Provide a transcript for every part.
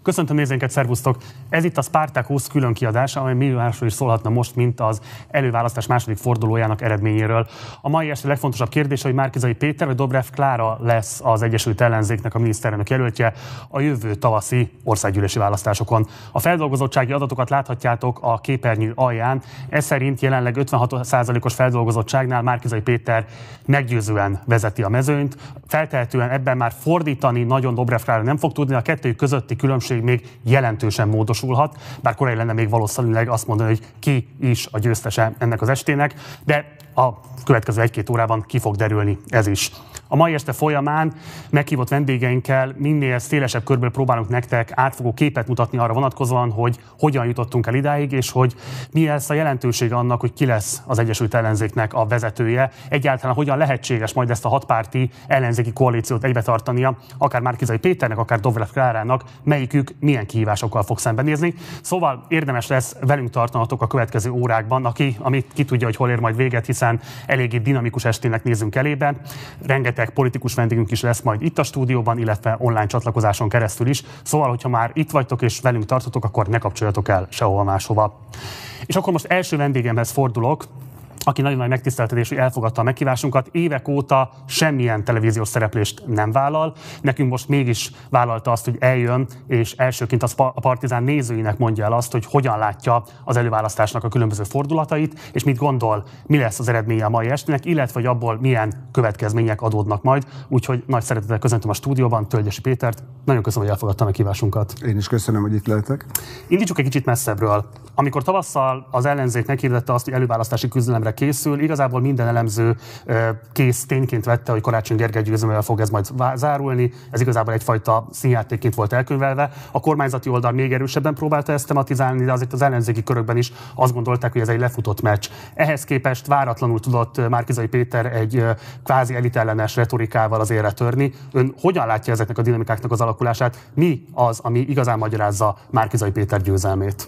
Köszöntöm nézőinket, szervusztok! Ez itt a Spartacus külön kiadása, amely millió másról is szólhatna most, mint az előválasztás második fordulójának eredményéről. A mai este legfontosabb kérdés, hogy Márki-Zay Péter vagy Dobrev Klára lesz az Egyesült Ellenzéknek a miniszterelnök jelöltje a jövő tavaszi országgyűlési választásokon. A feldolgozottsági adatokat láthatjátok a képernyő alján. Ez szerint jelenleg 56%-os feldolgozottságnál Márki-Zay Péter meggyőzően vezeti a mezőnyt. Feltehetően ebben már fordítani nagyon Dobrev Klára nem fog tudni, a kettőjük közötti különbség még jelentősen módosulhat, bár korai lenne még valószínűleg azt mondani, hogy ki is a győztese ennek az estének, de a következő 1-2 órában ki fog derülni ez is. A mai este folyamán meghívott vendégeinkkel minél szélesebb körből próbálunk nektek átfogó képet mutatni arra vonatkozóan, hogy hogyan jutottunk el idáig, és hogy mi lesz a jelentősége annak, hogy ki lesz az Egyesült Ellenzéknek a vezetője. Egyáltalán hogyan lehetséges majd ezt a hatpárti ellenzéki koalíciót egybetartania, akár Márki-Zay Péternek, akár Dobrev Klárának, melyikük milyen kihívásokkal fog szembenézni. Szóval érdemes lesz velünk tartanatok a következő órákban, ami ki tudja, hogy hol ér majd véget, hiszen eléggé dinamikus estének nézünk elébe. Rengeteg politikus vendégünk is lesz majd itt a stúdióban, illetve online csatlakozáson keresztül is. Szóval, hogyha már itt vagytok és velünk tartotok, akkor ne kapcsoljatok el sehova máshova. És akkor most első vendégemhez fordulok, aki nagyon nagy megtiszteltetés, hogy elfogadta a meghívásunkat. Évek óta semmilyen televíziós szereplést nem vállal. Nekünk most mégis vállalta azt, hogy eljön, és elsőként a Partizán nézőinek mondja el azt, hogy hogyan látja az előválasztásnak a különböző fordulatait, és mit gondol, mi lesz az eredménye a mai estének, illetve hogy abból milyen következmények adódnak majd. Úgyhogy nagy szeretettel köszöntöm a stúdióban Tölgyesi Pétert. Nagyon köszönöm, hogy elfogadta a meghívásunkat. Én is köszönöm, hogy itt lehetek. Indítsuk egy kicsit messzebbről. Amikor tavasszal az ellenzék meghirdette azt, hogy előválasztási küzdelemre készül, igazából minden elemző kész tényként vette, hogy Karácsony Gergely győzelmével fog ez majd zárulni. Ez igazából egyfajta színjátékként volt elkönyvelve. A kormányzati oldal még erősebben próbálta ezt tematizálni, de azért az ellenzéki körökben is azt gondolták, hogy ez egy lefutott meccs. Ehhez képest váratlanul tudott Márki-Zay Péter egy kvázi elitellenes retorikával az élre törni. Ön hogyan látja ezeknek a dinamikáknak az alakulását? Mi az, ami igazán magyarázza Márki-Zay Péter győzelmét?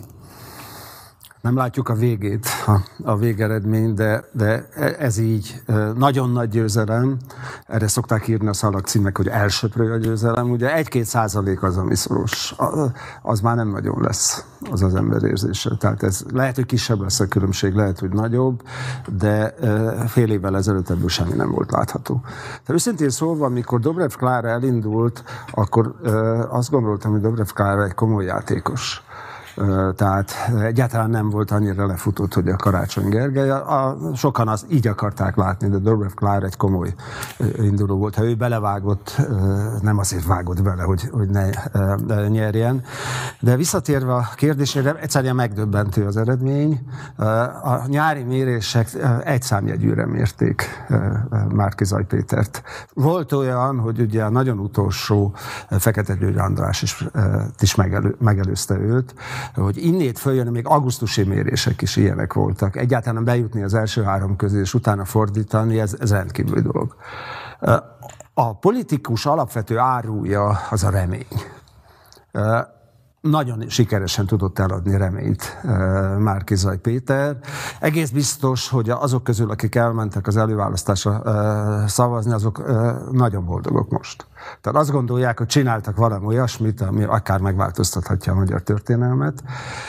Nem látjuk a végét, a végeredményt, de ez így nagyon nagy győzelem. Erre szokták írni a szalagcímek, hogy elsöprő a győzelem. Ugye 1-2% az, ami szoros. Az már nem nagyon lesz az ember érzése. Tehát ez lehet, hogy kisebb lesz a különbség, lehet, hogy nagyobb, de fél évvel ezelőtt ebből semmi nem volt látható. Tehát őszintén szólva, amikor Dobrev Klára elindult, akkor azt gondoltam, hogy Dobrev Klára egy komoly játékos. Tehát egyáltalán nem volt annyira lefutott, hogy a Karácsony Gergely. Sokan azt így akarták látni, de Dobrev Klára egy komoly induló volt. Ha ő belevágott, nem azért vágott bele, hogy ne nyerjen. De visszatérve a kérdésére, egyszerűen megdöbbentő az eredmény. A nyári mérések egy számjegyűre mérték Márki-Zay Pétert. Volt olyan, hogy ugye a nagyon utolsó Fekete György András is megelőzte őt, hogy innét följön, még augusztusi mérések is ilyenek voltak. Egyáltalán bejutni az első 3 közé, és utána fordítani, ez rendkívüli dolog. A politikus alapvető árulja az a remény. Nagyon sikeresen tudott eladni reményt Márki-Zay Péter. Egész biztos, hogy azok közül, akik elmentek az előválasztásra szavazni, azok nagyon boldogok most. Tehát azt gondolják, hogy csináltak valami olyasmit, ami akár megváltoztathatja a magyar történelmet.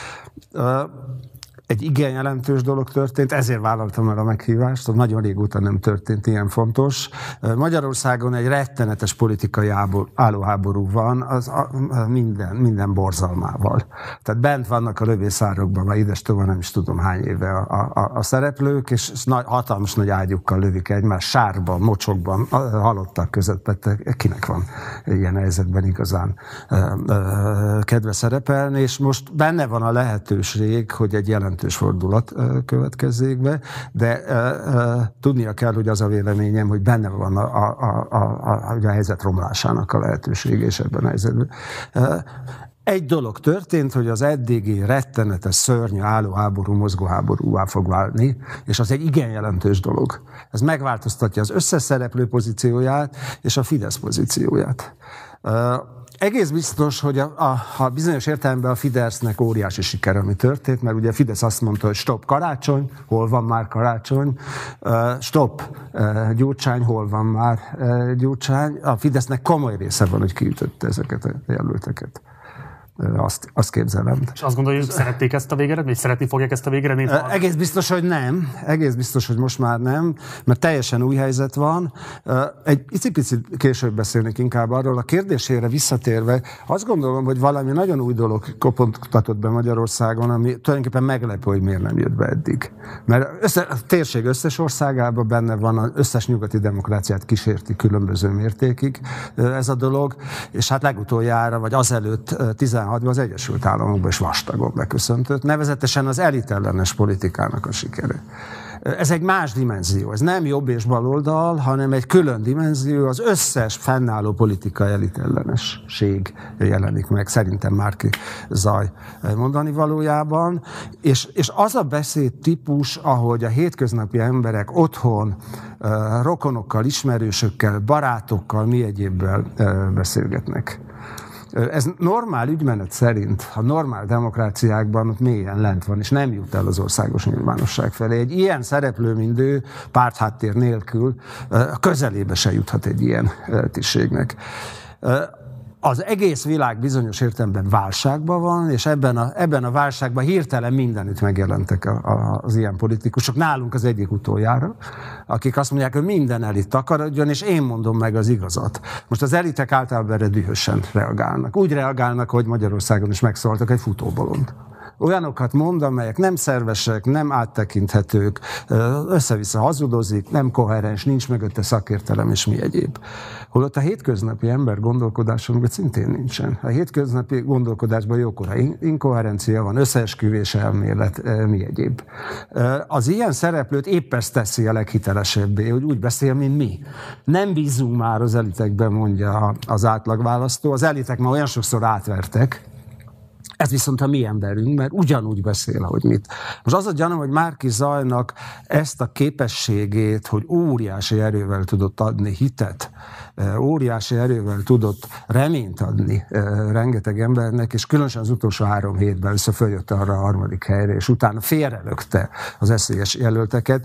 Egy igen jelentős dolog történt, ezért vállaltam el a meghívást, nagyon régóta nem történt ilyen fontos. Magyarországon egy rettenetes politikai állóháború van, minden borzalmával. Tehát bent vannak a lövészárokban, már idestova nem is tudom hány éve a szereplők, és hatalmas nagy ágyukkal lövik egymást, sárban, mocsokban, halottak között, kinek van ilyen helyzetben igazán kedve szerepelni, és most benne van a lehetőség, hogy egy jelentős fordulat következzék be, de tudnia kell, hogy az a véleményem, hogy benne van a helyzet romlásának a lehetősége, és ebben a helyzetben. Egy dolog történt, hogy az eddigi rettenetes, szörnyű állóháború mozgóháborúvá fog válni, és az egy igen jelentős dolog. Ez megváltoztatja az összes szereplő pozícióját és a Fidesz pozícióját. Egész biztos, hogy a bizonyos értelemben a Fidesznek óriási siker, ami történt, mert ugye a Fidesz azt mondta, hogy stop Karácsony, hol van már Karácsony, stop Gyurcsány, hol van már Gyurcsány. A Fidesznek komoly része van, hogy kiütötte ezeket a jelölteket. Azt képzelem. És azt gondolja, hogy szerették ezt a végeredményt, vagy szeretni fogják ezt a végeredményt? Egész biztos, hogy nem. Egész biztos, hogy most már nem, mert teljesen új helyzet van. Egy icipicit később beszélnék inkább arról. A kérdésére visszatérve, azt gondolom, hogy valami nagyon új dolog kopogtatott be Magyarországon, ami tulajdonképpen meglepő, hogy miért nem jött be eddig. Mert a térség összes országában benne van, az összes nyugati demokráciát kísérti különböző mértékig ez a dolog, és hát legutoljára, vagy azelőtt 16-ban az Egyesült Államokban is vastagon beköszöntött, nevezetesen az elitellenes politikának a sikere. Ez egy más dimenzió, ez nem jobb és baloldal, hanem egy külön dimenzió, az összes fennálló politikai elitellenesség jelenik meg, szerintem Márki Zaj mondani valójában, és az a beszédtípus, ahogy a hétköznapi emberek otthon, rokonokkal, ismerősökkel, barátokkal, mi egyébbel beszélgetnek. Ez normál ügymenet szerint, a normál demokráciákban ott mélyen lent van, és nem jut el az országos nyilvánosság felé. Egy ilyen szereplő, mint ő, pártháttér nélkül közelébe se juthat egy ilyen tisztségnek. Az egész világ bizonyos értelemben válságban van, és ebben a válságban hirtelen mindenütt megjelentek az ilyen politikusok. Nálunk az egyik utoljára, akik azt mondják, hogy minden elit takarodjon, és én mondom meg az igazat. Most az elitek általában erre dühösen reagálnak. Úgy reagálnak, hogy Magyarországon is megszóltak egy futóbolond. Olyanokat mond, amelyek nem szervesek, nem áttekinthetők, össze-vissza hazudozik, nem koherens, nincs mögötte szakértelem és mi egyéb. Holott a hétköznapi ember gondolkodáson szintén nincsen. A hétköznapi gondolkodásban jókora inkoherencia van, összeesküvés elmélet, mi egyéb. Az ilyen szereplőt épp ezt teszi a leghitelesebbé, hogy úgy beszél, mint mi. Nem bízunk már az elitekben, mondja az átlagválasztó. Az elitek már olyan sokszor átvertek, ez viszont a mi emberünk, mert ugyanúgy beszél, ahogy mit. Most az a gyanúm, hogy Márki Zajnak ezt a képességét, hogy óriási erővel tudott adni hitet, óriási erővel tudott reményt adni rengeteg embernek, és különösen az utolsó 3 hétben össze följött arra a 3. helyre, és utána félrelökte az esélyes jelölteket.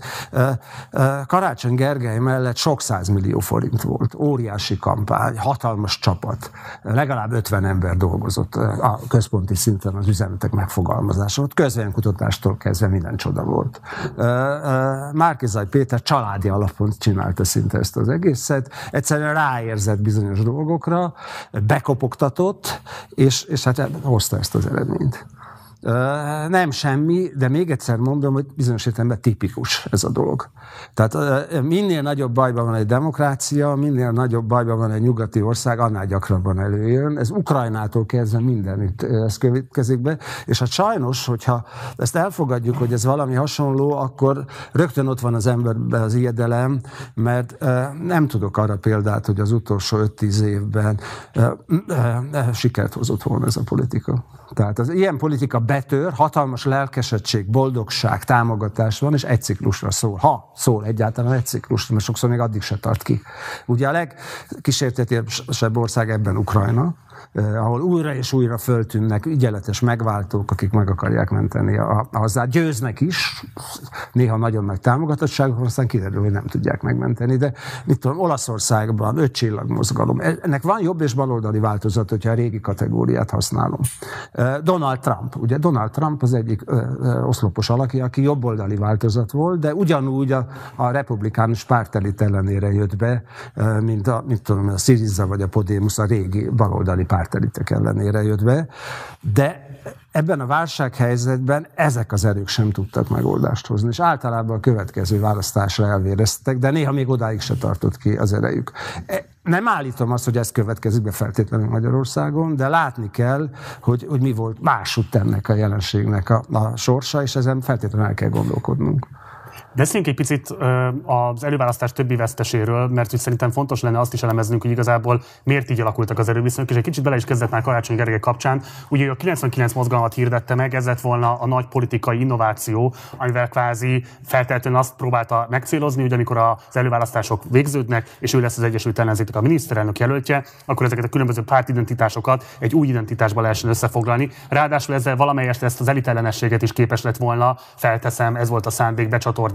Karácsony Gergely mellett sok 100 millió forint volt. Óriási kampány, hatalmas csapat. Legalább 50 ember dolgozott a központi szinten az üzenetek megfogalmazása. Ott közvéleménykutatástól kezdve minden csoda volt. Márki Zaj Péter családi alapon csinálta szinte ezt az egészet. Egyszerűen ráérzett bizonyos dolgokra, bekopogtatott, és hát hozta ezt az eredményt. Nem semmi, de még egyszer mondom, hogy bizonyos értelemben tipikus ez a dolog. Tehát minél nagyobb bajban van egy demokrácia, minél nagyobb bajban van egy nyugati ország, annál gyakrabban előjön. Ez Ukrajnától kezdve mindenütt ez következik be, és hát sajnos, hogyha ezt elfogadjuk, hogy ez valami hasonló, akkor rögtön ott van az emberben az ijedelem, mert nem tudok arra példát, hogy az utolsó 5-10 évben sikert hozott volna ez a politika. Tehát az ilyen politika betör, hatalmas lelkesedtség, boldogság, támogatás van, és egy ciklusra szól. Ha szól egyáltalán egy ciklusra, mert sokszor még addig se tart ki. Ugye a legkísértetésebb ország ebben Ukrajna, ahol újra és újra föltűnnek ügyeletes megváltók, akik meg akarják menteni a hazát. Győznek is, néha nagyon nagy támogatottságok, aztán kiderül, hogy nem tudják megmenteni. De mit tudom, Olaszországban 5 csillagmozgalom. Ennek van jobb és baloldali változat, hogyha a régi kategóriát használom. Donald Trump. Ugye Donald Trump az egyik oszlopos alakja, aki jobboldali változat volt, de ugyanúgy a republikánus pártelit ellenére jött be, mint a Syriza vagy a Podemos a régi baloldali pártelitek ellenére jött be, de ebben a válsághelyzetben ezek az erők sem tudtak megoldást hozni, és általában a következő választásra elvéreztek, de néha még odáig se tartott ki az erejük. Nem állítom azt, hogy ez következik be feltétlenül Magyarországon, de látni kell, hogy mi volt másutt ennek a jelenségnek a sorsa, és ezen feltétlenül el kell gondolkodnunk. Beszéljünk egy picit az előválasztás többi veszteséről, mert úgy szerintem fontos lenne azt is elemeznünk, hogy igazából miért így alakultak az erőviszonyok, és egy kicsit bele is kezdett már Karácsony Gergely kapcsán. Ugye a 99 mozgalmat hirdette meg, ez lett volna a nagy politikai innováció, amivel kvázi feltétlenül azt próbálta megcélozni, hogy amikor az előválasztások végződnek, és ő lesz az Egyesült Ellenzéknek a miniszterelnök jelöltje, akkor ezeket a különböző pártidentitások egy új identitásba lehessen összefoglalni. Ráadásul ezzel valamelyest ezt az elitellenességet is képes lett volna, felteszem, ez volt a szándék, becsatornázni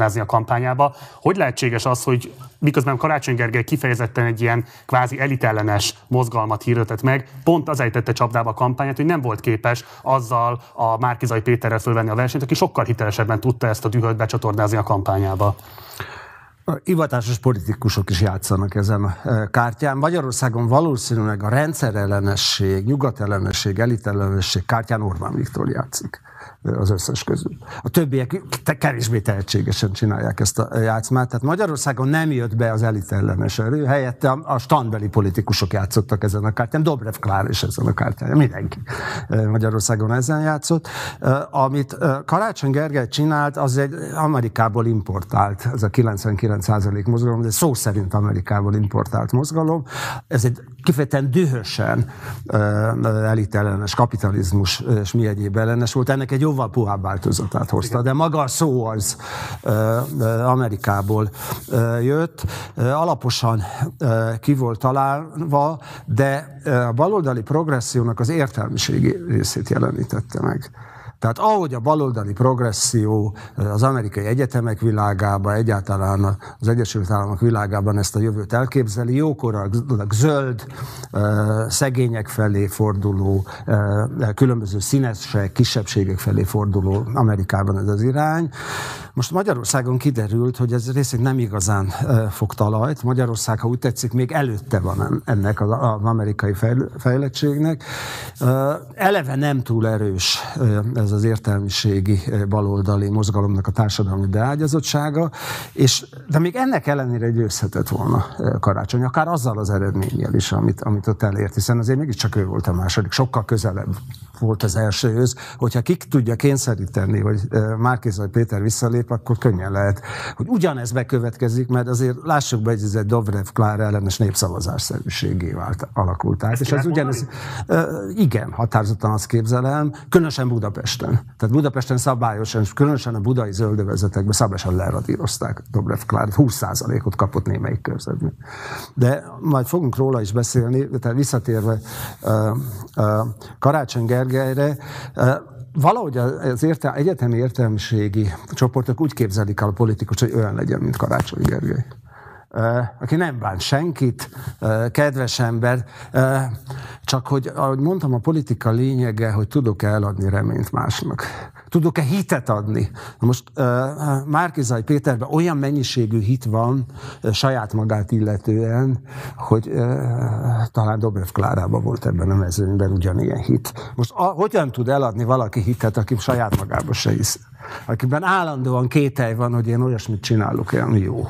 becsatornázni a kampányába. Hogy lehetséges az, hogy miközben Karácsony Gergely kifejezetten egy ilyen kvázi elitellenes mozgalmat hirdetett meg, pont az ejtette csapdába a kampányát, hogy nem volt képes azzal a Márki-Zay Péterrel fölvenni a versenyt, aki sokkal hitelesebben tudta ezt a dühöt becsatornázni a kampányába. A hivatásos politikusok is játszanak ezen a kártyán. Magyarországon valószínűleg a rendszerellenesség, nyugatellenesség, elitellenesség kártyán Orbán Viktor játszik az összes közül. A többiek kevésbé tehetségesen csinálják ezt a játszmát. Tehát Magyarországon nem jött be az elitellenes erő, helyette a standbeli politikusok játszottak ezen a kártyán. Dobrev Klára is ezen a kártyán. Mindenki Magyarországon ezen játszott. Amit Karácsony Gergely csinált, az egy Amerikából importált, ez a 99% mozgalom, de szó szerint Amerikából importált mozgalom. Ez egy kifejezetten dühösen elitellenes kapitalizmus és mi egyéb ellenes volt. Ennek egy jóval puhább változatát hozta, de maga a szó az Amerikából jött. Alaposan ki volt találva, de a baloldali progressziónak az értelmiségi részét jelenítette meg. Tehát ahogy a baloldali progresszió az amerikai egyetemek világában, egyáltalán az Egyesült Államok világában ezt a jövőt elképzeli, jókorag zöld, szegények felé forduló, különböző színesek, kisebbségek felé forduló Amerikában ez az irány. Most Magyarországon kiderült, hogy ez részét nem igazán fog talajt. Magyarország, ha úgy tetszik, még előtte van ennek az amerikai fejlettségnek. Eleve nem túl erős ez az értelmiségi baloldali mozgalomnak a társadalmi beágyazottsága, de még ennek ellenére győzhetett volna Karácsony, akár azzal az eredménnyel is, amit ott elért, hiszen azért mégiscsak ő volt a második, sokkal közelebb volt az elsőhöz, hogyha ki tudja kényszeríteni, hogy Márki-Zay Péter visszalép, akkor könnyen lehet, hogy ugyanez bekövetkezik, mert azért lássuk be, hogy ez egy Dobrev Klára ellenes népszavazásszerűségé alakult át. És ez ugyanez, igen, határozottan azt képzelem, különösen Budapesten. Tehát Budapesten szabályosan, és különösen a budai zöldövezetekben szabályosan leradírozták Dobrev Klárát, 20%-ot kapott némelyik körzetben. De majd fogunk róla is beszélni, tehát visszatérve Karácsony Gergelyre, valahogy az egyetemi értelmiségi csoportok úgy képzelik el a politikus, hogy olyan legyen, mint Karácsony Gergely. Aki nem bánt senkit, kedves ember, csak hogy, ahogy mondtam, a politika lényege, hogy tudok-e eladni reményt másnak. Tudok-e hitet adni? Na most Márki-Zay Péterben olyan mennyiségű hit van saját magát illetően, hogy talán Dobrev Klárában volt ebben a mezőnyben ugyanilyen hit. Most hogyan tud eladni valaki hitet, aki saját magába se hisz? Akiben állandóan kételj van, hogy én olyasmit csinálok, olyan jó.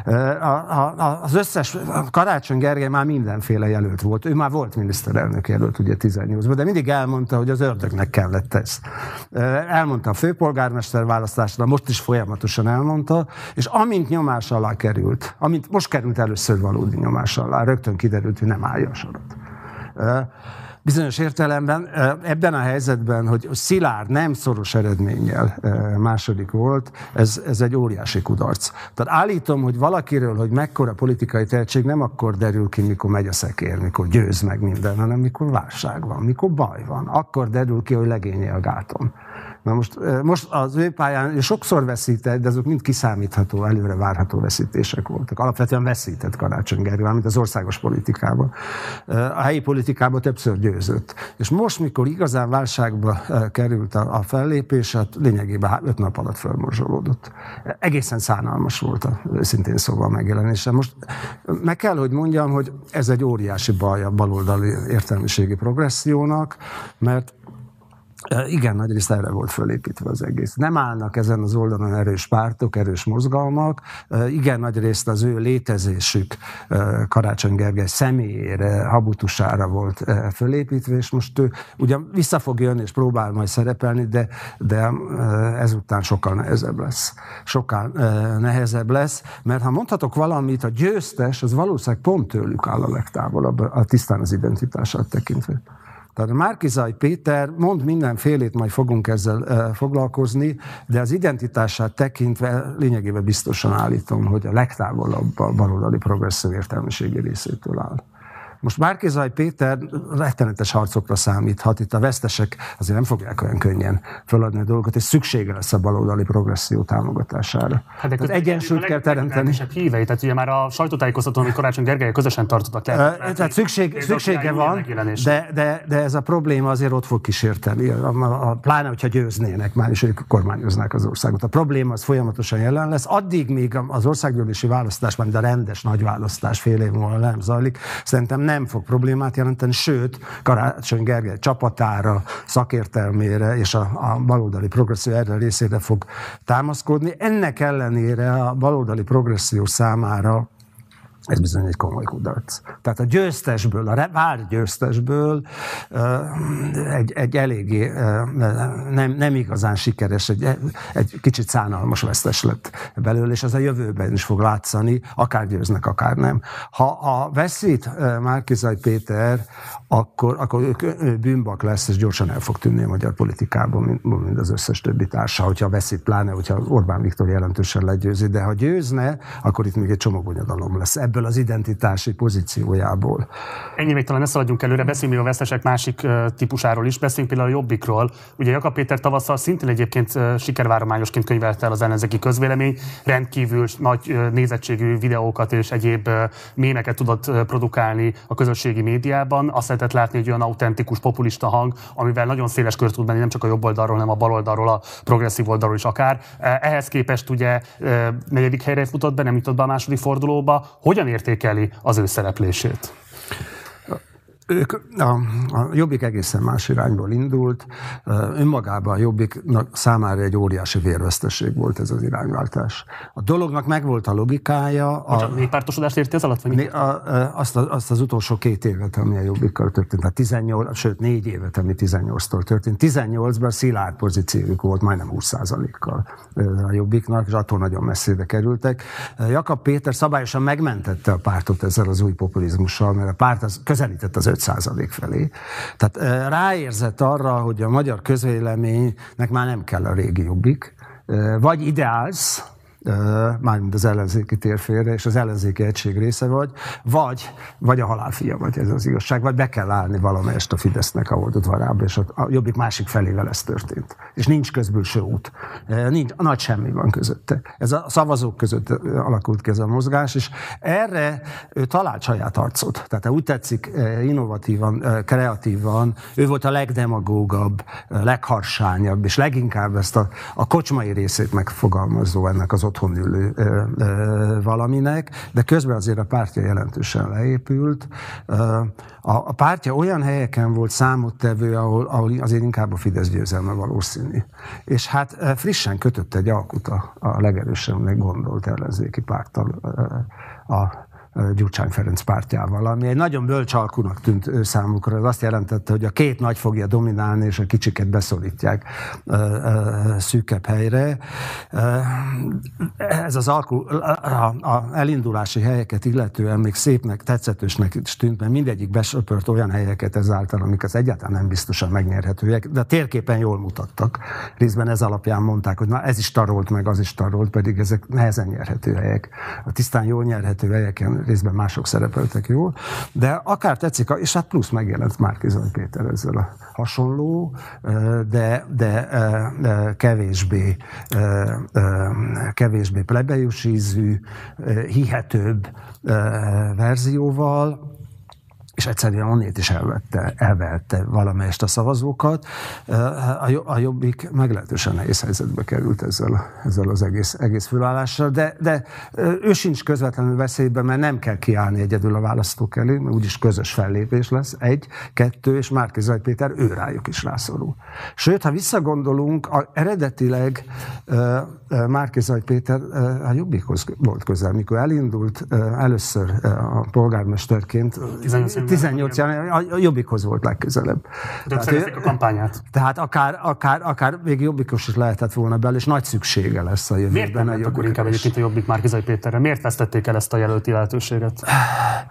Az összes, Karácsony Gergely már mindenféle jelölt volt. Ő már volt miniszterelnök jelölt, ugye 18-ban, de mindig elmondta, hogy az ördögnek kellett ez. Elmondta a főpolgármester választásra, most is folyamatosan elmondta, és amint nyomás alá került, amint most került először valódi nyomás alá, rögtön kiderült, hogy nem állja a sorat. Bizonyos értelemben ebben a helyzetben, hogy szilárd, nem szoros eredménnyel második volt, ez egy óriási kudarc. Tehát állítom, hogy valakiről, hogy mekkora politikai tehetség nem akkor derül ki, mikor megy a szekér, mikor győz meg minden, hanem mikor válság van, mikor baj van. Akkor derül ki, hogy legénye a gáton. Na most az ő pályán sokszor veszített, de azok mind kiszámítható, előre várható veszítések voltak. Alapvetően veszített Karácsony Gergely, mint az országos politikában. A helyi politikában többször győzött. És most, mikor igazán válságba került a fellépés, hát lényegében 5 nap alatt fölmorzsolódott. Egészen szánalmas volt szintén szóval megjelenése. Most meg kell, hogy mondjam, hogy ez egy óriási baj a baloldali értelmiségi progressziónak, mert igen, nagyrészt erre volt fölépítve az egész. Nem állnak ezen az oldalon erős pártok, erős mozgalmak. Igen, nagyrészt az ő létezésük Karácsony Gergely személyére, habutusára volt fölépítve, és most ő ugyan vissza fog jönni, és próbál majd szerepelni, de ezután sokkal nehezebb lesz. Sokkal nehezebb lesz, mert ha mondhatok valamit, a győztes, az valószínűleg pont tőlük áll a legtávolabb, tisztán az identitását tekintve. Tehát a Márki-Zay Péter mond mindenfélét, majd fogunk ezzel foglalkozni, de az identitását tekintve lényegében biztosan állítom, hogy a legtávolabb a baloldali progresszív értelmiségi részétől áll. Most Márki-Zay Péter rettenetes harcokra számíthat, itt a vesztesek azért nem fogják olyan könnyen feladni a dolgokat, és szüksége lesz a baloldali progresszió támogatására. Hát de egyensúlyt kell teremteni. Hívei, tehát ugye már a sajtótájékoztatón, amit Karácsony Gergely közösen tartottak le. Tehát szüksége van, de ez a probléma azért ott fog kísérteni, pláne, hogyha győznének már, és ők kormányoznák az országot. A probléma az folyamatosan jelen lesz, addig még az országgyűlési választás, de a rendes nagy választás fél év múlva nem zajlik, szerintem nem fog problémát jelenteni, sőt, Karácsony Gergely csapatára, szakértelmére és a baloldali progresszió erre részére fog támaszkodni. Ennek ellenére a baloldali progresszió számára ez bizony egy komoly kudarc. Tehát a győztesből, a várt győztesből egy eléggé nem igazán sikeres, egy kicsit szánalmas vesztes lett belőle, és az a jövőben is fog látszani, akár győznek, akár nem. Ha veszít Márki-Zay Péter, akkor ő bűnbak lesz, és gyorsan el fog tűnni a magyar politikában, mint az összes többi társa, hogyha veszít, pláne, hogyha Orbán Viktor jelentősen legyőzi, de ha győzne, akkor itt még egy csomó bonyodalom lesz ebből az identitási pozíciójából. Ennyi még talán ne szaladjunk előre, beszéljünk még a vesztesek másik típusáról is, beszéljünk például a Jobbikról. Ugye Jakab Péter tavasszal szintén egyébként sikervárományosként könyvelte el az ellenzéki közvélemény, rendkívül nagy nézettségű videókat és egyéb mémeket tudott produkálni a közösségi médiában. Azt lehetett látni, egy olyan autentikus populista hang, amivel nagyon széles kört tud menni, nem csak a jobb oldalról, hanem a bal oldalról, a progresszív oldalról is akár. Ehhez képest ugye negyedik helyre futott be, nem jutott be a második fordulóba. Hogyan értékeli az ő szereplését? A Jobbik egészen más irányból indult. Önmagában a Jobbiknak számára egy óriási vérvesztesség volt ez az irányváltás. A dolognak megvolt a logikája. Néppártosodást érti ez alatt? Vagy azt az utolsó 2 évet, ami a Jobbikkal történt, tehát 18, sőt 4 évet, ami 18-tól történt. 18-ban szilárd pozíciójuk volt majdnem 20%-kal a Jobbiknak, és attól nagyon messzire kerültek. Jakab Péter szabályosan megmentette a pártot ezzel az új populizmussal, mert a párt az közelített az 5% felé. Tehát ráérzett arra, hogy a magyar közvéleménynek már nem kell a régi Jobbik, vagy ideálsz, mármint az ellenzéki térfélre, és az ellenzéki egység része vagy a halálfia vagy, ez az igazság, vagy be kell állni valamelyest a Fidesznek a oldudvarába, és a Jobbik másik felével ez történt. És nincs közbülső út. Nagy semmi van közötte. Ez a szavazók között alakult ki ez a mozgás, és erre ő talált saját arcot. Tehát úgy tetszik, innovatívan, kreatívan, ő volt a legdemagógabb, legharsányabb, és leginkább ezt a kocsmai részét megfogalmazó ennek az otthon ülő valaminek, de közben azért a pártja jelentősen leépült. A pártja olyan helyeken volt számottevő, ahol azért inkább a Fidesz győzelme valószínű. És hát frissen kötött egy alkut a legerősebbnek gondolt ellenzéki párttal, a Gyurcsány Ferenc pártjával, ami egy nagyon bölcs alkunak tűnt ő számukra. Ez azt jelentette, hogy a 2 nagy fogja dominálni, és a kicsiket beszorítják szűkebb helyre. Ez az alku a elindulási helyeket illetően még szépnek, tetszetősnek is tűnt, mert mindegyik besöpört olyan helyeket ezáltal, amik az egyáltalán nem biztosan megnyerhetőek, de a térképen jól mutattak. Részben ez alapján mondták, hogy na ez is tarolt, meg az is tarolt, pedig ezek nehezen nyerhető helyek. A tisztán jól nyerhető helyeken részben mások szerepeltek jól, de akár tetszik, és hát plusz megjelent Márki-Zay Péter ezzel a hasonló, de kevésbé plebejus ízű, hihetőbb verzióval, és egyszerűen onnét is elvette valamelyest a szavazókat. A Jobbik meglehetősen nehéz helyzetbe került ezzel az egész fölállással, de ő sincs közvetlenül veszélyben, mert nem kell kiállni egyedül a választók elé, mert úgyis közös fellépés lesz, 1, 2, és Márki-Zay Péter rájuk is rászorul. Sőt, ha visszagondolunk, eredetileg Márki-Zay Péter a Jobbikhoz volt közel, mikor elindult először a polgármesterként, 18 a Jobbikhoz volt legközelebb. Szerezték a kampányát. Tehát akár még Jobbikos is lehetett volna belőle, és nagy szüksége lesz a jövőben. Miért nem lett akkor inkább egyébként a Jobbik Márki-Zay Péterre? Miért vesztették el ezt a jelölti lehetőséget?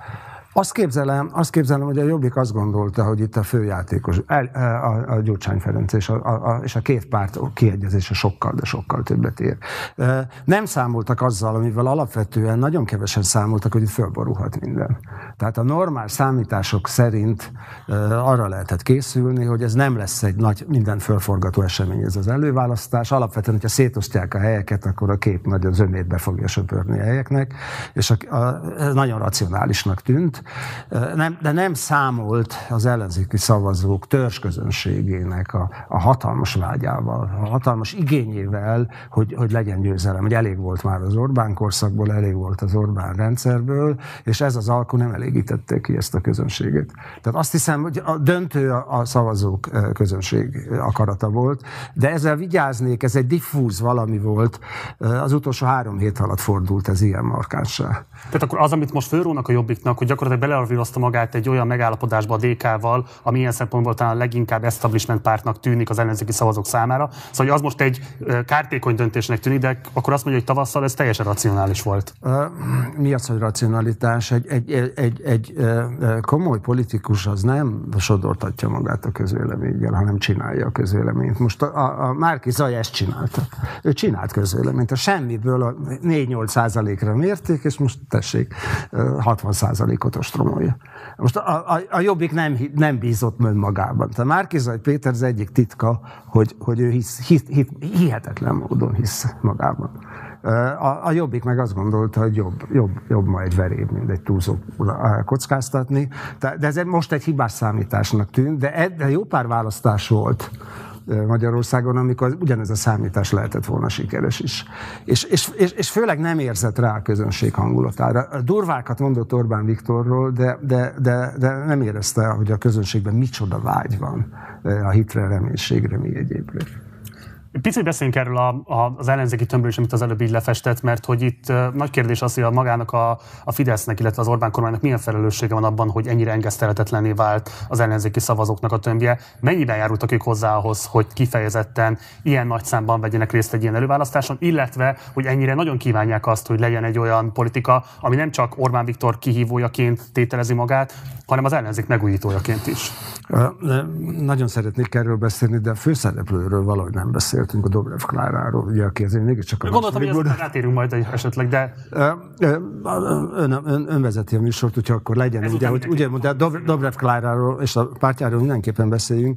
Azt képzelem, hogy a Jobbik azt gondolta, hogy itt a főjátékos, a Gyurcsány Ferenc és a két párt kiegyezése sokkal többet ér. Nem számoltak azzal, amivel alapvetően nagyon kevesen számoltak, hogy itt fölborulhat minden. Tehát a normál számítások szerint arra lehetett készülni, hogy ez nem lesz egy nagy, minden fölforgató esemény ez az előválasztás. Alapvetően, hogyha szétosztják a helyeket, akkor a kép nagyon zömét be fogja söpörni a helyeknek, és ez nagyon racionálisnak tűnt, de nem számolt az ellenzéki szavazók törzsközönségének a hatalmas vágyával, a hatalmas igényével, hogy legyen győzelem, hogy elég volt már az Orbán korszakból, elég volt az Orbán rendszerből, és ez az alkú nem elégítette ki ezt a közönséget. Tehát azt hiszem, hogy a döntő a szavazók közönség akarata volt, de ezzel vigyáznék, ez egy diffúz valami volt, az utolsó 3 hét alatt fordult ez ilyen markánssá. Tehát akkor az, amit most fölrónak a Jobbiknak, hogy gyakorlatilag beleravírozta magát egy olyan megállapodásba a DK-val, ami ilyen szempontból talán a leginkább establishment pártnak tűnik az ellenzéki szavazók számára. Szóval hogy az most egy kártékony döntésnek tűnik, de akkor azt mondja, hogy tavasszal ez teljesen racionális volt. Mi az, hogy racionalitás? Egy komoly politikus az nem sodortatja magát a közvéleménnyel, hanem csinálja a közvéleményt. Most a Márki Zaj ezt csinálta. Ő csinált közvéleményt. A semmiből a 4-8%-ra mérték, és most tessék, 60%-ot ostromolja. Most a Jobbik nem bízott önmagában. Tehát Márki Zaj Péter az egyik titka, hogy ő hihetetlen módon hisz magában. A Jobbik meg azt gondolta, hogy jobb ma egy veréb, mint egy túlzó kockáztatni. De ez most egy hibás számításnak tűnt, de jó pár választás volt Magyarországon, amikor ugyanez a számítás lehetett volna sikeres is. És főleg nem érzett rá a közönség hangulatára. Durvákat mondott Orbán Viktorról, de nem érezte, hogy a közönségben micsoda vágy van a hitre, reménységre, mi egyébre. Picit beszéljünk erről az ellenzéki tömbről is, amit az előbb így lefestett, mert hogy itt nagy kérdés az, hogy magának a Fidesznek, illetve az Orbán kormánynak milyen felelőssége van abban, hogy ennyire engesztelhetetlenné vált az ellenzéki szavazóknak a tömbje. Mennyiben járultak ők hozzá ahhoz, hogy kifejezetten ilyen nagy számban vegyenek részt egy ilyen előválasztáson, illetve, hogy ennyire nagyon kívánják azt, hogy legyen egy olyan politika, ami nem csak Orbán Viktor kihívójaként tételezi magát, hanem az ellenzék megújítójaként is. Nagyon szeretnék erről beszélni, de a főszereplőről valahogy nem beszéltünk, a Dobrev Kláráról, ugye, aki azért mégiscsak a gondoltam, hogy ezt rátérünk majd esetleg, de... Ön vezeti a műsort, úgyhogy akkor legyen. Ugye, de Dobrev Kláráról és a pártjáról mindenképpen beszéljünk.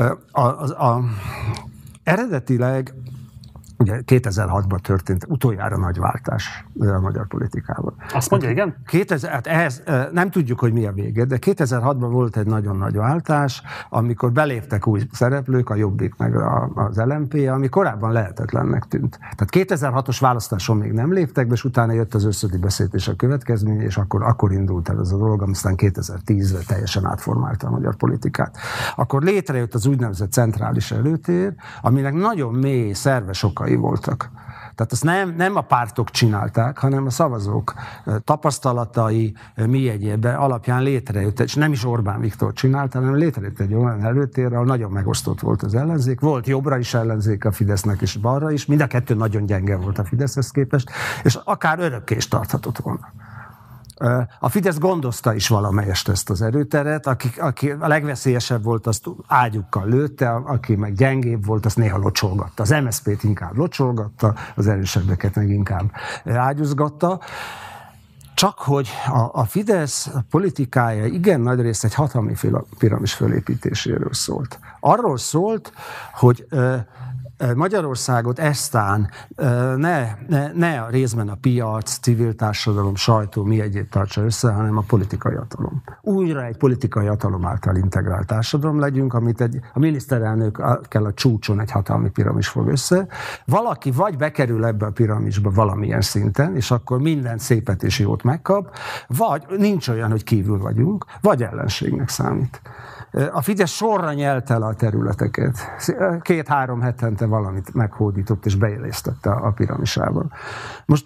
Eredetileg ugye 2006-ban történt utoljára nagy váltás a magyar politikában. Azt mondja, igen? Ehhez nem tudjuk, hogy mi a vége, de 2006-ban volt egy nagyon nagy váltás, amikor beléptek új szereplők, a Jobbik meg az LMP, ami korábban lehetetlennek tűnt. Tehát 2006-os választáson még nem léptek be, és utána jött az összödi beszéd a következmény, és akkor indult el ez a dolog, aztán 2010-re teljesen átformálta a magyar politikát. Akkor létrejött az úgynevezett centrális előtér, aminek nagyon mély, szerves okai voltak. Tehát ezt nem a pártok csinálták, hanem a szavazók tapasztalatai, mi egyébben alapján létrejött, és nem is Orbán Viktor csinálta, hanem létrejött egy olyan előtér, ahol nagyon megosztott volt az ellenzék. Volt jobbra is ellenzék a Fidesznek, és balra is. Mind a kettő nagyon gyenge volt a Fideszhez képest, és akár örökké is tarthatott volna. A Fidesz gondozta is valamelyest ezt az erőteret, aki a legveszélyesebb volt, azt ágyukkal lőtte, aki meg gyengébb volt, azt néha locsolgatta. Az MSZP-t inkább locsolgatta, az erősebbeket meg inkább ágyuzgatta. Csak hogy a Fidesz politikája igen nagy rész egy hatalmi piramis fölépítéséről szólt. Arról szólt, hogy Magyarországot eztán ne a részben a piac, civil társadalom, sajtó, mi egyéb tartsa össze, hanem a politikai hatalom. Újra egy politikai hatalom által integrált társadalom legyünk, amit a miniszterelnökkel a csúcson egy hatalmi piramis fog össze. Valaki vagy bekerül ebbe a piramisba valamilyen szinten, és akkor minden szépet és jót megkap, vagy nincs olyan, hogy kívül vagyunk, vagy ellenségnek számít. A Fidesz sorra nyelt el a területeket. 2-3 hetente valamit meghódított és beillesztette a piramisába. Most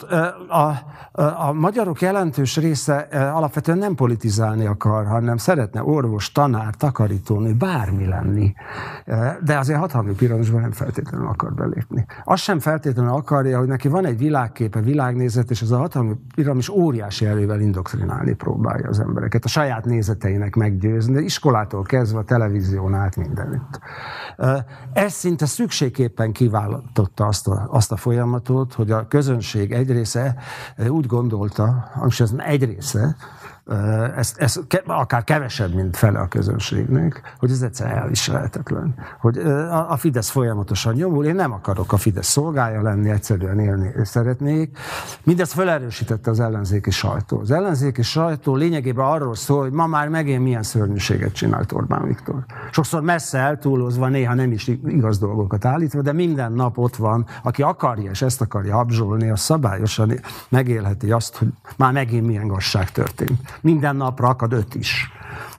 a magyarok jelentős része alapvetően nem politizálni akar, hanem szeretne orvos, tanár, takarítónő, bármi lenni. De azért hatalmi piramisban nem feltétlenül akar belépni. Azt sem feltétlenül akarja, hogy neki van egy világképe, világnézet, és ez a hatalmi piramis óriási erővel indoktrinálni próbálja az embereket, a saját nézeteinek meggyőzni, iskolától kezdve a televízión át mindenütt. Ez szinte szükségképpen kiváltotta azt a folyamatot, hogy a közönség egy része úgy gondolta, és ez egy része, ez akár kevesebb, mint fele a közönségnek, hogy ez egyszerűen elviselhetetlen. Hogy a Fidesz folyamatosan nyomul, én nem akarok a Fidesz szolgája lenni, egyszerűen élni szeretnék. Mindezt felerősítette az ellenzéki sajtó. Az ellenzéki sajtó lényegében arról szól, hogy ma már megint milyen szörnyűséget csinált Orbán Viktor. Sokszor messze eltúlozva, néha nem is igaz dolgokat állítva, de minden nap ott van, aki akarja és ezt akarja habzsolni, az szabályosan megélheti azt, hogy már megint milyen gazság történt. Minden napra akad 5 is.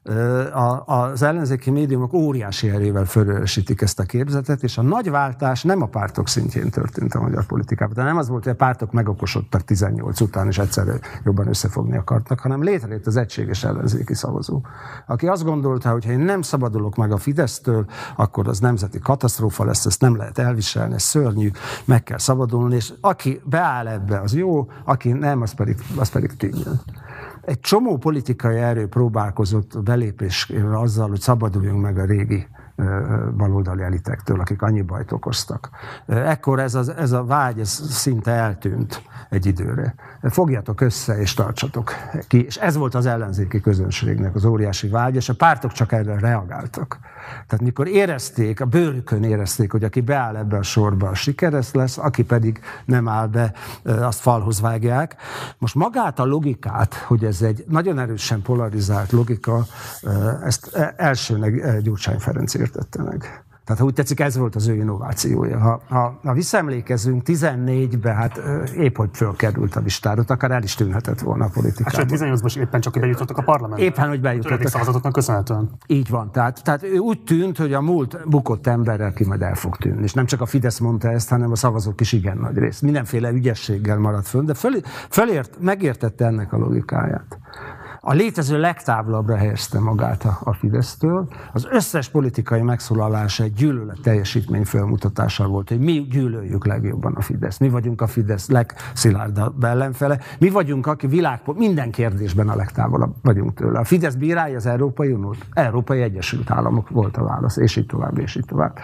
Az ellenzéki médiumok óriási erővel fölösítik ezt a képzetet, és a nagy váltás nem a pártok szintjén történt a magyar politikában. De nem az volt, hogy a pártok megokosodtak 18 után, és egyszerre jobban összefogni akartak, hanem létrejött az egységes ellenzéki szavazó, aki azt gondolta, hogy ha én nem szabadulok meg a Fidesztől, akkor az nemzeti katasztrófa lesz, ezt nem lehet elviselni, ez szörnyű, meg kell szabadulni, és aki beáll ebbe, az jó, aki nem, az pedig tűnjön. Egy csomó politikai erő próbálkozott a belépésre azzal, hogy szabaduljunk meg a régi baloldali elitektől, akik annyi bajt okoztak. Ekkor ez a vágy szinte eltűnt egy időre. Fogjatok össze és tartsatok ki. És ez volt az ellenzéki közönségnek az óriási vágy, és a pártok csak erre reagáltak. Tehát mikor érezték, a bőrükön érezték, hogy aki beáll ebbe a sorba, a sikeres lesz, aki pedig nem áll be, azt falhoz vágják. Most magát a logikát, hogy ez egy nagyon erősen polarizált logika, ezt elsőnek Gyurcsány Ferenc értette meg. Tehát, ha úgy tetszik, ez volt az ő innovációja. Ha visszaemlékezünk, 14-ben hát épp hogy fölkerült a listára, akár el is tűnhetett volna a politikában. Hát 18-ban éppen csak bejutottak a parlamentbe. Éppen, hogy bejutottak. A szavazatoknak köszönhetően. Így van. Tehát ő úgy tűnt, hogy a múlt bukott emberrel ki majd el fog tűnni. És nem csak a Fidesz mondta ezt, hanem a szavazók is igen nagy rész. Mindenféle ügyességgel maradt fönn, de megértette ennek a logikáját. A létező legtávolabbra helyezte magát a Fidesztől. Az összes politikai megszólalása egy gyűlölet teljesítmény felmutatása volt, hogy mi gyűlöljük legjobban a Fidesz. Mi vagyunk a Fidesz legszilárdabb ellenfele. Mi vagyunk, aki minden kérdésben a legtávolabb vagyunk tőle. A Fidesz bírálja az Európai Uniót. Európai Egyesült Államok volt a válasz, és így tovább, és így tovább.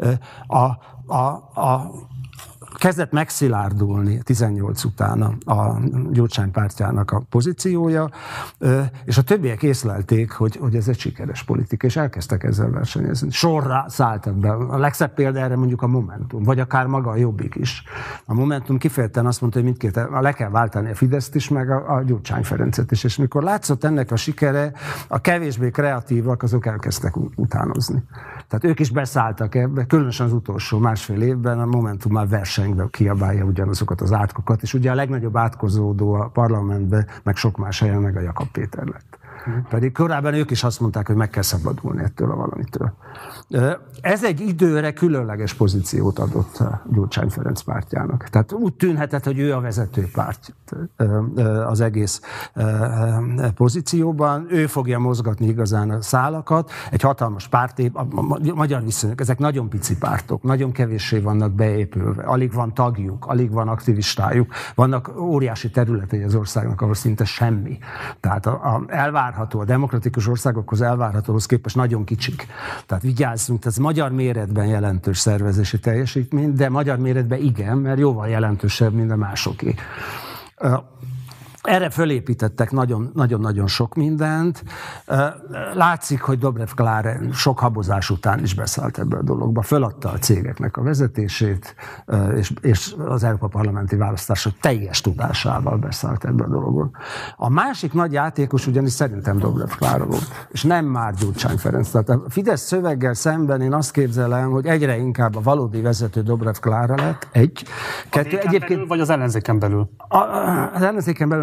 Kezdett megszilárdulni 18 után a Gyurcsány pártjának a pozíciója, és a többiek észlelték, hogy ez egy sikeres politika, és elkezdtek ezzel versenyezni. Sorra szálltak be. A legszebb példa erre mondjuk a Momentum, vagy akár maga a Jobbik is. A Momentum kifejezetten azt mondta, hogy mindkét le kell váltani a Fideszt is, meg a Gyurcsány Ferencet is. És mikor látszott ennek a sikere, a kevésbé kreatívak, azok elkezdtek utánozni. Tehát ők is beszálltak ebbe, különösen az utolsó másfél évben a Momentum már versenyben kiabálja ugyanazokat az átkokat, és ugye a legnagyobb átkozódó a parlamentben, meg sok más helyen meg a Jakab Péter lett. Pedig korábban ők is azt mondták, hogy meg kell szabadulni ettől a valamitől. Ez egy időre különleges pozíciót adott a Gyurcsány Ferenc pártjának. Tehát úgy tűnhetett, hogy ő a vezető párt az egész pozícióban. Ő fogja mozgatni igazán a szálakat. Egy hatalmas párt, a magyar viszonyok, ezek nagyon pici pártok, nagyon kevéssé vannak beépülve. Alig van tagjuk, alig van aktivistájuk. Vannak óriási területei az országnak, ahol szinte semmi. Tehát a demokratikus országokhoz elvárhatóhoz képest nagyon kicsik. Tehát vigyázzunk, ez magyar méretben jelentős szervezési teljesítmény, de magyar méretben igen, mert jóval jelentősebb, mint a másoké. Erre fölépítettek nagyon-nagyon sok mindent. Látszik, hogy Dobrev Klára sok habozás után is beszállt ebbe a dologba. Föladta a cégeknek a vezetését, és az Európa Parlamenti választások teljes tudásával beszállt ebbe a dologba. A másik nagy játékos ugyanis szerintem Dobrev Klára volt, és nem már Gyurcsány Ferenc. Tehát a Fidesz szöveggel szemben én azt képzelem, hogy egyre inkább a valódi vezető Dobrev Klára lett. Kettő, egyébként belül, vagy az ellenzéken belül? Az ellenzéken belül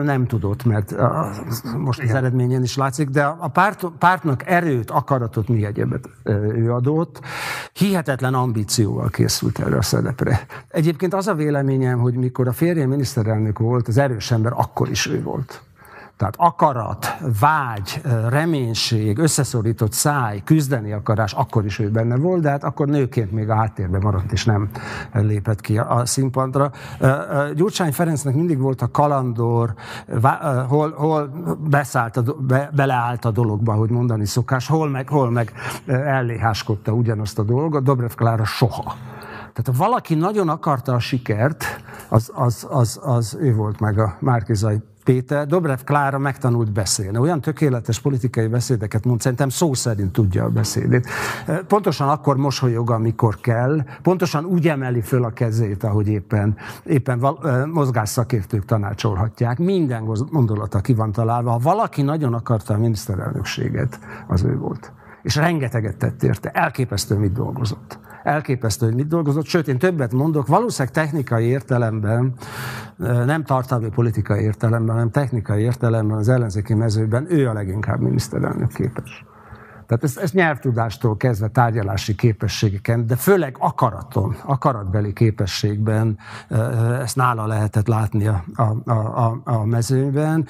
nem tudott, mert most az eredményen is látszik, de a pártnak erőt, akaratot, mi egyébet ő adott, hihetetlen ambícióval készült erre a szerepre. Egyébként az a véleményem, hogy mikor a férje miniszterelnök volt, az erős ember akkor is ő volt. Tehát akarat, vágy, reménység, összeszorított száj, küzdeni akarás, akkor is ő benne volt, de hát akkor nőként még a háttérben maradt, és nem lépett ki a színpadra. Gyurcsány Ferencnek mindig volt a kalandor, hol beleállt a dologba, hogy mondani szokás, hol meg elléháskodta ugyanazt a dolgot, Dobrev Klára soha. Tehát ha valaki nagyon akarta a sikert, az ő volt meg a Márki-Zay Péter. Dobrev Klára megtanult beszélni. Olyan tökéletes politikai beszédeket mond, szerintem szó szerint tudja a beszédét. Pontosan akkor mosolyog, amikor kell, pontosan úgy emeli föl a kezét, ahogy éppen mozgásszakértők tanácsolhatják. Minden gondolata ki van találva. Ha valaki nagyon akarta a miniszterelnökséget, az ő volt. És rengeteget tett érte. Elképesztő, mit dolgozott. Sőt, én többet mondok, valószínűleg technikai értelemben, nem tartalmi politikai értelemben, hanem technikai értelemben az ellenzéki mezőben ő a leginkább miniszterelnök képes. Tehát ezt nyelvtudástól kezdve tárgyalási képességeken, de főleg akaratbeli képességben ezt nála lehetett látni a mezőnyben.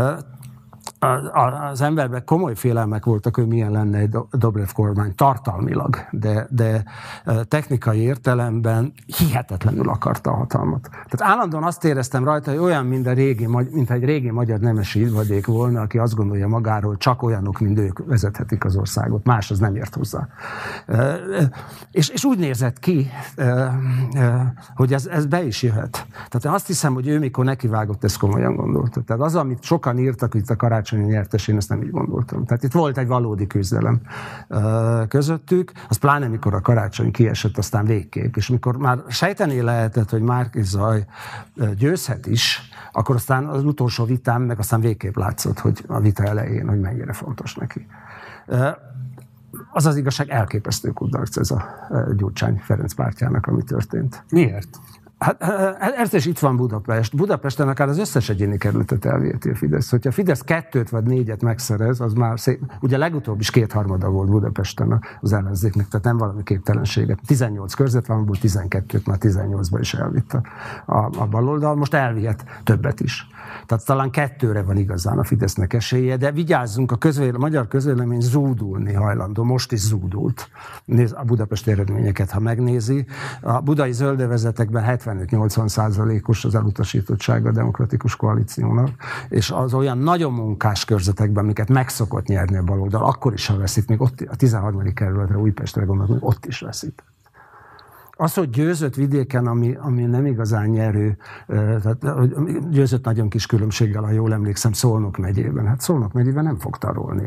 Az emberben komoly félelmek voltak, hogy milyen lenne egy Dobrev kormány tartalmilag, de technikai értelemben hihetetlenül akarta a hatalmat. Tehát állandóan azt éreztem rajta, hogy olyan, mint egy régi magyar nemesi illvadék volna, aki azt gondolja magáról, csak olyanok, mint ők vezethetik az országot, más az nem ért hozzá. És úgy nézett ki, hogy ez be is jöhet. Tehát én azt hiszem, hogy ő mikor nekivágott, ezt komolyan gondolta. Tehát az, amit sokan írtak itt a karácsonyi nyertes, én ezt nem így gondoltam. Tehát itt volt egy valódi küzdelem közöttük, az pláne mikor a Karácsony kiesett, aztán végképp. És mikor már sejteni lehetett, hogy Márki-Zay győzhet is, akkor aztán az utolsó vitám, meg aztán végképp látszott, hogy a vita elején, hogy mennyire fontos neki. Az az igazság, elképesztő kudarc ez a Gyurcsány Ferenc pártjának, ami történt. Miért? Hát ez is itt van Budapest. Budapesten akár az összes egyéni kerületet elviheti a Fidesz. Hogyha a Fidesz 2 vagy 4 megszerez, az már szép. Ugye legutóbb is 2/3 volt Budapesten az ellenzéknek, tehát nem valami képtelenséget. 18 körzet van, abból 12-t már 18-ba is elvitt a baloldal, most elvihet többet is. Tehát talán 2-re van igazán a Fidesznek esélye, de vigyázzunk, a magyar közvélemény zúdulni hajlandó, most is zúdult. A budapesti eredményeket, ha megnézi. A budai zöldövezetekben 75-80%-os az elutasítottsága a demokratikus koalíciónak, és az olyan nagyon munkás körzetekben, amiket megszokott nyerni a baloldal, akkor is, ha veszít, még ott a 13. kerületre, Újpestre gondolok, még ott is veszít. Az, hogy győzött vidéken, ami nem igazán nyerő, tehát győzött nagyon kis különbséggel, ha jól emlékszem, Szolnok megyében. Hát Szolnok megyében nem fog tarolni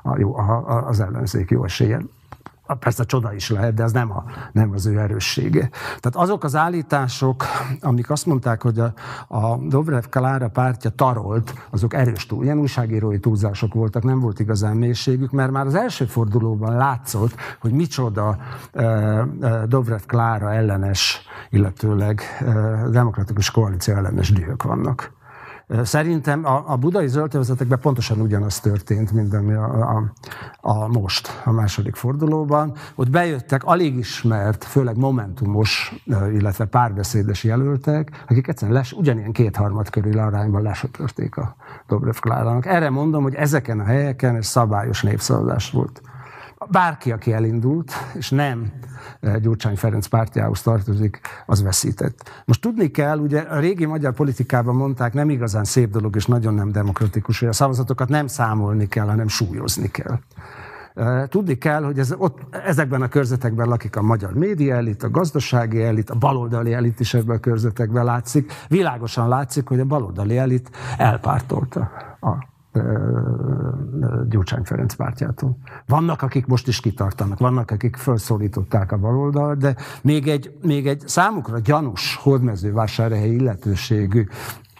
az ellenzék jó eséllyel. Persze csoda is lehet, de ez nem az ő erőssége. Tehát azok az állítások, amik azt mondták, hogy a Dobrev Klára pártja tarolt, azok erős ilyen újságírói túlzások voltak, nem volt igazán mélységük, mert már az első fordulóban látszott, hogy micsoda Dobrev Klára ellenes, illetőleg demokratikus koalíció ellenes dühök vannak. Szerintem a budai zöldövezetekben pontosan ugyanaz történt, mint ami most, a második fordulóban. Ott bejöttek alig ismert, főleg momentumos, illetve párbeszédes jelöltek, akik egyszerűen ugyanilyen 2/3 körül arányban lesöpörték a Dobrev Klárának. Erre mondom, hogy ezeken a helyeken ez szabályos népszavazás volt. Bárki, aki elindult, és nem Gyurcsány Ferenc pártjához tartozik, az veszített. Most tudni kell, ugye a régi magyar politikában mondták, nem igazán szép dolog, és nagyon nem demokratikus, hogy a szavazatokat nem számolni kell, hanem súlyozni kell. Tudni kell, hogy ezekben a körzetekben lakik a magyar média elit, a gazdasági elit, a baloldali elit is ebben a körzetekben látszik. Világosan látszik, hogy a baloldali elit elpártolta a Gyurcsány Ferenc pártjától. Vannak, akik most is kitartanak, vannak, akik felszólították a baloldalt, de még egy számukra gyanús hódmezővásárhelyi illetőségű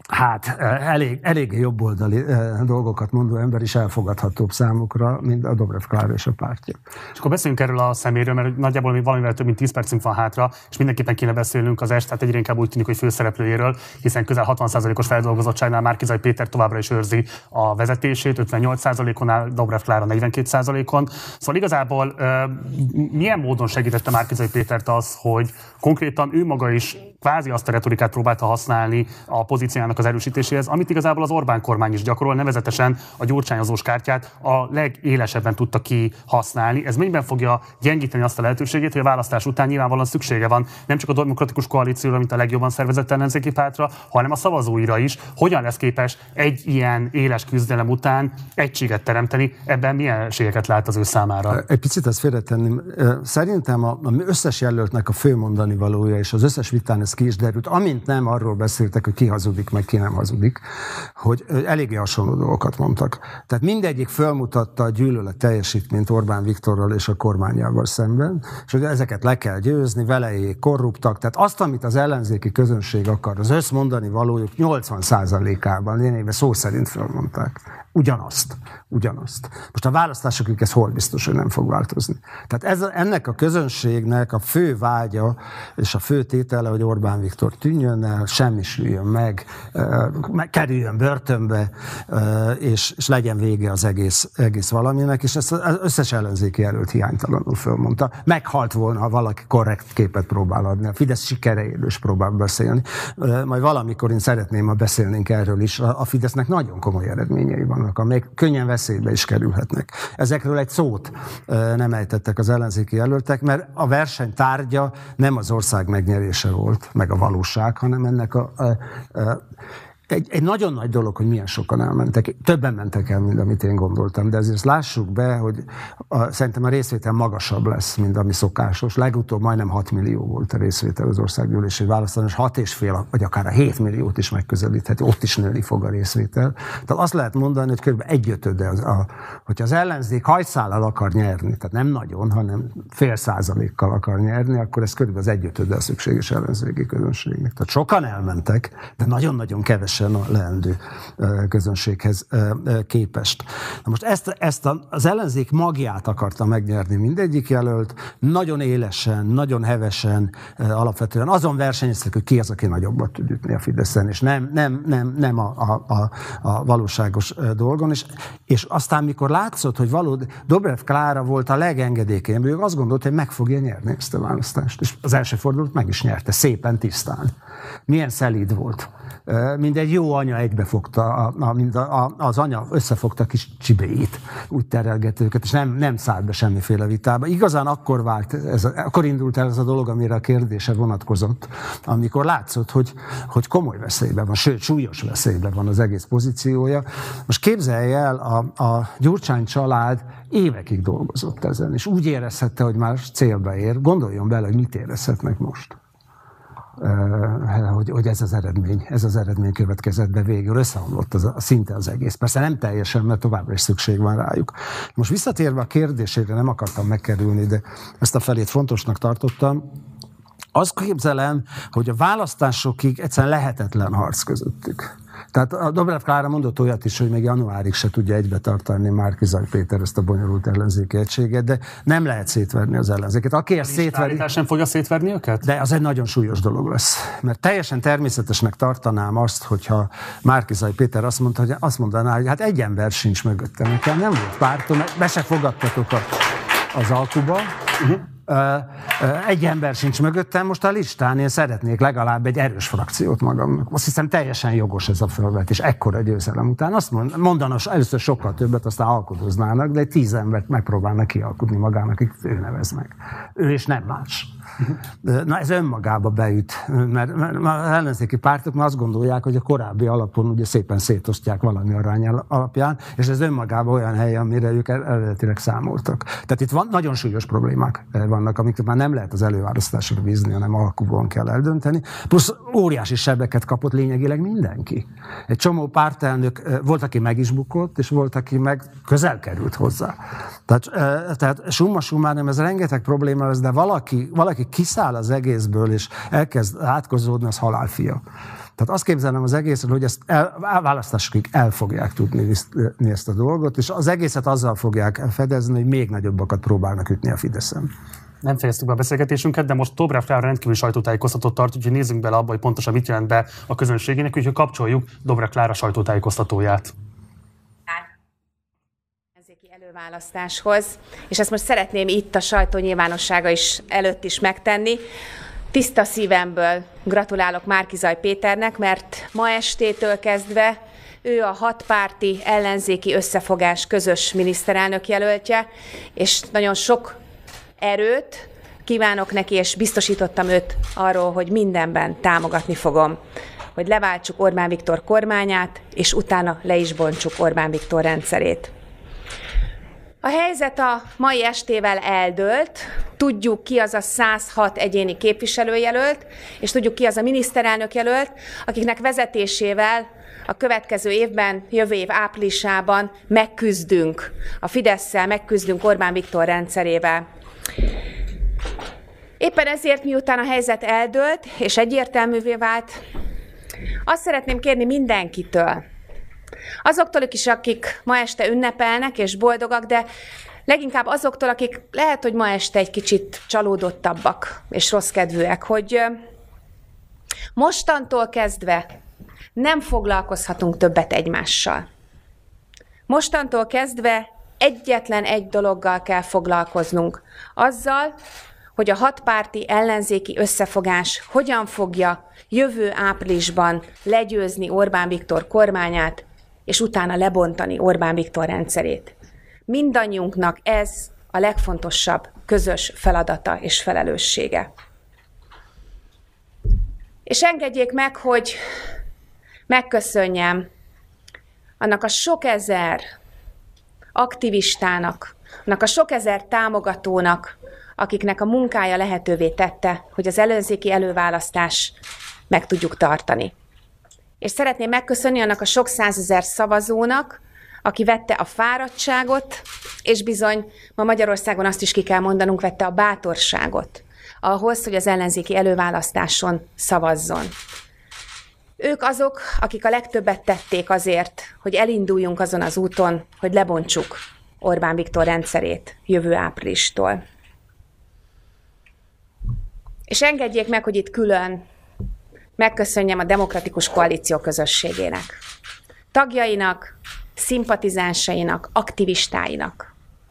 Hát elég jobboldali dolgokat mondó ember is elfogadhatóbb számukra, mint a Dobrev Klára és a pártja. És akkor beszéljünk erről a szeméről, mert nagyjából még valamivel több mint 10 percünk van hátra, és mindenképpen kéne beszélnünk az tehát egyre inkább úgy tűnik, hogy főszereplőjéről, hiszen közel 60%-os feldolgozottságnál Márki-Zay Péter továbbra is őrzi a vezetését, 58%-on áll, Dobrev Klára 42%-on. Szóval igazából milyen módon segítette Márki-Zay Pétert az, hogy konkrétan ő maga is kvázi azt a retorikát próbálta használni a pozíciójának az erősítéséhez, amit igazából az Orbán kormány is gyakorol, nevezetesen a gyurcsányozós kártyát a legélesebben tudta kihasználni. Ez mennyiben fogja gyengíteni azt a lehetőségét, hogy a választás után nyilvánvalóan szüksége van nem csak a demokratikus koalícióra, mint a legjobban szervezett ellenzéki pártra, hanem a szavazóira is. Hogyan lesz képes egy ilyen éles küzdelem után egységet teremteni? Ebben milyen esélyeket lát az ő számára? Egy picit ezt félretenném. Szerintem a összes jelöltnek a fő mondani valója, és az összes vitán ez ki is derült, amint nem arról beszéltek, hogy ki hazudik, meg ki nem hazudik, hogy eléggé hasonló dolgokat mondtak. Tehát mindegyik fölmutatta a gyűlölet teljesítményt Orbán Viktorral és a kormányával szemben, és hogy ezeket le kell győzni, velejék korruptak, tehát azt, amit az ellenzéki közönség akar, az összmondani valójuk 80%-ában lényegében szó szerint fölmondták. Ugyanazt. Most a választásokig ez hol biztos, hogy nem fog változni. Tehát ennek a közönségnek a fő vágya és a fő tétele, hogy Orbán Viktor tűnjön el, semmisüljön meg, kerüljön börtönbe, és legyen vége az egész valaminek, és ezt az összes ellenzéki jelölt hiánytalanul fölmondta. Meghalt volna, ha valaki korrekt képet próbál adni. A Fidesz sikereiről is próbál beszélni. Majd valamikor én szeretném, ha beszélnénk erről is. A Fidesznek nagyon komoly eredményei vannak, amelyek könnyen veszélybe is kerülhetnek. Ezekről egy szót nem ejtettek az ellenzéki jelöltek, mert a verseny tárgya nem az ország megnyerése volt, meg a valóság, hanem ennek egy nagyon nagy dolog, hogy milyen sokan elmentek. Többen mentek el, mint amit én gondoltam, de ezért lássuk be, hogy szerintem a részvétel magasabb lesz, mint ami szokásos. Legutóbb majdnem 6 millió volt a részvétel az országgyűlési választáson, és 6,5 vagy akár a 7 milliót is megközelítheti, ott is nőni fog a részvétel. Tehát azt lehet mondani, hogy kb. 1/5, hogyha az ellenzék hajszállal akar nyerni, tehát nem nagyon, hanem 0,5%-kal akar nyerni, akkor ez kb. Az 1/5 a szükséges ellenzéki közönségnek. Tehát sokan elmentek, de nagyon-nagyon keves a leendő közönséghez képest. Na most ezt az ellenzék magját akarta megnyerni mindegyik jelölt, nagyon élesen, nagyon hevesen, alapvetően azon versenyeztek, hogy ki az, aki nagyobbat tud ütni a Fideszen, és nem a valóságos dolgon. És aztán, mikor látszott, hogy Dobrev Klára volt a legengedékenyebb, ő azt gondolt, hogy meg fogja nyerni ezt a választást. És az első fordulót meg is nyerte, szépen, tisztán. Milyen szelíd volt. Mint egy jó anya egybefogta, az anya összefogta kis csibéit, úgy terelgette őket, és nem szállt be semmiféle vitába. Igazán akkor indult el ez a dolog, amire a kérdése vonatkozott, amikor látszott, hogy komoly veszélyben van, sőt, súlyos veszélyben van az egész pozíciója. Most képzelj el, a Gyurcsány család évekig dolgozott ezen, és úgy érezhette, hogy már célba ér. Gondoljon bele, hogy mit érezhetnek most. Hogy ez az eredmény következett be végül, összeomlott szinte az egész. Persze nem teljesen, mert továbbra is szükség van rájuk. Most visszatérve a kérdésére, nem akartam megkerülni, de ezt a felét fontosnak tartottam. Azt képzelem, hogy a választásokig egyszerűen lehetetlen harc közöttük. Tehát a Dobrev Klára mondott olyat is, hogy még januárig se tudja egybe tartani Márki-Zay Péter ezt a bonyolult ellenzéki egységet, de nem lehet szétverni az ellenzéket. Aki ezt szétveri... sem fogja szétverni őket? De az egy nagyon súlyos dolog lesz. Mert teljesen természetesnek tartanám azt, hogyha Márki-Zay Péter azt mondaná, hogy hát egy ember sincs mögöttem. Nekem nem volt pártom, be se fogadtatok az alkuba. Egy ember sincs mögöttem, most a listán én szeretnék legalább egy erős frakciót magamnak. Azt hiszem teljesen jogos ez a felvetés, ekkora győzelem után. Azt mondanak először sokkal többet, aztán alkudoznának, de egy 10 embert megpróbálnak kialkudni magának, akik ő nevez meg. Ő és nem más. Na ez önmagába beüt, mert az ellenzéki pártok már azt gondolják, hogy a korábbi alapon ugye szépen szétosztják valami arány alapján, és ez önmagában olyan hely, amire ők eredetileg számoltak. Tehát itt nagyon súlyos problémák vannak, amiket már nem lehet az előválasztásra bízni, hanem alkuban kell eldönteni. Plusz óriási sebeket kapott lényegileg mindenki. Egy csomó pártelnök volt, aki meg is bukott, és volt, aki meg közel került hozzá. Tehát summa summarum, ez rengeteg probléma lesz, de valaki kiszáll az egészből, és elkezd átkozódni, az halálfia. Tehát azt képzelem az egészet, hogy ezt választásokig el fogják tudni ezt a dolgot, és az egészet azzal fogják fedezni, hogy még nagyobbakat próbálnak ütni a Fideszen. Nem fejeztük be a beszélgetésünket, de most Dobrev Klára rendkívül sajtótájékoztatót tart, úgyhogy nézzünk bele abba, hogy pontosan mit jelent be a közönségének, úgyhogy kapcsoljuk Dobrev Klára sajtótájékoztatóját. Előválasztáshoz, és ezt most szeretném itt a sajtó nyilvánossága előtt is megtenni. Tiszta szívemből gratulálok Márki-Zay Péternek, mert ma estétől kezdve ő a 6 párti ellenzéki összefogás közös miniszterelnök jelöltje, és nagyon sok erőt kívánok neki, és biztosítottam őt arról, hogy mindenben támogatni fogom, hogy leváltsuk Orbán Viktor kormányát, és utána le is bontsuk Orbán Viktor rendszerét. A helyzet a mai estével eldőlt, tudjuk ki az a 106 egyéni képviselőjelölt, és tudjuk ki az a miniszterelnök jelölt, akiknek vezetésével a következő évben, jövő év áprilisában megküzdünk a Fidesszel, megküzdünk Orbán Viktor rendszerével. Éppen ezért, miután a helyzet eldőlt és egyértelművé vált, azt szeretném kérni mindenkitől, azoktól is, akik ma este ünnepelnek és boldogak, de leginkább azoktól, akik lehet, hogy ma este egy kicsit csalódottabbak és rosszkedvűek, hogy mostantól kezdve nem foglalkozhatunk többet egymással. Mostantól kezdve egyetlen egy dologgal kell foglalkoznunk, azzal, hogy a 6 párti ellenzéki összefogás hogyan fogja jövő áprilisban legyőzni Orbán Viktor kormányát, és utána lebontani Orbán Viktor rendszerét. Mindannyiunknak ez a legfontosabb közös feladata és felelőssége. És engedjék meg, hogy megköszönjem annak a sok ezer aktivistának, annak a sok ezer támogatónak, akiknek a munkája lehetővé tette, hogy az ellenzéki előválasztás meg tudjuk tartani. És szeretném megköszönni annak a sok százezer szavazónak, aki vette a fáradtságot, és bizony ma Magyarországon azt is ki kell mondanunk, vette a bátorságot ahhoz, hogy az ellenzéki előválasztáson szavazzon. Ők azok, akik a legtöbbet tették azért, hogy elinduljunk azon az úton, hogy lebontsuk Orbán Viktor rendszerét jövő áprilistól. És engedjék meg, hogy itt külön megköszönjem a Demokratikus Koalíció közösségének, tagjainak, szimpatizánsainak, aktivistáinak.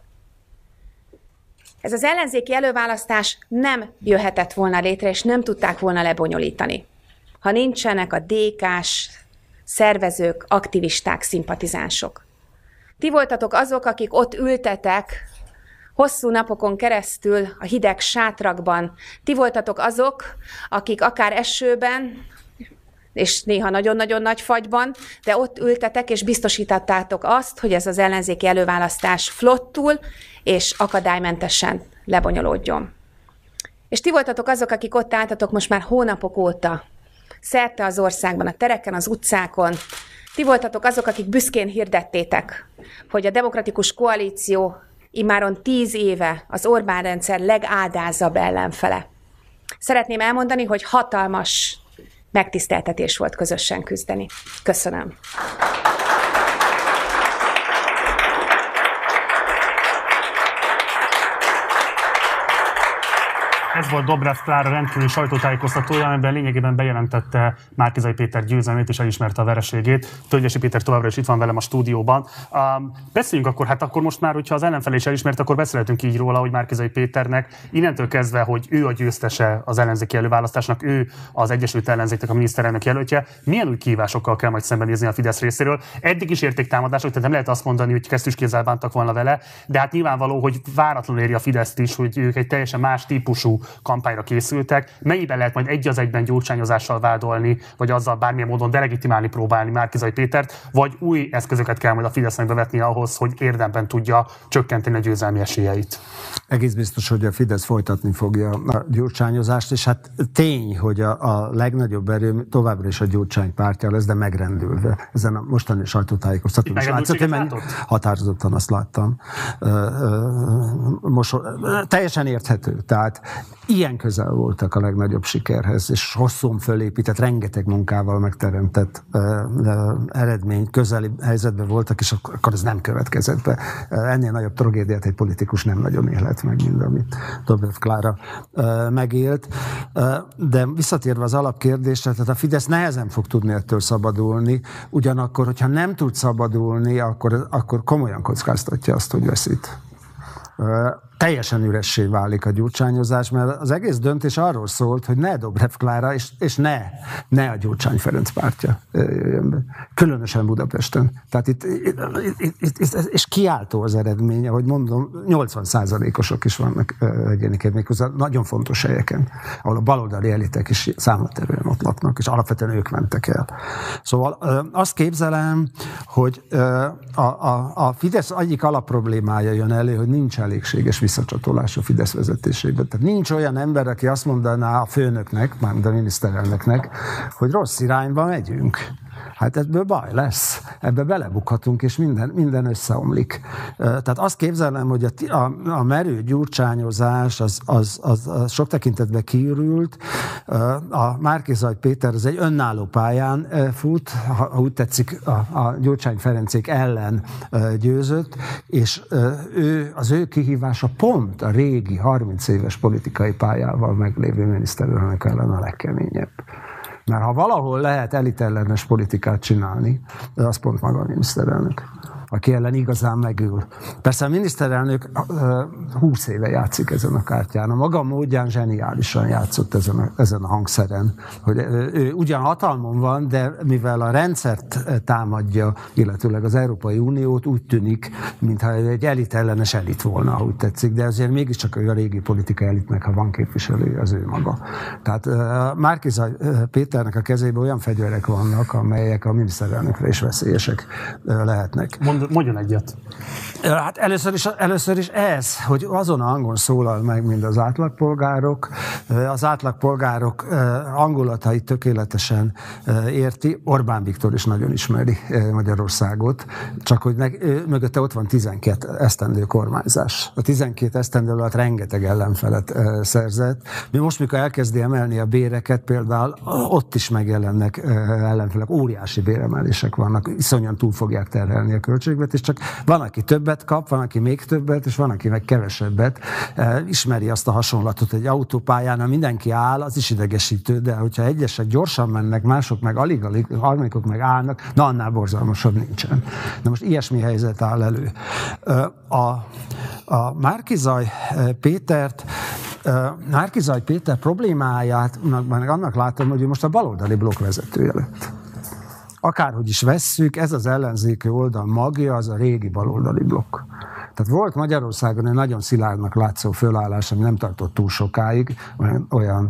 Ez az ellenzéki előválasztás nem jöhetett volna létre, és nem tudták volna lebonyolítani, ha nincsenek a DK-s szervezők, aktivisták, szimpatizánsok. Ti voltatok azok, akik ott ültetek hosszú napokon keresztül a hideg sátrakban. Ti voltatok azok, akik akár esőben, és néha nagyon-nagyon nagy fagyban, de ott ültetek és biztosítottátok azt, hogy ez az ellenzéki előválasztás flottul és akadálymentesen lebonyolódjon. És ti voltatok azok, akik ott álltatok most már hónapok óta, szerte az országban, a tereken, az utcákon. Ti voltatok azok, akik büszkén hirdettétek, hogy a Demokratikus Koalíció immáron 10 éve az Orbán rendszer legádázabb ellenfele. Szeretném elmondani, hogy hatalmas megtiszteltetés volt közösen küzdeni. Köszönöm. Ez volt Dobrev Klára rendkívüli sajtótájékoztatója, amiben lényegében bejelentette Márki-Zay Péter győzelmét és elismerte a vereségét. Tölgyesi Péter továbbra is itt van velem a stúdióban. Beszéljünk akkor, akkor most már, hogyha az ellenfele is elismert, akkor beszélhetünk így róla, hogy Márki-Zay Péternek innentől kezdve, hogy ő a győztese az ellenzéki előválasztásnak, ő az Egyesült Ellenzéknek a miniszterelnök jelöltje. Milyen új kihívásokkal kell majd szembenézni a Fidesz részéről? Eddig is érték támadások, tehát nem lehet azt mondani, hogy kesztyűskézzel bántak volna vele, de hát nyilvánvaló, hogy váratlanul éri a Fideszt is, hogy ők egy teljesen más típusú kampányra készültek. Mennyiben lehet majd egy az egyben gyurcsányozással vádolni, vagy azzal bármilyen módon delegitimálni próbálni Márki-Zay Pétert, vagy új eszközöket kell majd a Fidesznek bevetni ahhoz, hogy érdemben tudja csökkenteni a győzelmi esélyeit? Egész biztos, hogy a Fidesz folytatni fogja a gyurcsányozást, és hát tény, hogy a legnagyobb erő továbbra is a Gyurcsány pártja lesz, de megrendülve. Ezen a mostani sajtótájékoztatón is látszott, határozottan azt láttam. Most teljesen érthető. Tehát ilyen közel voltak a legnagyobb sikerhez, és hosszún fölépített, rengeteg munkával megteremtett eredmény, közeli helyzetben voltak, és akkor ez nem következett be. Ennél nagyobb tragédiát egy politikus nem nagyon élhet meg, mint amit Dobrev Klára megélt. De visszatérve az alapkérdésre, tehát a Fidesz nehezen fog tudni ettől szabadulni, ugyanakkor, hogyha nem tud szabadulni, akkor komolyan kockáztatja azt, hogy veszít. Teljesen üressé válik a gyurcsányozás, mert az egész döntés arról szólt, hogy ne Dobrev Klára, és ne a Gyurcsány Ferenc pártja jöjjön be. Különösen Budapesten. Tehát itt és kiáltó az eredmény, ahogy mondom, 80%-osok is vannak egyéniként, méghozzá nagyon fontos helyeken, ahol a baloldali elitek is számlaterően ott laknak, és alapvetően ők mentek el. Szóval azt képzelem, hogy a Fidesz egyik alapproblémája jön elő, hogy nincs elégséges visszacsatolás a Fidesz vezetésében. Tehát nincs olyan ember, aki azt mondaná a főnöknek, mármint a miniszterelnöknek, hogy rossz irányba megyünk. Hát ebből baj lesz. Ebbe belebukhatunk, és minden összeomlik. Tehát azt képzelem, hogy a merő gyurcsányozás az sok tekintetben kiürült. A Márki-Zay Péter az egy önálló pályán fut, ha úgy tetszik, a Gyurcsány Ferencék ellen győzött, és az ő kihívása pont a régi 30 éves politikai pályával meglévő miniszterelnök ellen a legkeményebb. Mert ha valahol lehet elitellenes politikát csinálni, az pont maga a miniszterelnök, aki ellen igazán megül. Persze a miniszterelnök 20 éve játszik ezen a kártyán. A maga módján zseniálisan játszott ezen a hangszeren. Hogy ő ugyan hatalmon van, de mivel a rendszert támadja, illetőleg az Európai Uniót, úgy tűnik, mintha egy elitellenes elit volna, ha úgy tetszik, de azért mégiscsak a régi politikai elitnek, ha van képviselője, az ő maga. Tehát Márki-Zay Péternek a kezében olyan fegyverek vannak, amelyek a miniszterelnökre is veszélyesek lehetnek. Mondjon egyet. Hát először is ez, hogy azon a hangon szólal meg, mint az átlagpolgárok. Az átlagpolgárok hangulatait tökéletesen érti. Orbán Viktor is nagyon ismeri Magyarországot, csak hogy mögötte ott van 12 esztendő kormányzás. A 12 esztendő alatt rengeteg ellenfelet szerzett. Mi most, mikor elkezdi emelni a béreket, például ott is megjelennek ellenfelek, óriási béremelések vannak, iszonyan túl fogják terhelni a költségvetést, csak van, aki többet kap, van, aki még többet, és van, aki meg kevesebbet. Ismeri azt a hasonlatot, hogy egy autópályán, ha mindenki áll, az is idegesítő, de hogyha egyesek gyorsan mennek, mások meg alig, harmadikok meg állnak, na annál borzalmasabb nincsen. Na most ilyesmi helyzet áll elő. A Márki-Zay Péter problémáját meg annak látom, hogy ő most a baloldali blokk vezetője lett. Akárhogy is vesszük, ez az ellenzéki oldal magja, az a régi baloldali blokk. Tehát volt Magyarországon egy nagyon szilárdnak látszó fölállás, ami nem tartott túl sokáig, olyan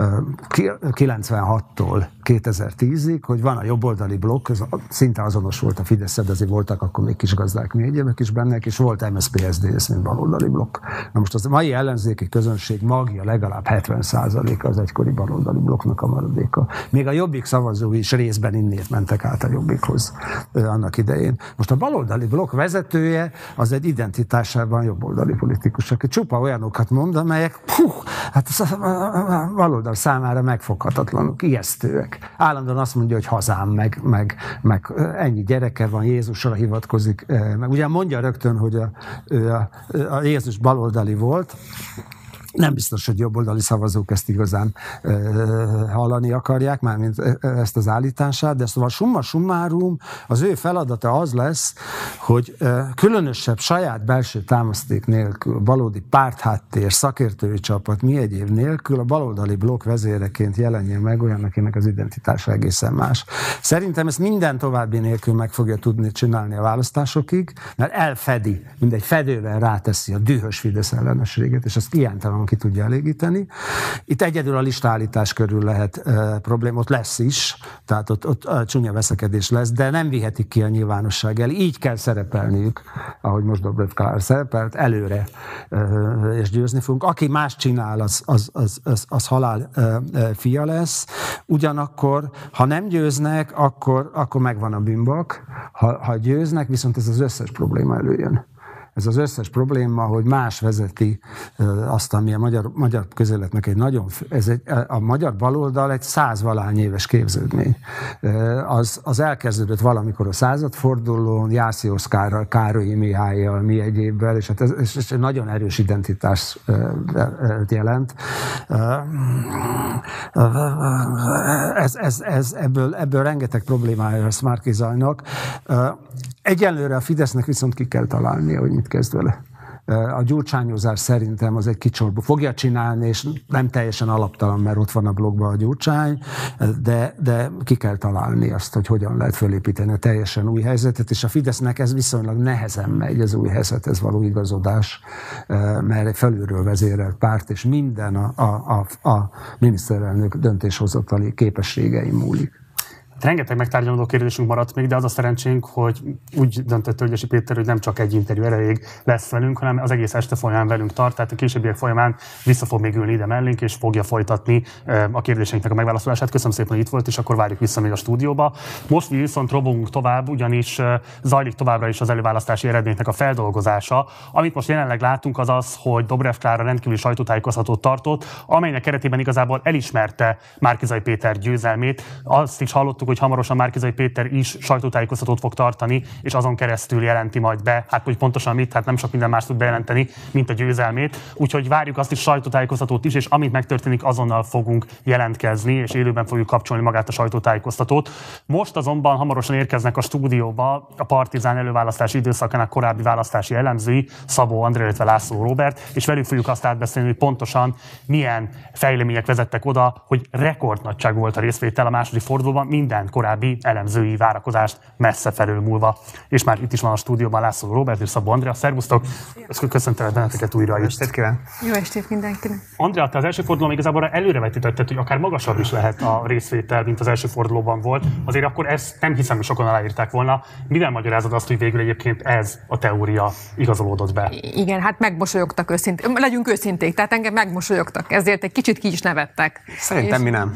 96-tól 2010-ig, hogy van a jobboldali blokk, ez szinte azonos volt a Fidesz, de azért voltak akkor még kisgazdák, mi egyébek is bennek, és volt MSZP-SZDSZ, mint baloldali blokk. Na most az mai ellenzéki közönség magja legalább 70% az egykori baloldali blokknak a maradéka. Még a Jobbik szavazói is részben innét mentek át a Jobbikhoz annak idején. Most a baloldali blokk vezetője az egy identitásában jobboldali politikus, aki csupa olyanokat mond, amelyek hát a baloldal számára megfoghatatlanok, ijesztőek. Állandóan azt mondja, hogy hazám, meg ennyi gyereke van, Jézusra hivatkozik, meg ugyan mondja rögtön, hogy a Jézus baloldali volt. Nem biztos, hogy jobboldali szavazók ezt igazán hallani akarják, mármint ezt az állítását, de szóval summa summarum az ő feladata az lesz, hogy különösebb saját belső támaszték nélkül, valódi pártháttér, szakértői csapat, mi egyéb nélkül a baloldali blokk vezéreként jelenjen meg olyan, akinek az identitása egészen más. Szerintem ezt minden további nélkül meg fogja tudni csinálni a választásokig, mert elfedi, mindegy fedővel ráteszi a dühös Fidesz ellenességet, és ezt ilyentelen ki tudja elégíteni. Itt egyedül a listállítás körül lehet probléma, ott lesz is, tehát ott csúnya veszekedés lesz, de nem vihetik ki a nyilvánosság elé. Így kell szerepelniük, ahogy most Dobrev Klára szerepelt, előre, és győzni fogunk. Aki más csinál, az halál fia lesz. Ugyanakkor, ha nem győznek, akkor megvan a bűnbak. Ha győznek, viszont ez az összes probléma előjön. ez az összes probléma, hogy más vezeti azt, ami a magyar közéletnek a magyar baloldal egy 100-valány éves képződmény. Az elkezdődött valamikor a századfordulón, Jászi Oszkárral, Károlyi Mihályjal, mi egyébben, és hát ez egy nagyon erős identitás jelent. Ebből rengeteg problémája lesz Márki-Zaynak. Egyelőre a Fidesznek viszont ki kell találnia, hogy mit kezd vele. A gyurcsányozás szerintem az egy kicsorbú. Fogja csinálni, és nem teljesen alaptalan, mert ott van a blogban a Gyurcsány, de ki kell találni azt, hogy hogyan lehet fölépíteni a teljesen új helyzetet, és a Fidesznek ez viszonylag nehezen megy, az új helyzethez való igazodás, mert egy felülről vezérelt párt, és minden a miniszterelnök döntéshozatali képességei múlik. Rengeteg megtárgyalódó kérdésünk maradt még, de az a szerencsénk, hogy úgy döntött Tölgyesi Péter, hogy nem csak egy interjú erejéig lesz velünk, hanem az egész este folyamán velünk tart, tehát a későbbiek folyamán vissza fog még ülni ide mellénk, és fogja folytatni a kérdéseinknek a megválaszolását. Köszönöm szépen, hogy itt volt, és akkor várjuk vissza még a stúdióba. Most mi viszont robogunk tovább, ugyanis zajlik továbbra is az előválasztási eredménynek a feldolgozása. Amit most jelenleg látunk, az az, hogy Dobrev Klára rendkívüli sajtótájékoztatót tartott, amelynek keretében igazából elismerte Márki-Zay Péter győzelmét. Azt is hallottuk, hogy hamarosan Márki-Zay Péter is sajtótájékoztatót fog tartani, és azon keresztül jelenti majd be, hát hogy pontosan mit, hát nem sok minden más tud bejelenteni, mint a győzelmét. Úgyhogy várjuk azt is sajtótájékoztatót is, és amint megtörténik, azonnal fogunk jelentkezni, és élőben fogjuk kapcsolni magát a sajtótájékoztatót. Most azonban hamarosan érkeznek a stúdióba a Partizán előválasztási időszakának korábbi választási elemzői, Szabó Andrea, illetve László Róbert, és velük fogjuk azt átbeszélni, hogy pontosan milyen fejlemények vezettek oda, hogy rekordnagyságú volt a részvétel a második fordulóban, minden korábbi elemzői várakozást messze felülmúlva. És már itt is van a stúdióban László Róbert és Szabó Andrea. Szervusztok! Köszöntelek benneteket újra. Jó estét kívánok! Jó estét mindenkinek! Andrea, te az első fordulóban igazából előrevetítetted, hogy akár magasabb is lehet a részvétel, mint az első fordulóban volt. Azért akkor ezt nem hiszem, hogy sokan aláírták volna. Mivel magyarázod azt, hogy végül egyébként ez a teória igazolódott be? Igen, hát megmosolyogtak őszintén. Legyünk őszinték, tehát engem megmosolyogtak. Ezért egy kicsit ki is nevettek. Szerintem mi nem.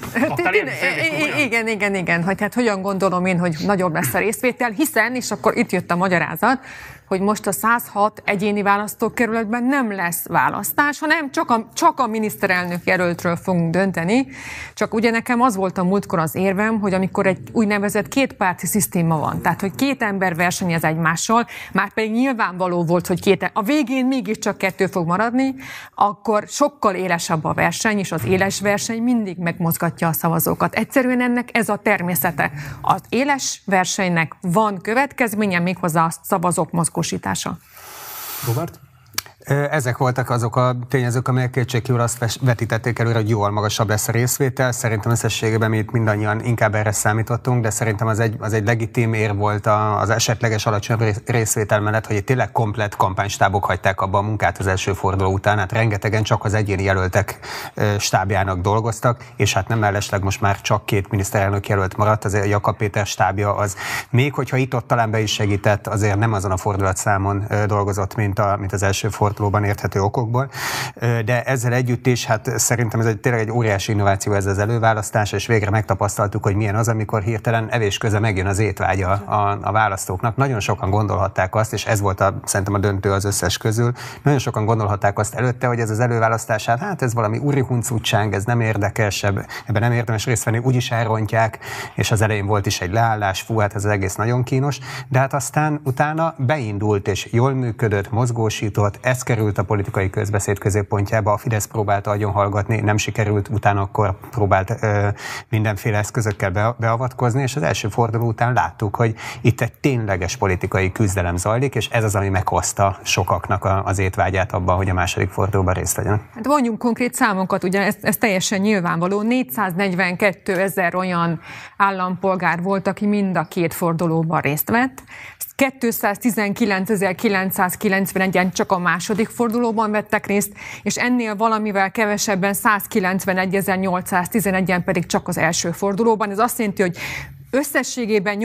Igen. Hogy hát hogyan gondolom én, hogy nagyobb lesz a részvétel, hiszen, és akkor itt jött a magyarázat, hogy most a 106 egyéni választókerületben nem lesz választás, hanem csak a miniszterelnök jelöltről fogunk dönteni. Csak ugye nekem az volt a múltkor az érvem, hogy amikor egy úgynevezett kétpárti szisztéma van, tehát hogy két ember versenyez egymással, már pedig nyilvánvaló volt, hogy a végén mégiscsak kettő fog maradni, akkor sokkal élesebb a verseny, és az éles verseny mindig megmozgatja a szavazókat. Egyszerűen ennek ez a természete. Az éles versenynek van következménye, méghozzá a szavazók mozgósítása. Robert? Ezek voltak azok a tényezők, amelyek kétségkívül azt vetítették előre, hogy jóval magasabb lesz a részvétel. Szerintem összességében mi itt mindannyian inkább erre számítottunk, de szerintem az egy legitim érv volt az esetleges alacsony részvétel mellett, hogy tényleg komplett kampánystábok hagyták abba a munkát az első forduló után. Hát rengetegen csak az egyéni jelöltek stábjának dolgoztak, és hát nem mellesleg most már csak két miniszterelnök jelölt maradt, azért Jakab Péter stábja az. Még hogyha itt-ott talán be is segített, azért nem azon a fordulatszámon dolgozott, mint az első fordulóban érthető okokból, de ezzel együtt is, hát szerintem ez tényleg egy óriási innováció ez az előválasztás, és végre megtapasztaltuk, hogy milyen az, amikor hirtelen evés közben megjön az étvágya a választóknak. Nagyon sokan gondolhatták azt, és ez volt szerintem a döntő az összes közül, nagyon sokan gondolhatták azt előtte, hogy ez az előválasztás, hát ez valami úri huncutság, ez nem érdekes, ebben nem érdemes részt venni, úgyis elrontják, és az elején volt is egy leállás, hát ez az egész nagyon kínos, de hát aztán utána beindult, és jól működött, mozgósított, ez került a politikai közbeszéd középpontjába, a Fidesz próbálta agyonhallgatni, nem sikerült, utána akkor próbált mindenféle eszközökkel beavatkozni, és az első forduló után láttuk, hogy itt egy tényleges politikai küzdelem zajlik, és ez az, ami meghozta sokaknak az étvágyát abban, hogy a második fordulóban részt vegyenek. Hát vonjunk konkrét számokat, ugye ez teljesen nyilvánvaló. 442 000 olyan állampolgár volt, aki mind a két fordulóban részt vett. 219.991-en csak a második fordulóban vettek részt, és ennél valamivel kevesebben 191.811-en pedig csak az első fordulóban. Ez azt jelenti, hogy Összességében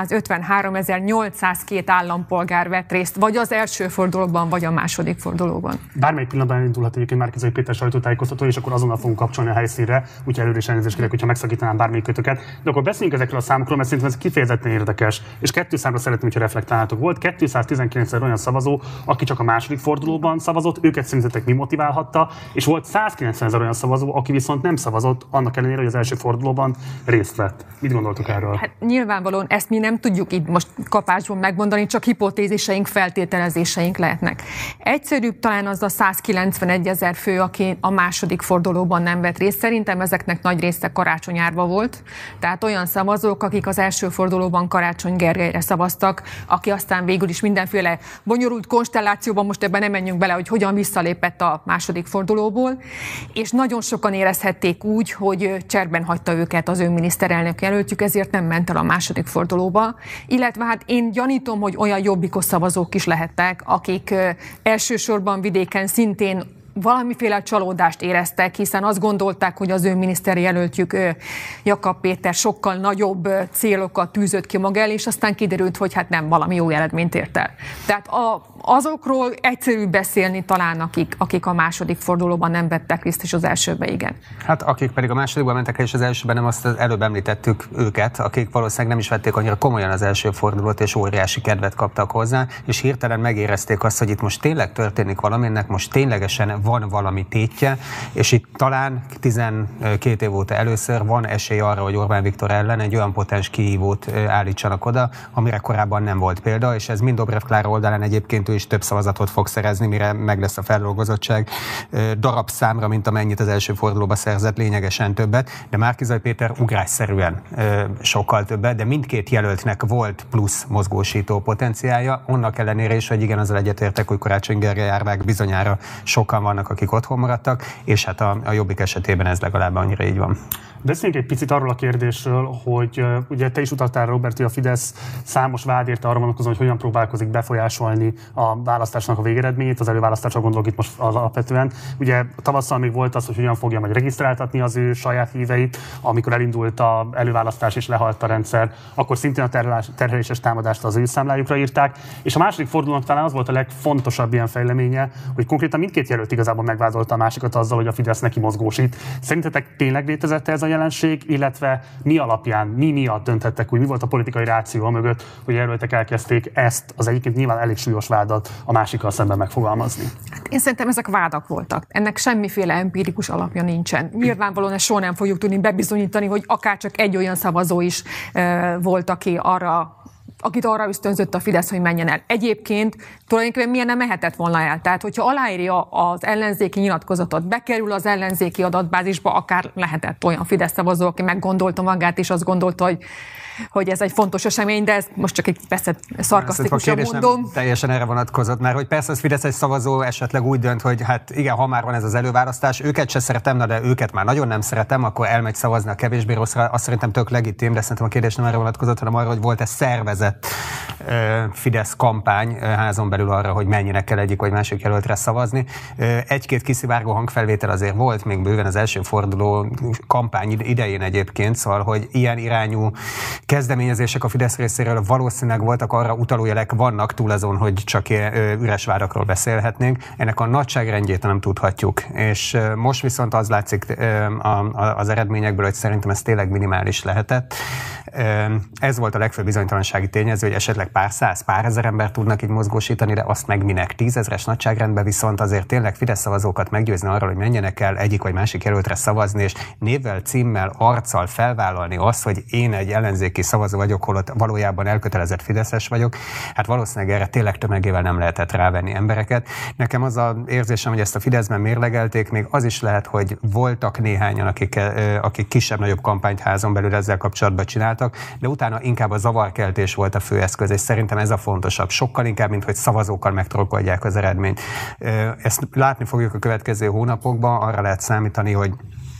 853.802 állampolgár vett részt, vagy az első fordulóban, vagy a második fordulóban. Bármelyik pillanatban elindulhat egyébként Márki-Zay Péter sajtótájékoztató, és akkor azonnal fogunk kapcsolni a helyszínre, úgyhogy előre is elnézést kérek, hogyha megszakítanám bármelyik kötöket. De akkor beszéljünk ezekről a számokról, mert szerintem ez kifejezetten érdekes. És 200-ra szeretném, hogyha reflektálnátok. Volt 219 olyan szavazó, aki csak a második fordulóban szavazott, őket szerintetek mi motiválhatta, és volt 190 olyan szavazó, aki viszont nem szavazott, annak ellenére, hogy az első fordulóban részt vett. Mit gondoltok erről? Hát nyilvánvalóan ezt mi nem tudjuk itt most kapásból megmondani, csak hipotéziseink, feltételezéseink lehetnek. Egyszerűbb talán az a 191 000 fő, aki a második fordulóban nem vett részt. Szerintem ezeknek nagy része karácsonyárva volt. Tehát olyan szavazók, akik az első fordulóban Karácsony Gergelyre szavaztak, aki aztán végül is mindenféle bonyolult konstellációban, most ebben nem menjünk bele, hogy hogyan visszalépett a második fordulóból, és nagyon sokan érezhették úgy, hogy cserben hagyta őket az ő miniszterelnök jelöltjük, ezért nem ment el a második fordulóba, illetve hát én gyanítom, hogy olyan jobbikos szavazók is lehettek, akik elsősorban vidéken szintén valamiféle csalódást éreztek, hiszen azt gondolták, hogy az ő miniszterjelöltjük Jakab Péter sokkal nagyobb célokat tűzött ki maga elé, és aztán kiderült, hogy hát nem valami jó eredményt ért el. Tehát azokról egyszerű beszélni talán, akik a második fordulóban nem vettek részt, és az elsőben igen. Hát akik pedig a másodikban mentek el, és az elsőben nem, azt előbb említettük őket, akik valószínűleg nem is vették annyira komolyan az első fordulót, és óriási kedvet kaptak hozzá, és hirtelen megérezték azt, hogy itt most tényleg történik valami, ennek most ténylegesen van valami tétje, és itt talán 12 év óta először van esély arra, hogy Orbán Viktor ellen egy olyan potens kihívót állítsanak oda, amire korábban nem volt példa, és ez mind Dobrev Klára oldalán egyébként ő is több szavazatot fog szerezni, mire meg lesz a feldolgozottság darabszámra, mint amennyit az első fordulóba szerzett, lényegesen többet, de Márki-Zay Péter ugrásszerűen sokkal többet, de mindkét jelöltnek volt plusz mozgósító potenciálja, annak ellenére is, hogy igen, azzal egyetértek, hogy Karácsony Gergely árvák bizonyára sokan vannak, akik otthon maradtak, és hát a Jobbik esetében ez legalább annyira így van. Beszéljünk egy picit arról a kérdésről, hogy ugye te is utaltál, Robert, hogy a Fidesz számos vád érte arra vonatkozóan, hogy hogyan próbálkozik befolyásolni a választásnak a végeredményét, az előválasztásra gondolok itt most alapvetően. Ugye tavasszal még volt az, hogy hogyan fogja majd regisztráltatni az ő saját híveit, amikor elindult az előválasztás és lehalt a rendszer, akkor szintén a terheléses támadást az ő számlájukra írták, és a második fordulónak talán az volt a legfontosabb ilyen fejleménye, hogy konkrétan mindkét jelölt igazából megvádolta a másikat azzal, hogy a Fidesz neki mozgósít. Szerintetek tényleg létezett ez a jelenség, illetve mi alapján, mi miatt döntettek úgy, mi volt a politikai ráció mögött, hogy jelöltek elkezdték ezt az egyébként nyilván elég súlyos vádat a másikkal szemben megfogalmazni? Hát én szerintem ezek vádak voltak. Ennek semmiféle empirikus alapja nincsen. Nyilvánvalóan ezt soha nem fogjuk tudni bebizonyítani, hogy akár csak egy olyan szavazó is volt, akit arra ösztönzött a Fidesz, hogy menjen el. Egyébként tulajdonképpen milyen nem mehetett volna el. Tehát, hogyha aláírja az ellenzéki nyilatkozatot, bekerül az ellenzéki adatbázisba, akár lehetett olyan Fidesz szavazó, aki meggondolta magát, és azt gondolta, hogy ez egy fontos esemény, de ez most csak egy persze szarkasztikusan mondom. Nem teljesen erre vonatkozott, mert hogy persze az Fideszes szavazó esetleg úgy dönt, hogy hát igen, ha már van ez az előválasztás, őket se szeretem, de őket már nagyon nem szeretem, akkor elmegy szavazni a kevésbé rosszra, azt szerintem tök legitim, de szerintem a kérdés nem erre vonatkozott, hanem arra, hogy volt-e szervezett Fidesz kampány házon belül arra, hogy mennyire kell egyik vagy másik jelöltre szavazni. Egy-két kiszivárgó hangfelvétel azért volt, még bőven az első forduló kampány idején egyébként, szóval, hogy ilyen irányú kezdeményezések a Fidesz részéről valószínűleg voltak, arra utalójelek vannak, túl azon, hogy csak üres vádakról beszélhetnénk. Ennek a nagyságrendjét nem tudhatjuk. És most viszont az látszik az eredményekből, hogy szerintem ez tényleg minimális lehetett. Ez volt a legfőbb bizonytalansági tényező, hogy esetleg pár száz, pár ezer ember tudnak így mozgósítani, de azt meg minek 10 000-es nagyságrendben, viszont azért tényleg Fidesz szavazókat meggyőzni arról, hogy menjenek el egyik vagy másik jelöltre szavazni, és névvel, címmel, arccal felvállalni azt, hogy én egy ellenzéki szavazó vagyok, holott valójában elkötelezett fideszes vagyok, hát valószínűleg erre tényleg tömegével nem lehetett rávenni embereket. Nekem az az érzésem, hogy ezt a Fideszben mérlegelték, még az is lehet, hogy voltak néhányan, akik kisebb-nagyobb kampányt házon belül ezzel kapcsolatban csináltak, de utána inkább a zavarkeltés volt a fő eszköz, és szerintem ez a fontosabb. Sokkal inkább, mint hogy szavazókkal megtorkolják az eredményt. Ezt látni fogjuk a következő hónapokban, arra lehet számítani, hogy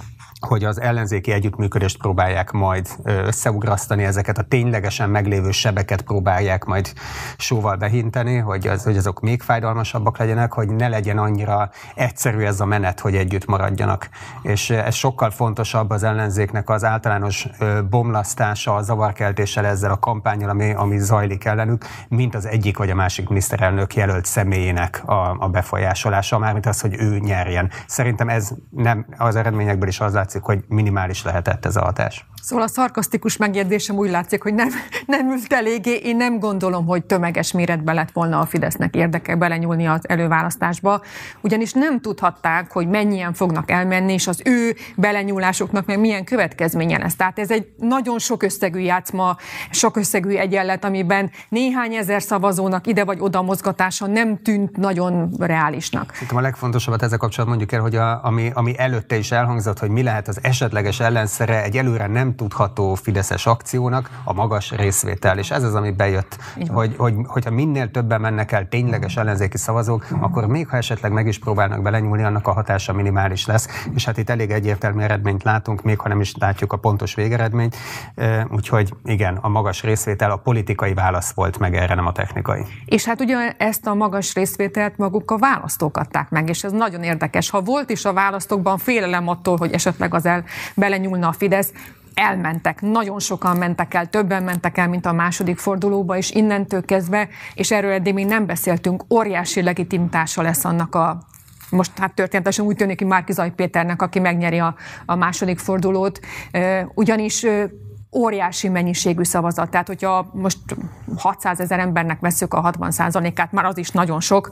hogy az ellenzéki együttműködést próbálják majd összeugrasztani, ezeket a ténylegesen meglévő sebeket próbálják majd sóval behinteni, hogy azok még fájdalmasabbak legyenek, hogy ne legyen annyira egyszerű ez a menet, hogy együtt maradjanak. És ez sokkal fontosabb az ellenzéknek az általános bomlasztása, a zavarkeltéssel ezzel a kampánnyal, ami zajlik ellenük, mint az egyik vagy a másik miniszterelnök jelölt személyének a befolyásolása, mármint az, hogy ő nyerjen. Szerintem ez nem, az eredményekből is az látszik, hogy minimális lehetett ez a hatás. Szóval a szarkasztikus megjegyzésem úgy látszik, hogy nem ült eléggé. Én nem gondolom, hogy tömeges méretben lett volna a Fidesznek érdeke belenyúlni az előválasztásba, ugyanis nem tudhatták, hogy mennyien fognak elmenni, és az ő belenyúlásoknak meg milyen következménye lesz. Tehát ez egy nagyon sok összegű játszma, sok összegű egyenlet, amiben néhány ezer szavazónak ide vagy oda mozgatása nem tűnt nagyon reálisnak. Szerintem a legfontosabbat ezzel kapcsolatban mondjuk el, hogy ami előtte is elhangzott, hogy mi lehet az esetleges ellenszere egy előre nem tudható fideszes akciónak, a magas részvétel. És ez az, ami bejött, hogyha minél többen mennek el tényleges ellenzéki szavazók, akkor még ha esetleg meg is próbálnak belenyúlni, annak a hatása minimális lesz. És hát itt elég egyértelmű eredményt látunk, még ha nem is látjuk a pontos végeredményt. Úgyhogy igen, a magas részvétel, a politikai válasz volt meg erre, nem a technikai. És hát ugye ezt a magas részvételt maguk a választók adták meg, és ez nagyon érdekes. Ha volt is a választókban félelem attól, hogy esetleg belenyúlna a Fidesz, elmentek, nagyon sokan mentek el, többen mentek el, mint a második fordulóba, és innentől kezdve, és erről eddig még nem beszéltünk, óriási legitimitása lesz annak most hát történetesen úgy tűnik, hogy Márki-Zay Péternek, aki megnyeri a második fordulót, ugyanis óriási mennyiségű szavazat. Tehát, hogyha most 600 000 embernek vesszük a 60%-át, már az is nagyon sok.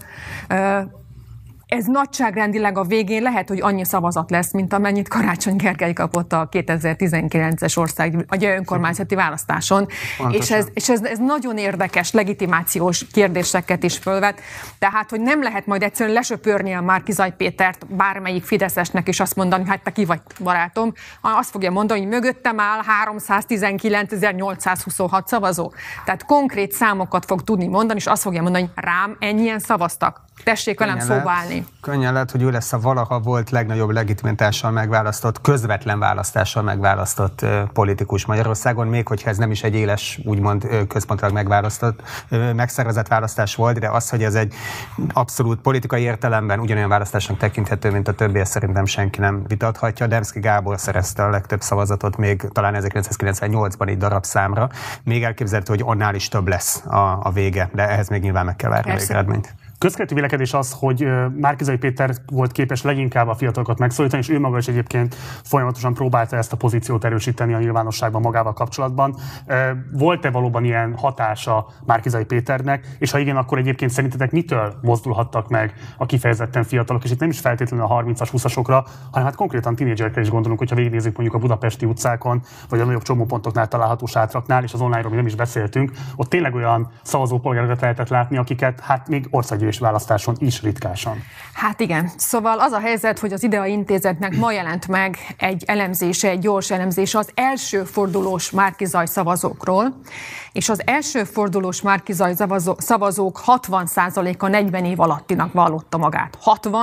Ez nagyságrendileg a végén lehet, hogy annyi szavazat lesz, mint amennyit Karácsony Gergely kapott a 2019-es önkormányzati választáson. És ez nagyon érdekes, legitimációs kérdéseket is fölvet. Tehát, hogy nem lehet majd egyszerűen lesöpörni a Márki-Zay Pétert bármelyik fideszesnek, és azt mondani, hát te ki vagy, barátom. Azt fogja mondani, hogy mögöttem áll 319.826 szavazó. Tehát konkrét számokat fog tudni mondani, és azt fogja mondani, hogy rám ennyien szavaztak. Tessék velem szóba állni. Könnyen lehet, hogy ő lesz a valaha volt legnagyobb legitimitással megválasztott, közvetlen választással megválasztott politikus Magyarországon, még hogyha ez nem is egy éles, úgymond központilag megszervezett választás volt, de az, hogy ez egy abszolút politikai értelemben ugyanolyan választásnak tekinthető, mint a többi, ezt szerintem senki nem vitathatja. Demszky Gábor szerezte a legtöbb szavazatot még talán 1998-ban így darabszámra. Még elképzelhető, hogy annál is több lesz a vége, de ehhez még nyilván meg kell várni a végeredményt. Közkeletű vélekedés az, hogy Márki-Zay Péter volt képes leginkább a fiatalokat megszólítani, és ő maga is egyébként folyamatosan próbálta ezt a pozíciót erősíteni a nyilvánosságban magával kapcsolatban. Volt-e valóban ilyen hatása Márki-Zay Péternek, és ha igen, akkor egyébként szerintetek mitől mozdulhattak meg a kifejezetten fiatalok, és itt nem is feltétlenül a 30-as, 20-asokra, hanem hát konkrétan tínédzserekre is gondolunk, hogyha végignézzük mondjuk a budapesti utcákon, vagy a nagyobb csomópontoknál található sátraknál, és az online-ról nem is beszéltünk, ott tényleg olyan szavazópolgárokat lehetett látni, akiket hát még országgyűlési választáson is ritkásan. Hát igen. Szóval az a helyzet, hogy az IDEA Intézetnek ma jelent meg egy elemzése, egy gyors elemzése az első fordulós Márki-Zay szavazókról, és az első fordulós Márki-Zay szavazók 60%-a 40 év alattinak vallotta magát.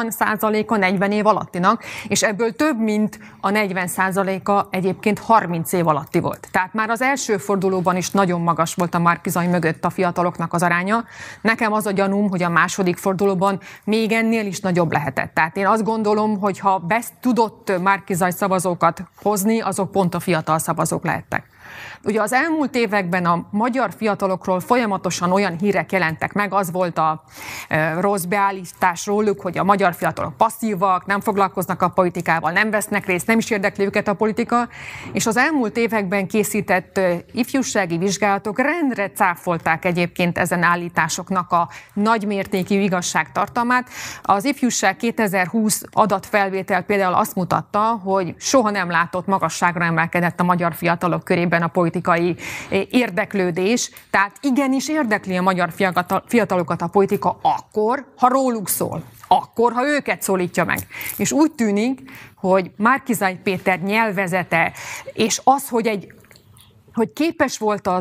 60%-a 40 év alattinak, és ebből több mint a 40%-a egyébként 30 év alatti volt. Tehát már az első fordulóban is nagyon magas volt a Márki-Zay mögött a fiataloknak az aránya. Nekem az a gyanúm, hogy a második fordulóban még ennél is nagyobb lehetett. Tehát én azt gondolom, hogy ha tudott Márki-Zay szavazókat hozni, azok pont a fiatal szavazók lehettek. Ugye az elmúlt években a magyar fiatalokról folyamatosan olyan hírek jelentek meg, az volt a rossz beállítás róluk, hogy a magyar fiatalok passzívak, nem foglalkoznak a politikával, nem vesznek részt, nem is érdekli őket a politika, és az elmúlt években készített ifjúsági vizsgálatok rendre cáfolták egyébként ezen állításoknak a nagymértékű igazságtartalmát. Az Ifjúság 2020 adatfelvétel például azt mutatta, hogy soha nem látott magasságra emelkedett a magyar fiatalok körében a politikai érdeklődés, tehát igenis érdekli a magyar fiatalokat a politika akkor, ha róluk szól, akkor, ha őket szólítja meg. És úgy tűnik, hogy Márki-Zay Péter nyelvezete, és az, hogy képes volt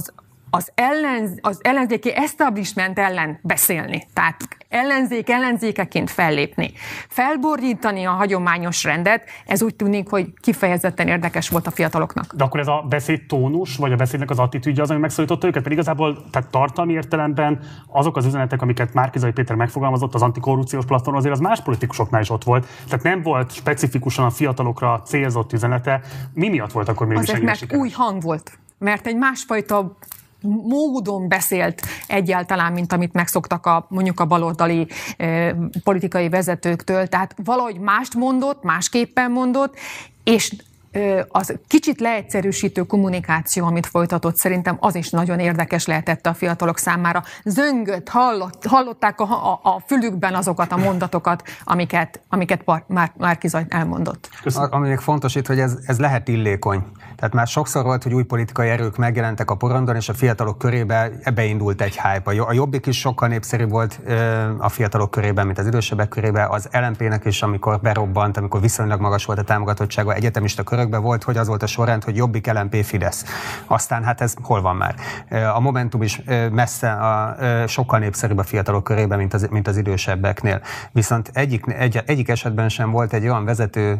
az ellenzéki establishment ellen beszélni, tehát ellenzékeként fellépni, felborítani a hagyományos rendet, ez úgy tűnik, hogy kifejezetten érdekes volt a fiataloknak. De akkor ez a beszédtónus, vagy a beszédnek az attitűdje az, ami megszólította őket? Pedig igazából tehát tartalmi értelemben azok az üzenetek, amiket Márki-Zay Péter megfogalmazott az antikorrupciós platformon, azért az más politikusoknál is ott volt. Tehát nem volt specifikusan a fiatalokra célzott üzenete. Mi miatt volt akkor mégis azért, mert sikeres? új hang volt. Mert egy másfajta módon beszélt egyáltalán, mint amit megszoktak mondjuk a baloldali politikai vezetőktől. Tehát valahogy mást mondott, másképpen mondott, és az kicsit leegyszerűsítő kommunikáció, amit folytatott, szerintem az is nagyon érdekes lehetett a fiatalok számára. Zöngött, hallották a fülükben azokat a mondatokat, amiket Márki-Zay elmondott. Ami még fontos itt, hogy ez lehet illékony. Tehát már sokszor volt, hogy új politikai erők megjelentek a porondon, és a fiatalok körébe ebbe indult egy hype. A Jobbik is sokkal népszerűbb volt a fiatalok körében, mint az idősebbek körében. Az LMP-nek is, amikor berobbant, amikor viszonylag magas volt a támogatottsága, egyetemista körökben volt, hogy az volt a sorrend, hogy Jobbik, LMP, Fidesz. Aztán hát ez hol van már? A Momentum is messze sokkal népszerűbb a fiatalok körében, mint az idősebbeknél. Viszont egyik esetben sem volt egy olyan vezető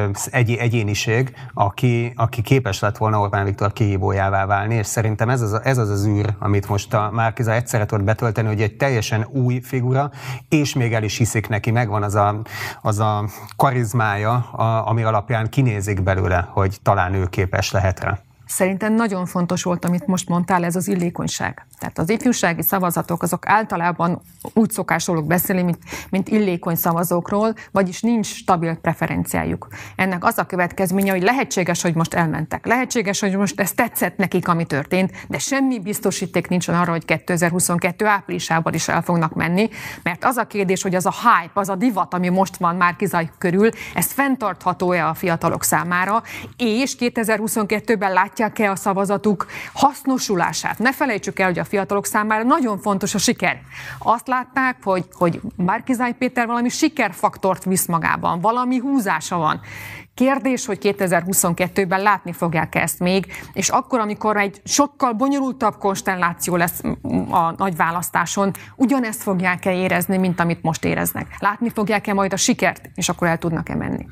egyéniség, aki képes lett volna Orbán Viktor kihívójává válni, és szerintem ez az űr, amit most a Márki-Zay egyszerre tud betölteni, hogy egy teljesen új figura, és még el is hiszik neki, megvan az a karizmája, ami alapján kinézik belőle, hogy talán ő képes lehet rá. Szerintem nagyon fontos volt, amit most mondtál, ez az illékonyság. Tehát az ifjúsági szavazatok, azok általában úgy szokás róluk beszélni, mint illékony szavazókról, vagyis nincs stabil preferenciájuk. Ennek az a következménye, hogy lehetséges, hogy most elmentek. Lehetséges, hogy most ez tetszett nekik, ami történt, de semmi biztosíték nincsen arra, hogy 2022 áprilisában is el fognak menni, mert az a kérdés, hogy az a hype, az a divat, ami most van Márki-Zay körül, ez fenntartható-e a fiatalok számára, és 2022-ben látják-e a szavazatuk hasznosulását. Ne felejtsük el, hogy a fiatalok számára nagyon fontos a siker. Azt látták, hogy Márki-Zay Péter valami sikerfaktort visz magában, valami húzása van. Kérdés, hogy 2022-ben látni fogják ezt még, és akkor, amikor egy sokkal bonyolultabb konstelláció lesz a nagy választáson, ugyanezt fogják-e érezni, mint amit most éreznek. Látni fogják-e majd a sikert, és akkor el tudnak-e menni.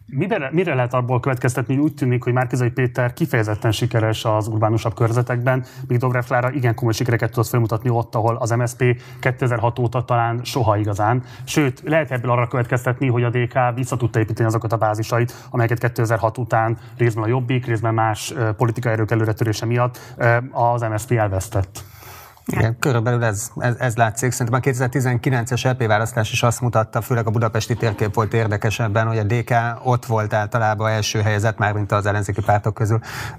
Mire lehet abból következtetni, hogy úgy tűnik, hogy Márki-Zay Péter kifejezetten sikeres az urbánusabb körzetekben, míg Dobrev Klára igen komoly sikereket tudott felmutatni ott, ahol az MSZP 2006 óta talán soha igazán. Sőt, lehet ebből arra következtetni, hogy a DK vissza tudta építeni azokat a bázisait, amelyeket 2006 után részben a Jobbik, részben más politikai erők előretörése miatt az MSZP elvesztett. Igen, körülbelül ez látszik. Szerintem a 2019-es EP választás is azt mutatta, főleg a budapesti térkép volt érdekesebben, hogy a DK ott volt általában első helyezett, mármint az ellenzéki pártok közül,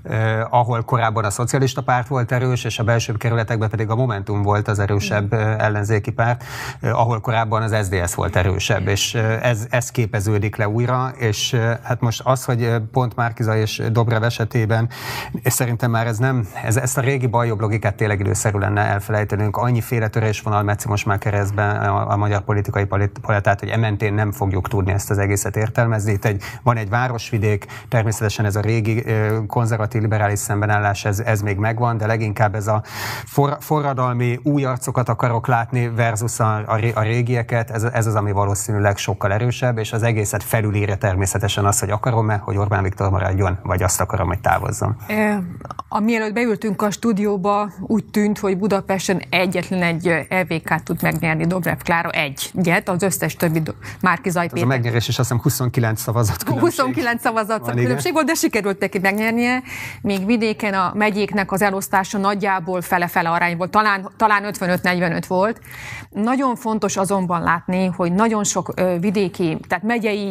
ahol korábban a szocialista párt volt erős, és a belsőbb kerületekben pedig a Momentum volt az erősebb ellenzéki párt, ahol korábban az SZDSZ volt erősebb, és ez képeződik le újra, és hát most az, hogy pont Márki-Zay és Dobrev esetében, és szerintem már ezt a régi baljobb logikát tényleg időszerű lenne elfelejtenünk. Annyi félretörésvonal metszi most már keresztben a magyar politikai palettát, hogy ementén nem fogjuk tudni ezt az egészet értelmezni. Itt van egy városvidék, természetesen ez a régi konzervatív liberális szembenállás, ez még megvan, de leginkább ez a forradalmi új arcokat akarok látni versus a régieket, ez az, ami valószínűleg sokkal erősebb, és az egészet felülírja természetesen az, hogy akarom-e, hogy Orbán Viktor maradjon, vagy azt akarom, hogy távozzon. Mielőtt beültünk a stúdióba, úgy tűnt, hogy Budapesten egyetlen egy EVK-t tud megnyerni Dobrev Klára, egyet, az összes többi Márki-Zay Péter. Ez a megnyerés is azt hiszem 29 szavazat különbség. 29 szavazat különbség volt, de sikerült neki megnyernie. Még vidéken a megyéknek az elosztása nagyjából fele-fele arányból, talán 55-45 volt. Nagyon fontos azonban látni, hogy nagyon sok vidéki, tehát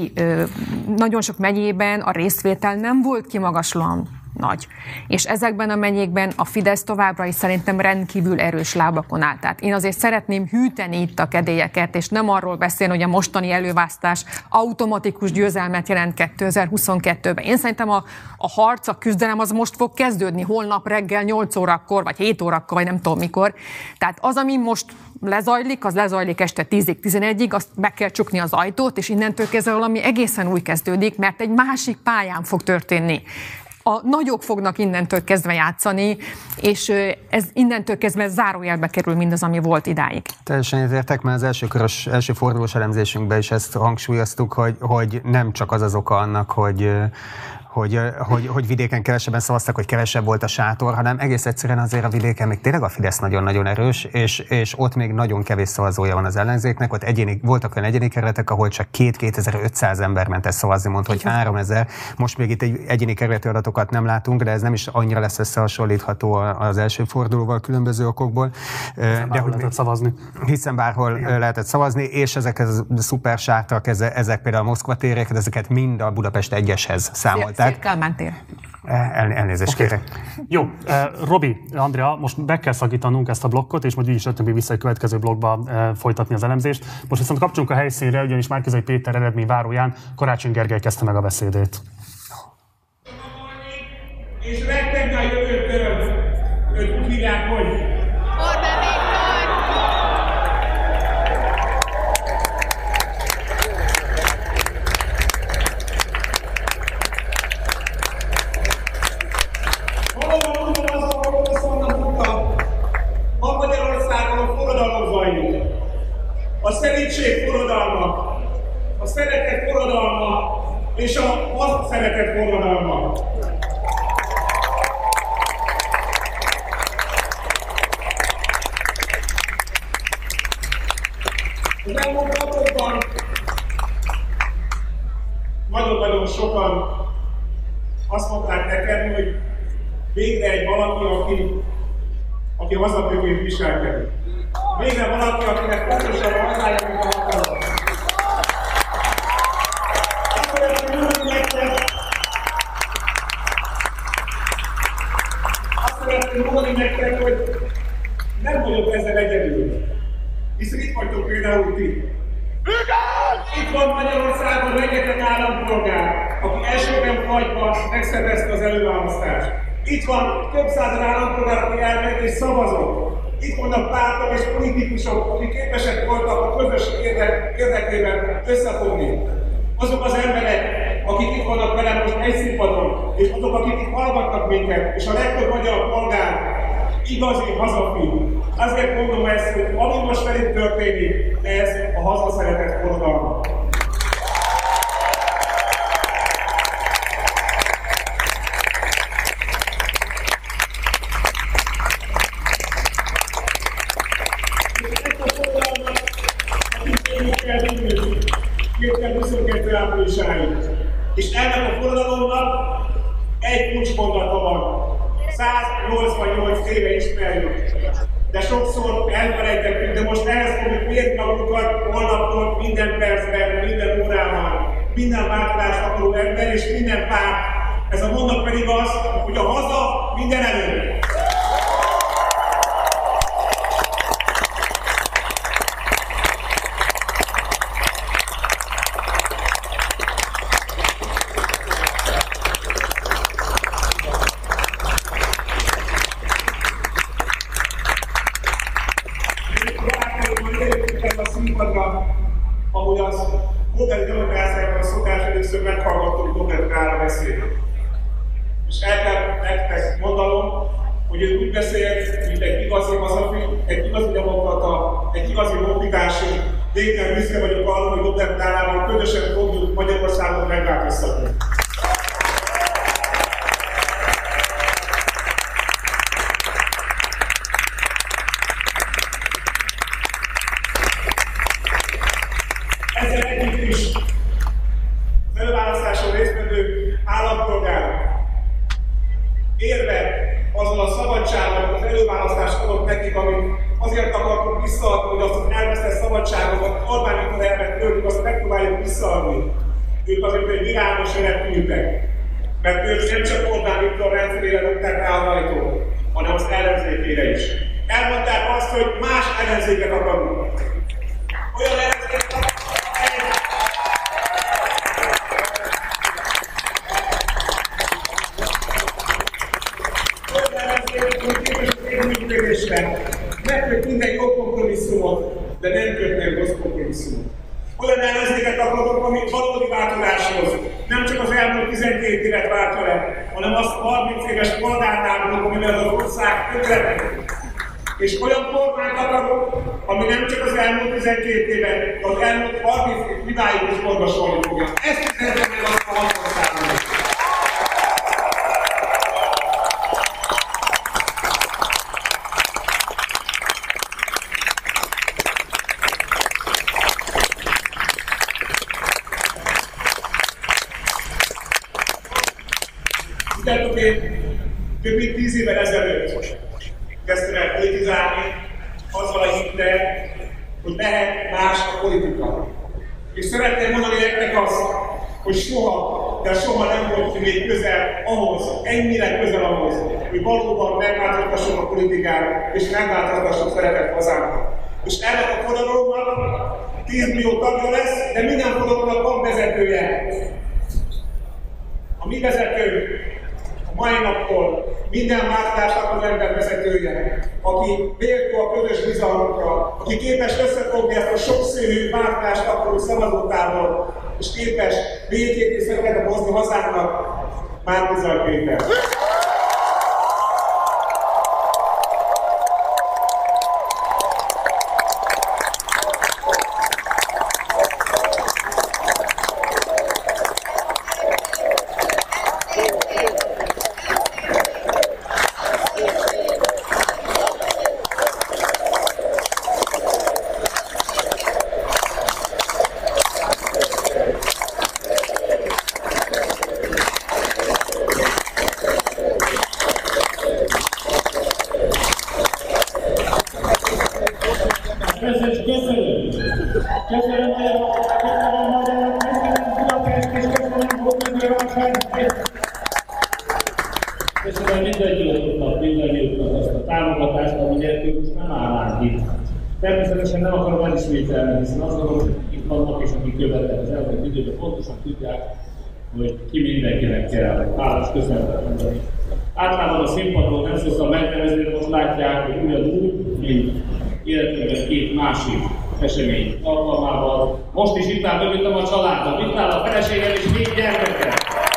nagyon sok megyében a részvétel nem volt kimagaslóan nagy. És ezekben a megyékben a Fidesz továbbra is szerintem rendkívül erős lábakon áll. Tehát én azért szeretném hűteni itt a kedélyeket, és nem arról beszélni, hogy a mostani előválasztás automatikus győzelmet jelent 2022-ben. Én szerintem a harc, a küzdelem az most fog kezdődni, holnap reggel 8 órakor, vagy 7 órakor, vagy nem tudom mikor. Tehát az, ami most lezajlik, az lezajlik este 10-ig, 11-ig, azt be kell csukni az ajtót, és innentől kezdve valami egészen új kezdődik, mert egy másik pályán fog történni. A nagyok fognak innentől kezdve játszani, és ez innentől kezdve zárójelbe kerül mindaz, ami volt idáig. Teljesen értek, mert az első fordulós elemzésünkben is ezt hangsúlyoztuk, hogy nem csak az oka annak, hogy vidéken kevesebben szavaztak, hogy kevesebb volt a sátor, hanem egész egyszerűen azért a vidéken még tényleg a Fidesz nagyon-nagyon erős, és ott még nagyon kevés szavazója van az ellenzéknek. Ott voltak olyan egyéni kerületek, ahol csak 2500 ember ment el szavazni, mondta, hogy 3000. Most még itt egyéni kerületi adatokat nem látunk, de ez nem is annyira lesz összehasonlítható az első fordulóval különböző okokból. Lehetett szavazni. Hiszen bárhol lehetett szavazni, és ezek a szuper sátrak, ezek például a Moszkva térek, ezeket mind a Budapest 1-eshez számolt. Kálmán tér. Elnézést kérek. Jó, Robi, Andrea, most be kell szakítanunk ezt a blokkot, és majd így is jöttünk vissza egy következő blokkba folytatni az elemzést. Most viszont kapcsolunk a helyszínre, ugyanis Márki-Zay Péter eredményváróján Karácsony Gergely kezdte meg a beszédét. És rettegni a jövőtől, őt úgy hívják, hogy Orbán Viktor! a szerítség forradalma, a szeretet forradalma és a hazaszeretet forradalma. Az elmúlt napokban nagyon-nagyon sokan azt mondták nekem, hogy végre egy valaki, aki hazatöként viselkedik. Végre valaki, akinek pontosan a hazája, mint a hatalma. Azt szeretném mondani nektek, hogy nem vagyok ezzel egyedül. Hiszen itt vagytok például ti. Itt van Magyarországon rengeteg állampolgár, aki elsőben fagyban megszervezte az előválasztást. Itt van több száz állampolgár, aki elment és szavazott. Itt vannak pártok és politikusok, akik képesek voltak a közösség érdekében összefogni. Azok az emberek, akik itt vannak velem most egy színpadon, és azok, akik itt hallgatnak minket, és a legtöbb magyar polgár igazi hazafi. Azért mondom ezt, hogy ami most velünk történik, ez a hazaszeretet forradalma. És ennek a forradalomnak egy kulcsmondata van. 188 éve ismerjük. De sokszor elfelejtettük, de most ehhez fogjuk mérni magunkat holnaptól minden percben, minden órában, minden változást akaró ember és minden párt. Ez a mondat pedig az, hogy a haza minden előtt. Ahogy az modern demokráciában szokás, először meghallgattuk Dobrev Klára beszédet. És el kell nektek mondanom, hogy ő úgy beszélt, mint egy igazi hazafi, egy igazi demokrata, egy igazi honfitársunk. Végül büszke vagyok arra, hogy Dobrev Klárával közösen fogjuk Magyarországot megváltoztatni. Ezzel együtt is az előválasztáson résztvevő állampolgárok érve azzal a szabadságot, az előválasztás adott nekik, amit azért akartunk visszaadni, hogy azt az elvesztett szabadságot, Orbán Viktor elvett tőlük, azt megpróbáljuk visszaadni. Ők azért egy világos élet küldtek, mert ők nem csak Orbán Viktor rendszerére rúgták rá az ajtót, hanem az ellenzékére is. Elmondták azt, hogy más ellenzéket akarunk. Olyan ellenzéket akarunk, megköt minden jó kompromisszumot, de nem kötnek rossz kompromisszumot. Olyan ellenzéket akarok, ami valódi változáshoz nem csak az elmúlt 12 évet váltja le, hanem azt a 30 éves polgárháborút, amivel az ország tönkretett. És olyan kormányt akarok, ami nem csak az elmúlt 12 évet, de az elmúlt 30 év hibáig is orvosolni fogja. Ezt hiszem meg azt a hatóságnak. Több mint 10 évvel ezelőtt kezdtem el politizálni, azzal a hittel, hogy lehet más a politika. És szeretném mondani nektek azt, hogy soha, de soha nem volt még közel ahhoz, ennyire közel ahhoz, hogy valóban megváltoztassuk a politikát, és megváltoztassuk szeretett hazánkat. És ennek a forradalomnak 10 millió tagja lesz, de minden forradalomnak van vezetője. A mi vezetőnk a mai naptól minden változásnak az ember vezetője, aki méltó a közös bizalmunkra, aki képes összefogni ezt a sokszínű változást akaró szavazótából, és képes békét és szeretetet hozni hazánknak, Márki-Zay Péter. Köszönöm mindannyiuknak azt a támogatást, amiért most nem állnánk itt. Természetesen nem akarom elismételni, hiszen azt gondolom, hogy itt vannak és akik követnek az elmúlt időben pontosan tudják, hogy ki mindenkinek kell hálás köszönetet mondani. Általában a színpadról nem szoktam megnevezni, de most látják, hogy ugyanúgy, mint életemben két másik esemény alkalmával. Most is itt áll mögöttem a családom, itt áll a feleségem és 4 gyermekem.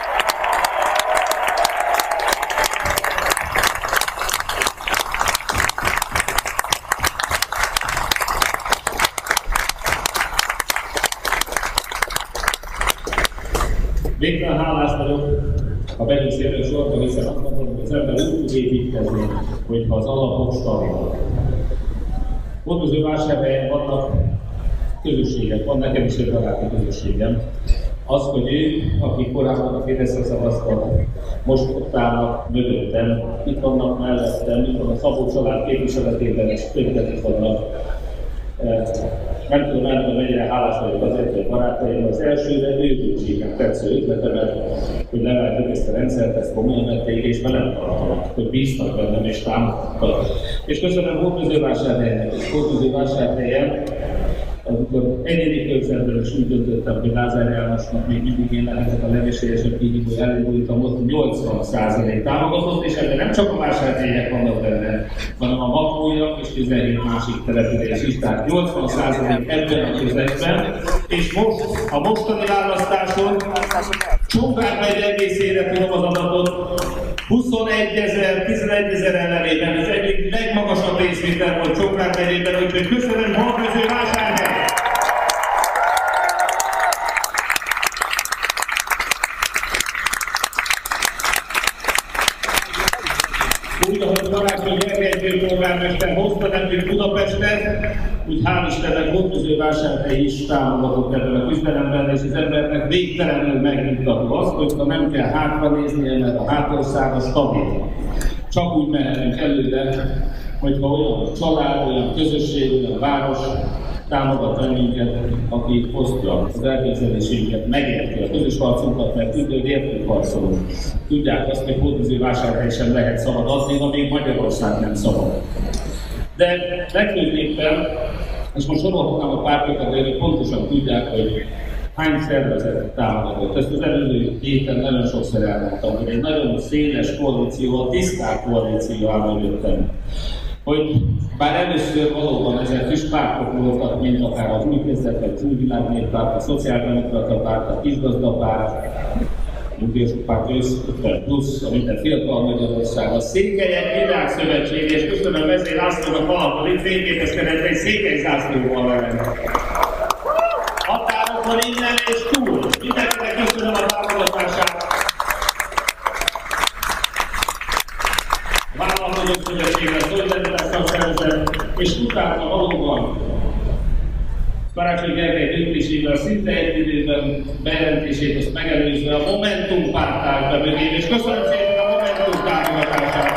Végtelen hálás vagyok a belügyszélő sorban, hiszen azt mondom, hogy az ember úgy tud építkezni, hogyha az alapok stabilak. Hódmezővásárhelyen vannak közösségek, van nekem is egy baráti közösségem. Az, hogy ők, akik korábban a Fideszre szavaztak, most ott állnak mögöttem, itt vannak mellettem, itt van a Szabó család képviseletében, és többet itt vannak. Nem tudom elmondani, mennyire hálás vagyok azért, hogy barátaim az elsőre őrültségem tetsző ötletemet, hogy leveltük ezt a rendszert, ezt komolyan vették és velem tartanak, hogy bíztak bennem és támogattak. És köszönöm Hódmezővásárhelynek és Hódmezővásárhelyen, amikor egyéni körzetben is úgy döntöttem, hogy Lázár Jánosnak még mindig én lehetek a legesélyesebb kihívó, elindultam, ott 80% támogatott, és ebben nem csak a vásárhelyek vannak benne, hanem a Makóiak és 17 másik település is, tehát 80% ebben a közegben, és most a mostani választáson Csongrád megye egészére tudom az adatot, 21 000, 11 000 ellenében, az egyik legmagasabb részvétel volt Csongrád megyében, úgyhogy köszönöm Hódmezővásárhely! Úgy, ahogy Karácsony Gergely polgármester hozta nekünk Budapestet, úgy hál' Istennek Hódmezővásárhely is támogatott ebben a küzdelemben, és az embernek végtelenül megnyugtató azt, hogy ha nem kell hátra néznie, mert a hátország a stabil. Csak úgy mehetünk előre, hogyha olyan család, olyan közösség, olyan város támogat bennünket, aki hozta az elképzelésünket, megérti a közös harcunkat, mert tudja, hogy értünk harcolunk. Tudják azt, hogy Hódmezővásárhely sem lehet szabad adni, amíg Magyarország nem szabad. De legfőképpen, és most sorolhatnám a pártokat, de ők pontosan tudják, hogy hány szervezet támogatott. Ezt az előző héten nagyon sokszor elmondtam, hogy egy nagyon széles koalíció, a tiszták koalíció áll mögöttem. hogy bár először valóban ezek kis pártok voltak, mint akár az Új Kezdet, vagy az Új Világ Néppárt, a Szociáldemokrata Párt, a Kisgazdapárt, Nyugdíjasok Párt 50 plusz, a Minden Fiatal Magyarország, a Székelyek Világszövetség, és köszönöm Vezér Lászlónak valahol itt fényképezkedett egy székely zászlóval velem. Határokon innen és túl. Mindenkinek köszönöm a támogatását. Vállalkozók Szövetségre, Szolidaritás Szakszervezet, és utána valóban Karácsony Gergely döntésével szinte egy időben bejelentését azt megelőzve a Momentum párt állt be mögé, és köszönöm szépen a Momentum támogatását.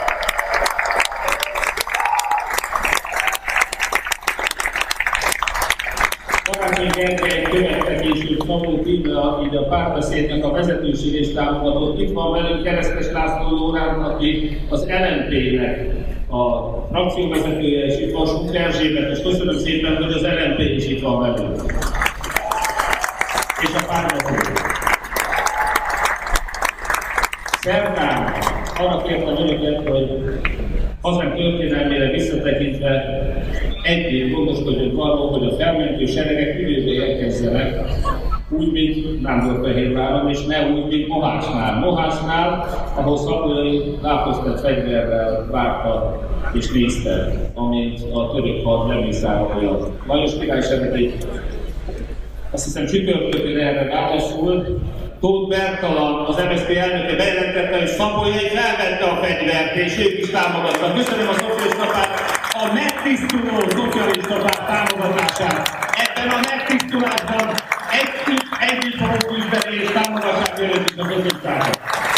Karácsony Gergely követte később Szabó Tibla, így a párbeszédnek a vezetőség és támogatott. Itt van velünk Keresztes László Lórán, aki az LMP-nek a frakcióvezetője, és itt van Suk Erzsébet, és köszönöm szépen, hogy az LMP is itt van velünk. És a párbeszéd. Szerdán arra kértem önöket, hogy hazánk történelmére visszatekintve egyébként gondoskodjunk arról, hogy a felmentő seregek időbe érkezzenek, úgy, mint Nándorfehérváron, és ne úgy, mint Mohásnál. Mohásnál, ahol Szabolcsai lábkoztat fegyverrel várta és nézte, amint a török had lemészárolja. Lajos király seregét, azt hiszem csütörtökön erre válaszul, Tóth Bertalan, az MSZP elnöke bejelentette, hogy Szabolcsai felvette a fegyvert, és ők is támogattak. Köszönöm a szocialista párt, a megtisztuló szocialista párt támogatását. Ebben a megtisztulásban együtt fogunk küzdeni, és támogassák előtt a szocialistákat.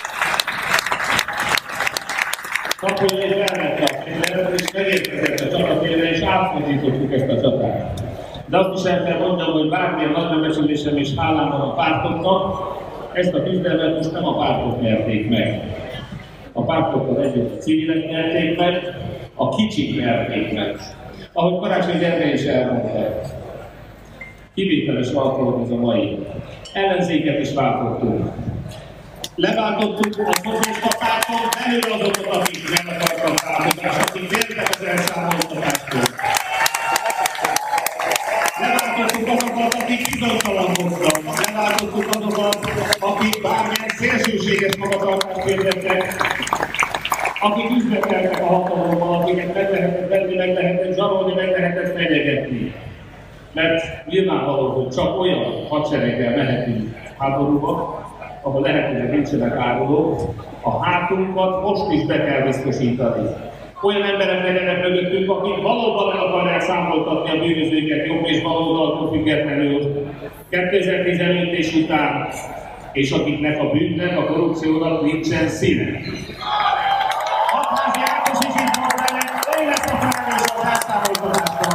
Szabolcsai felvette a fegyvert, és megérkezett a csatatérre, és átfordítottuk ezt a csatát. De azt is el kell mondanom, hogy bármilyen nagybecsülésem és hálám van a pártoknak, ezt a küzdelmet most nem a pártok nyerték meg. A pártokkal együtt a civilek nyerték meg, a kicsik nyerték meg. Ahogy Karácsony Gergely is elmondta, kivételes alkalom ez a mai. Ellenzéket is váltottunk. Leváltottuk a szocialista párton belül azokat, akik nem akartak változást, akik féltek az elszámoltatástól. Leváltottuk azokat, akik bizonytalankodtak, leváltottuk azokat, akik bármilyen szélsőséges magatartást hirdettek, akik üzleteltek a hatalommal, akiket meg lehetett venni, meg lehetett zsarolni, meg lehetett fenyegetni. Mert nyilvánvaló, hogy csak olyan hadsereggel mehetünk háborúba, ahol lehetőleg nincsenek árulók, a hátunkat most is be kell biztosítani. Olyan emberek legyenek mögöttünk, akik valóban el akarják számoltatni a bűnözőket jobb és baloldaltól függetlenül 2015 és után, és akiknek a bűnnek, a korrupciónak nincsen színe. Hatházi Ákos is itt van velem, ő lesz a felelős az elszámoltatásra.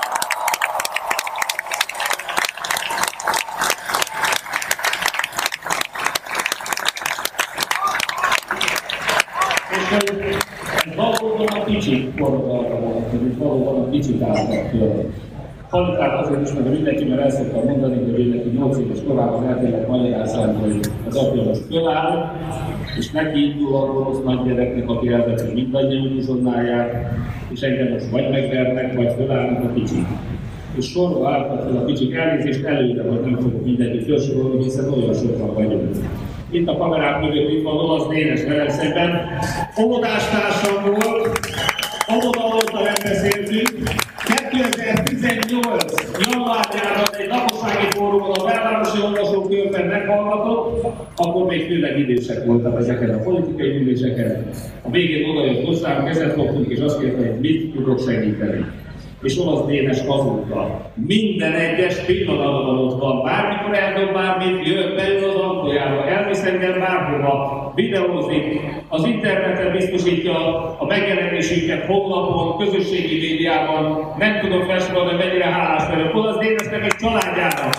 Ez valóban a kicsit forradalma volt, hogy valóban a kicsit álltak föl. Hallották azért is, mert mindenki már el szoktam mondani, hogy én neki 8 éves korában eltélek magyarázni, hogy az apja most föláll, és neki indul a rossz nagygyereknek, aki elveti mindannyian uzsonnáját, és engem most vagy megvernek, vagy fölállnak a kicsik. És sorba álltak fel a kicsik, elnézést előre, hogy nem fogok mindenki felsorolni, hiszen olyan sokan vagyunk. Itt a kamerák mögött itt van Olasz Dénes velem szemben. Óvodástársam volt, óvoda óta megbeszéltünk. 2018 januárjában egy lakossági fórumon a belvárosi olvasókörben meghallgatott, akkor még főleg idősek voltak ezeken a politikai üléseken. A végén odajött hozzám, kezet fogtunk, és azt kérte, hogy mit tudok segíteni. És Olasz Dénes hazudta. Minden egyes pillanatban ott van. Bármikor eldob bármit, jön beül az autójába, elvisz engem bárhova, videózik, az interneten biztosítja a megjelenésünket honlapon, közösségi médiában. Nem tudom felsorolni, hogy mennyire hálás vagyok. Olasz Dénesnek és családjának.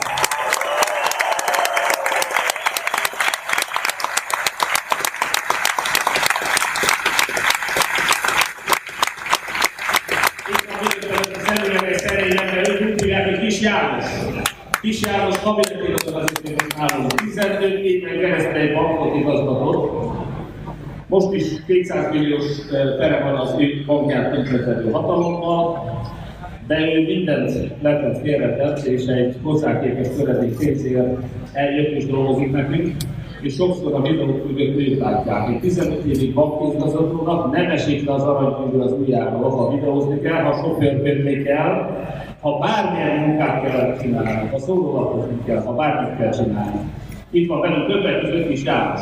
Kis János kabinetében az nálunk 15 éven keresztül egy bankot igazgatott. Most is 200 milliós tere van az ő bankját tönkretető hatalommal, de ő mindent letett félretett, és egy hozzáképes töredék pénzért eljött és dolgozik nekünk, és sokszor a videók mögött ők látják, hogy 15 évig bankpénzgazdatónak nem esik le az aranybőrű az ujjáról, ha videózni kell, ha sofőrködni kell, ha bármilyen munkát kell csinálni, ha szórólapozni kell, ha bármit kell csinálni. Itt van velünk többek között is János.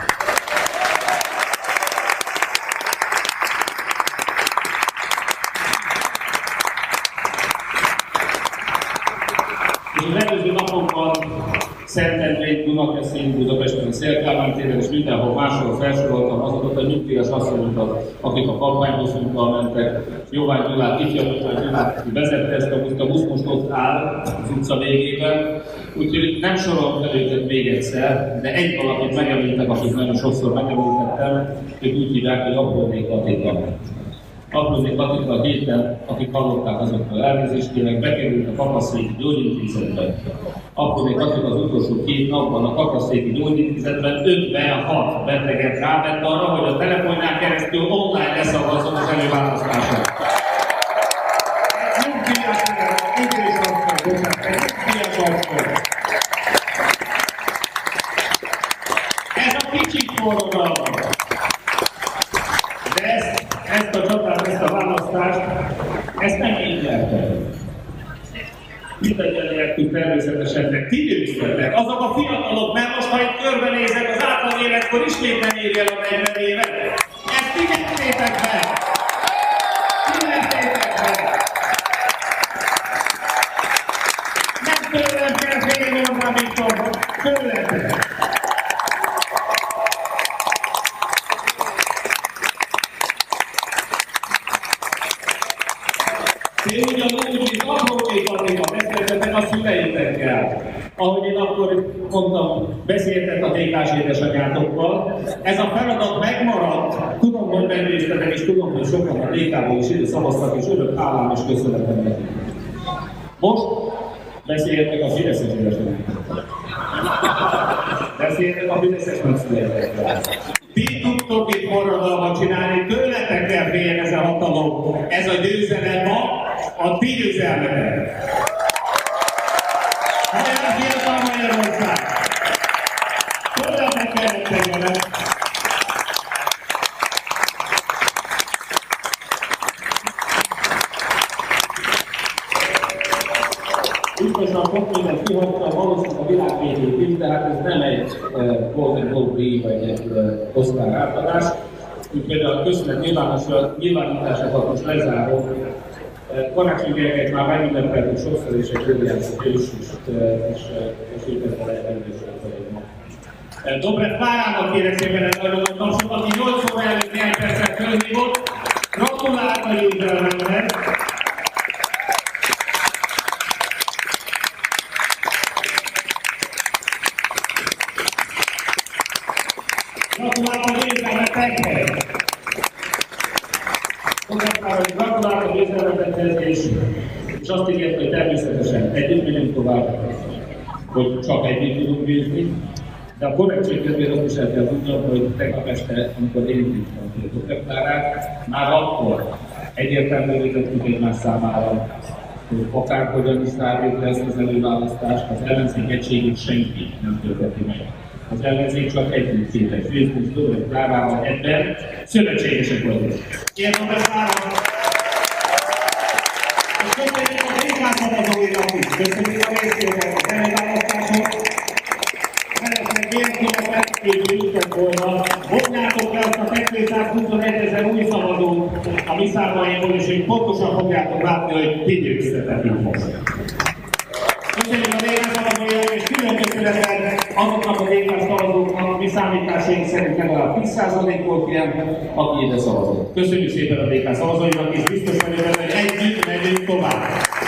És az előző napokban Szentendrén, Dunakeszin, Budapesten, a Széll-Kálmán téren és mindenhol máshol felsoroltam azokat a nyugdíjas asszonyokat, akik a kampánybuszunkkal mentek. Jóvágy Gyulát, ifjabb Gyulát vezette ezt a busz, most ott áll az utca végében. Úgyhogy nem sorolom fel őket még egyszer, de egy valakit megemlítek, akit nagyon sokszor megemlítettem, ők úgy hívják, hogy Aprónék Attila. Aprónék Attila a héten, akik hallották, azokról elnézést kérek, bekerült a Kakaszéki Gyógyintézetbe. Aprónék Attila az utolsó 2 napban a Kakaszéki Gyógyintézetben 56 beteget rávett arra, hogy a telefonján keresztül online leszavazzon az előválasztáson. Nem ez a kicsi forradalom. De ezt a csatát, ezt a választást, ezt nem így lehet tenni. Mindannyian értünk természetesen, de ti győztetek. Azok a fiatalok, mert most, ha itt körbenézek, az átlag életkor ismét nem érje el a 40 évet. Ezt ti tettétek be! Ti tettétek be! Nem tőlem kell félni, Orbán Viktor, tőletek! Én ugyanúgy, mint Aprónék Attila, beszéltetek a szüleitekkel. Ahogy én akkor mondtam, beszéltek a DK-s édesanyátokkal. Ez a feladat megmaradt. Tudom, hogy megnéztetek, és tudom, hogy sokan a DK-ból is ide szavaztak, és örök hálám és köszönetem nekik. Most beszéltek a fideszes édesanyátokkal. Beszéltek a fideszes nagyszüleitekkel. Ti tudtok itt forradalmat csinálni, tőletek kell féljen ez a hatalom. Ez a győzelem ma, a ti győzelmetek. Hogyan fiatal Magyarország? Tőletek kellett tegyenek. Biztosan sok mindent kihagytam, valószínűleg a világ végéig, de hát ez nem egy Golden Globe-díj vagy egy Oscar átadás. Úgyhogy a köszönet nyilvánításokat most lezárom. Karácsony Gergelyt már megünnepeltük sokszor, és egy óriási hősüst, és éppen lehet először vagyok ma. Dobrev Klárának kérek szépen egy nagyon nagy tapsot, aki 8 óra előtt néhány percet fölhívott. Gratulált a győzelmemhez! Gratulálok a győzelmetekhez! Gratulálok a győzelmetekhez, és azt ígért, hogy természetesen együtt megyünk tovább, hogy csak együtt tudunk győzni, de a korrektség kedvéért azt is el kell tudnom, hogy tegnap este, amikor én indítottam Dobrev Klárát, már akkor egyértelműen tettük egymás számára, hogy akárhogyan is zárjuk le ezt az előválasztást, az ellenzék egységét senki nem tölteti meg. Az ellenzék csak együtt képes. Főztünk Dobrev Klárával ebben szövetségesek vagyunk. Ilyen Dobrev Klára! És köszönjük a DK szavazóinak is. Köszönjük a részvételt az előválasztáson. Szeretnék kérni önöket, hogy ültek volna. Vonjátok le azt a 221 000 új szavazót a mi számainkból, és hogy pontosan fogjátok látni, hogy ti győztetek itt most. Köszönjük a DK szavazóinak, és külön köszönetet azoknak a DK szavazóknak, mi számításaink szerint legalább 10% volt ilyen, aki ide szavazott. Köszönjük szépen a DK szavazóinak, és biztos vagyok benne, hogy együtt megyünk tovább.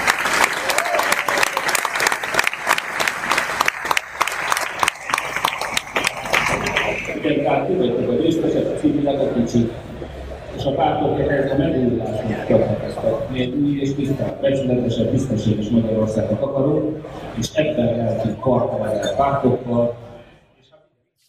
Igen, tehát ti vagytok a győztesek, a civilek, a kicsik, és a pártok ehhez a megújulásnak következtek. Mi egy új és tisztán, becsületesebb, biztonséges Magyarországot akarunk, és ebben lehetünk kartával pártokkal.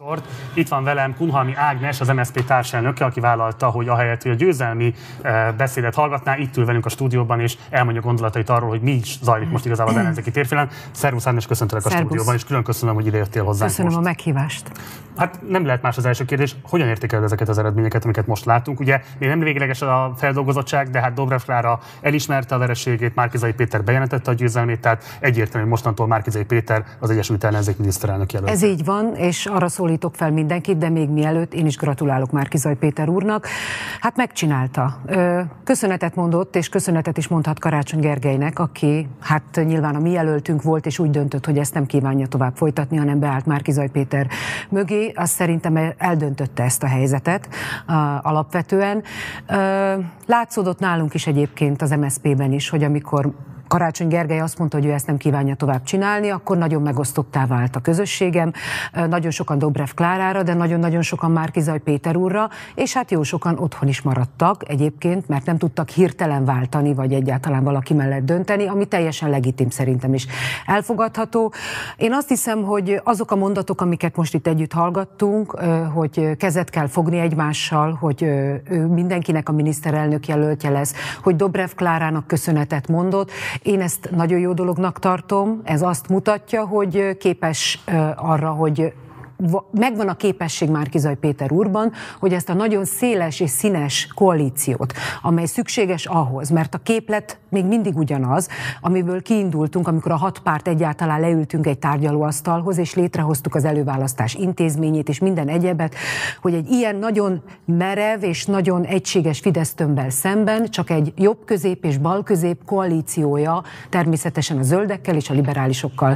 Itt van velem Kunhalmi Ágnes, az MSZP társelnöke, aki vállalta, hogy ahelyett, hogy a győzelmi beszédet hallgatná, itt ül velünk a stúdióban, és elmondja gondolatait arról, hogy mi is zajlik most igazából az ellenzéki térfélen. Szervusz Ágnes, köszöntelek a stúdióban, és külön köszönöm, hogy ide jöttél hozzánk. Köszönöm most a meghívást. Hát nem lehet más az első kérdés. Hogyan értékeled ezeket az eredményeket, amiket most látunk? Ugye még nem végleges a feldolgozottság, de hát Dobrev Klára elismerte a vereségét, Márki-Zay Péter bejelentette a győzelmét, tehát egyértelmű, hogy mostantól Márki-Zay Péter az Egyesült Ellenzék miniszterelnök jelölt. Ez így van, és arra szólítok fel mindenkit, de még mielőtt én is gratulálok Márki-Zay Péter úrnak. Hát megcsinálta. Köszönetet mondott, és köszönetet is mondhat Karácsony Gergelynek, aki hát nyilván a mi jelöltünk volt, és úgy döntött, hogy ezt nem kívánja tovább folytatni, hanem beállt Márki-Zay Péter mögé. Azt szerintem eldöntötte ezt a helyzetet alapvetően. Látszódott nálunk is egyébként az MSZP-ben is, hogy amikor Karácsony Gergely azt mondta, hogy ő ezt nem kívánja tovább csinálni, akkor nagyon megosztottá vált a közösségem. Nagyon sokan Dobrev Klárára, de nagyon-nagyon sokan Márki-Zay Péter úrra, és hát jó sokan otthon is maradtak egyébként, mert nem tudtak hirtelen váltani, vagy egyáltalán valaki mellett dönteni, ami teljesen legitim szerintem is elfogadható. Én azt hiszem, hogy azok a mondatok, amiket most itt együtt hallgattunk, hogy kezet kell fogni egymással, hogy ő mindenkinek a miniszterelnök jelöltje lesz, hogy Dobrev Klárának köszönetet mondott. Én ezt nagyon jó dolognak tartom, ez azt mutatja, hogy képes arra, hogy megvan a képesség Márki-Zay Péter úrban, hogy ezt a nagyon széles és színes koalíciót, amely szükséges ahhoz, mert a képlet még mindig ugyanaz, amiből kiindultunk, amikor a 6 párt egyáltalán leültünk egy tárgyalóasztalhoz, és létrehoztuk az előválasztás intézményét, és minden egyebet, hogy egy ilyen nagyon merev és nagyon egységes Fidesz-tömbbel szemben csak egy jobb-közép és bal-közép koalíciója, természetesen a zöldekkel és a liberálisokkal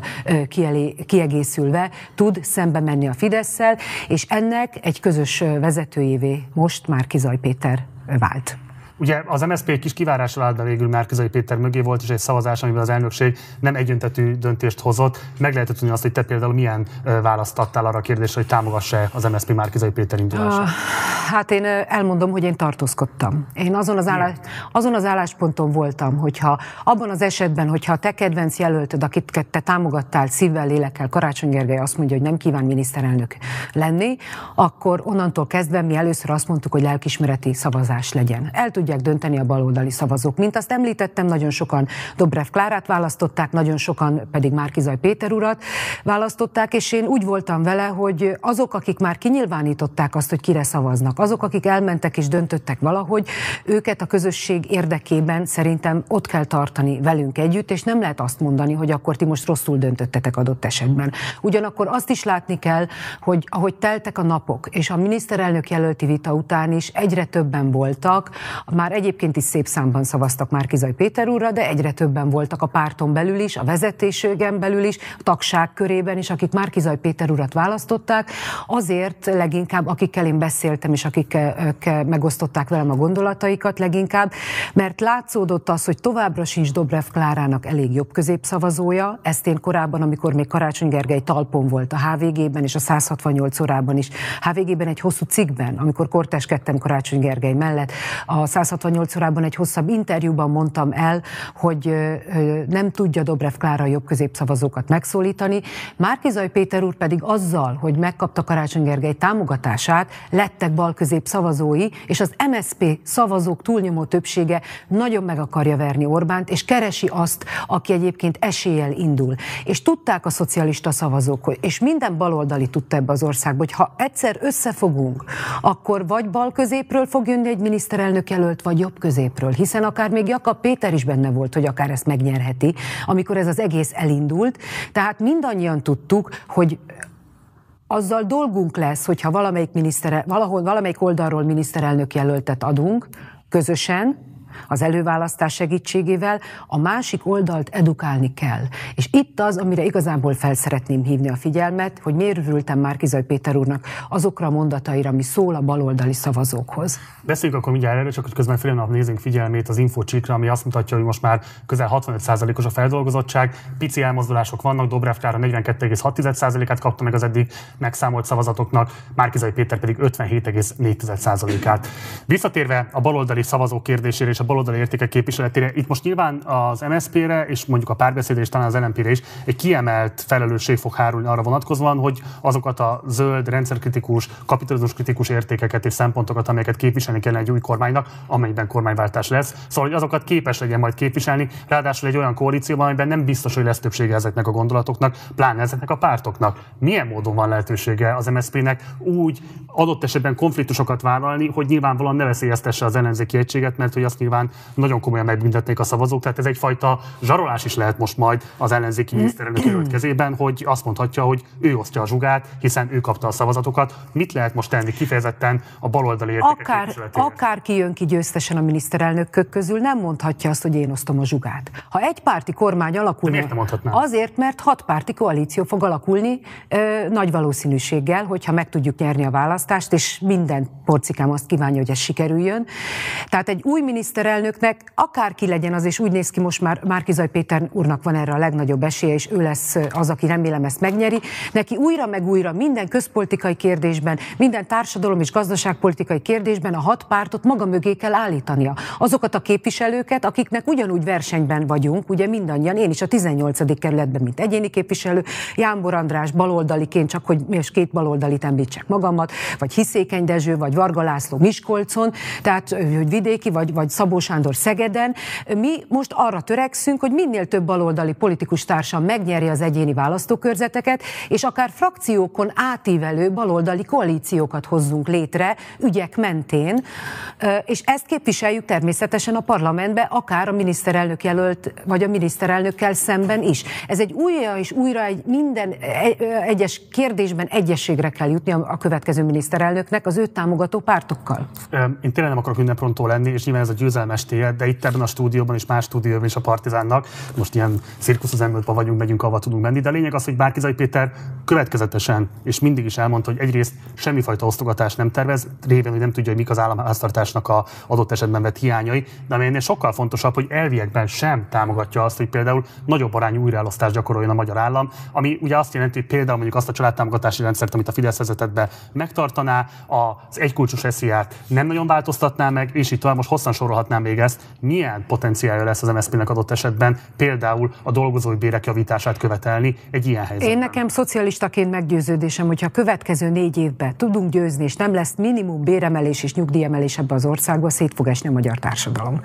kiegészülve tud szembe menni a Fidesszel, és ennek egy közös vezetőjévé most Márki-Zay Péter vált. Ugye az MSZP egy kis kivárással állt be végül Márki-Zay Péter mögé, volt is egy szavazás, amiben az elnökség nem egyöntetű döntést hozott. Meg lehet tudni azt, hogy te például milyen választ adtál arra a kérdésre, hogy támogassa az MSZP Márki-Zay Péter indulását? Hát én elmondom, hogy én tartózkodtam. Én azon az állásponton voltam, hogyha abban az esetben, hogyha a te kedvenc jelöltöd, akit te támogattál szívvel, lélekkel, Karácsony Gergely azt mondja, hogy nem kíván miniszterelnök lenni, akkor onnantól kezdve mi először azt mondtuk, hogy lelkiismereti szavazás legyen. El tudják dönteni a baloldali szavazók. Mint azt említettem, nagyon sokan Dobrev Klárát választották, nagyon sokan pedig Márki-Zay Péter urat választották, és én úgy voltam vele, hogy azok, akik már kinyilvánították azt, hogy kire szavaznak, azok, akik elmentek és döntöttek valahogy, őket a közösség érdekében szerintem ott kell tartani velünk együtt, és nem lehet azt mondani, hogy akkor ti most rosszul döntöttetek adott esetben. Ugyanakkor azt is látni kell, hogy ahogy teltek a napok, és a miniszterelnök jelölti vita után is egyre többen voltak, már egyébként is szép számban szavaztak Márki-Zay Péter úrra, de egyre többen voltak a párton belül is, a vezetésségen belül is, a tagság körében is, akik Márki-Zay Péter urat választották, azért leginkább, akikkel én beszéltem, és akik megosztották velem a gondolataikat leginkább, mert látszódott az, hogy továbbra sincs Dobrev Klárának elég jobb középszavazója. Ezt én korábban, amikor még Karácsony Gergely talpon volt a HVG-ben és a 168 órában is, HVG-ben egy hosszú cikkben, amikor korteskedtem Karácsony Gergely mellett, a 168 órában egy hosszabb interjúban mondtam el, hogy nem tudja Dobrev Klára a jobb középszavazókat megszólítani. Márki-Zay Péter úr pedig azzal, hogy megkapta Karácsony Gergely támogatását, lettek bal-közép szavazói, és az MSZP szavazók túlnyomó többsége nagyon meg akarja verni Orbánt, és keresi azt, aki egyébként eséllyel indul. És tudták a szocialista szavazók, és minden baloldali tudta ebbe az országba, hogy ha egyszer összefogunk, akkor vagy bal-középről fog jönni egy miniszterelnök jelölt, vagy jobb középről, hiszen akár még Jakab Péter is benne volt, hogy akár ezt megnyerheti, amikor ez az egész elindult. Tehát mindannyian tudtuk, hogy azzal dolgunk lesz, hogyha valamelyik oldalról miniszterelnök jelöltet adunk, közösen, az előválasztás segítségével, a másik oldalt edukálni kell. És itt az, amire igazából fel szeretném hívni a figyelmet, hogy miért örültem Márki-Zay Péter úrnak azokra a mondataira, ami szól a baloldali szavazókhoz. Beszéljük akkor mindjárt erről, csak hogy közben fél nap nézünk figyelmét az infócsikra, ami azt mutatja, hogy most már közel 65%-os a feldolgozottság, pici elmozdulások vannak, Dobrev Klára 42,6%-át kapta meg az eddig megszámolt szavazatoknak, Márki-Zay Péter pedig 57,4%-át. Visszatérve a baloldali szavazók kérdésére és a baloldali értékek képviseletére. Itt most nyilván az MSZP-re és mondjuk a Párbeszédre és talán az LMP-re is egy kiemelt felelősség fog hárulni arra vonatkozóan, hogy azokat a zöld, rendszerkritikus, kapitalizmus kritikus értékeket és szempontokat, amelyeket képviselni kellene egy új kormánynak, amelyben kormányváltás lesz. Szóval, hogy azokat képes legyen majd képviselni, ráadásul egy olyan koalícióban, amiben nem biztos, hogy lesz többsége ezeknek a gondolatoknak, pláne ezeknek a pártoknak. Milyen módon van lehetősége az MSZP-nek úgy adott esetben konfliktusokat vállalni, hogy nyilvánvalóan ne veszélyeztesse az ellenzéki egységet, mert hogy azt nyilván nagyon komolyan megbüntetnék a szavazók. Tehát ez egyfajta zsarolás is lehet most majd az ellenzéki miniszterelnök jelölt kezében, hogy azt mondhatja, hogy ő osztja a zsugát, hiszen ő kapta a szavazatokat. Mit lehet most tenni kifejezetten a baloldali értékek képviseletére? Akárki jön ki győztesen a miniszterelnökök közül, nem mondhatja azt, hogy én osztom a zsugát. Ha egy párti kormány alakul, azért, mert 6 párti koalíció fog alakulni nagy valószínűséggel, hogyha meg tudjuk nyerni a választást, és minden porcikám azt kívánja, hogy ez sikerüljön. Tehát egy új miniszterelnöknek akárki legyen az, és úgy néz ki most már Márki-Zay Péter úrnak van erre a legnagyobb esélye, és ő lesz az, aki remélem ezt megnyeri. Neki újra meg újra minden közpolitikai kérdésben, minden társadalom és gazdaságpolitikai kérdésben a 6 pártot maga mögé kell állítania. Azokat a képviselőket, akiknek ugyanúgy versenyben vagyunk, ugye mindannyian, én is a 18. kerületben, mint egyéni képviselő, Jámbor András baloldaliként, csak hogy most 2 baloldalit említsek magammat, vagy Hiszékeny Dezső, vagy Varga László Miskolcon, tehát hogy vidéki, vagy Szabó Sándor Szegeden. Mi most arra törekszünk, hogy minél több baloldali politikus társam megnyeri az egyéni választókörzeteket, és akár frakciókon átívelő baloldali koalíciókat hozzunk létre ügyek mentén, és ezt képviseljük természetesen a parlamentbe, akár a miniszterelnök jelölt, vagy a miniszterelnökkel szemben is. Ez egy újra és újra minden egyes kérdésben egyességre kell jutni a következő miniszterelnöknek az őt támogató pártokkal. Én tényleg nem akarok mindenprontól lenni, és nyilván ez a győzelmes tér, de itt ebben a stúdióban és más stúdióban is a Partizánnak, most ilyen cirkusz az M5-ben vagyunk, megyünk, ahova tudunk menni, de a lényeg az, hogy Márki-Zay Péter következetesen és mindig is elmondta, hogy egyrészt semmifajta osztogatást nem tervez, révén, hogy nem tudja, hogy mik az államháztartásnak a adott esetben vett hiányai, de ami ennél sokkal fontosabb, hogy elviekben sem támogatja azt, hogy például nagyobb arányú újraelosztást gyakoroljon a magyar állam, ami ugye azt jelenti, hogy például mondjuk azt a családtámogatási rendszert, amit a Fidesz vezetett be, megtartaná, az egykulcsos esziát nem nagyon változtatná meg, és itt tovább most hosszan sorolhatnám még ezt, milyen potenciálja lesz az MSZP-nek adott esetben például a dolgozói bérek javítását követelni egy ilyen helyzetben. Én nekem szocialistaként meggyőződésem, hogyha a következő 4 évben tudunk győzni, és nem lesz minimum béremelés és nyugdíjemelés ebbe az országba, szét fog esni a magyar társadalom.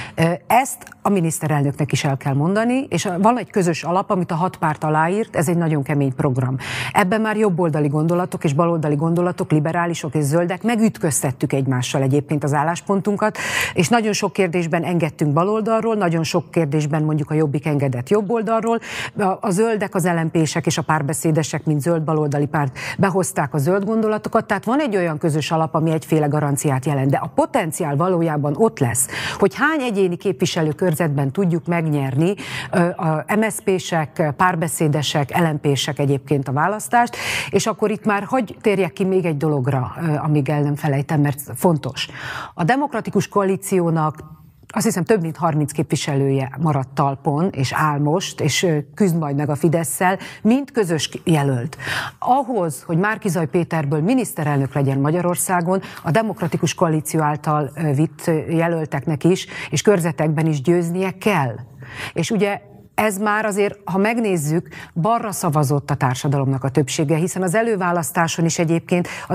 Ezt a miniszterelnöknek is el kell mondani, és van egy közös alap, amit a 6 párt aláírt, ez egy nagyon kemény program. Ebben már jobboldali gondolatok és baloldali gondolatok, liberálisok és zöldek, megütköztettük egymással egyébként az álláspontunkat, és nagyon sok kérdésben engedtünk baloldalról, nagyon sok kérdésben mondjuk a Jobbik engedett jobboldalról. A zöldek, az LMP-sek és a párbeszédesek, mint zöld baloldali párt behozták a zöld gondolatokat, tehát van egy olyan közös alap, ami egyféle garanciát jelent, de a potenciál valójában ott lesz, hogy hány egyéni képviselőkörzetben tudjuk megnyerni a MSZP-sek, párbeszédesek, LMP-sek egyébként a választást, és akkor itt már hagy térjek ki még egy dologra, amíg el nem felejtem, mert fontos. A demokratikus koalíciónak azt hiszem több mint 30 képviselője maradt talpon, és áll most, és küzd majd meg a Fidesszel, mint közös jelölt. Ahhoz, hogy Márki-Zay Péterből miniszterelnök legyen Magyarországon, a demokratikus koalíció által vitt jelölteknek is, és körzetekben is győznie kell. És ugye ez már azért, ha megnézzük, balra szavazott a társadalomnak a többsége, hiszen az előválasztáson is egyébként az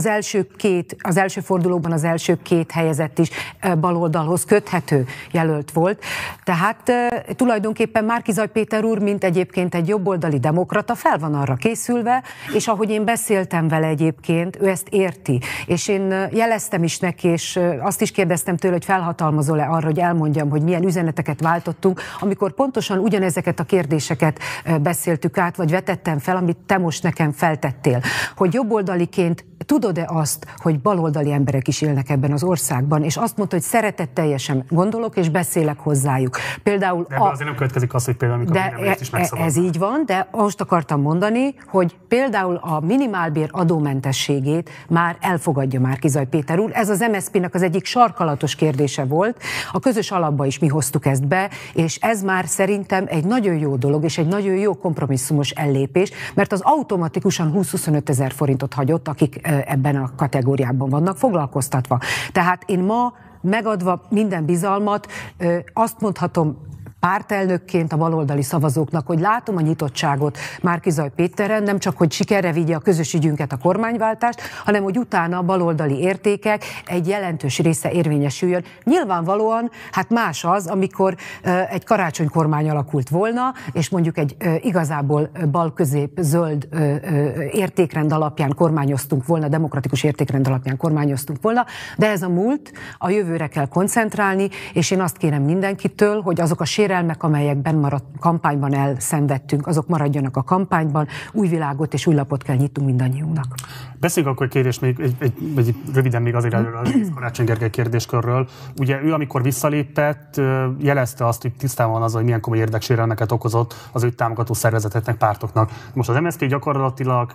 első fordulóban az első 2 helyezett is baloldalhoz köthető jelölt volt. Tehát tulajdonképpen Márki-Zay Péter úr, mint egyébként egy jobboldali demokrata, fel van arra készülve, és ahogy én beszéltem vele egyébként, ő ezt érti. És én jeleztem is neki, és azt is kérdeztem tőle, hogy felhatalmazol-e arra, hogy elmondjam, hogy milyen üzeneteket váltottunk, amikor pontosan ugyanezeket a kérdéseket beszéltük át, vagy vetettem fel, amit te most nekem feltettél. Hogy jobboldaliként tudod-e azt, hogy baloldali emberek is élnek ebben az országban, és azt mondta, hogy szeretetteljesen gondolok, és beszélek hozzájuk. Például de azért nem következik az, hogy például amikor is megszabadul. Ez így van, de most akartam mondani, hogy például a minimálbér adómentességét már elfogadja Márki-Zay Péter úr. Ez az MSZP-nek az egyik sarkalatos kérdése volt. A közös alapba is mi hoztuk ezt be, és ez már szerintem egy nagyon jó dolog, és egy nagyon jó kompromisszumos ellépés, mert az automatikusan 20-25 ezer forintot hagyott, akik ebben a kategóriában vannak foglalkoztatva. Tehát én ma megadva minden bizalmat, azt mondhatom, pártelnökként a baloldali szavazóknak, hogy látom a nyitottságot Márki-Zay Péteren, nem csak, hogy sikerre vigye a közös ügyünket, a kormányváltást, hanem, hogy utána a baloldali értékek egy jelentős része érvényesüljön. Nyilvánvalóan, hát más az, amikor egy karácsonykormány alakult volna, és mondjuk egy igazából bal-közép zöld értékrend alapján kormányoztunk volna, demokratikus értékrend alapján kormányoztunk volna, de ez a múlt, a jövőre kell koncentrálni, és én azt kérem mindenkitől, hogy azok a sérelmek, amelyekben kampányban elszenvedtünk, azok maradjanak a kampányban, új világot és új lapot kell nyitnunk mindannyiunknak. Beszéljünk akkor kérdés még egy röviden még azért előre az Karácsony Gergely kérdéskörről. Ugye ő, amikor visszalépett, jelezte azt, hogy tisztában van az, hogy milyen komoly érdeksérelmeket okozott az ő támogató szervezeteknek, pártoknak. Most az MSZP gyakorlatilag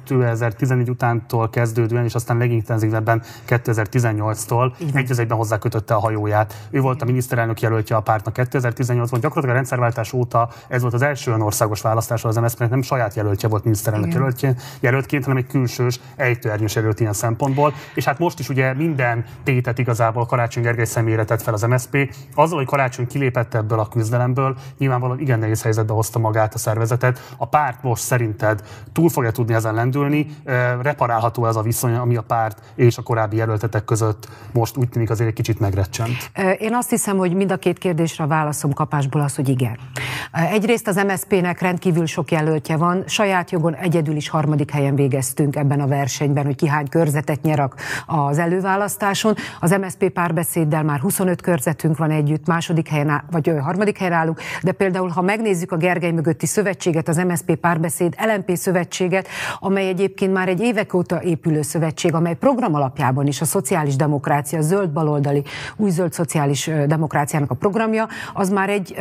2014 utántól kezdődően, és aztán legintenzívebben 2018-tól egy az egyben hozzákötötte a hajóját. Ő volt a miniszterelnök jelöltje a pártnak 2018-ban, gyakorlatilag a rendszerváltás óta ez volt az első olyan országos választás, az MSZP-nek nem saját jelöltje volt miniszterelnök jelöltként, hanem egy külsős ejtőernyős jelölt ilyen szempontból. És hát most is ugye minden tétet igazából Karácsony Gergely személyére tett fel az MSZP. Azzal, hogy Karácsony kilépett ebből a küzdelemből, nyilvánvalóan igen nehéz helyzetbe hozta magát a szervezetet. A párt most szerinted túl fogja tudni ezen lendülni? Reparálható ez a viszony, ami a párt és a korábbi jelöltetek között most úgy tűnik azért egy kicsit megrecsent? Én azt hiszem, hogy mind a két kérdésre a válaszom kapásból az, hogy igen. Egyrészt az MSZP-nek rendkívül sok jelöltje van, saját jogon egyedül is 3. helyen végeztünk ebben a versenyben, hogy ki hány körzetet nyer az előválasztáson. Az MSZP Párbeszéddel már 25 körzetünk van együtt, 2. helyen vagy 3. helyen állunk, de például, ha megnézzük a Gergely mögötti szövetséget, az MSZP Párbeszéd LMP szövetséget, amely egyébként már egy évek óta épülő szövetség, amely program alapjában is a szociális demokrácia, a zöld baloldali, új zöld szociális demokráciának a programja, az már egy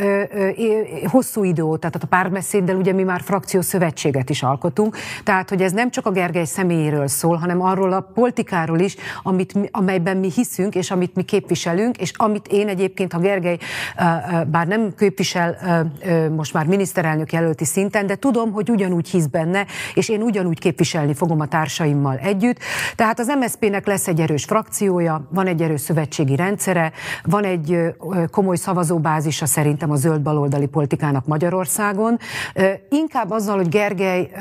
hosszú idő óta, tehát a Párbeszéddel ugye mi már frakció szövetséget is alkotunk, tehát hogy ez nem csak a Gergely személyéről szól, hanem arról a politikáról is, amelyben mi hiszünk, és amit mi képviselünk, és amit én egyébként, ha Gergely bár nem képvisel most már miniszterelnök jelölti szinten, de tudom, hogy ugyanúgy hisz benne, és én ugyanúgy képviselni fogom a társaimmal együtt. Tehát az MSZP-nek lesz egy erős frakciója, van egy erős szövetségi rendszere, van egy komoly szavazóbázisa szerintem a zöld baloldali politikának Magyarországon. Inkább azzal, hogy Gergely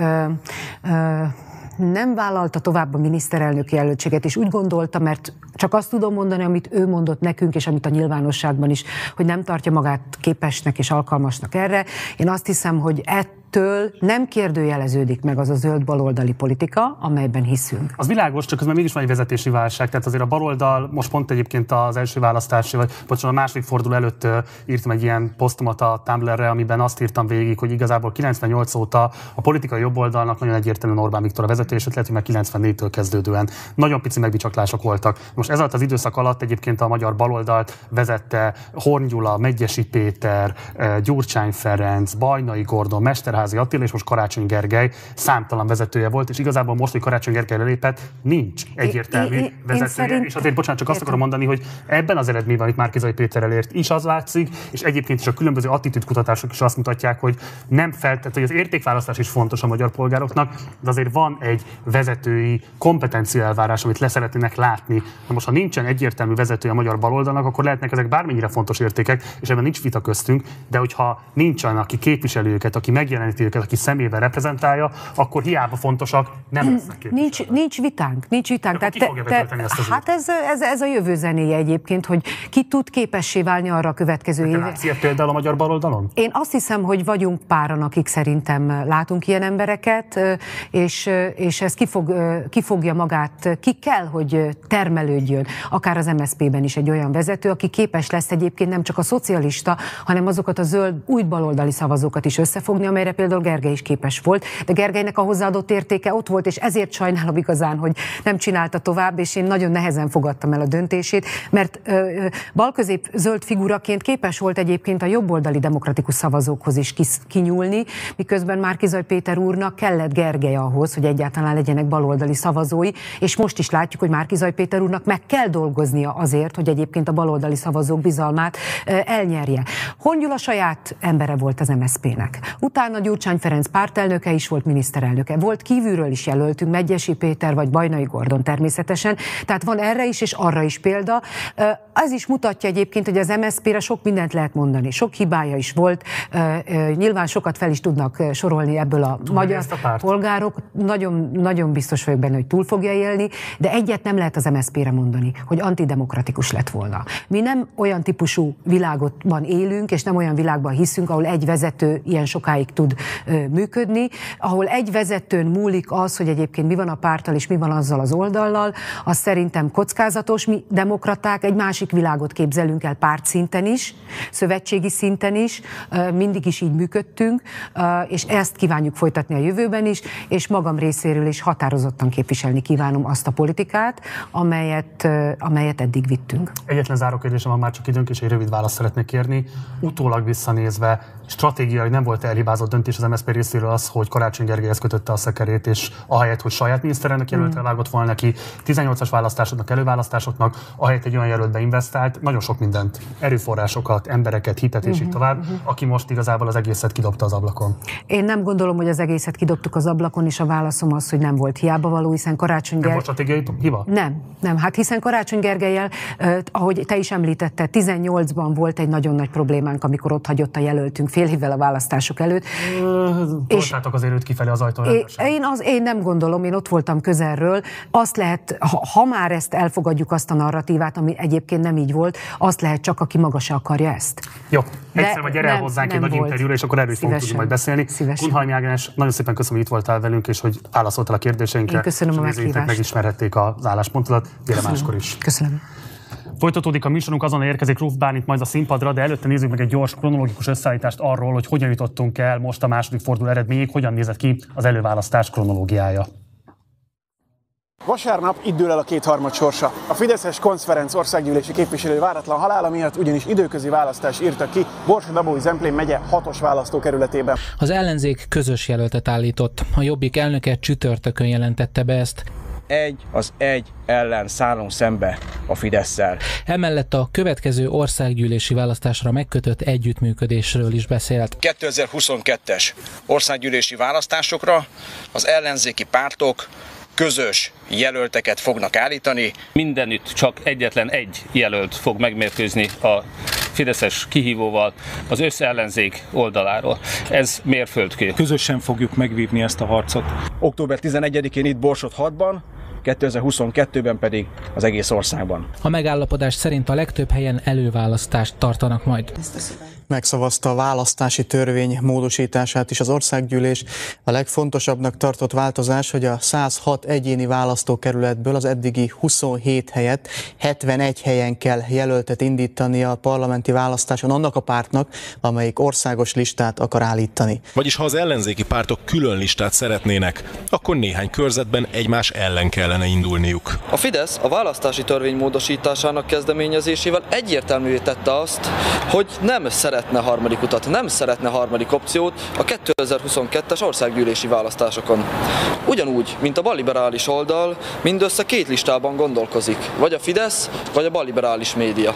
nem vállalta tovább a miniszterelnök jelöltséget, és úgy gondolta, mert csak azt tudom mondani, amit ő mondott nekünk, és amit a nyilvánosságban is, hogy nem tartja magát képesnek és alkalmasnak erre. Én azt hiszem, hogy ettől nem kérdőjeleződik meg az a zöld baloldali politika, amelyben hiszünk. Az világos, csak közben mégis van egy vezetési válság, tehát azért a baloldal most pont egyébként az első választási, vagy bocsánat, a második forduló előtt írtam egy ilyen posztomat a Tumblr-re, amiben azt írtam végig, hogy igazából 98 óta a politikai jobboldalnak nagyon egyértelműen Orbán Viktor a vezető, és lehet, hogy már 94-től kezdődően nagyon pici megbicsaklások voltak. Most ez alatt az időszak alatt egyébként a magyar baloldalt vezette Horn Gyula, Medgyessy Péter, Gyurcsány Ferenc, Bajnai Gordon, Mesterházy Attila, és most Karácsony Gergely számtalan vezetője volt, és igazából most, hogy Karácsony Gergely lelépett, nincs egyértelmű vezetője. És azért, bocsánat, csak azt akarom mondani, hogy ebben az eredményben, amit Márki-Zay Péter elért, is az látszik, és egyébként is a különböző attitűdkutatások is azt mutatják, hogy nem hogy az értékválasztás is fontos a magyar polgároknak, de azért van egy vezetői kompetencia elvárás, amit leszeretnének látni. Na most, ha nincsen egyértelmű vezetője a magyar baloldalnak, akkor lehetnek ezek bármennyire fontos értékek, és ebben nincs vita köztünk, de hogyha nincsen, aki képviseli őket, aki megjeleníti őket, aki személyben reprezentálja, akkor hiába fontosak, nem lesznek képviselők. Nincs vitánk. Hát ez a jövő zenéje egyébként, hogy ki tud képessé válni arra a következő évre. Például a magyar baloldalon? Én azt hiszem, hogy vagyunk páran, akik szerintem látunk ilyen embereket, és ez kifogja magát, ki kell, hogy termelődjön, akár az MSZP-ben is egy olyan vezető, aki képes lesz egyébként nem csak a szocialista, hanem azokat a zöld, új baloldali szavazókat is összefogni, amelyre például Gergely is képes volt. De Gergelynek a hozzáadott értéke ott volt, és ezért sajnálom igazán, hogy nem csinálta tovább, és én nagyon nehezen fogadtam el a döntését, mert balközép zöld figuraként képes volt egyébként a jobboldali demokratikus szavazókhoz is kinyúlni, miközben Márki-Zay Péter úrnak kellett Gergely ahhoz, hogy egyáltalán legyenek baloldali szavazói, és most is látjuk, hogy Márki-Zay Péter úrnak meg kell dolgoznia azért, hogy egyébként a baloldali szavazók bizalmát elnyerje. Horn Gyula saját embere volt az MSZP-nek. Utána Gyurcsány Ferenc pártelnöke is volt, miniszterelnöke. Volt kívülről is jelöltünk, Medgyessy Péter vagy Bajnai Gordon természetesen. Tehát van erre is és arra is példa. Ez is mutatja egyébként, hogy az MSZP-re sok mindent lehet mondani. Sok hibája is volt. Nyilván sokat fel is tudnak sorolni ebből a magyar polgárok. Nagyon, nagyon biztos vagyok benne, hogy túl fogja élni, de egyet nem lehet az MSZP-re mondani, hogy antidemokratikus lett volna. Mi nem olyan típusú világban élünk, és nem olyan világban hiszünk, ahol egy vezető ilyen sokáig tud működni, ahol egy vezetőn múlik az, hogy egyébként mi van a párttal és mi van azzal az oldallal, az szerintem kockázatos. Mi demokraták egy másik világot képzelünk el pártszinten is, szövetségi szinten is, mindig is így működtünk, és ezt kívánjuk folytatni a jövőben is, és magam részéről is határozottan képviselni kívánom azt a politikát, amelyet eddig vittünk. Egyetlen záró kérdésem van, már csak időnk, és egy rövid választ szeretnék kérni. Utólag visszanézve, stratégiai nem volt elhibázott döntés az MSZP részéről az, hogy Karácsony Gergelyhez kötötte a szekerét, és ahelyett, hogy saját miniszterelnök jelöltre vágott volna neki, 18-as választásoknak, előválasztásoknak, ahelyett egy olyan jelöltbe investált, nagyon sok mindent, erőforrásokat, embereket, hitet és így tovább, aki most igazából az egészet kidobta az ablakon. Én nem gondolom, hogy az egészet kidobtuk az ablakon, és a válaszom az, hogy nem volt hiába való, hiszen Karácsony Gergely... Nem volt stratégiai hiba? Nem. Hát hiszen Karácsony Gergellyel, ahogy te is említetted, 18-ban volt egy nagyon nagy problémánk, amikor ott hagyott a jelöltünk fél évvel a választások előtt. Toltátok azért őt kifelé az ajtón. Én nem gondolom, én ott voltam közelről. Azt lehet, ha már ezt elfogadjuk, azt a narratívát, ami egyébként nem így volt, azt lehet csak, aki maga se akarja ezt. Jó, egyszer vagy gyere el hozzánk egy nagy interjúra, és akkor erről is fogunk tudni majd beszélni. Kunhalmi Ágnes, nagyon szépen köszönöm, hogy itt voltál velünk, és hogy válaszoltál a kérdéseinkre. Én köszönöm a meghívást. Megismerhették az álláspontodat, gyere máskor is. Köszönöm. Folytatódik a műsorunk, azonnal érkezik Ruf Bálint majd a színpadra, de előtte nézzük meg egy gyors kronológikus összeállítást arról, hogy hogyan jutottunk el most a második forduló eredményig, hogyan nézett ki az előválasztás kronológiája. Vasárnap itt dől el a kétharmad sorsa. A Fideszes Konz Ferenc országgyűlési képviselő váratlan halála miatt ugyanis időközi választást írtak ki Borsod-Abaúj-Zemplén megye 6-os választókerületében. Az ellenzék közös jelöltet állított. A Jobbik elnöke csütörtökön jelentette be ezt. Egy ellen szállunk szembe a Fidesszel. Emellett a következő országgyűlési választásra megkötött együttműködésről is beszélt. 2022-es országgyűlési választásokra az ellenzéki pártok közös jelölteket fognak állítani. Mindenütt csak egyetlen egy jelölt fog megmérkőzni a fideszes kihívóval az összellenzék oldaláról. Ez mérföldkő. Közösen fogjuk megvívni ezt a harcot. Október 11-én itt Borsod 6-ban, 2022-ben pedig az egész országban. A megállapodás szerint a legtöbb helyen előválasztást tartanak majd. Megszavazta a választási törvény módosítását is az országgyűlés. A legfontosabbnak tartott változás, hogy a 106 egyéni választókerületből az eddigi 27 helyett 71 helyen kell jelöltet indítani a parlamenti választáson annak a pártnak, amelyik országos listát akar állítani. Vagyis ha az ellenzéki pártok külön listát szeretnének, akkor néhány körzetben egymás ellen kellene indulniuk. A Fidesz a választási törvény módosításának kezdeményezésével egyértelművé tette azt, hogy nem szeretne harmadik utat, nem szeretne harmadik opciót a 2022-es országgyűlési választásokon. Ugyanúgy, mint a balliberális oldal, mindössze két listában gondolkozik, vagy a Fidesz, vagy a balliberális média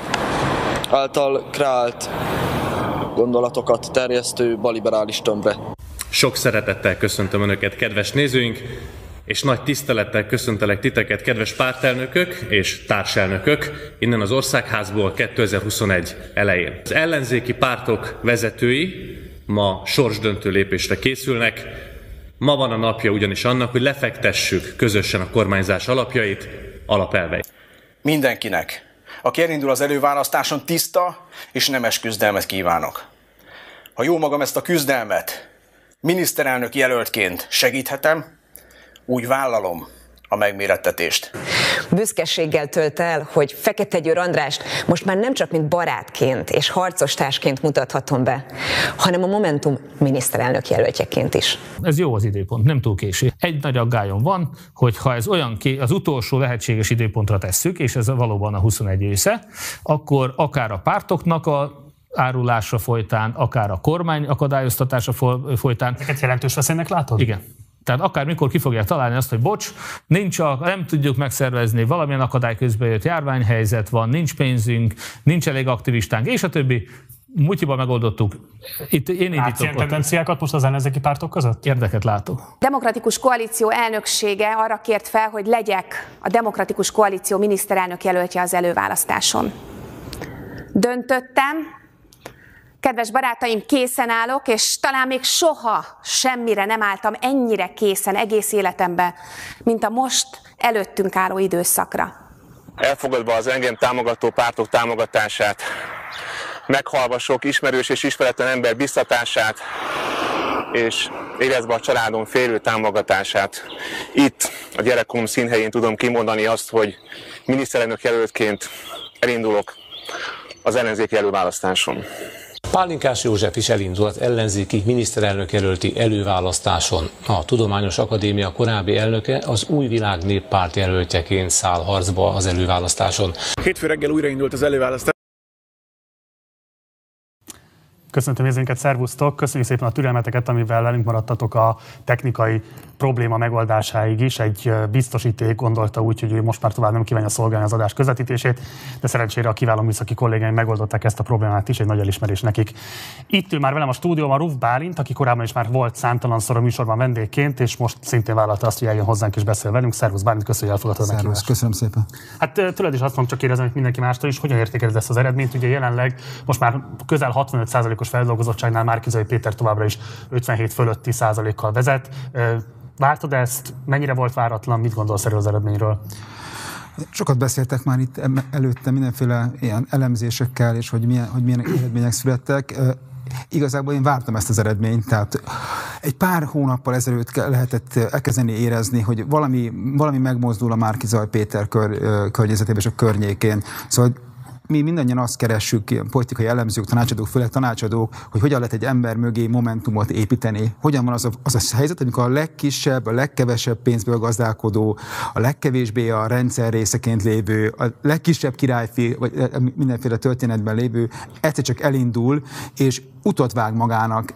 által kreált gondolatokat terjesztő balliberális tömbre. Sok szeretettel köszöntöm Önöket, kedves nézőink, és nagy tisztelettel köszöntelek titeket, kedves pártelnökök és társelnökök, innen az Országházból 2021 elején. Az ellenzéki pártok vezetői ma sorsdöntő lépésre készülnek. Ma van a napja ugyanis annak, hogy lefektessük közösen a kormányzás alapjait, alapelveit. Mindenkinek, aki elindul az előválasztáson, tiszta és nemes küzdelmet kívánok. Ha jó magam ezt a küzdelmet miniszterelnök jelöltként segíthetem, úgy vállalom a megmérettetést. Büszkeséggel tölt el, hogy Fekete Győr Andrást most már nem csak mint barátként és harcostársként mutathatom be, hanem a Momentum miniszterelnök jelöltjeként is. Ez jó az időpont, nem túl késő. Egy nagy aggályom van, hogy ha ez olyan az utolsó lehetséges időpontra tesszük, és ez valóban a 21 része, akkor akár a pártoknak a árulása folytán, akár a kormány akadályoztatása folytán. Ezeket jelentős veszélynek látod? Igen. Tehát akármikor ki fogják találni azt, hogy bocs, nem tudjuk megszervezni, valamilyen akadály közben jött, járványhelyzet van, nincs pénzünk, nincs elég aktivistánk, és a többi, Mutyiban megoldottuk. Itt én Látsz ilyen tendenciákat most az ellenzéki pártok között? Érdeket látok. Demokratikus Koalíció elnöksége arra kért fel, hogy legyek a Demokratikus Koalíció miniszterelnök jelöltje az előválasztáson. Döntöttem, kedves barátaim, készen állok, és talán még soha semmire nem álltam ennyire készen egész életemben, mint a most előttünk álló időszakra. Elfogadva az engem támogató pártok támogatását, meghallva sok ismerős és ismeretlen ember biztatását, és érezve a családom félő támogatását. Itt a gyerekkorom színhelyén tudom kimondani azt, hogy miniszterelnök jelöltként elindulok az ellenzéki előválasztáson. Pálinkás József is elindul az ellenzéki miniszterelnök jelölti előválasztáson. A Tudományos Akadémia korábbi elnöke az Új Világ Néppárt jelöltjeként száll harcba az előválasztáson. Hétfő reggel újraindult az előválasztás. Köszöntöm nézőinket, szervusztok! Köszönjük szépen a türelmeteket, amivel velünk maradtatok a technikai probléma megoldásáig is. Egy biztosíték gondolta úgy, hogy ő most már tovább nem kívánja szolgálni az adás közvetítését, de szerencsére a kiváló műszaki kollégáim megoldották ezt a problémát is, egy nagy elismerés nekik. Itt ül már velem a stúdióban Ruf Bálint, aki korábban is már volt számtalanszor a műsorban vendégként, és most szintén vállalta azt, hogy eljön hozzánk és beszél velünk. Szervusz Bálint, köszönjük, hogy elfogadtad a meghívást. Köszönöm szépen. Hát tőled is azt mondom, csak kérdezem, hogy mindenki mástól is, hogyan értékeled ezt az eredményt? Ugye jelenleg most már közel 65%-os feldolgozottságnál Márki-Zay Péter továbbra is 57 fölötti százalékkal vezet. Vártad ezt? Mennyire volt váratlan? Mit gondolsz erről az eredményről? Sokat beszéltek már itt előtte mindenféle ilyen elemzésekkel, és hogy milyen eredmények születtek. Igazából én vártam ezt az eredményt, tehát egy pár hónappal ezelőtt lehetett elkezdeni érezni, hogy valami megmozdul a Márki-Zay Péter környezetében és a környékén. Szóval mi mindannyian azt keressük, ilyen politikai elemzők, tanácsadók, főleg tanácsadók, hogy hogyan lehet egy ember mögé momentumot építeni. Hogyan van az a helyzet, amikor a legkisebb, a legkevesebb pénzből gazdálkodó, a legkevésbé a rendszer részeként lévő, a legkisebb királyfi, vagy mindenféle történetben lévő egyszer csak elindul, és utat vág magának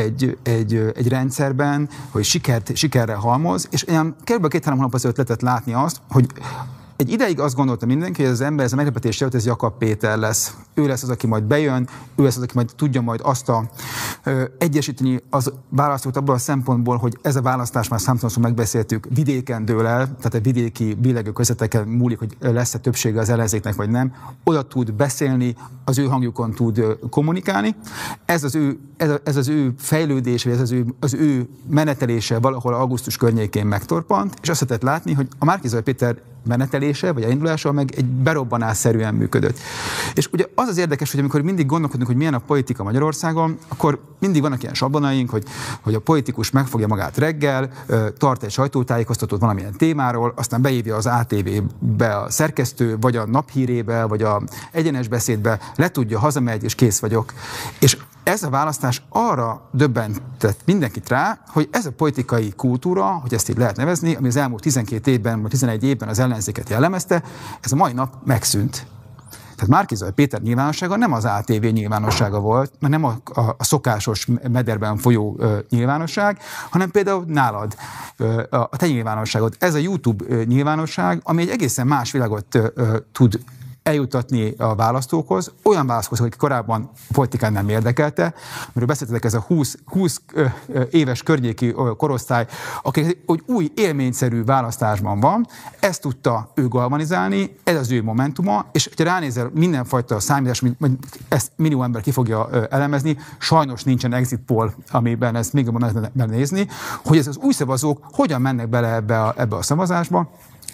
egy rendszerben, hogy sikerre halmoz, és olyan kb. 2-3 hónap ezelőtt lehetett látni azt, hogy egy ideig azt gondolta mindenki, hogy az ember, ez a meglepetés jelölt, ez Jakab Péter lesz. Ő lesz az, aki majd bejön, ő lesz az, aki majd tudja majd azt egyesíteni az választót abban a szempontból, hogy ez a választás, már számtalanszor megbeszéltük, vidéken dől el, tehát a vidéki billegő közveteken múlik, hogy lesz-e többsége az ellenzéknek, vagy nem. Oda tud beszélni, az ő hangjukon tud kommunikálni. Ez az ő fejlődés, vagy ez az ő menetelése valahol augusztus környékén megtorpant, és azt lehetett látni, hogy a Márki-Zay Péter menetelése, vagy elindulása meg egy berobbanásszerűen működött. És ugye az az érdekes, hogy amikor mindig gondolkodunk, hogy milyen a politika Magyarországon, akkor mindig vannak ilyen sablonaink, hogy a politikus megfogja magát reggel, tart egy sajtótájékoztatót valamilyen témáról, aztán beívja az ATV-be a szerkesztő, vagy a naphírébe, vagy a egyenes beszédbe, letudja, hazamegy, és kész vagyok. És ez a választás arra döbbentett mindenkit rá, hogy ez a politikai kultúra, hogy ezt így lehet nevezni, ami az elmúlt 12 évben, vagy 11 évben az ellenzéket jellemezte, ez a mai nap megszűnt. Tehát Márki-Zay Péter nyilvánossága nem az ATV nyilvánossága volt, mert nem a szokásos mederben folyó nyilvánosság, hanem például nálad a te nyilvánosságod. Ez a YouTube nyilvánosság, ami egy egészen más világot tud eljutatni a választókhoz, olyan választókhoz, akik korábban politikán nem érdekelte, amiről beszéltetek, ez a 20 éves környéki korosztály, akik hogy új élményszerű választásban van, ezt tudta ő galvanizálni, ez az ő momentuma, és ha ránézel mindenfajta számítás, hogy ezt millió ember ki fogja elemezni, sajnos nincsen exit poll, amiben ezt még jobban lehet nézni, hogy ez az új szavazók hogyan mennek bele ebbe a szavazásba,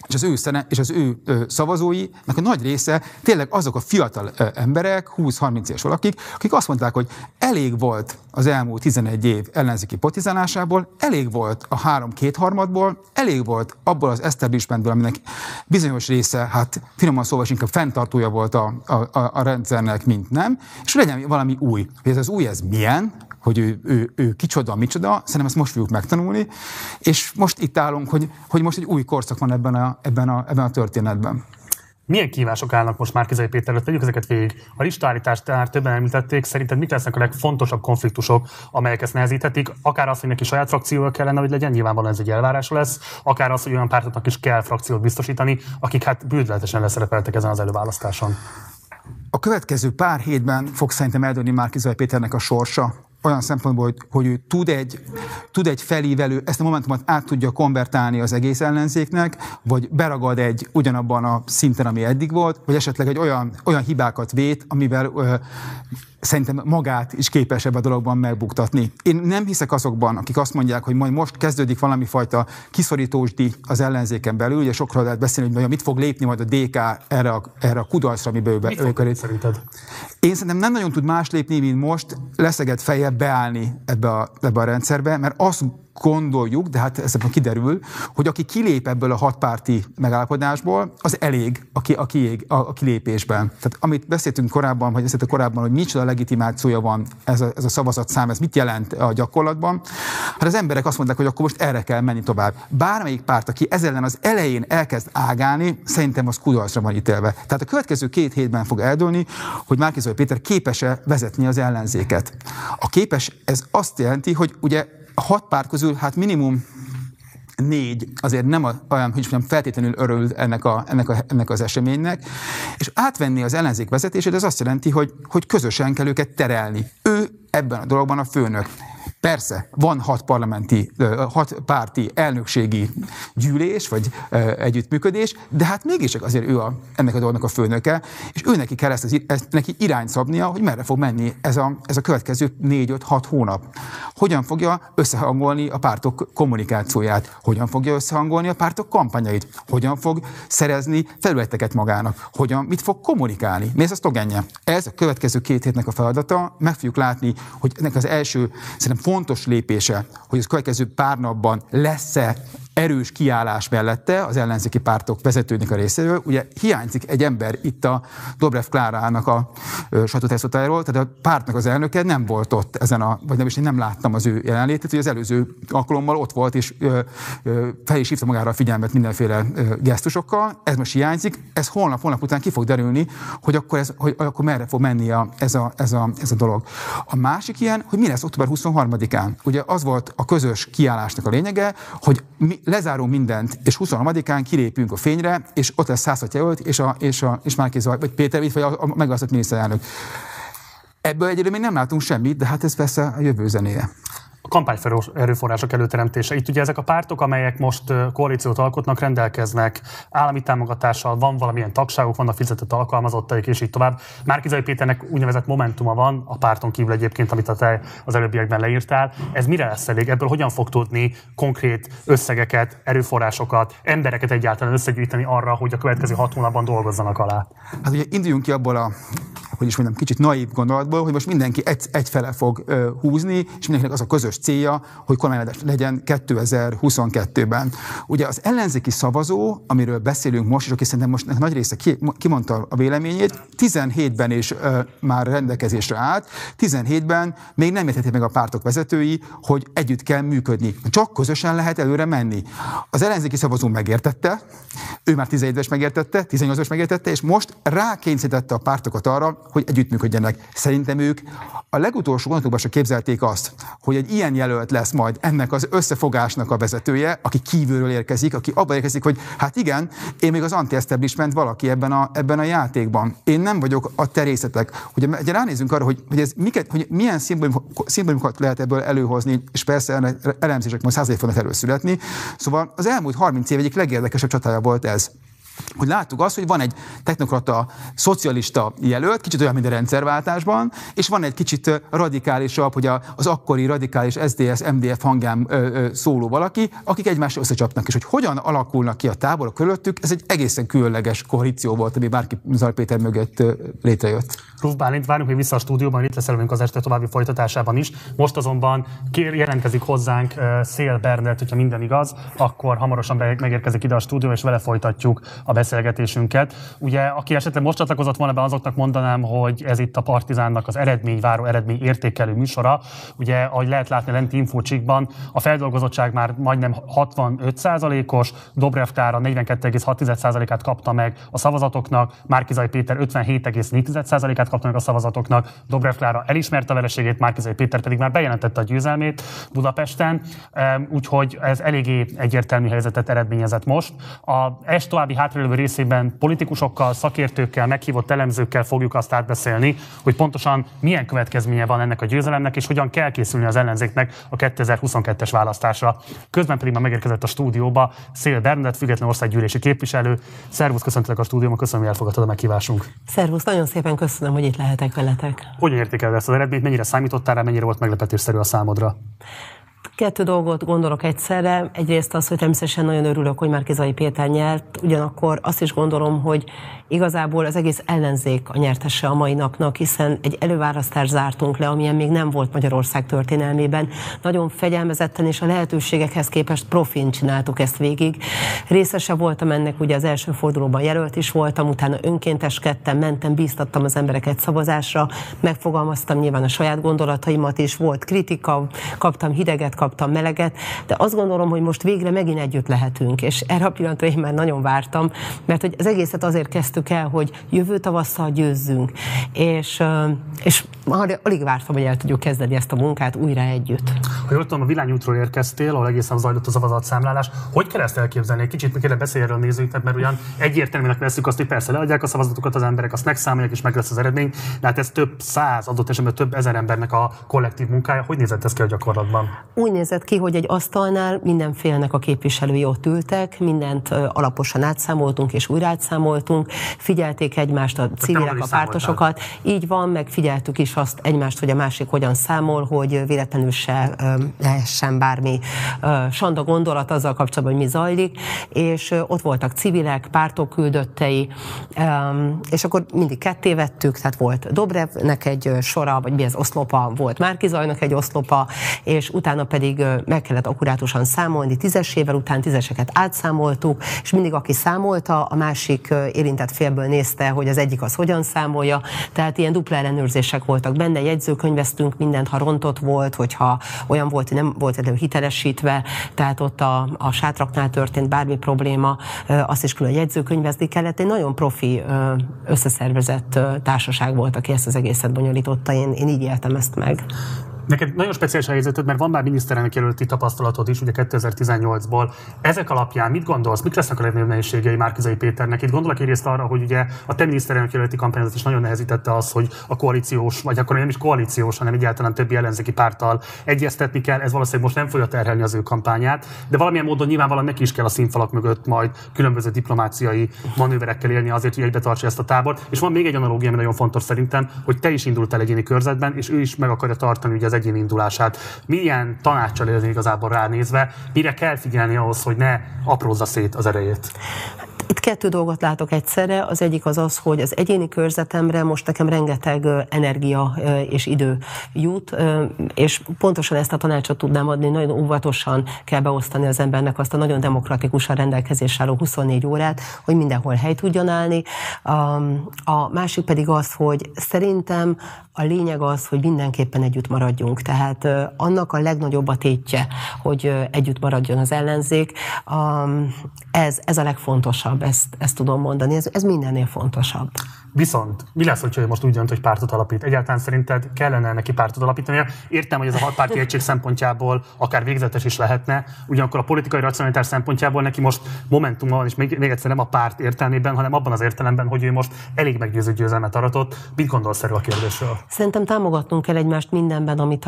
és az ő szavazóinak a nagy része tényleg azok a fiatal emberek, 20-30 éves valakik, akik azt mondták, hogy elég volt az elmúlt 11 év ellenzéki politizálásából, elég volt a 3/2, elég volt abból az establishmentből, aminek bizonyos része, hát finoman szóval is inkább fenntartója volt a rendszernek, mint nem, és legyen valami új. Hogy ez az új, ez milyen, hogy ő kicsoda, micsoda, szerintem ezt most fogjuk megtanulni, és most itt állunk, hogy most egy új korszak van ebben a történetben. Milyen kihívások állnak most Márki-Zay Péter előtt? Vegyük ezeket végig. A listállítást tehát többen említették, szerinted mik lesznek a legfontosabb konfliktusok, amelyek ezt nehezíthetik? Akár az, hogy neki saját frakciója kellene, hogy legyen, nyilvánvalóan ez egy elvárás lesz, akár az, hogy olyan pártoknak is kell frakciót biztosítani, akik hát bődületesen leszerepeltek ezen az előválasztáson. A következő pár hétben fog szerintem eldőlni Márki-Zay Péternek a sorsa, olyan szempontból, hogy ő tud egy felívelő, ezt a momentumot át tudja konvertálni az egész ellenzéknek, vagy beragad egy ugyanabban a szinten, ami eddig volt, vagy esetleg egy olyan hibákat vét, amivel szerintem magát is képes ebben a dologban megbuktatni. Én nem hiszek azokban, akik azt mondják, hogy majd most kezdődik valami fajta kiszorítósdi az ellenzéken belül, ugye sokról lehet beszélni, hogy mit fog lépni majd a DK erre a kudarcra, amiben ő szerinted? Én szerintem nem nagyon tud más lépni, mint most leszegett fejjel beállni ebbe a rendszerbe, mert azt gondoljuk, de hát ez kiderül, hogy aki kilép ebből a 6 párti megállapodásból, az elég a kilépésben. Tehát amit beszéltünk korábban, hogy micsoda legitimációja van ez a szavazatszám, ez mit jelent a gyakorlatban, hát az emberek azt mondták, hogy akkor most erre kell menni tovább. Bármelyik párt, aki ezzel ellen az elején elkezd ágálni, szerintem az kudarcra van ítélve. Tehát a következő 2 hétben fog eldőlni, hogy Márki-Zay Péter képes-e vezetni az ellenzéket. A képes, ez azt jelenti, hogy ugye a 6 párt közül hát minimum 4 azért nem olyan, hogy nem feltétlenül örül ennek az eseménynek, és átvenni az ellenzék vezetését, ez azt jelenti, hogy közösen kell őket terelni. Ő ebben a dologban a főnök. Persze, van 6 párti elnökségi gyűlés, vagy együttműködés, de hát mégis azért ő ennek a dolognak a főnöke, és ő neki kell neki irányt szabnia, hogy merre fog menni ez a következő 4-5-6 hónap. Hogyan fogja összehangolni a pártok kommunikációját, hogyan fogja összehangolni a pártok kampányait, hogyan fog szerezni felületeket magának, mit fog kommunikálni. Mi ez a szlogenje? Ez a következő 2 hétnek a feladata, meg fogjuk látni, hogy ennek az első, szerintem fontos lépése, hogy az következő pár napban lesz-e erős kiállás mellette az ellenzéki pártok vezetőnek a részéről. Ugye hiányzik egy ember itt a Dobrev Klárának a sajtótájékoztatójáról, tehát a pártnak az elnöke nem volt ott vagy nem is, én nem láttam az ő jelenlétét, hogy az előző alkalommal ott volt, és fel is hívta magára a figyelmet mindenféle gesztusokkal. Ez most hiányzik, ez holnap után ki fog derülni, hogy akkor merre fog menni ez a dolog. A másik ilyen, hogy mi lesz október 23-án. Ugye az volt a közös kiállásnak a lényege, hogy mi lezárunk mindent, és 23-án kilépünk a fényre, és ott lesz 106 jelölt, és Márki-Zay, vagy Péter, vagy a megválasztott miniszterelnök. Ebből egyébként még nem látunk semmit, de hát ez persze a jövő zenéje. A kampányerőforrások előteremtése. Itt ugye ezek a pártok, amelyek most koalíciót alkotnak, rendelkeznek állami támogatással, van valamilyen tagságok, vannak fizetett alkalmazottaik, és így tovább. Márki-Zay Péternek úgynevezett momentuma van, a párton kívül egyébként, amit te az előbbiekben leírtál. Ez mire lesz elég? Ebből hogyan fog tudni konkrét összegeket, erőforrásokat, embereket egyáltalán összegyűjteni arra, hogy a következő 6 hónapban dolgozzanak alá? Hát ugye induljunk ki abból kicsit naív gondolatból, hogy most mindenki egyfele fog húzni, és mindenkinek az a közös célja, hogy kormányzás legyen 2022-ben. Ugye az ellenzéki szavazó, amiről beszélünk most, és aki szerintem most nagy része kimondta a véleményét, 17-ben is már rendelkezésre állt, 17-ben még nem értették meg a pártok vezetői, hogy együtt kell működni. Csak közösen lehet előre menni. Az ellenzéki szavazó megértette, ő már 17-es megértette, 18-as megértette, és most rákényszerítette a pártokat arra, hogy együttműködjenek. Szerintem ők a legutolsó gondolatokban se képzelték azt, hogy egy ilyen jelölt lesz majd ennek az összefogásnak a vezetője, aki kívülről érkezik, aki abban érkezik, hogy hát igen, én még az anti-establishment valaki ebben a játékban. Én nem vagyok a terészetek. Hogy ránézzünk arra, hogy milyen szimbólumokat lehet ebből előhozni, és persze elemzések majd 100 év fognak előszületni. Szóval az elmúlt 30 év egyik legérdekesebb csatája volt ez. Hogy láttuk azt, hogy van egy technokrata, szocialista jelölt, kicsit olyan, mint a rendszerváltásban, és van egy kicsit radikálisabb, hogy az akkori radikális SZDSZ, MDF hangján szóló valaki, akik egymással összecsapnak, és hogy hogyan alakulnak ki a táborok körülöttük, ez egy egészen különleges koalíció volt, ami Márki-Zay Péter mögött létrejött. Ruf Bálint, várunk még vissza a stúdióban, itt leszel velünk az este további folytatásában is. Most azonban jelentkezik hozzánk Szél Bernett, hogyha minden igaz, akkor hamarosan megérkezik ide a stúdió, és vele folytatjuk a beszélgetésünket. Ugye, aki esetleg most csatlakozott volna be, azoknak mondanám, hogy ez itt a Partizánnak az eredményváró, eredmény értékelő műsora. Ugye, ahogy lehet látni a lenti infócsikban, a feldolgozottság már majdnem 65%-os, Dobrev Klára 42,6%-át kapta meg a szavazatoknak, Márki-Zay Péter 57,4%-át kapta meg a szavazatoknak, Dobrev Klára elismerte a vereségét, Márki-Zay Péter pedig már bejelentette a győzelmét Budapesten, úgyhogy ez eléggé egyértelmű helyzetet eredményezett most. A további hátralévő részében politikusokkal, szakértőkkel, meghívott elemzőkkel fogjuk azt átbeszélni, hogy pontosan milyen következménye van ennek a győzelemnek, és hogyan kell készülni az ellenzéknek a 2022-es választásra. Közben pedig már megérkezett a stúdióba Szél Bernadett, független országgyűlési képviselő. Szervusz, köszöntelek a stúdióban, köszönöm, hogy elfogadtad a meghívásunk. Szervusz, nagyon szépen köszönöm, hogy itt lehetek veletek. Hogyan értékeled ezt az eredményt, mennyire számítottál rá, mennyire volt meglepetésszerű a számodra? Kettő dolgot gondolok egyszerre. Egyrészt az, hogy természetesen nagyon örülök, hogy Márki-Zay Péter nyert, ugyanakkor azt is gondolom, hogy igazából az egész ellenzék a nyertese a mai napnak, hiszen egy előválasztást zártunk le, amilyen még nem volt Magyarország történelmében. Nagyon fegyelmezetten és a lehetőségekhez képest profin csináltuk ezt végig. Részese voltam ennek, ugye az első fordulóban jelölt is voltam, utána önkénteskedtem, mentem, bíztattam az embereket szavazásra, megfogalmaztam nyilván a saját gondolataimat is, volt kritika, kaptam hideget, kaptam meleget, de azt gondolom, hogy most végre megint együtt lehetünk, és erre a pillanatra én már nagyon vártam, mert hogy az egészet azért kezdtük el, hogy jövő tavasszal győzzünk, és alig vártam, hogy el tudjuk kezdeni ezt a munkát újra együtt. Ha jól tudom, a Világi útról érkeztél, ahol egészen zajlott a szavazatszámlálás. Hogy kell ezt elképzelni? Egy kicsit kérlek, beszélj erről a nézőinknek, mert ugyan egyértelműnek veszük azt, hogy persze leadják a szavazatokat az emberek, azt megszámolják és meg lesz az eredmény, de hát ez több száz, adott esetben több ezer embernek a kollektív munkája. Hogy nézett ez ki a gyakorlatban? Úgy nézett ki, hogy egy asztalnál mindenfélnek a képviselői ott ültek, mindent alaposan átszámoltunk és újra átszámoltunk, figyelték egymást a civilek, a pártosokat. Így van, meg figyeltük is azt egymást, hogy a másik hogyan számol, hogy véletlenül se lehessen bármi sanda gondolat azzal kapcsolatban, hogy mi zajlik, és ott voltak civilek, pártok küldöttei, és akkor mindig ketté vettük, tehát volt Dobrevnek egy sora, vagy mi ez, oszlopa, volt Márki-Zaynak egy oszlopa, és utána pedig meg kellett akkurátusan számolni, tízesével, után tízeseket átszámoltuk, és mindig aki számolta, a másik érintett félből nézte, hogy az egyik az hogyan számolja, tehát ilyen dupla ellenőrzések voltak benne, jegyzőkönyveztünk mindent, ha rontott volt, hogyha olyan volt, hogy nem volt elő hitelesítve, tehát ott a sátraknál történt bármi probléma, azt is külön jegyzőkönyvezni kellett. Egy nagyon profi, összeszervezett társaság volt, aki ezt az egészet bonyolította, én így éltem ezt meg. Neked nagyon speciális a helyzeted, mert van már miniszterelnök jelölti tapasztalatod is, ugye 2018-ból. Ezek alapján mit gondolsz, mik lesznek a legnagyobb nehézségei Márki-Zay Péternek? Itt gondolok egyrészt arra, hogy ugye a te miniszterelnök jelölti kampányozat is nagyon nehezítette az, hogy a koalíciós, vagy akkor nem is koalíciós, hanem egyáltalán többi ellenzéki párttal egyeztetni kell. Ez valószínűleg most nem fogja terhelni az ő kampányát, de valamilyen módon nyilvánvalóan neki is kell a színfalak mögött majd különböző diplomáciai manőverekkel élni azért, hogy egybe tartsa ezt a tábort. És van még egy analógia, ami nagyon fontos szerintem, hogy te is indultál egyéni körzetben, és ő is meg akarja tartani ugye az egyéni indulását. Milyen tanáccsal élni igazából ránézve, mire kell figyelni ahhoz, hogy ne aprózza szét az erejét? Itt kettő dolgot látok egyszerre. Az egyik az, hogy az egyéni körzetemre most nekem rengeteg energia és idő jut, és pontosan ezt a tanácsot tudnám adni, nagyon óvatosan kell beosztani az embernek azt a nagyon demokratikusan rendelkezésre álló 24 órát, hogy mindenhol hely tudjon állni. A másik pedig az, hogy szerintem a lényeg az, hogy mindenképpen együtt maradjunk. Tehát annak a legnagyobb a tétje, hogy együtt maradjon az ellenzék. Ez a legfontosabb, ezt tudom mondani. Ez mindennél fontosabb. Viszont mi lesz, hogyha ő most úgy dönt, hogy pártot alapít? Egyáltalán szerinted kellene neki pártot alapítania? Értem, hogy ez a hatpárti egység szempontjából akár végzetes is lehetne, ugyanakkor a politikai racionalitás szempontjából neki most momentuma van, és még egyszer nem a párt értelmében, hanem abban az értelemben, hogy ő most elég meggyőző győzelmet aratott. Mit gondolsz erről a kérdésről? Szerintem támogatnunk kell egymást mindenben, amit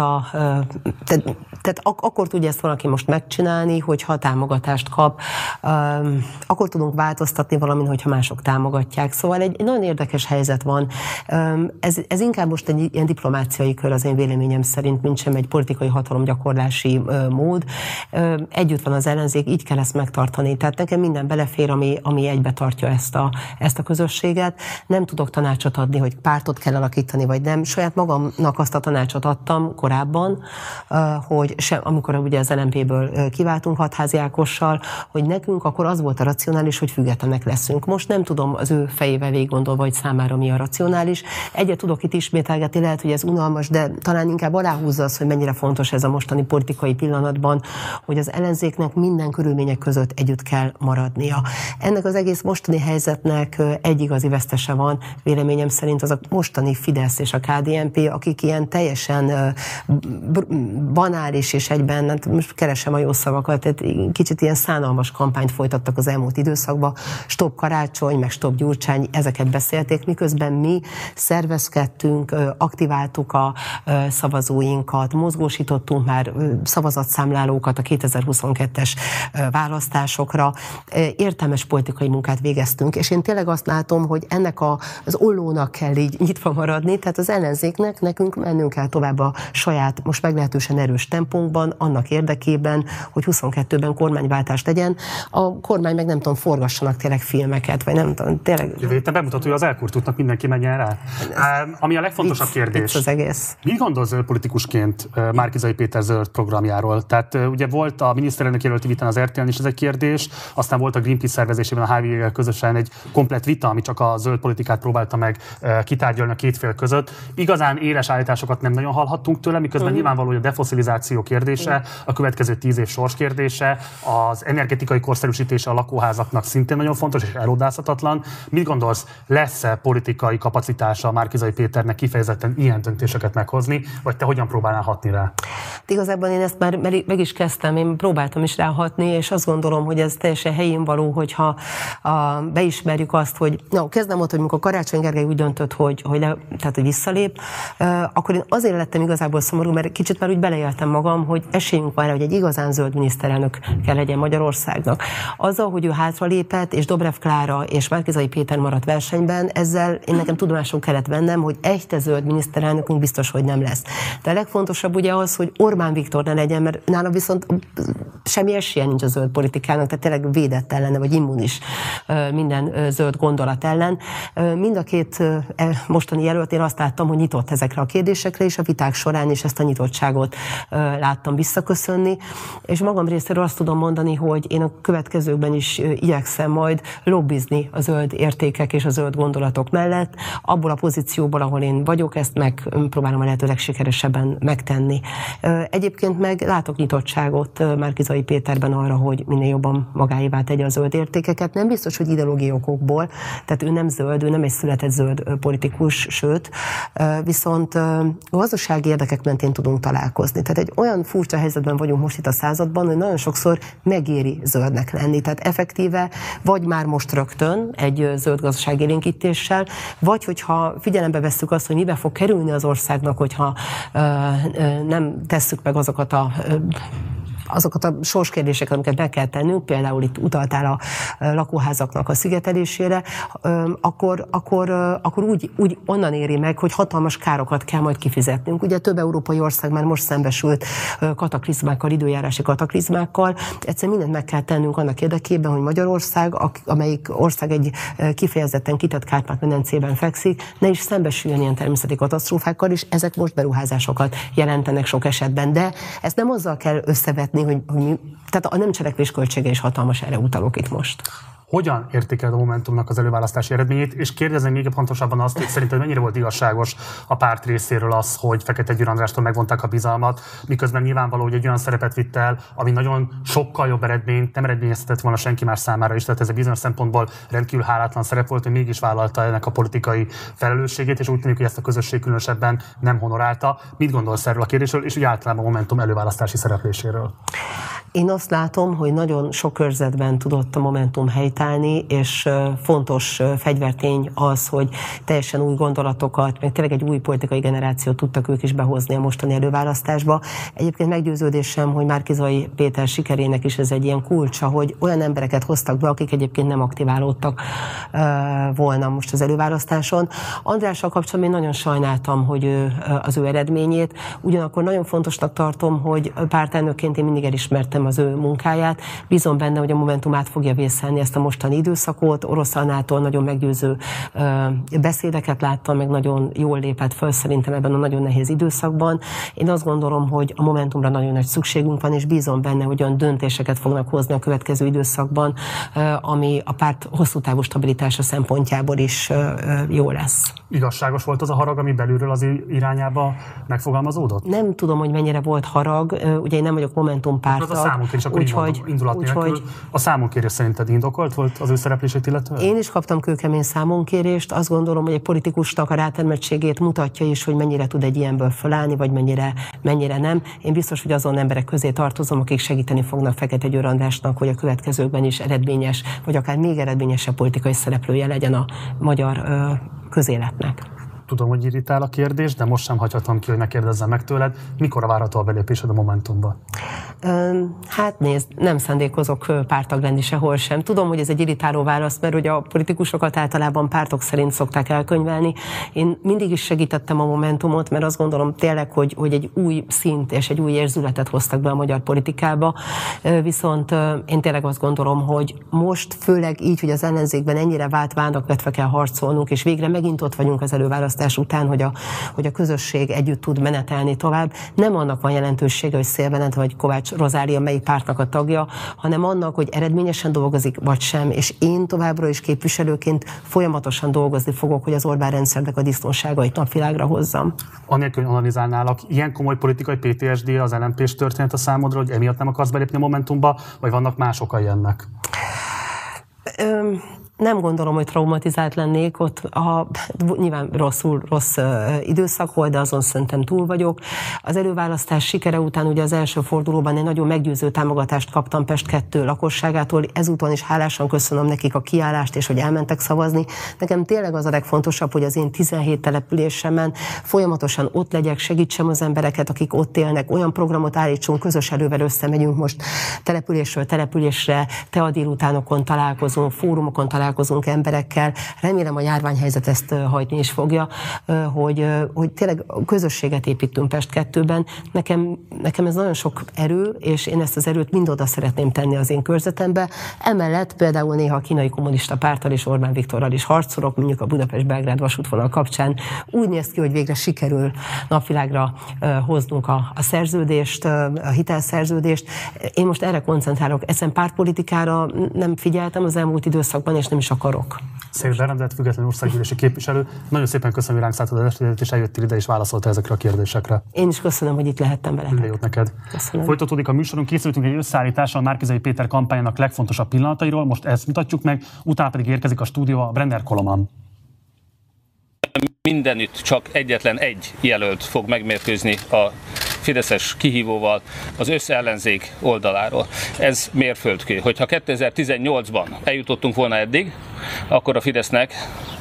tehát akkor tudja ezt valaki most megcsinálni, hogyha támogatást kap, akkor tudunk változtatni valamin, hogyha mások támogatják. Szóval egy nagyon érdekes helyzet van. Ez inkább most egy ilyen diplomáciai kör az én véleményem szerint, mint sem egy politikai hatalomgyakorlási mód. Együtt van az ellenzék, így kell ezt megtartani. Tehát nekem minden belefér, ami egybe tartja ezt a közösséget. Nem tudok tanácsot adni, hogy pártot kell alakítani, vagy nem. Saját magamnak azt a tanácsot adtam korábban, hogy amikor ugye az LMP-ből kiváltunk Hatházi Ákossal, hogy nekünk akkor az volt a racionális, hogy függetlenek leszünk. Most nem tudom az ő fejével végig gondolva, hogy számára mi a racionális. Egyet tudok itt ismételgetni, lehet, hogy ez unalmas, de talán inkább aláhúzza az, hogy mennyire fontos ez a mostani politikai pillanatban, hogy az ellenzéknek minden körülmények között együtt kell maradnia. Ennek az egész mostani helyzetnek egy igazi vesztese van, véleményem szerint az a mostani Fidesz és a KDNP, akik ilyen teljesen banális és egyben, most keresem a jó szavakat, tehát kicsit ilyen szánalmas kampányt folytattak az elmúlt időszakban, Stop Karácsony, meg Stop Gyurcsány, ezeket beszélték, miközben mi szervezkedtünk, aktiváltuk a szavazóinkat, mozgósítottunk már szavazatszámlálókat a 2022-es választásokra, értelmes politikai munkát végeztünk, és én tényleg azt látom, hogy ennek az ollónak kell így nyitva maradni, tehát az ellenzéknek, nekünk mennünk kell tovább a saját, most meglehetősen erős tempónkban, annak érdekében, hogy 22-ben kormányváltást legyen, a kormány meg nem tudom, forgassanak tényleg filmeket, vagy nem tudom, tényleg... Jövő héten bemutató, hogy az elkurtultnak mindenki menjen rá. Ami a legfontosabb kérdés. Az egész. Mit gondol zöld politikusként Márki-Zay Péter zöld programjáról? Tehát ugye volt a miniszterelnök jelölti vitán az RTL-n is ez egy kérdés, aztán volt a Greenpeace szervezésében a HVG-vel közösen egy komplett vita, ami csak a zöld politikát próbálta meg kitárgyalni a két fél között. Igazán éles állításokat nem nagyon hallhattunk tőle, miközben nyilvánvaló, hogy a defoszilizáció kérdése, a következő 10 év sors kérdése, az energetikai korszerűsítése a lakóházaknak szintén nagyon fontos és erodázhatatlan. Mit gondolsz, lesz-e politikai kapacitása Márki-Zay Péternek kifejezetten ilyen döntéseket meghozni, vagy te hogyan próbálnál hatni rá? Igazából én ezt már meg is kezdtem, én próbáltam is ráhatni, és azt gondolom, hogy ez teljesen helyén való, hogyha beismerjük azt, hogy kezdem ott, hogy amikor Karácsony Gergely úgy döntött, hogy visszalép, akkor én azért lettem igazából szomorú, mert kicsit már úgy beleéltem magam, hogy esélyünk van rá, hogy egy igazán zöld miniszterelnök kell legyen Magyarországnak. Azzal, hogy ő hátralépett, és Dobrev Klára és Márki-Zay Péter maradt versenyben, ezzel én nekem tudomásul kellett vennem, hogy egy zöld miniszterelnökünk biztos, hogy nem lesz. De a legfontosabb ugye az, hogy Orbán Viktor ne legyen, mert nála viszont semmi esélye nincs a zöld politikának, tehát tényleg védett ellene, vagy immunis minden zöld gondolat ellen. Mind a két mostani jelölt, én azt láttam, hogy nyitott ezekre a kérdésekre, és a viták során is ezt a nyitottságot láttam visszaköszönni, és magam részéről azt tudom mondani, hogy én a következőkben is igyekszem majd lobbizni a zöld értékek és a zöld gondolatok mellett, abból a pozícióból, ahol én vagyok, ezt megpróbálom a lehető legsikeresebben megtenni. Egyébként meg látok nyitottságot Márki-Zay Péterben arra, hogy minél jobban magáévá tegye a zöld értékeket. Nem biztos, hogy ideológiai okokból, tehát ő nem zöld, ő nem egy született zöld politikus, sőt, viszont gazdasági érdekek mentén tudunk találkozni. Tehát egy olyan furcsa helyzetben vagyunk most itt a században, hogy nagyon sokszor megéri zöldnek lenni. Tehát effektíve vagy már most rögtön egy zöld gazdaságélénkítéssel, vagy hogyha figyelembe vesszük azt, hogy mibe fog kerülni az országnak, hogyha nem tesszük meg azokat a sorskérdéseket, amiket be kell tennünk, például itt utaltál a lakóházaknak a szigetelésére, akkor úgy onnan éri meg, hogy hatalmas károkat kell majd kifizetnünk. Ugye több európai ország már most szembesült kataklizmákkal, időjárási kataklizmákkal. Egyszerűen mindent meg kell tennünk annak érdekében, hogy Magyarország, amelyik ország egy kifejezetten kitett Kárpát-medencében fekszik, ne is szembesüljön ilyen természeti katasztrófákkal, és ezek most beruházásokat jelentenek sok esetben. De ezt nem azzal kell összevetni, tehát a nem cselekvés költsége is hatalmas, erre utalok itt most. Hogyan értékeled a Momentumnak az előválasztási eredményét, és kérdezem még pontosabban azt, hogy szerinted mennyire volt igazságos a párt részéről az, hogy Fekete Győr Andrástól megvonták a bizalmat, miközben nyilvánvaló, hogy egy olyan szerepet vitt el, ami nagyon sokkal jobb eredményt nem eredményeztetett volna senki más számára is, tehát ez egy bizonyos szempontból rendkívül hálátlan szerep volt, hogy mégis vállalta ennek a politikai felelősségét, és úgy tűnik, hogy ezt a közösség különösebben nem honorálta. Mit gondolsz erről a kérdésről, és úgy általában a Momentum előválasztási szerepléséről? Én azt látom, hogy nagyon sok körzetben tudott a Momentum helytállni, és fontos fegyvertény az, hogy teljesen új gondolatokat, meg tényleg egy új politikai generációt tudtak ők is behozni a mostani előválasztásba. Egyébként meggyőződésem, hogy Márki-Zay Péter sikerének is ez egy ilyen kulcsa, hogy olyan embereket hoztak be, akik egyébként nem aktiválódtak volna most az előválasztáson. Andrással kapcsolatban én nagyon sajnáltam, hogy az ő eredményét, ugyanakkor nagyon fontosnak tartom, hogy pártelnökként én mindig elismertem az ő munkáját. Bízom benne, hogy a Momentum át fogja vészelni ezt a mostani időszakot. Orosz Annától nagyon meggyőző beszédeket láttam, meg nagyon jól lépett föl szerintem ebben a nagyon nehéz időszakban. Én azt gondolom, hogy a Momentumra nagyon nagy szükségünk van, és bízom benne, hogy olyan döntéseket fognak hozni a következő időszakban, ami a párt hosszú távú stabilitása szempontjából is jó lesz. Igazságos volt az a harag, ami belülről az irányába megfogalmazódott? Nem tudom, hogy mennyire volt harag. Ugye én nem vagyok Momentum pártag. számunkérés, akkor indulat nélkül. A számunkérés szerinted indokolt volt az ő szereplését illetően? Én is kaptam kőkemény számunkérést. Azt gondolom, hogy egy politikusnak a rátermettségét mutatja is, hogy mennyire tud egy ilyenből fölállni, vagy mennyire nem. Én biztos, hogy azon emberek közé tartozom, akik segíteni fognak Fekete Győr Andrásnak, hogy a következőkben is eredményes, vagy akár még eredményesebb politikai szereplője legyen a magyar közéletnek. Tudom, hogy irritál a kérdés, de most sem hagyhatom ki, hogy ne kérdezzem meg tőled. Mikor várható a belépésed a Momentumba? Hát nézd, nem szándékozok párttag lenni sehol sem. Tudom, hogy ez egy irritáló válasz, mert ugye a politikusokat általában pártok szerint szokták elkönyvelni. Én mindig is segítettem a Momentumot, mert azt gondolom tényleg, hogy egy új szint és egy új érzületet hoztak be a magyar politikába. Viszont én tényleg azt gondolom, hogy most főleg így, hogy az ellenzékben ennyire vált vádak vetve kell harcolnunk, és végre megint ott vagyunk az előválasztás után, hogy a közösség együtt tud menetelni tovább. Nem annak van jelentősége, hogy Szél vagy Kovács Rozália melyik pártnak a tagja, hanem annak, hogy eredményesen dolgozik, vagy sem, és én továbbra is képviselőként folyamatosan dolgozni fogok, hogy az Orbán rendszernek a disznóságait napvilágra hozzam. Anélkül, hogy analizálnálak, ilyen komoly politikai PTSD az LMP-s történet a számodra, hogy emiatt nem akarsz belépni a Momentumba, vagy vannak más okai ennek? Nem gondolom, hogy traumatizált lennék, ott nyilván rossz időszak volt, de azon szerintem túl vagyok. Az előválasztás sikere után ugye az első fordulóban egy nagyon meggyőző támogatást kaptam Pest 2 lakosságától, ezúton is hálásan köszönöm nekik a kiállást, és hogy elmentek szavazni. Nekem tényleg az a legfontosabb, hogy az én 17 településemen folyamatosan ott legyek, segítsem az embereket, akik ott élnek, olyan programot állítsunk, közös erővel összemegyünk most településről településre, tea délutánokon találkozunk, fórumokon találkozunk emberekkel. Remélem a járványhelyzet ezt hajtni is fogja, hogy tényleg közösséget építünk Pest 2-ben. Nekem ez nagyon sok erő, és én ezt az erőt mind oda szeretném tenni az én körzetembe. Emellett például néha a Kínai Kommunista Párttal és Orbán Viktorral is harcolok, mondjuk a Budapest-Belgrád vasútvonal kapcsán. Úgy néz ki, hogy végre sikerül napvilágra hoznunk a szerződést, a hitelszerződést. Én most erre koncentrálok. Ezen pártpolitikára nem figyeltem az elmúlt időszakban, és nem is akarok. Szép Berendezett, független országgyűlési képviselő. Nagyon szépen köszönöm, hogy ránk szálltad az estét, és eljöttél ide, és válaszoltál ezekre a kérdésekre. Én is köszönöm, hogy itt lehettem veletek. Minden jót neked. Köszönöm. Folytatódik a műsorunk, készültünk egy összeállítással Márki-Zay Péter kampányának legfontosabb pillanatairól, most ezt mutatjuk meg, utána pedig érkezik a stúdióba Brenner Koloman. Mindenütt csak egyetlen egy jelölt fog megmérkőzni a fideszes kihívóval az összellenzék oldaláról. Ez mérföldkő. Hogyha 2018-ban eljutottunk volna eddig, akkor a Fidesznek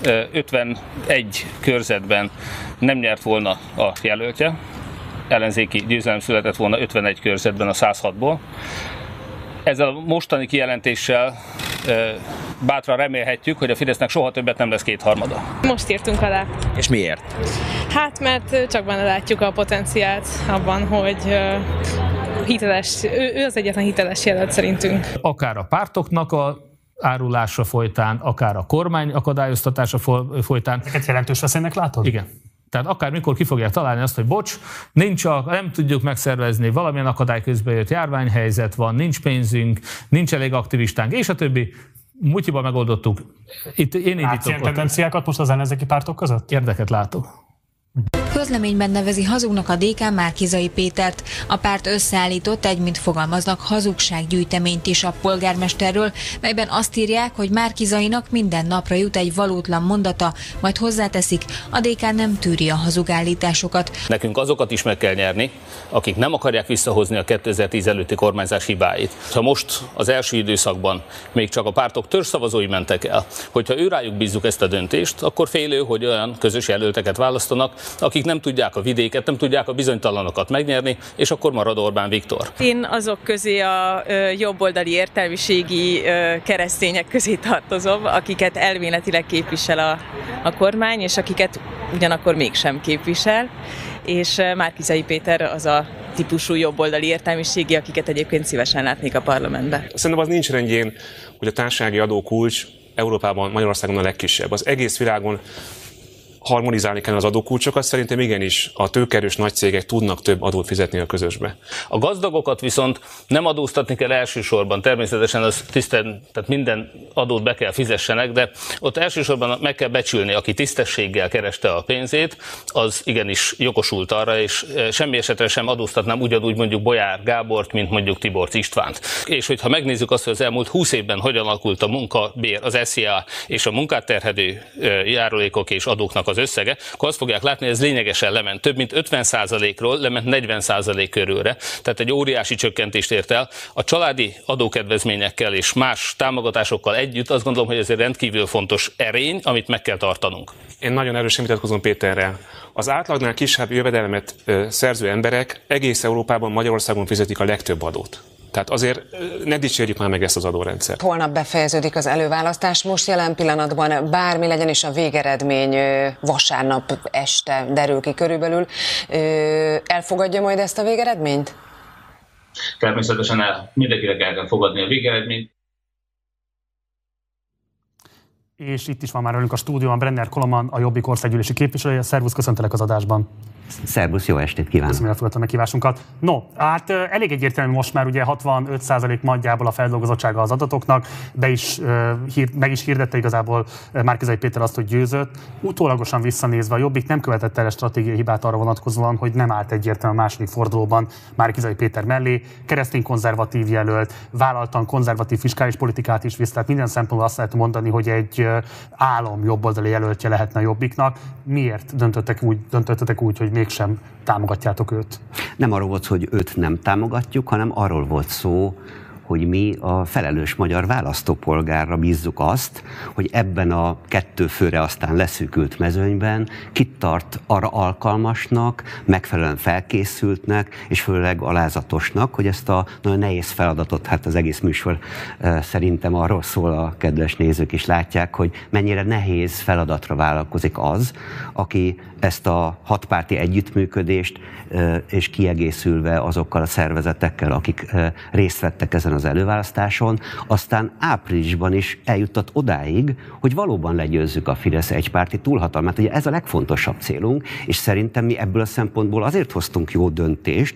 51 körzetben nem nyert volna a jelöltje. Ellenzéki győzelem született volna 51 körzetben a 106-ból. Ezzel a mostani kijelentéssel bátran remélhetjük, hogy a Fidesznek soha többet nem lesz kétharmada. Most írtunk alá. És miért? Hát, mert csak benne látjuk a potenciált abban, hogy hiteles, ő az egyetlen hiteles jelölt szerintünk. Akár a pártoknak a árulása folytán, akár a kormány akadályoztatása folytán. Ezeket jelentős veszélynek látod? Igen. Tehát akármikor ki fogják találni azt, hogy bocs, nem tudjuk megszervezni, valamilyen akadály közben jött, járványhelyzet van, nincs pénzünk, nincs elég aktivistánk, és a többi. Mutyiba megoldottuk. Itt én indítok. Ilyen tendenciákat most az ellenzéki pártok között? Érdeket látok. Közleményben nevezi hazugnak a DK Márki-Zay Pétert. A párt összeállított egy, mint fogalmaznak, hazugsággyűjteményt is a polgármesterről, melyben azt írják, hogy Márki-Zaynak minden napra jut egy valótlan mondata, majd hozzáteszik, a DK nem tűri a hazugállításokat. Nekünk azokat is meg kell nyerni, akik nem akarják visszahozni a 2010 előtti kormányzás hibáit. Ha most az első időszakban még csak a pártok törzsszavazói mentek el, hogyha őrájuk bízzuk ezt a döntést, akkor félő, hogy olyan közös jelölteket választanak, akik nem tudják a vidéket, nem tudják a bizonytalanokat megnyerni, és akkor marad Orbán Viktor. Én azok közé a jobboldali értelmiségi keresztények közé tartozom, akiket elméletileg képvisel a kormány, és akiket ugyanakkor mégsem képvisel, és Márki-Zay Péter az a típusú jobboldali értelmiségi, akiket egyébként szívesen látnék a parlamentben. Szerintem az nincs rendjén, hogy a társasági adókulcs Európában, Magyarországon a legkisebb. Az egész világon harmonizálni kell az adókulcsokat, szerintem igenis a tőkeerős nagy cégek tudnak több adót fizetni a közösbe. A gazdagokat viszont nem adóztatni kell elsősorban, természetesen az tehát minden adót be kell fizessenek, de ott elsősorban meg kell becsülni, aki tisztességgel kereste a pénzét, az igenis jogosult arra, és semmi esetre sem adóztatnám ugyanúgy mondjuk Bolyár Gábort, mint mondjuk Tiborcs Istvánt. És hogyha megnézzük azt, hogy az elmúlt 20 évben hogyan alakult a munkabér, az SZIA és a munkát terhelő járulékok és adóknak az összege, akkor azt fogják látni, hogy ez lényegesen lement. Több mint 50%-ról lement 40% körülre. Tehát egy óriási csökkentést ért el. A családi adókedvezményekkel és más támogatásokkal együtt azt gondolom, hogy ez egy rendkívül fontos erény, amit meg kell tartanunk. Én nagyon erősen vitatkozom Péterrel. Az átlagnál kisebb jövedelmet szerző emberek egész Európában, Magyarországon fizetik a legtöbb adót. Tehát azért ne dicsérjük már meg ezt az adórendszert. Holnap befejeződik az előválasztás, most jelen pillanatban bármi legyen is a végeredmény, vasárnap este derül ki körülbelül. Elfogadja majd ezt a végeredményt? Természetesen mindenkinek el kell fogadni a végeredményt. És itt is van már velünk a stúdióban Brenner Koloman, a Jobbik országgyűlési képviselője. Szervusz, köszöntelek az adásban. Szervusz, jó estét kívánok. Köszönöm, elfogadtam meghívásunkat. No, hát elég egyértelmű most már ugye 65% nagyjából a feldolgozottsága az adatoknak, meg is hirdette igazából Márki-Zay Péter azt, hogy győzött. Utólagosan visszanézve a Jobbik nem követett el stratégiai hibát arra vonatkozóan, hogy nem állt egyértelműen a második fordulóban Márki-Zay Péter mellé, keresztény konzervatív jelölt, vállaltan konzervatív fiskális politikát is visz, tehát minden szempontból azt lehet mondani, hogy egy álom jobboldali jelöltje lehetne a Jobbiknak. Miért döntöttetek úgy, hogy mégsem támogatjátok őt? Nem arról volt szó, hogy őt nem támogatjuk, hanem arról volt szó, hogy mi a felelős magyar választópolgárra bízzuk azt, hogy ebben a 2 főre aztán leszűkült mezőnyben kit tart arra alkalmasnak, megfelelően felkészültnek, és főleg alázatosnak, hogy ezt a nagyon nehéz feladatot, hát az egész műsor szerintem arról szól, a kedves nézők is látják, hogy mennyire nehéz feladatra vállalkozik az, aki ezt a 6 párti együttműködést és kiegészülve azokkal a szervezetekkel, akik részt vettek ezen az előválasztáson, aztán áprilisban is eljuttat odáig, hogy valóban legyőzzük a Fidesz egypárti túlhatalmát. Ugye ez a legfontosabb célunk, és szerintem mi ebből a szempontból azért hoztunk jó döntést,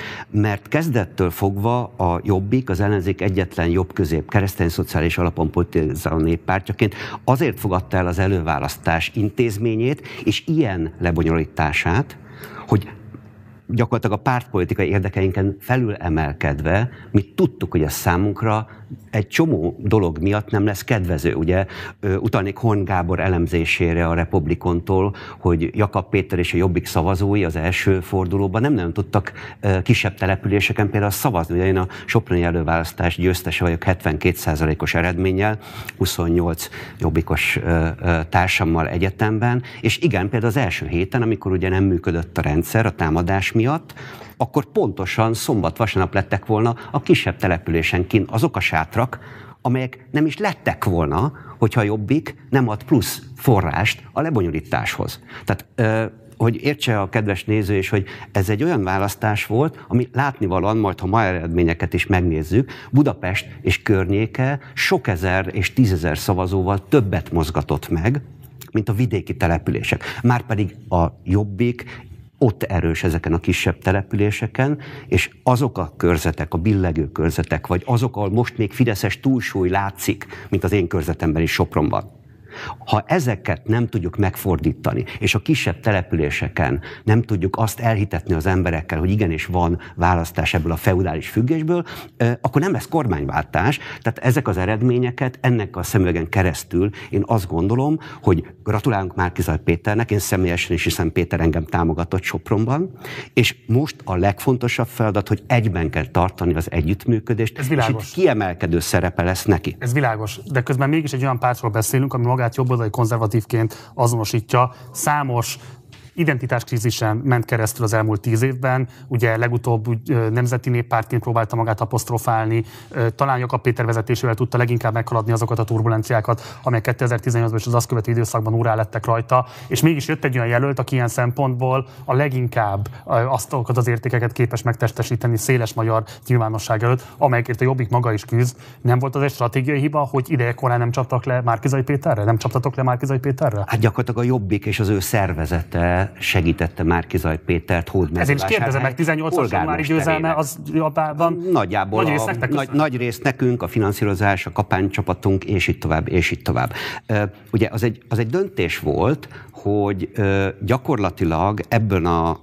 mert kezdettől fogva a Jobbik, az ellenzék egyetlen jobb-közép keresztény-szociális alapon politizáló néppártyaként azért fogadta el az előválasztás intézményét, és ilyen lebonyolítását, hogy gyakorlatilag a pártpolitikai érdekeinken felül emelkedve, mi tudtuk, hogy ez számunkra egy csomó dolog miatt nem lesz kedvező. Ugye utalnék Horn Gábor elemzésére a Republikontól, hogy Jakab Péter és a Jobbik szavazói az első fordulóban nem nagyon tudtak kisebb településeken például szavazni. Ugye én a soproni előválasztás győztese vagyok 72%-os eredménnyel, 28 jobbikos társammal egyetemben, és igen, például az első héten, amikor ugye nem működött a rendszer a támadás miatt, akkor pontosan szombat-vasárnap lettek volna a kisebb településen kint azok a sátrak, amelyek nem is lettek volna, hogyha a Jobbik nem ad plusz forrást a lebonyolításhoz. Tehát, hogy értse a kedves néző is, hogy ez egy olyan választás volt, ami látnivalóan, majd ha ma eredményeket is megnézzük, Budapest és környéke sok ezer és 10 000 szavazóval többet mozgatott meg, mint a vidéki települések. Márpedig a Jobbik ott erős ezeken a kisebb településeken, és azok a körzetek, a billegő körzetek, vagy azok, ahol most még fideszes túlsúly látszik, mint az én körzetemben is Sopronban. Ha ezeket nem tudjuk megfordítani, és a kisebb településeken nem tudjuk azt elhitetni az emberekkel, hogy igenis van választás ebből a feudális függésből, akkor nem lesz kormányváltás. Tehát ezek az eredményeket ennek a szemüvegen keresztül én azt gondolom, hogy gratulálunk Márki-Zay Péternek, én személyesen is, hiszen Péter engem támogatott Sopronban, és most a legfontosabb feladat, hogy egyben kell tartani az együttműködést, és itt kiemelkedő szerepe lesz neki. Ez világos, de közben mégis egy olyan pártról beszélünk, ami magát jobboldali konzervatívként azonosítja számos identitáskrízisen ment keresztül az elmúlt 10 évben. Ugye legutóbb nemzeti néppártként próbálta magát apostrofálni, talán Jakab Péter vezetésével tudta leginkább meghaladni azokat a turbulenciákat, amelyek 2018-ban és az azt követő időszakban úrrá lettek rajta, és mégis jött egy olyan jelölt, aki ilyen szempontból a leginkább azokat az értékeket képes megtestesíteni széles magyar nyilvánosság előtt, amelyekért a Jobbik maga is küzd. Nem volt az egy stratégiai hiba, hogy idejekorán nem csaptak le Márki-Zay Péterre? Nem csaptatok le Márki-Zay Péterre? Hát gyakorlatilag a Jobbik és az ő szervezete segítette Márki-Zay Pétert hódmezővásárhely. Ezért is kérdezem meg, 18-as januári győzelme az Japánban nagyjából nagy részt nekünk, a finanszírozás, a kampánycsapatunk, és így tovább, és így tovább. Ugye az egy döntés volt, hogy gyakorlatilag ebben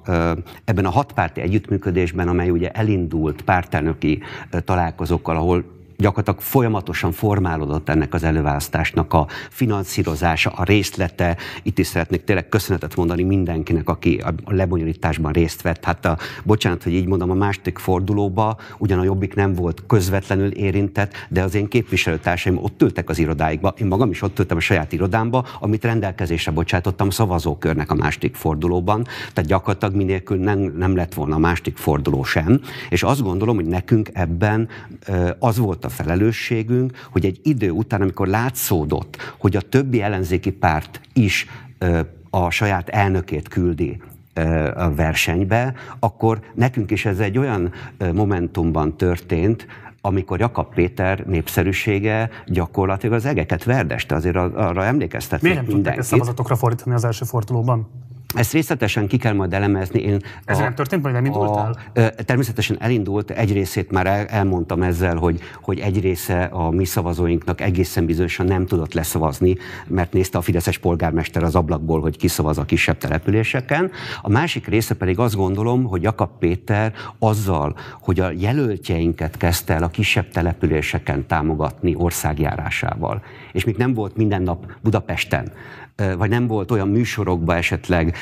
a hatpárti együttműködésben, amely ugye elindult pártelnöki találkozókkal, ahol gyakorlatilag folyamatosan formálódott ennek az előválasztásnak a finanszírozása, a részlete. Itt is szeretnék tényleg köszönetet mondani mindenkinek, aki a lebonyolításban részt vett. Hát bocsánat, hogy így mondom, a második fordulóba ugyan a Jobbik nem volt közvetlenül érintett, de az én képviselőtársaim ott ültek az irodáikba. Én magam is ott ültem a saját irodámba, amit rendelkezésre bocsátottam szavazókörnek a második fordulóban. Tehát gyakorlatilag minélkül nem lett volna a második forduló sem. És azt gondolom, hogy nekünk ebben az volt a felelősségünk, hogy egy idő után, amikor látszódott, hogy a többi ellenzéki párt is a saját elnökét küldi a versenybe, akkor nekünk is ez egy olyan momentumban történt, amikor Jakab Péter népszerűsége gyakorlatilag az egeket verdeste, azért arra emlékeztetnék mindenkit. Miért nem tudták szavazatokra fordítani az első fordulóban? Ezt részletesen ki kell majd elemezni. Ez nem történt, majd nem indultál? Természetesen elindult, egy részét már elmondtam ezzel, hogy egy része a mi szavazóinknak egészen bizonyosan nem tudott leszavazni, mert nézte a fideszes polgármester az ablakból, hogy kiszavaz a kisebb településeken. A másik része pedig azt gondolom, hogy Jakab Péter azzal, hogy a jelöltjeinket kezdte el a kisebb településeken támogatni országjárásával, és még nem volt minden nap Budapesten, vagy nem volt olyan műsorokba esetleg,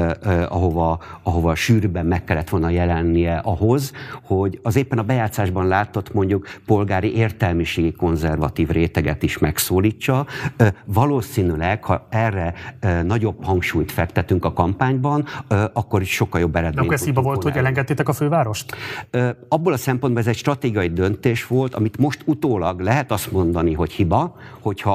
ahova sűrűbben meg kellett volna jelennie ahhoz, hogy az éppen a bejátszásban látott mondjuk polgári értelmiségi konzervatív réteget is megszólítsa. Valószínűleg, ha erre nagyobb hangsúlyt fektetünk a kampányban, akkor is sokkal jobb eredményt. De akkor ez hiba volt, hogy elengedtétek a fővárost? Abból a szempontból ez egy stratégiai döntés volt, amit most utólag lehet azt mondani, hogy hiba, hogyha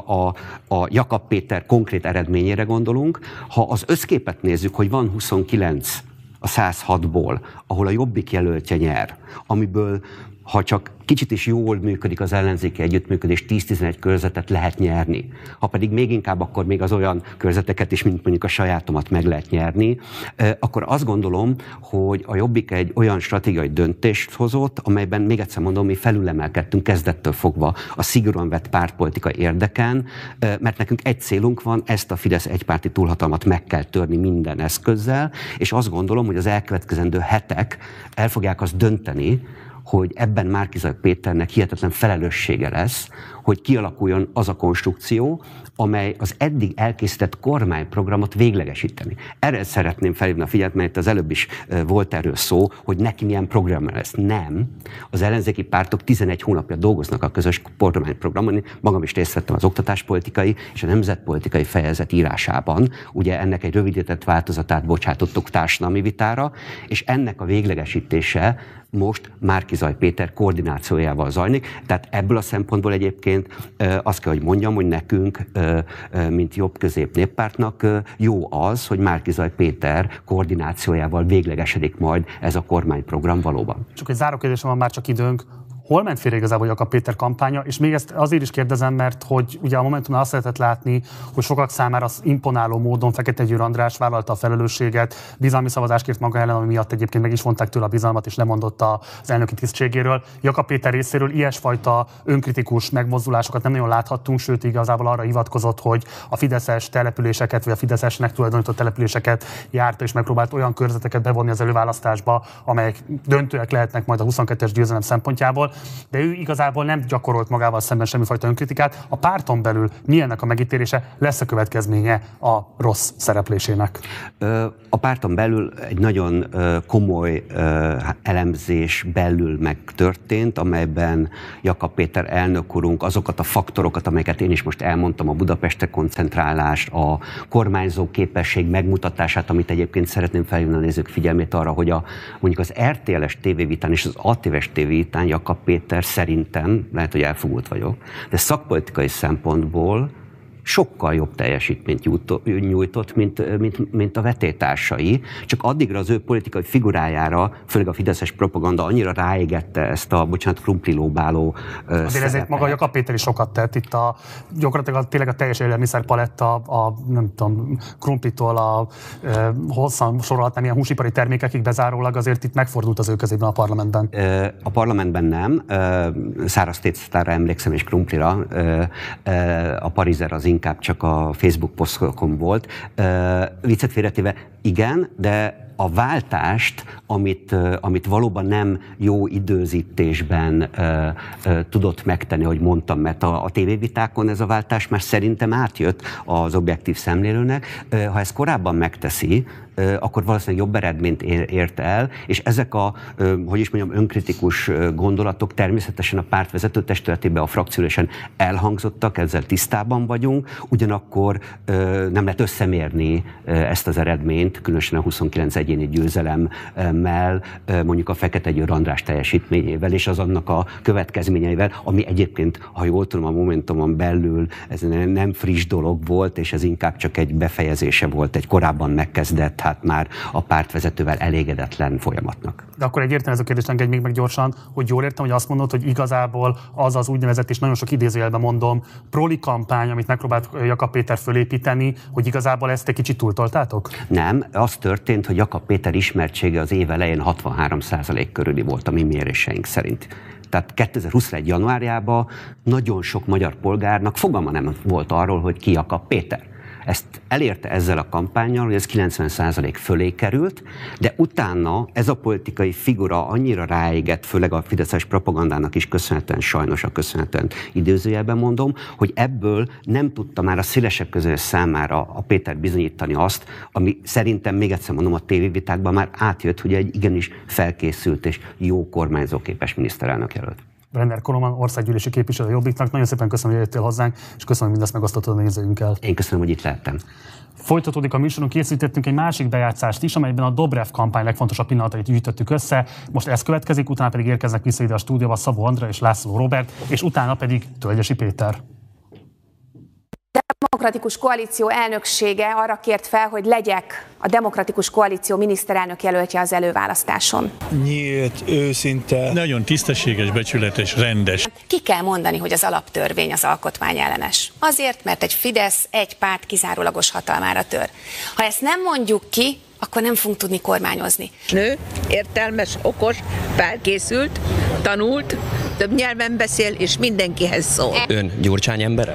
a Jakab Péter konkrét eredményére gondolunk. Ha az összképet nézzük, hogy van 29 a 106-ból, ahol a Jobbik jelöltje nyer, amiből ha csak kicsit is jól működik az ellenzéki együttműködés, 10-11 körzetet lehet nyerni. Ha pedig még inkább, akkor még az olyan körzeteket is, mint mondjuk a sajátomat meg lehet nyerni, akkor azt gondolom, hogy a Jobbik egy olyan stratégiai döntést hozott, amelyben még egyszer mondom, mi felülemelkedtünk kezdettől fogva a szigorúan vett pártpolitikai érdeken, mert nekünk egy célunk van, ezt a Fidesz egypárti túlhatalmat meg kell törni minden eszközzel, és azt gondolom, hogy az elkövetkezendő hetek el fogják azt dönteni, hogy ebben Márki-Zay Péternek hihetetlen felelőssége lesz, hogy kialakuljon az a konstrukció, amely az eddig elkészített kormányprogramot véglegesíteni. Erre szeretném felhívni a figyelmet, mert az előbb is volt erről szó, hogy neki milyen programja lesz. Nem. Az ellenzéki pártok 11 hónapja dolgoznak a közös kormányprogramon. Én magam is részt vettem az oktatáspolitikai és a nemzetpolitikai fejezet írásában. Ugye ennek egy rövidített változatát bocsátottuk társadalmi vitára, és ennek a véglegesítése most Márki-Zay Péter koordinációjával zajlik. Tehát ebből a szempontból egyébként azt kell, hogy mondjam, hogy nekünk, mint jobb-közép néppártnak jó az, hogy Márki-Zay Péter koordinációjával véglegesedik majd ez a kormányprogram valóban. Csak egy záró kérdésem van, már csak időnk. Hol ment félre igazából Jakab Péter kampánya? És még ezt azért is kérdezem, mert hogy ugye a Momentumnál azt lehetett látni, hogy sokak számára az imponáló módon Fekete Győr András vállalta a felelősséget, bizalmi szavazáskért maga ellen, ami miatt egyébként meg is vonták tőle a bizalmat, és lemondott az elnöki tisztségéről. Jakab Péter részéről ilyesfajta önkritikus megmozdulásokat nem nagyon láthattunk, sőt igazából arra hivatkozott, hogy a fideszes településeket, vagy a fideszesnek tulajdonított településeket járta, és megpróbált olyan körzeteket bevonni az előválasztásba, amelyek döntőek lehetnek majd a 22-es győzelem szempontjából. de ő igazából nem gyakorolt magával szemben semmifajta önkritikát. A párton belül mi ennek a megítélése, lesz a következménye a rossz szereplésének? A párton belül egy nagyon komoly elemzés belül megtörtént, amelyben Jakab Péter elnök úrunk azokat a faktorokat, amelyeket én is most elmondtam, a Budapestre koncentrálás, a kormányzó képesség megmutatását, amit egyébként szeretném felhívni a nézők figyelmét arra, hogy mondjuk az RTL-es tévévitán és az ATV-es tévévitán Jakab Péter szerintem, lehet, hogy elfogult vagyok, de szakpolitikai szempontból sokkal jobb teljesítményt nyújtott, mint a vetétársai. Csak addigra az ő politikai figurájára, főleg a fideszes propaganda annyira ráégette ezt a, krumplilóbáló azért ezért maga Jakab Péter is sokat tett. Itt gyakorlatilag tényleg a teljes élelmiszerpaletta, a nem tudom, krumplitól hosszan sorolhatnám ilyen húsipari termékekig bezárólag, azért itt megfordult az ő kezében a parlamentben. A parlamentben nem. Száraz tésztára emlékszem, és krumplira. A parizer az inkább csak a Facebook posztokon volt. Viccet félretéve, igen, de a váltást, amit valóban nem jó időzítésben tudott megtenni, hogy mondtam, mert a tévévitákon ez a váltás már szerintem átjött az objektív szemlélőnek. Ha ezt korábban megteszi, akkor valószínűleg jobb eredményt ért el, és ezek önkritikus gondolatok természetesen a párt vezetőtestületében, a frakcióülésen elhangzottak, ezzel tisztában vagyunk, ugyanakkor nem lehet összemérni ezt az eredményt, különösen a 29 egyéni győzelemmel, mondjuk a Fekete Győr András teljesítményével, és az annak a következményeivel, ami egyébként, ha jól tudom, a Momentumon belül ez nem friss dolog volt, és ez inkább csak egy befejezése volt egy korábban megkezdett, hát már a pártvezetővel elégedetlen folyamatnak. De akkor egyértelmű ez a kérdés, engedj még meg gyorsan, hogy jól értem, hogy azt mondod, hogy igazából az az úgynevezett, és nagyon sok idézőjelben mondom, proli kampány, amit megpróbált Jakab Péter fölépíteni, hogy igazából ezt egy kicsit túltoltátok? Nem, az történt, hogy Jakab Péter ismertsége az év elején 63% körüli volt a mi méréseink szerint. Tehát 2021. januárjában nagyon sok magyar polgárnak fogalma nem volt arról, hogy ki Jakab Péter. Ezt elérte ezzel a kampánnyal, hogy ez 90% fölé került, de utána ez a politikai figura annyira ráégett, főleg a fideszes propagandának is köszönhetően, sajnos a köszönhetően idézőjelben mondom, hogy ebből nem tudta már a szélesebb közönség számára a Péter bizonyítani azt, ami szerintem, még egyszer mondom, a tévévitákban már átjött, hogy egy igenis felkészült és jó kormányzóképes miniszterelnök jelölt. Brenner Koloman, országgyűlési képviselő Jobbiknak. Nagyon szépen köszönöm, hogy jöttél hozzánk, és köszönöm, hogy mindezt megosztottad a nézőinkkel. Én köszönöm, hogy itt lehettem. Folytatódik a műsorunk, készítettünk egy másik bejátszást is, amelyben a Dobrev kampány legfontosabb pillanatait gyűjtöttük össze. Most ez következik, utána pedig érkeznek vissza ide a stúdióba Szabó Andrea és László Robert, és utána pedig Tölgyesi Péter. Demokratikus Koalíció elnöksége arra kért fel, hogy legyek a Demokratikus Koalíció miniszterelnök jelöltje az előválasztáson. Nyílt, őszinte, nagyon tisztességes, becsületes, rendes. Ki kell mondani, hogy az alaptörvény az alkotmányellenes. Azért, mert egy Fidesz egy párt kizárólagos hatalmára tör. Ha ezt nem mondjuk ki, akkor nem fogunk tudni kormányozni. Nő, értelmes, okos, felkészült, tanult, több nyelven beszél, és mindenkihez szól. Ön Gyurcsány embere?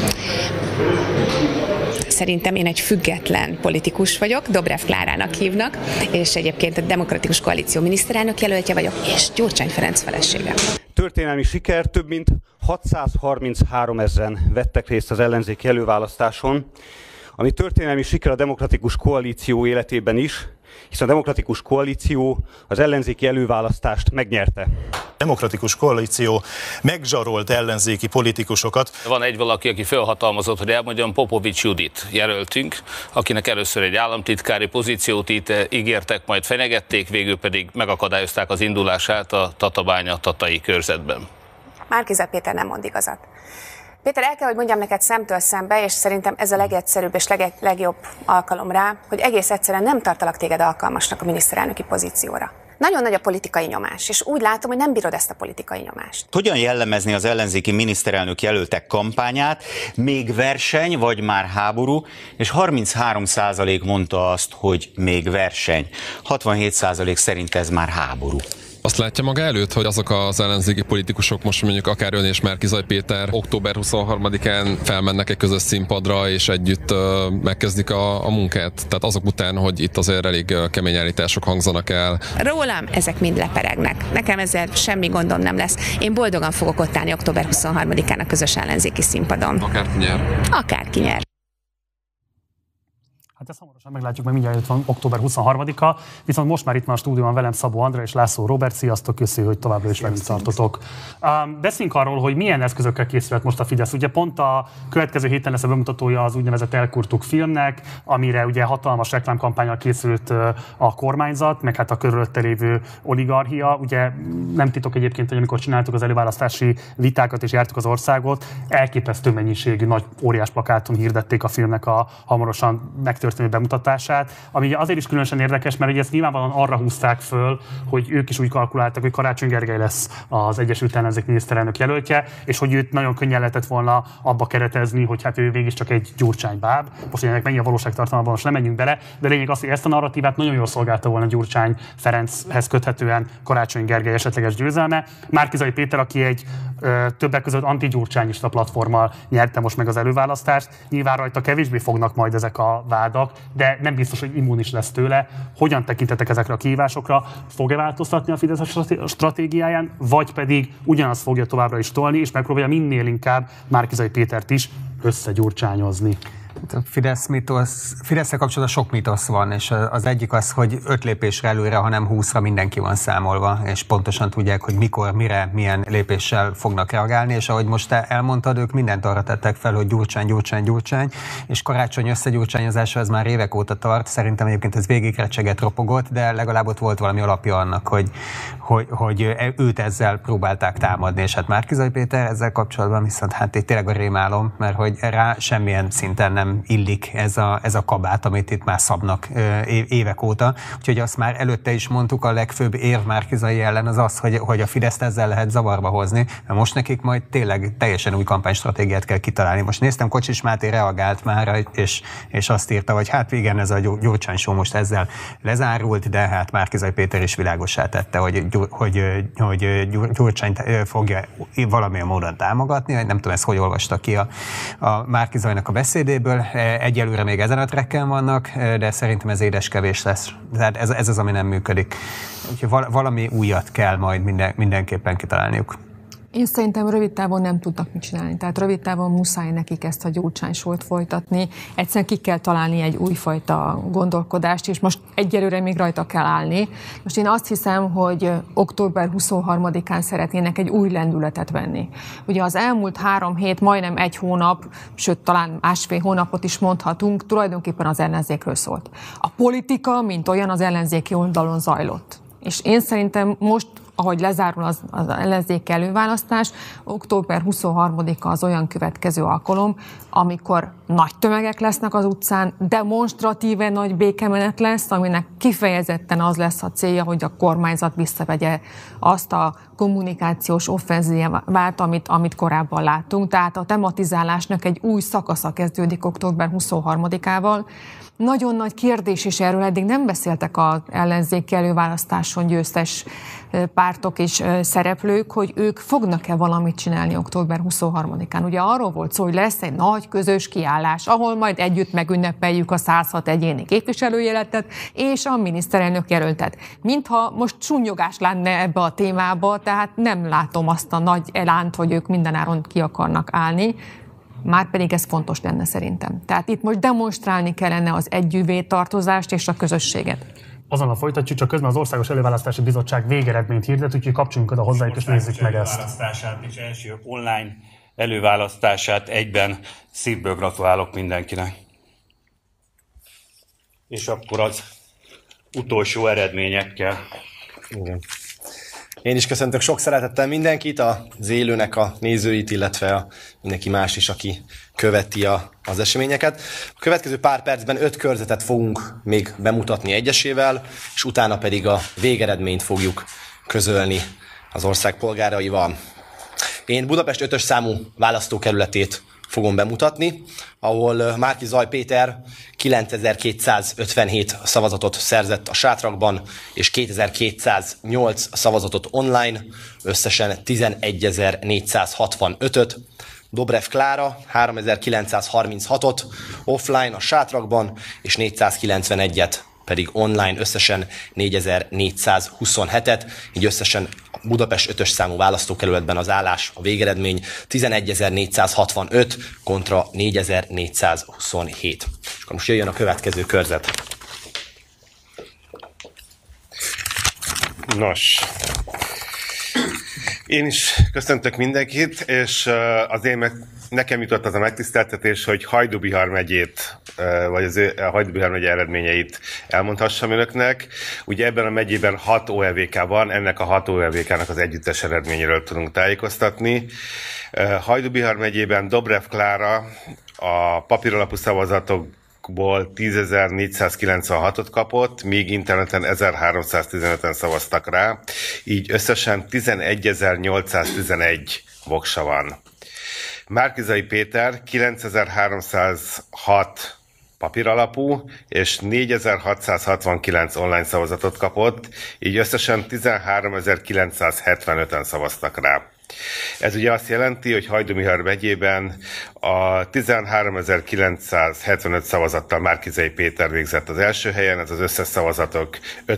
Szerintem én egy független politikus vagyok, Dobrev Klárának hívnak, és egyébként a Demokratikus Koalíció miniszterelnök jelöltje vagyok, és Gyurcsány Ferenc felesége. Történelmi siker, több mint 633 000 vettek részt az ellenzéki előválasztáson, ami történelmi siker a Demokratikus Koalíció életében is, hiszen a Demokratikus Koalíció az ellenzéki előválasztást megnyerte. Demokratikus Koalíció megzsarolt ellenzéki politikusokat. Van egy valaki, aki felhatalmazott, hogy elmondjam, Popovics Judit jelöltünk, akinek először egy államtitkári pozíciót ígértek, majd fenyegették, végül pedig megakadályozták az indulását a Tatabánya-tatai körzetben. Márki-Zay Péter nem mond igazat. Péter, el kell, hogy mondjam neked szemtől szembe, és szerintem ez a legegyszerűbb és legjobb alkalom rá, hogy egész egyszerűen nem tartalak téged alkalmasnak a miniszterelnöki pozícióra. Nagyon nagy a politikai nyomás, és úgy látom, hogy nem bírod ezt a politikai nyomást. Hogyan jellemezni az ellenzéki miniszterelnök jelöltek kampányát? Még verseny, vagy már háború? És 33% mondta azt, hogy még verseny. 67% szerint ez már háború. Azt látja maga előtt, hogy azok az ellenzéki politikusok, most mondjuk akár ön és Márki-Zay Péter október 23-án felmennek egy közös színpadra, és együtt megkezdik a munkát? Tehát azok után, hogy itt azért elég kemény állítások hangzanak el. Rólam ezek mind leperegnek. Nekem ezzel semmi gondom nem lesz. Én boldogan fogok ott állni október 23-án a közös ellenzéki színpadon. Akárki nyer. Akárki nyer. Hát ezt hamarosan meglátjuk, mert mindjárt van október 23-a, viszont most már itt van a stúdióban velem Szabó Andrá és László Róbert. Sziasztok, köszi, hogy továbbra is velünk tartotok. Beszéljünk arról, hogy milyen eszközökkel készülhet most a Fidesz. Ugye pont a következő héten lesz a bemutatója az úgynevezett Elkurtuk filmnek, amire ugye hatalmas reklámkampánnyal készült a kormányzat, meg hát a körülötte lévő oligarchia. Ugye nem titok egyébként, hogy amikor csináltuk az előválasztási vitákat és jártuk az országot, elképesztő mennyiségű nagy óriás plakáton hirdették a filmnek a hamarosan megtörténő bemutatását, ami azért is különösen érdekes, mert ugye ezt nyilvánvalóan arra húzták föl, hogy ők is úgy kalkuláltak, hogy Karácsony Gergely lesz az Egyesült Ellenzék miniszterelnök jelöltje, és hogy őt nagyon könnyen lehetett volna abba keretezni, hogy hát ő végig csak egy Gyurcsány báb. Most ennek mennyi a valóságtartalmában, most nem menjünk bele, de lényeg az, hogy ezt a narratívát nagyon jól szolgálta volna Gyurcsány Ferenchez köthetően Karácsony Gergely esetleges győzelme. Márki-Zay Péter, aki egy többek között anti-gyurcsányista platformmal nyerte most meg az előválasztást, nyilván rajta kevésbé fognak majd ezek a vádak, de nem biztos, hogy immunis lesz tőle. Hogyan tekintetek ezekre a kihívásokra? Fog-e változtatni a Fidesz a stratégiáján, vagy pedig ugyanazt fogja továbbra is tolni, és megpróbálja minél inkább Márki-Zay Pétert is összegyurcsányozni? A Fidesz-szel kapcsolatban sok mítosz van, és az egyik az, hogy 5 lépésre előre, hanem 20-ra mindenki van számolva, és pontosan tudják, hogy mikor, mire, milyen lépéssel fognak reagálni, és ahogy most te elmondtad, ők mindent arra tettek fel, hogy Gyurcsány, és Karácsony összegyurcsányozása ez már évek óta tart. Szerintem egyébként ez végig recsegett, ropogott, de legalább ott volt valami alapja annak, hogy őt ezzel próbálták támadni, és hát Márki-Zay Péter ezzel kapcsolatban viszont hát itt tényleg a rémálom, mert hogy rá semmilyen szinten nem illik ez a kabát, amit itt már szabnak évek óta. Úgyhogy azt már előtte is mondtuk, a legfőbb érv Márki-Zay ellen az, hogy a Fideszt ezzel lehet zavarba hozni, mert most nekik majd tényleg teljesen új kampánystratégiát kell kitalálni. Most néztem, Kocsis Máté reagált már, és azt írta, hogy hát igen, ez a Gyurcsány show most ezzel lezárult, de hát Márki-Zay Péter is világossá tette, hogy Gyurcsányt fogja valamilyen módon támogatni. Nem tudom, ezt hogy olvasta ki a Márki-Zaynak a beszédéből. Egyelőre még ezen a trekken vannak, de szerintem ez édeskevés lesz. Tehát ez az, ami nem működik. Úgyhogy valami újat kell majd mindenképpen kitalálniuk. Én szerintem rövid távon nem tudnak mit csinálni. Tehát rövid távon muszáj nekik ezt a Gyurcsány show-t folytatni. Egyszerűen ki kell találni egy újfajta gondolkodást, és most egyelőre még rajta kell állni. Most én azt hiszem, hogy október 23-án szeretnének egy új lendületet venni. Ugye az elmúlt 3 hét, majdnem 1 hónap, sőt talán 1,5 hónapot is mondhatunk, tulajdonképpen az ellenzékről szólt. A politika, mint olyan, az ellenzéki oldalon zajlott. És én szerintem most, ahogy lezárul az ellenzéki előválasztás, október 23-a az olyan következő alkalom, amikor nagy tömegek lesznek az utcán, demonstratíve nagy békemenet lesz, aminek kifejezetten az lesz a célja, hogy a kormányzat visszavegye azt a kommunikációs offenzívát, amit korábban láttunk. Tehát a tematizálásnak egy új szakasza kezdődik október 23-ával. Nagyon nagy kérdés is erről, eddig nem beszéltek az ellenzéki előválasztáson győztes pártok és szereplők, hogy ők fognak-e valamit csinálni október 23-án. Ugye arról volt szó, hogy lesz egy nagy közös kiállás, ahol majd együtt megünnepeljük a 106 egyéni képviselőjeletet és a miniszterelnök jelöltet. Mintha most sunnyogás lenne ebbe a témába, tehát nem látom azt a nagy elánt, hogy ők mindenáron ki akarnak állni. Márpedig ez fontos lenne szerintem. Tehát itt most demonstrálni kellene az együvé tartozást és a közösséget. Azonnal folytatjuk, csak közben az Országos Előválasztási Bizottság végeredményt hirdet, úgyhogy kapcsolunk oda hozzájuk és nézzük meg ezt. Előválasztását és első online előválasztását egyben szívből gratulálok mindenkinek. És akkor az utolsó eredményekkel. Igen. Én is köszöntök sok szeretettel mindenkit, az élőnek a nézőit, illetve mindenki más is, aki követi az eseményeket. A következő pár percben 5 körzetet fogunk még bemutatni egyesével, és utána pedig a végeredményt fogjuk közölni az ország polgáraival. Én Budapest 5-ös számú választókerületét fogom bemutatni, ahol Márki-Zay Péter 9257 szavazatot szerzett a sátrakban, és 2208 szavazatot online, összesen 11465-öt. Dobrev Klára 3936-ot offline a sátrakban, és 491-et pedig online, összesen 4427-et, így összesen Budapest 5-ös számú választókerületben az állás, a végeredmény 11465 kontra 4427. És akkor most jöjjön a következő körzet. Nos, én is köszöntök mindenkit, és nekem jutott az a megtiszteltetés, hogy Hajdú-Bihar megyét, vagy a Hajdú-Bihar megye eredményeit elmondhassam önöknek. Ugye ebben a megyében 6 OLVK van, ennek a 6 OLVK-nak az együttes eredményéről tudunk tájékoztatni. Hajdú-Bihar megyében Dobrev Klára a papíralapú szavazatokból 10.496-ot kapott, míg interneten 1315-en szavaztak rá, így összesen 11.811 voksa van. Márki-Zay Péter 9306 papíralapú és 4669 online szavazatot kapott, így összesen 13.975-en szavaztak rá. Ez ugye azt jelenti, hogy Hajdú-Bihar megyében a 13.975 szavazattal Márki-Zay Péter végzett az első helyen, ez az összes szavazatok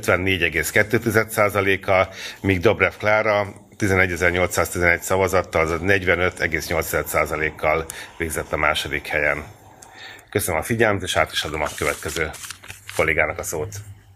54,2%-a, míg Dobrev Klára 11.811 szavazattal, azaz 45,8%-kal végzett a második helyen. Köszönöm a figyelmet, és át is adom a következő kollégának a szót.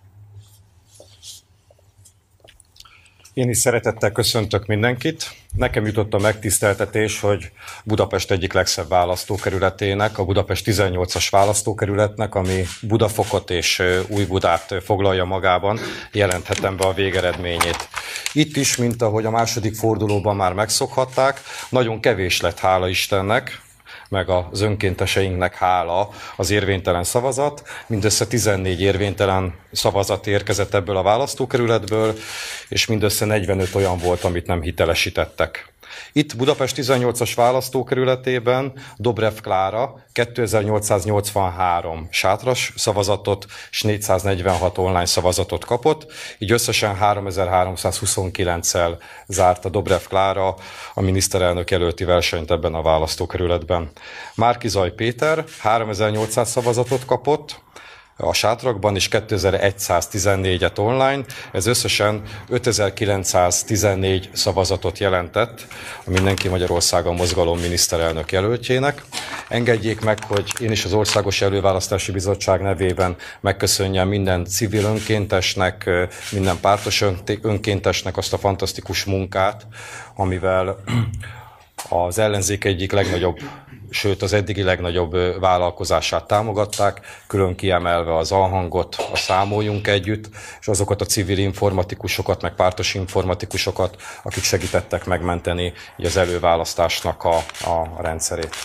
Én is szeretettel köszöntök mindenkit. Nekem jutott a megtiszteltetés, hogy Budapest egyik legszebb választókerületének, a Budapest 18-as választókerületnek, ami Budafokot és Újbudát foglalja magában, jelenthetem be a végeredményét. Itt is, mint ahogy a második fordulóban már megszokhatták, nagyon kevés lett, hála Istennek, meg az önkénteseinknek hála az érvénytelen szavazat. Mindössze 14 érvénytelen szavazat érkezett ebből a választókerületből, és mindössze 45 olyan volt, amit nem hitelesítettek. Itt Budapest 18-as választókerületében Dobrev Klára 2883 sátras szavazatot és 446 online szavazatot kapott, így összesen 3329-szel zárta Dobrev Klára a miniszterelnök jelölti versenyt ebben a választókerületben. Márki-Zay Péter 3800 szavazatot kapott a sátrakban, és 2114-et online, ez összesen 5914 szavazatot jelentett a Mindenki Magyarországon mozgalom miniszterelnök jelöltjének. Engedjék meg, hogy én is az Országos Előválasztási Bizottság nevében megköszönjem minden civil önkéntesnek, minden pártos önkéntesnek azt a fantasztikus munkát, amivel az ellenzék egyik legnagyobb, sőt az eddigi legnagyobb vállalkozását támogatták, külön kiemelve az Alhangot, a Számoljunk Együtt, és azokat a civil informatikusokat, meg pártos informatikusokat, akik segítettek megmenteni így az előválasztásnak a rendszerét.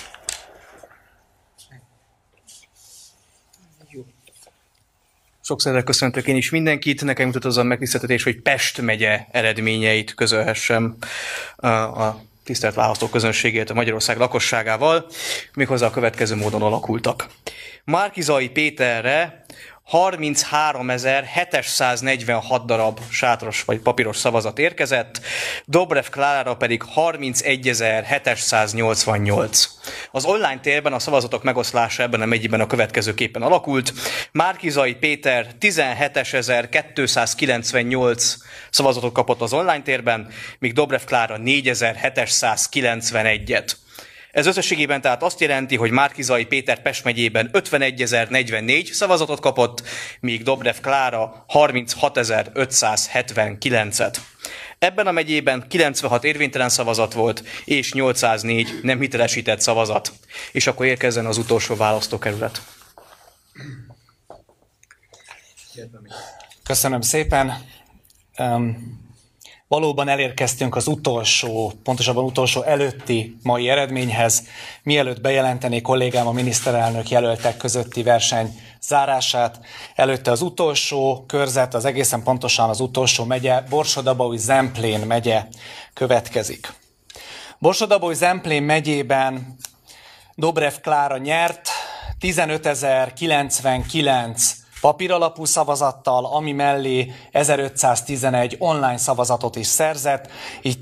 Sok szeretettel köszöntök én is mindenkit. Nekem mutat az a megtiszteltetés, hogy Pest megye eredményeit közölhessem a tisztelt választóközönségét a Magyarország lakosságával, méghozzá a következő módon alakultak. Márki-Zay Péterre 33.746 darab sátros vagy papíros szavazat érkezett, Dobrev Klárára pedig 31.788. Az online térben a szavazatok megoszlása ebben a megyében a következőképpen alakult. Márki-Zay Péter 17.298 szavazatot kapott az online térben, míg Dobrev Klára 4.791-et. Ez összességében tehát azt jelenti, hogy Márki-Zay Péter Pest megyében 51.044 szavazatot kapott, míg Dobrev Klára 36.579-et. Ebben a megyében 96 érvénytelen szavazat volt, és 804 nem hitelesített szavazat. És akkor érkezzen az utolsó választókerület. Köszönöm szépen. Valóban elérkeztünk az utolsó, pontosabban utolsó előtti mai eredményhez. Mielőtt bejelenteni kollégám a miniszterelnök jelöltek közötti verseny zárását, előtte az utolsó körzet, az egészen pontosan az utolsó megye, Borsod-Abaúj-Zemplén megye következik. Borsod-Abaúj-Zemplén megyében Dobrev Klára nyert 15.099 papíralapú szavazattal, ami mellé 1511 online szavazatot is szerzett, így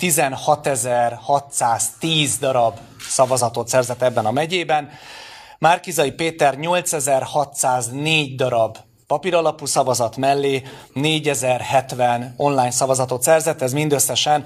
16.610 darab szavazatot szerzett ebben a megyében. Márki-Zay Péter 8.604 darab papíralapú szavazat mellé 4070 online szavazatot szerzett, ez mindösszesen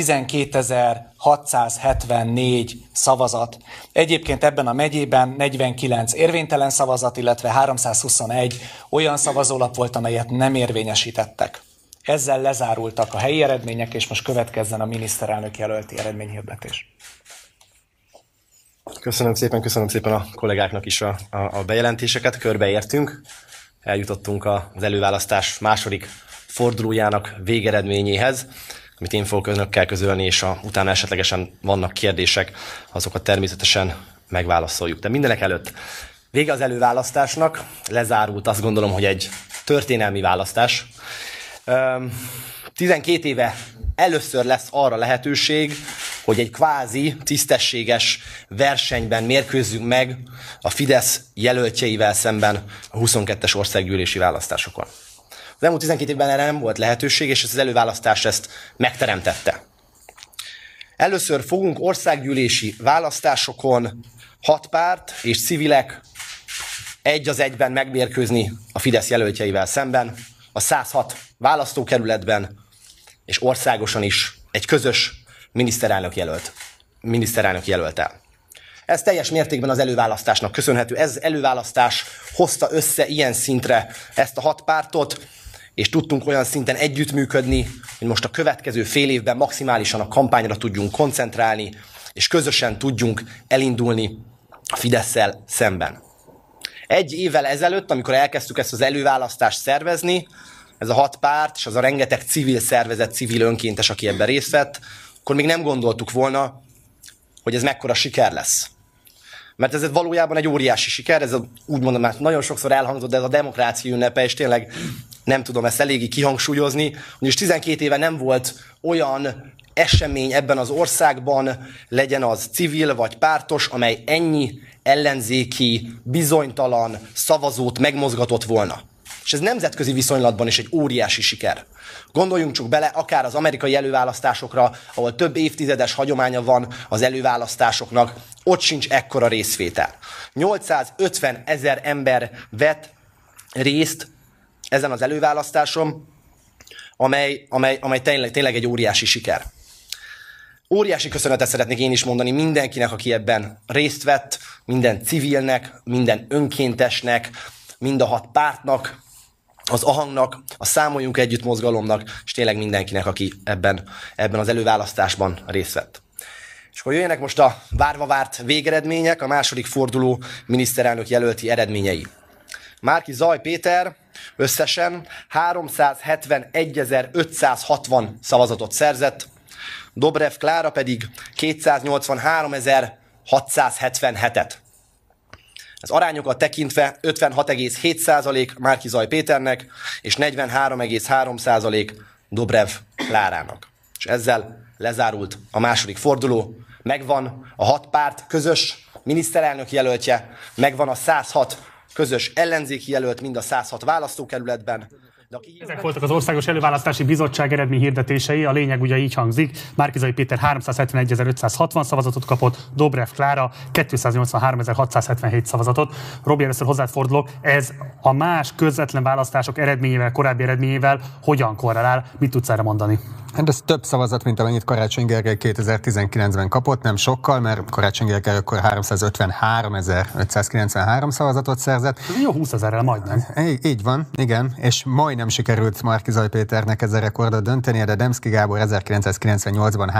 12.674 szavazat. Egyébként ebben a megyében 49 érvénytelen szavazat, illetve 321 olyan szavazólap volt, amelyet nem érvényesítettek. Ezzel lezárultak a helyi eredmények, és most következzen a miniszterelnök jelölti eredményhirdetés. Köszönöm szépen a kollégáknak is a bejelentéseket, körbeértünk. Eljutottunk az előválasztás második fordulójának végeredményéhez, amit én fogok önökkel közölni, és utána esetlegesen vannak kérdések, azokat természetesen megválaszoljuk. De mindenek előtt vége az előválasztásnak, lezárult, azt gondolom, hogy egy történelmi választás. 12 éve először lesz arra lehetőség, hogy egy kvázi tisztességes versenyben mérkőzzünk meg a Fidesz jelöltjeivel szemben a 22-es országgyűlési választásokon. Az elmúlt 12 évben erre nem volt lehetőség, és ez az előválasztás ezt megteremtette. Először fogunk országgyűlési választásokon 6 párt és civilek egy az egyben megmérkőzni a Fidesz jelöltjeivel szemben, a 106 választókerületben, és országosan is egy közös miniszterelnök jelölt el. Ez teljes mértékben az előválasztásnak köszönhető. Ez előválasztás hozta össze ilyen szintre ezt a 6 pártot, és tudtunk olyan szinten együttműködni, hogy most a következő fél évben maximálisan a kampányra tudjunk koncentrálni, és közösen tudjunk elindulni a Fidesszel szemben. Egy évvel ezelőtt, amikor elkezdtük ezt az előválasztást szervezni, ez a 6 párt, és az a rengeteg civil szervezet, civil önkéntes, aki ebben részt vett, akkor még nem gondoltuk volna, hogy ez mekkora siker lesz. Mert ez valójában egy óriási siker, ez úgy mondom, már nagyon sokszor elhangzott, de ez a demokrácia ünnepe, és tényleg nem tudom ezt eléggé kihangsúlyozni, ugyanis 12 éve nem volt olyan esemény ebben az országban, legyen az civil vagy pártos, amely ennyi ellenzéki, bizonytalan szavazót megmozgatott volna. És ez nemzetközi viszonylatban is egy óriási siker. Gondoljunk csak bele akár az amerikai előválasztásokra, ahol több évtizedes hagyománya van az előválasztásoknak, ott sincs ekkora részvétel. 850 000 ember vett részt ezen az előválasztáson, amely tényleg egy óriási siker. Óriási köszönetet szeretnék én is mondani mindenkinek, aki ebben részt vett, minden civilnek, minden önkéntesnek, mind a 6 pártnak, az AHANG-nak, a Számoljunk Együtt mozgalomnak, és tényleg mindenkinek, aki ebben az előválasztásban részt vett. És akkor jöjjenek most a várva várt végeredmények, a második forduló miniszterelnök jelölti eredményei. Márki-Zay Péter összesen 371.560 szavazatot szerzett, Dobrev Klára pedig 283.677-et. Az arányokat tekintve 56,7% Márki-Zay Péternek és 43,3% Dobrev Klárának. És ezzel lezárult a második forduló. Megvan a 6 párt közös miniszterelnök jelöltje, megvan a 106 közös ellenzéki jelölt mind a 106 választókerületben. Ezek voltak az Országos Előválasztási Bizottság eredményhirdetései. A lényeg ugye így hangzik. Márki-Zay Péter 371.560 szavazatot kapott, Dobrev Klára 283.677 szavazatot. Robi, először hozzád fordulok. Ez a más közvetlen választások eredményével, korábbi eredményével hogyan korrelál? Mit tudsz erre mondani? Hát ez több szavazat, mint amennyit Karácsony Gergely 2019-ben kapott, nem sokkal, mert Karácsony Gergely akkor 353.593 szavazatot szerzett. Ez jó 20 000-rel majdnem. Így van, igen, és majdnem sikerült Márki-Zay Péternek ezzel rekordot döntenie, de Demszky Gábor 1998-ban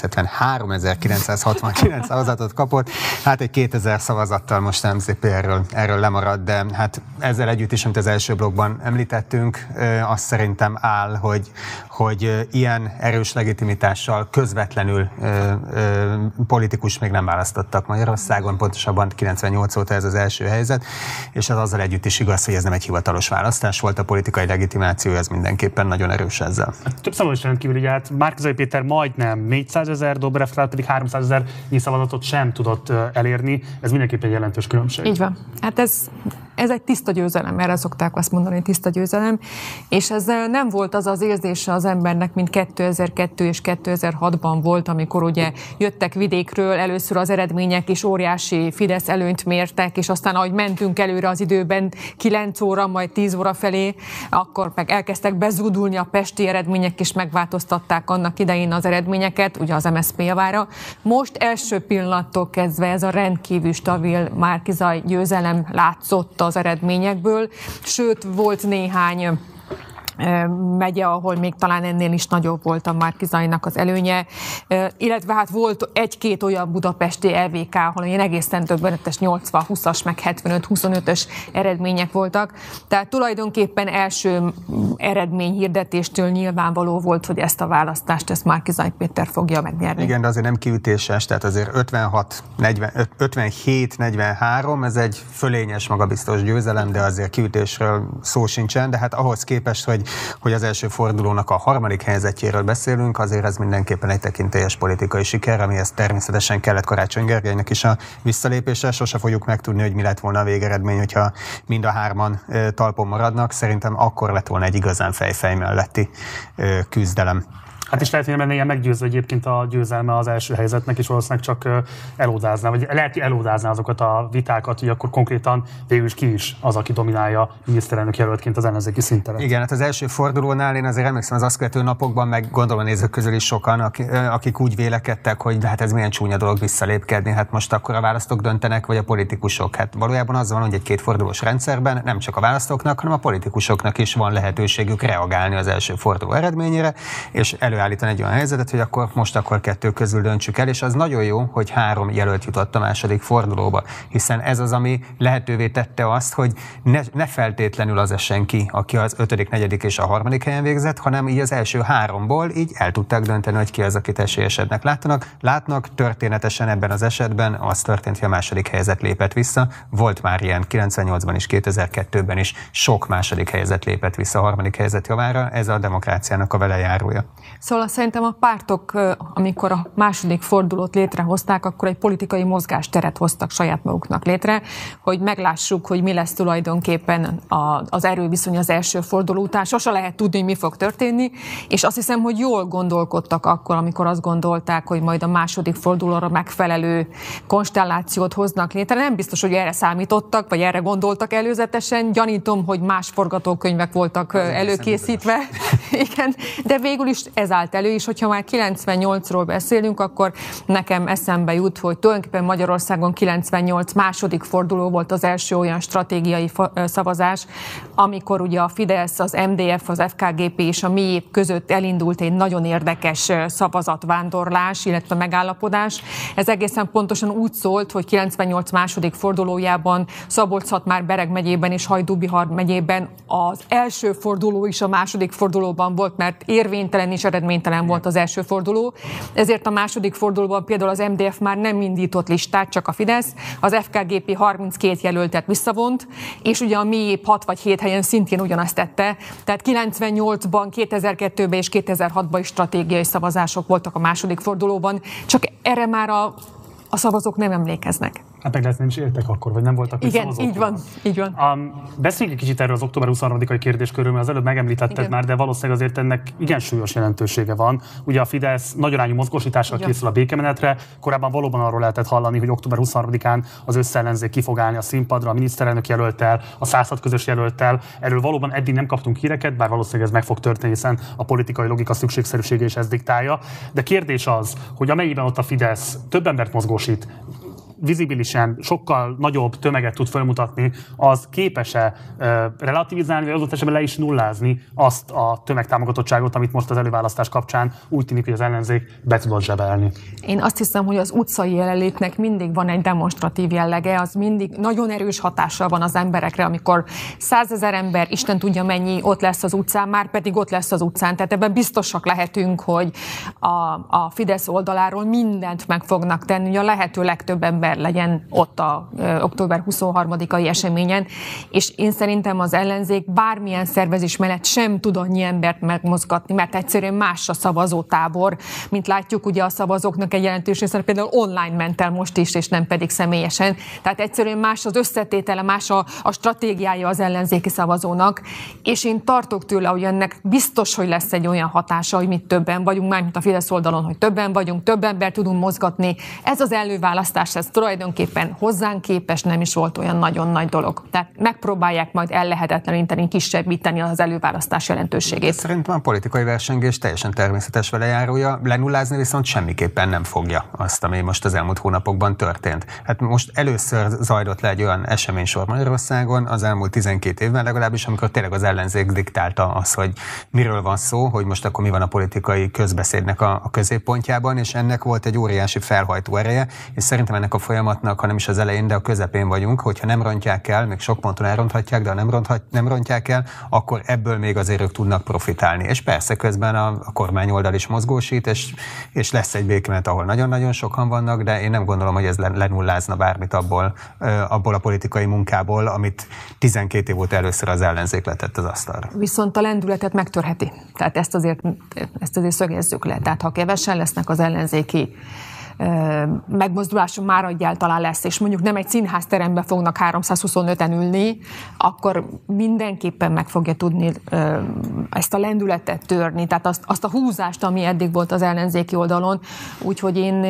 370.969 szavazatot kapott, hát egy 2000 szavazattal most MZP erről lemarad, de hát ezzel együtt is, amit az első blogban említettünk, azt szerintem áll, hogy ilyen erős legitimitással közvetlenül politikus még nem választottak Magyarországon, pontosabban 98 óta ez az első helyzet, és az azzal együtt is igaz, hogy ez nem egy hivatalos választás volt, a politikai legitimitás legitimációja ez mindenképpen nagyon erős ezzel. Több szavazás is rendkívül, ugye hát Márki-Zay Péter majdnem 400 000, Dobrev Klára pedig 300 000 szavazatot sem tudott elérni. Ez mindenképpen egy jelentős különbség. Így van. Hát ez egy tiszta győzelem, erre szokták azt mondani, hogy tiszta győzelem, és ez nem volt az az érzése az embernek, mint 2002 és 2006-ban volt, amikor ugye jöttek vidékről először az eredmények, és óriási Fidesz előnyt mértek, és aztán ahogy mentünk előre az időben 9 óra, majd 10 óra felé, akkor meg elkezdtek bezúdulni a pesti eredmények, és megváltoztatták annak idején az eredményeket, ugye az MSZP javára. Most első pillanattól kezdve ez a rendkívül stabil Márki-Zay győzelem látszott az eredményekből, sőt volt néhány megye, ahol még talán ennél is nagyobb volt a Márki-Zaynak az előnye, illetve hát volt egy-két olyan budapesti LVK, ahol ilyen egészen döbbenetes 80-20-as, meg 75-25-ös eredmények voltak. Tehát tulajdonképpen első eredményhirdetéstől nyilvánvaló volt, hogy ezt a választást ezt Márki-Zay Péter fogja megnyerni. Igen, de azért nem kiütéses, tehát azért 57-43, ez egy fölényes, magabiztos győzelem, de azért kiütésről szó sincsen, de hát ahhoz képest, hogy az első fordulónak a harmadik helyzetjéről beszélünk, azért ez mindenképpen egy tekintélyes politikai siker, amihez természetesen kellett Karácsony Gergelynek is a visszalépése. Sose fogjuk megtudni, hogy mi lett volna a végeredmény, hogyha mind a hárman talpon maradnak. Szerintem akkor lett volna egy igazán fejfej melletti küzdelem. Hát is lehet, hogy nem lenne ilyen meggyőző egyébként a győzelme az első helyzetnek, és valószínűleg csak elódázná, vagy lehet, hogy elódázná azokat a vitákat, hogy akkor konkrétan végül is ki is az, aki dominálja miniszterelnök jelöltként az ellenzéki szinteret. Igen, hát az első fordulónál én azért emlékszem az azt követő napokban, meg gondolom a nézők közül is sokan, akik úgy vélekedtek, hogy hát ez milyen csúnya dolog visszalépkedni, hát most akkor a választók döntenek, vagy a politikusok. Hát valójában az van, hogy egy kétfordulós rendszerben nem csak a választóknak, hanem a politikusoknak is van lehetőségük reagálni az első forduló eredményére, és előállítani egy olyan helyzetet, hogy akkor kettő közül döntsük el, és az nagyon jó, hogy 3 jelölt jutott a második fordulóba, hiszen ez az, ami lehetővé tette azt, hogy ne feltétlenül az essen ki, aki az 5., 4. és a 3. helyen végzett, hanem így az első 3-ból így el tudták dönteni, hogy ki az, akit esélyesednek látnak. Történetesen ebben az esetben az történt, hogy a második helyzet lépett vissza. Volt már ilyen 98-ban és 2002-ben is sok második helyzet lépett vissza a 3. helyzet javára, ez a demokráciának a velejárója. Szóval szerintem a pártok, amikor a második fordulót létrehozták, akkor egy politikai mozgásteret hoztak saját maguknak létre, hogy meglássuk, hogy mi lesz tulajdonképpen az erőviszony az első forduló után. Sose lehet tudni, hogy mi fog történni, és azt hiszem, hogy jól gondolkodtak akkor, amikor azt gondolták, hogy majd a második fordulóra megfelelő konstellációt hoznak létre. Nem biztos, hogy erre számítottak, vagy erre gondoltak előzetesen. Gyanítom, hogy más forgatókönyvek voltak előkészítve. Igen, de végül is ez állt elő, és hogyha már 98-ról beszélünk, akkor nekem eszembe jut, hogy tulajdonképpen Magyarországon 98 második forduló volt az első olyan stratégiai szavazás, amikor ugye a Fidesz, az MDF, az FKGP és a MIÉP között elindult egy nagyon érdekes szavazatvándorlás, illetve megállapodás. Ez egészen pontosan úgy szólt, hogy 98 második fordulójában Szabolcs-Szatmár-Bereg megyében és Hajdú-Bihar megyében az első forduló is a második fordulóban volt, mert érvénytelen és eredménytelen volt az első forduló. Ezért a második fordulóban például az MDF már nem indított listát, csak a Fidesz, az FKGP 32 jelöltet visszavont, és ugye a MIÉP 6 vagy 7 helyen szintén ugyanazt tette. Tehát 98-ban, 2002-ben és 2006-ban is stratégiai szavazások voltak a második fordulóban, csak erre már a szavazók nem emlékeznek. Hát meg lehet, nem is éltek akkor, vagy nem voltak szavazók. Igen, így van. Beszéljünk egy kicsit erről az október 23-ai kérdéskörről, mert az előbb megemlítetted már, de valószínűleg azért ennek igen súlyos jelentősége van. Ugye a Fidesz nagyarányú mozgósítással készül a békemenetre. Korábban valóban arról lehetett hallani, hogy október 23-án az összellenzék ki fog állni a színpadra, a miniszterelnök jelölttel, a 106 közös jelölttel. Erről valóban eddig nem kaptunk híreket, bár valószínűleg ez meg fog történni, hiszen a politikai logika szükségszerűsége is ezt diktálja. De kérdés az, hogy amennyiben ott a Fidesz több embert mozgósít, vizibilisen sokkal nagyobb tömeget tud felmutatni, az képes-e relativizálni, vagy adott esetben le is nullázni azt a tömegtámogatottságot, amit most az előválasztás kapcsán úgy tűnik, hogy az ellenzék be tudott zsebelni. Én azt hiszem, hogy az utcai jelenlétnek mindig van egy demonstratív jellege, az mindig nagyon erős hatással van az emberekre, amikor 100 000 ember, Isten tudja mennyi, ott lesz az utcán, már pedig ott lesz az utcán. Tehát ebben biztosak lehetünk, hogy a Fidesz oldaláról mindent meg fognak tenni, hogy a lehető legtöbb ember Péter legyen ott a október 23-ai eseményen, és én szerintem az ellenzék bármilyen szervezés mellett sem tud annyi embert megmozgatni, mert egyszerűen más a szavazótábor, mint látjuk, ugye a szavazóknak egy jelentős része például online ment el most is, és nem pedig személyesen. Tehát egyszerűen más az összetétele, más a stratégiája az ellenzéki szavazónak, és én tartok tőle, hogy ennek biztos, hogy lesz egy olyan hatása, hogy mit többen vagyunk, mármint a Fidesz oldalon, hogy többen vagyunk, több embert tudunk mozgatni. Ez az előválasztás, ez tulajdonképpen hozzánk képest nem is volt olyan nagyon nagy dolog. Tehát megpróbálják majd ellehetetleníteni, kisebbíteni az előválasztás jelentőségét. Szerintem a politikai versengés teljesen természetes vele járója, lenullázni viszont semmiképpen nem fogja azt, ami most az elmúlt hónapokban történt. Hát most először zajlott le egy olyan eseménysor Magyarországon az elmúlt 12 évben legalábbis, amikor tényleg az ellenzék diktálta az, hogy miről van szó, hogy most akkor mi van a politikai közbeszédnek a középpontjában, és ennek volt egy óriási felhajtó ereje, és szerintem ennek a folyamatnak, ha nem is az elején, de a közepén vagyunk, hogyha nem rontják el, még sok ponton elronthatják, de ha nem rontják el, akkor ebből még azért ők tudnak profitálni. És persze közben a kormány oldal is mozgósít, és lesz egy békemet, ahol nagyon-nagyon sokan vannak, de én nem gondolom, hogy ez lenullázna bármit abból a politikai munkából, amit 12 év óta először az ellenzék letett az asztalra. Viszont a lendületet megtörheti. Tehát ezt azért szögezzük le. Tehát ha kevesen lesznek az ellenzéki megmozduláson már egyáltalán lesz, és mondjuk nem egy színházterembe fognak 325-en ülni, akkor mindenképpen meg fogja tudni ezt a lendületet törni, tehát azt a húzást, ami eddig volt az ellenzéki oldalon. Úgyhogy én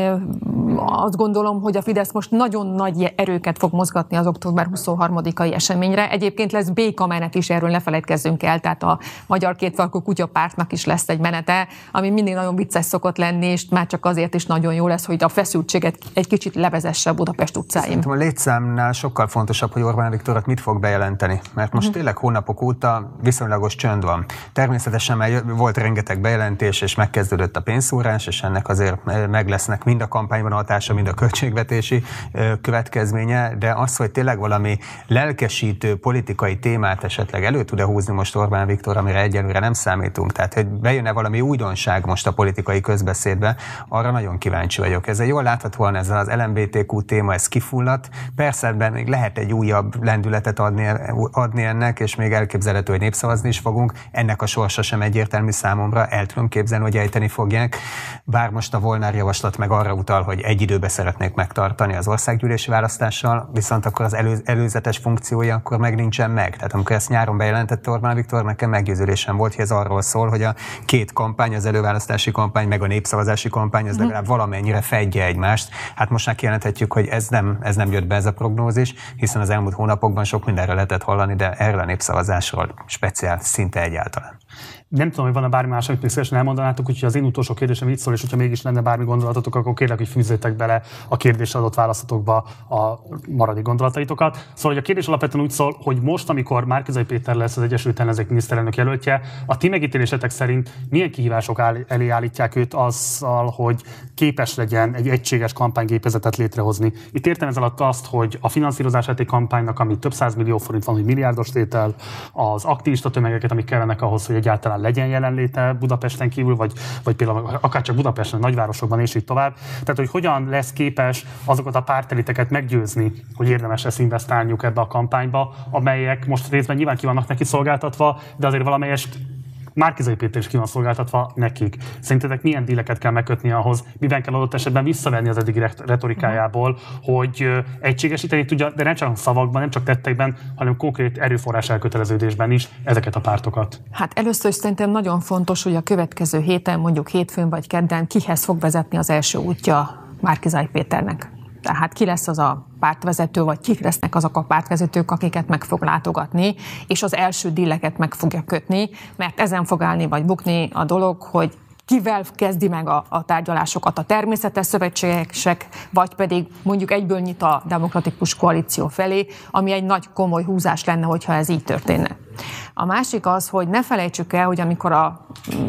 azt gondolom, hogy a Fidesz most nagyon nagy erőket fog mozgatni az október 23-ai eseményre. Egyébként lesz békamenet is, erről ne feledkezzünk el, tehát a Magyar Kétfarkú Kutyapártnak is lesz egy menete, ami mindig nagyon vicces szokott lenni, és már csak azért is nagyon jó lesz, hogy a feszültséget egy kicsit levezesse a Budapest utcáin. Szerintem a létszámnál sokkal fontosabb, hogy Orbán Viktor mit fog bejelenteni, mert most tényleg hónapok óta viszonylagos csönd van. Természetesen volt rengeteg bejelentés, és megkezdődött a pénzszórás, és ennek azért meg lesznek mind a kampányban hatása, mind a költségvetési következménye, de az, hogy tényleg valami lelkesítő politikai témát esetleg elő tud-e húzni most Orbán Viktor, amire egyelőre nem számítunk, tehát hogy bejön-e valami újdonság most a politikai közbeszédbe, arra nagyon kíváncsi vagyok. Ezzel jól láthatóan ez az LMBTQ téma, ez kifulladt. Persze ebben még lehet egy újabb lendületet adni ennek, és még elképzelhető, hogy népszavazni is fogunk. Ennek a sorsa sem egyértelmű számomra, el tudom képzelni, hogy ejteni fogják. Bár most a Volnár javaslat meg arra utal, hogy egy időben szeretnék megtartani az országgyűlési választással, viszont akkor az előzetes funkciója akkor meg nincsen meg. Tehát amikor ezt nyáron bejelentette Orbán Viktor, nekem meggyőződésem volt, hogy ez arról szól, hogy a két kampány, az előválasztási kampány, meg a népszavazási kampány, az legalább valamennyire fedje egymást. Hát most már kijelenthetjük, hogy ez nem jött be ez a prognózis, hiszen az elmúlt hónapokban sok mindenre lehetett hallani, de erről a népszavazásról speciál szinte egyáltalán. Nem tudom, hogy van-e bármi más, amit még szívesen elmondanátok, úgyhogy az én utolsó kérdésem így szól, és hogyha mégis lenne bármi gondolatotok, akkor kérlek, hogy fűzzétek bele a kérdésre adott választatokba a maradék gondolataitokat. Szóval, hogy a kérdés alapvetően úgy szól, hogy most, amikor Márki-Zay Péter lesz az Egyesült Ellenzék miniszterelnök jelöltje, a ti megítélésetek szerint milyen kihívások elé állítják őt azzal, hogy képes legyen egy egységes kampánygépezetet létrehozni? Itt értem ez alatt azt, hogy a finanszírozását egy kampánynak, ami több 100 millió forint van, hogy milliárdos tétel, az aktivista tömegeket, amik kellenek ahhoz, hogy egyáltalán legyen jelenléte Budapesten kívül, vagy például akár csak Budapesten, nagyvárosokban és így tovább. Tehát, hogy hogyan lesz képes azokat a párteliteket meggyőzni, hogy érdemes lesz investálniuk ebbe a kampányba, amelyek most részben nyilván ki vannak neki szolgáltatva, de azért valamelyest Márki-Zay Péter is ki van szolgáltatva nekik. Szerintetek milyen díleket kell megkötni ahhoz, miben kell adott esetben visszavenni az eddigi retorikájából, hogy egységesíteni tudja, de nem csak szavakban, nem csak tettekben, hanem konkrét erőforrás elköteleződésben is ezeket a pártokat? Hát először is szerintem nagyon fontos, hogy a következő héten, mondjuk hétfőn vagy kedden kihez fog vezetni az első útja Márki-Zay Péternek. Tehát ki lesz az a pártvezető, vagy kik lesznek azok a pártvezetők, akiket meg fog látogatni, és az első díleket meg fogja kötni, mert ezen fog állni vagy bukni a dolog, hogy kivel kezdi meg a tárgyalásokat, a természetes szövetségesek, vagy pedig mondjuk egyből nyit a demokratikus koalíció felé, ami egy nagy komoly húzás lenne, hogyha ez így történne. A másik az, hogy ne felejtsük el, hogy amikor a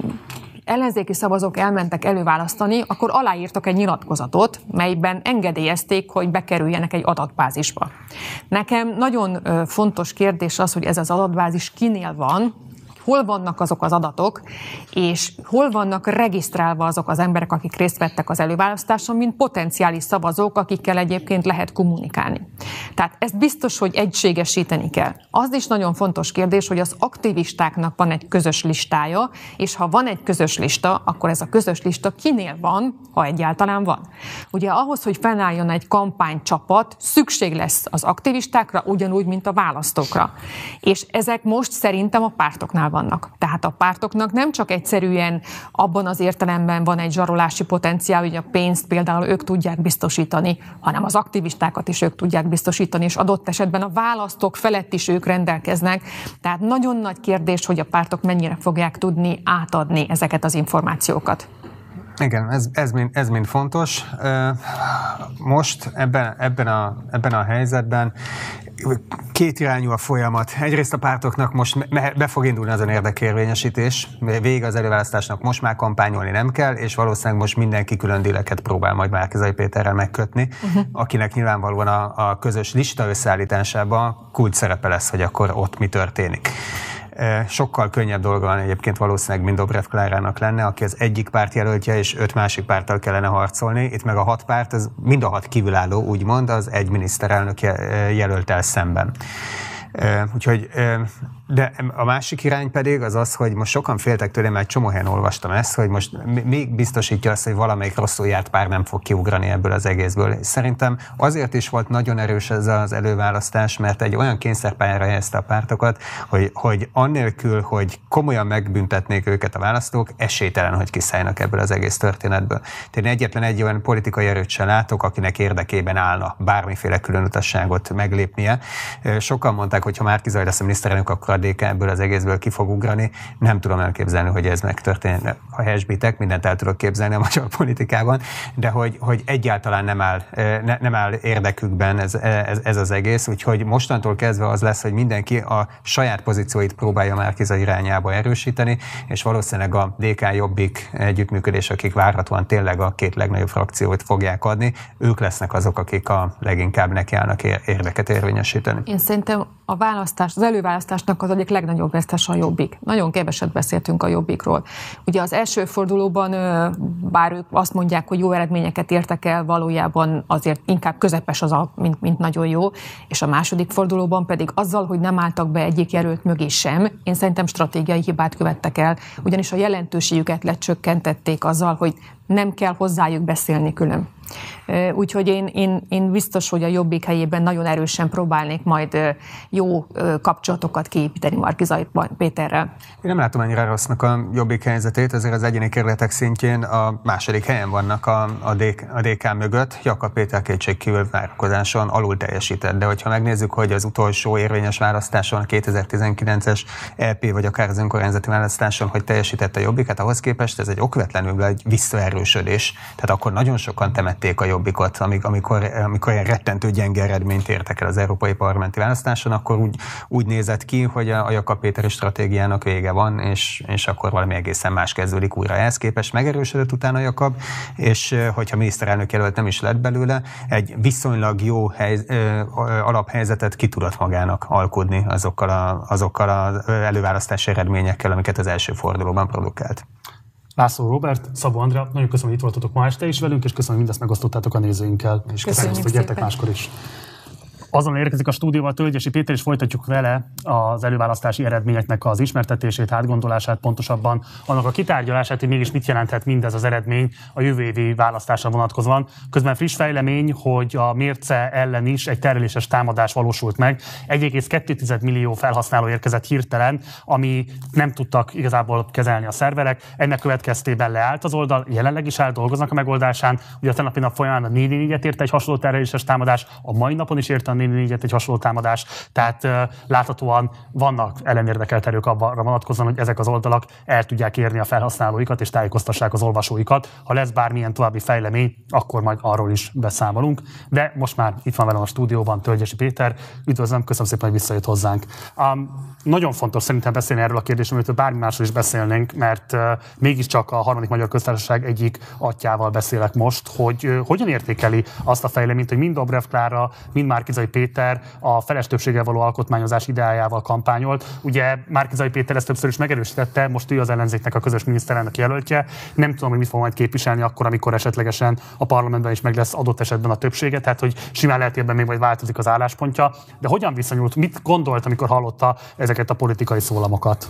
ellenzéki szavazók elmentek előválasztani, akkor aláírtak egy nyilatkozatot, melyben engedélyezték, hogy bekerüljenek egy adatbázisba. Nekem nagyon fontos kérdés az, hogy ez az adatbázis kinél van, hol vannak azok az adatok, és hol vannak regisztrálva azok az emberek, akik részt vettek az előválasztáson, mint potenciális szavazók, akikkel egyébként lehet kommunikálni. Tehát ezt biztos, hogy egységesíteni kell. Az is nagyon fontos kérdés, hogy az aktivistáknak van egy közös listája, és ha van egy közös lista, akkor ez a közös lista kinél van, ha egyáltalán van. Ugye ahhoz, hogy fennálljon egy kampánycsapat, szükség lesz az aktivistákra, ugyanúgy, mint a választókra. És ezek most szerintem a pártoknál vannak. Tehát a pártoknak nem csak egyszerűen abban az értelemben van egy zsarolási potenciál, hogy a pénzt például ők tudják biztosítani, hanem az aktivistákat is ők tudják biztosítani, és adott esetben a választók felett is ők rendelkeznek. Tehát nagyon nagy kérdés, hogy a pártok mennyire fogják tudni átadni ezeket az információkat. Igen, ez mind fontos. Most ebben a helyzetben kétirányú a folyamat. Egyrészt a pártoknak most be fog indulni az érdekérvényesítés. Vége az előválasztásnak, most már kampányolni nem kell, és valószínűleg most mindenki külön díleket próbál majd Márki-Zay Péterrel megkötni, akinek nyilvánvalóan a közös lista összeállításában kulcs szerepe lesz, hogy akkor ott mi történik. Sokkal könnyebb dolga van egyébként valószínűleg, mint Dobrev Klárának lenne, aki az egyik párt jelöltje, és 5 másik párttal kellene harcolni. Itt meg a 6 párt, ez mind a 6 kívülálló, úgymond, az egy miniszterelnök jelölttel szemben. Úgyhogy, de a másik irány pedig az, hogy most sokan féltek tőle, mert egy csomó helyen olvastam ezt, hogy most még biztosítja azt, hogy valamelyik rosszul járt pár nem fog kiugrani ebből az egészből. És szerintem azért is volt nagyon erős ez az előválasztás, mert egy olyan kényszerpályára helyezte a pártokat, hogy annélkül, hogy komolyan megbüntetnék őket a választók, esélytelen, hogy kiszálljanak ebből az egész történetből. Tehát egyetlen egy olyan politikai erőt sem látok, akinek érdekében állna bármiféle különutasságot meglépnie. Sokan mondták, hogy ha Márki-Zay lesz a miniszterelnök, akkor a DK ebből az egészből ki fog ugrani. Nem tudom elképzelni, hogy ez megtörténjen. Ha hasbitek, mindent el tudok képzelni a magyar politikában, de hogy egyáltalán nem áll érdekükben ez az egész, úgyhogy mostantól kezdve az lesz, hogy mindenki a saját pozícióit próbálja Márki-Zay irányába erősíteni, és valószínűleg a DK-Jobbik együttműködés, akik várhatóan tényleg a 2 legnagyobb frakciót fogják adni, ők lesznek azok, akik a leginkább nekiállnak érdeket érvényesíteni. Én szerintem az előválasztásnak az egyik legnagyobb vesztes a Jobbik. Nagyon keveset beszéltünk a Jobbikról. Ugye az első fordulóban, bár ők azt mondják, hogy jó eredményeket értek el, valójában azért inkább közepes mint nagyon jó, és a második fordulóban pedig azzal, hogy nem álltak be egyik jelölt mögé sem, én szerintem stratégiai hibát követtek el, ugyanis a jelentőségüket lecsökkentették azzal, hogy nem kell hozzájuk beszélni külön. Úgyhogy én biztos, hogy a Jobbik helyében nagyon erősen próbálnék majd jó kapcsolatokat kiépíteni Márki-Zay Péterrel. Én nem látom ennyire rossznak a Jobbik helyzetét, azért az egyéni kerületek szintjén a második helyen vannak a DK mögött. Jakab Péter kétségkívül várakozáson alul teljesített, de hogyha megnézzük, hogy az utolsó érvényes választáson, a 2019-es EP vagy akár az önkormányzati választáson, hogy teljesített a Jobbik, hát ahhoz képest ez egy okvetlenül egy visszaerősödés. Tehát akkor nagyon sokan temették a Jobbikot, amikor ilyen rettentő gyenge eredményt értek el az európai parlamenti választáson, akkor úgy nézett ki, hogy a Jakab Péteri stratégiának vége van, és akkor valami egészen más kezdődik újra. Ehhez képest megerősödött utána Jakab, és hogyha miniszterelnök jelölt nem is lett belőle, egy viszonylag jó alaphelyzetet ki tudott magának alkudni azokkal az előválasztási eredményekkel, amiket az első fordulóban produkált. László Róbert, Szabó Andrea, nagyon köszönöm, hogy itt voltatok ma este is velünk, és köszönöm, hogy mindezt megosztottátok a nézőinkkel. És köszönöm, hogy gyertek máskor is. Azon érkezik a stúdióval Tölgyesi Péter, és folytatjuk vele az előválasztási eredményeknek az ismertetését, átgondolását, pontosabban annak a kitárgyalását, hogy mégis mit jelenthet mindez az eredmény a jövő évi választásra vonatkozóan. Közben friss fejlemény, hogy a mérce ellen is egy terheléses támadás valósult meg. 1,2 millió felhasználó érkezett hirtelen, ami nem tudtak igazából kezelni a szerverek. Ennek következtében leállt az oldal, jelenleg is áll, dolgoznak a megoldásán. Ugye a tegnapi nap folyamán a 444-et érte egy hasonló terheléses támadás, a mai napon is érte a 444-et egy hasonló támadás, tehát láthatóan vannak ellenérvekelt erők arra vonatkozóan, hogy ezek az oldalak el tudják érni a felhasználóikat és tájékoztassák az olvasóikat. Ha lesz bármilyen további fejlemény, akkor majd arról is beszámolunk. De most már itt van velem a stúdióban Tölgyesi Péter. Üdvözlöm, köszönöm szépen, hogy visszajött hozzánk. Nagyon fontos szerintem beszélni erről a kérdésről, hogy bármi másról is beszélnénk, mert mégiscsak a harmadik Magyar Köztársaság egyik atyával beszélek most, hogy hogyan értékeli azt a fejleményt, hogy mind Dobrev Klára, mind Márki-Zay Péter a feles többséggel való alkotmányozás ideájával kampányolt. Ugye Márki-Zay Péter ezt többször is megerősítette, most ő az ellenzéknek a közös miniszterelnök jelöltje. Nem tudom, hogy mit fog majd képviselni akkor, amikor esetlegesen a parlamentben is meg lesz adott esetben a többsége, tehát hogy simán lehet, ebben még majd változik az álláspontja. De hogyan viszonyult, mit gondolt, amikor hallotta ezeket a politikai szólamokat?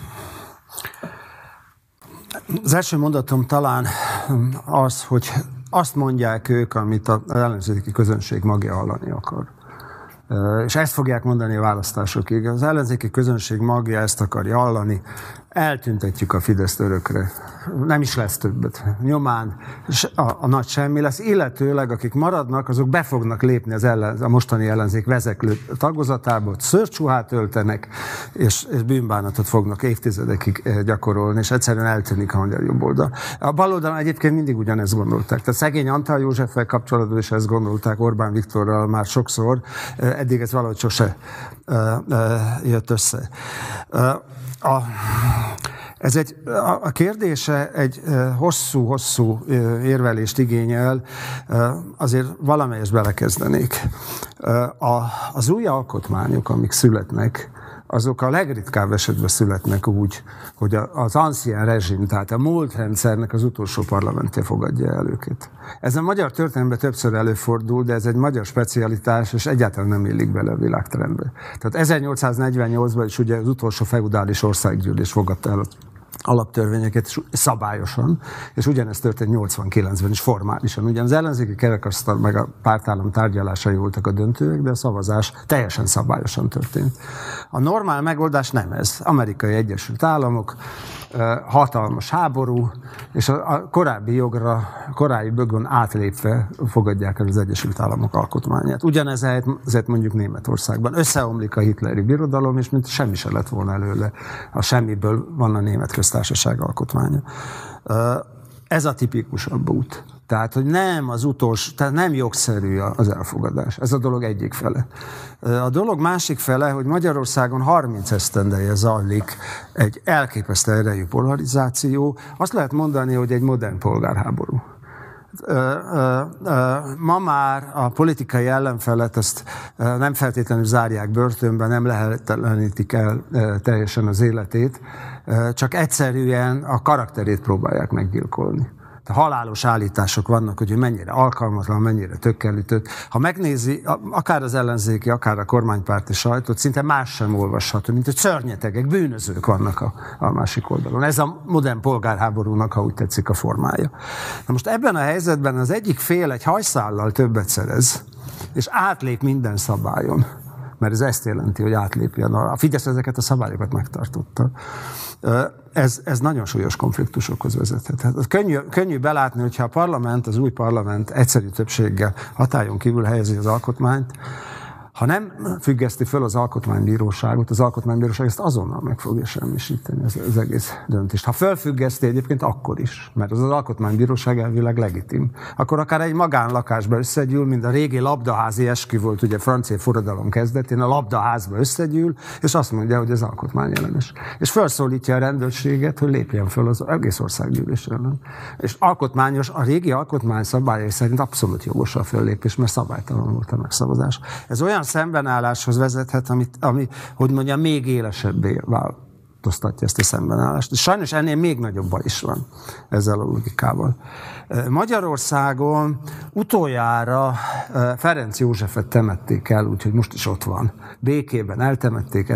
Az első mondatom talán az, hogy azt mondják ők, amit az ellenzéki közönség magja hallani akar. És ezt fogják mondani a választásokig. Az ellenzéki közönség magja ezt akarja hallani. Eltüntetjük a Fideszt örökre. Nem is lesz többet. Nyomán a nagy semmi lesz. Illetőleg, akik maradnak, azok be fognak lépni a mostani ellenzék vezeklő tagozatába, szőrcsuhát öltenek, és bűnbánatot fognak évtizedekig gyakorolni, és egyszerűen eltűnik a magyar jobb oldal. A bal oldalon egyébként mindig ugyanezt gondolták. Tehát szegény Antall Józseffel kapcsolatban is ezt gondolták, Orbán Viktorral már sokszor, eddig ez valahogy sose jött össze. A kérdése egy hosszú érvelést igényel, azért valamelyest belekezdenék. Az új alkotmányok, amik születnek, azok a legritkább esetben születnek úgy, hogy az ancien rezsim, tehát a múlt rendszernek az utolsó parlamentje fogadja el őket. Ez a magyar történelemben többször előfordul, de ez egy magyar specialitás, és egyáltalán nem illik bele a világtrendbe. Tehát 1848-ban is ugye az utolsó feudális országgyűlés fogadta el alaptörvényeket szabályosan, és ugyanezt történt 89-ben is formálisan. Ugyan az ellenzéki kerekasztal meg a pártállam tárgyalásai voltak a döntőek, de a szavazás teljesen szabályosan történt. A normál megoldás nem ez. Amerikai Egyesült Államok, hatalmas háború, és a korábbi jogra, korábbi bögön átlépve fogadják el az Egyesült Államok alkotmányát. Ugyanezért mondjuk Németországban. Összeomlik a hitleri birodalom, és mint semmi se lett volna előle. A semmiből van a német köztársaság alkotmánya. Ez a tipikusabb út. Tehát, hogy nem az utolsó, tehát nem jogszerű az elfogadás. Ez a dolog egyik fele. A dolog másik fele, hogy Magyarországon 30 esztendeje zajlik egy elképesztő erejű polarizáció. Azt lehet mondani, hogy egy modern polgárháború. Ma már a politikai ellenfelet ezt nem feltétlenül zárják börtönbe, nem lehetetlenítik el teljesen az életét, csak egyszerűen a karakterét próbálják meggyilkolni. Halálos állítások vannak, hogy ő mennyire alkalmatlan, mennyire tökkelütött. Ha megnézi akár az ellenzéki, akár a kormánypárti sajtót, szinte más sem olvasható, mint hogy szörnyetegek, bűnözők vannak a másik oldalon. Ez a modern polgárháborúnak, ha úgy tetszik, a formája. Na most ebben a helyzetben az egyik fél egy hajszállal többet szerez, és átlép minden szabályon. Mert ez ezt jelenti, hogy átlépjen. A Fidesz ezeket a szabályokat megtartotta. Ez nagyon súlyos konfliktusokhoz vezethet. Hát könnyű belátni, hogyha a parlament, az új parlament egyszerű többséggel hatályon kívül helyezi az alkotmányt, ha nem függeszti föl az alkotmánybíróságot, az alkotmánybíróság ezt azonnal meg fogja semmisíteni az egész döntést. Ha fölfüggeszti egyébként, akkor is, mert az alkotmánybíróság elvileg legitim. Akkor akár egy magánlakásba összegyűl, mint a régi labdaházi eskü volt, ugye francia forradalom kezdetén, a labdaházba összegyűl, és azt mondja, hogy ez alkotmányellenes. És felszólítja a rendőrséget, hogy lépjen föl az egész országgyűlés ellen. És alkotmányos, a régi alkotmány szabályai szerint abszolút jogos a föllépés, mert szabálytalan volt a megszavazás. Ez olyan szembenálláshoz vezethet, ami, hogy mondjam, még élesebbé változtatja ezt a szembenállást. És sajnos ennél még nagyobb baj is van ezzel a logikával. Magyarországon utoljára Ferenc Józsefet temették el, úgyhogy most is ott van. Békében eltemették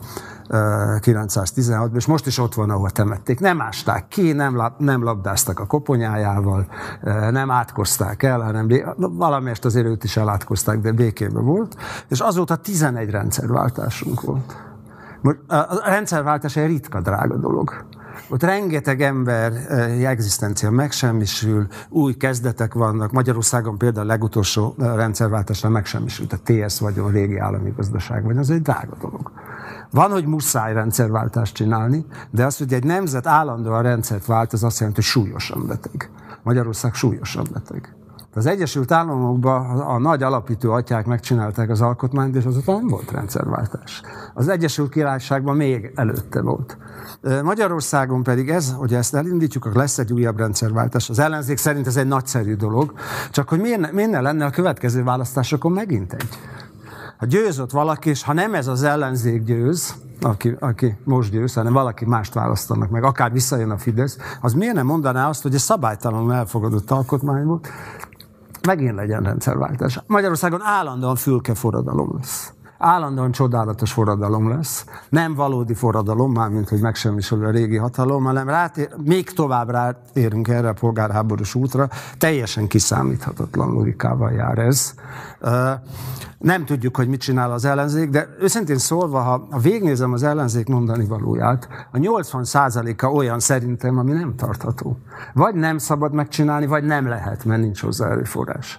1916-ban, és most is ott van, ahol temették. Nem ásták ki, nem labdáztak a koponyájával, nem átkozták el, hanem valamelyest azért őt is elátkozták, de békében volt, és azóta 11 rendszerváltásunk volt. A rendszerváltás egy ritka, drága dolog. Ott rengeteg ember egzisztencia megsemmisül, új kezdetek vannak. Magyarországon például a legutolsó rendszerváltásra megsemmisült a TS vagyon, régi állami gazdaság vagy, az egy drága dolog. Van, hogy muszáj rendszerváltást csinálni, de az, hogy egy nemzet állandóan rendszert vált, az azt jelenti, hogy súlyosan beteg. Magyarország súlyosan beteg. Az Egyesült Államokban a nagy alapító atyák megcsinálták az alkotmányt, és azután nem volt rendszerváltás. Az Egyesült Királyságban még előtte volt. Magyarországon pedig ez, hogy ezt elindítjuk, akkor lesz egy újabb rendszerváltás. Az ellenzék szerint ez egy nagyszerű dolog, csak hogy miért ne lenne a következő választásokon megint egy? ha győz ott valaki, és ha nem ez az ellenzék győz, aki most győz, hanem valaki mást választanak meg, akár visszajön a Fidesz, az miért nem mondaná azt, hogy ez szabálytalanul elfogadott alkotmány volt, megint legyen rendszerváltás. Magyarországon állandóan fülkeforradalom lesz. Állandóan csodálatos forradalom lesz. Nem valódi forradalom, mármint, hogy megsemmisül a régi hatalom, hanem még tovább rátérünk erre a polgárháborús útra. Teljesen kiszámíthatatlan logikával jár ez. Nem tudjuk, hogy mit csinál az ellenzék, de őszintén szólva, ha végignézem az ellenzék mondani valóját, a 80%-a olyan szerintem, ami nem tartható. Vagy nem szabad megcsinálni, vagy nem lehet, mert nincs hozzá erőforrás.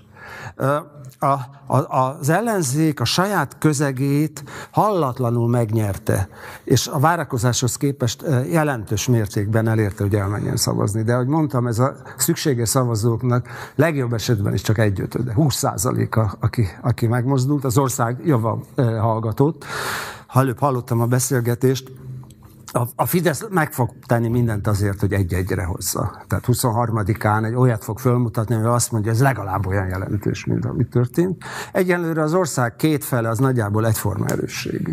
Az ellenzék a saját közegét hallatlanul megnyerte, és a várakozáshoz képest jelentős mértékben elérte, hogy elmenjen szavazni. De ahogy mondtam, ez a szükséges szavazóknak legjobb esetben is csak 1/5, 20%-a, aki megmozdult, az ország java hallgatott. Előbb hallottam a beszélgetést, a Fidesz meg fog tenni mindent azért, hogy egy-egyre hozza. Tehát 23-án egy olyat fog fölmutatni, hogy azt mondja, ez legalább olyan jelentős, mint ami történt. Egyelőre az ország két fele az nagyjából egyforma erősségű.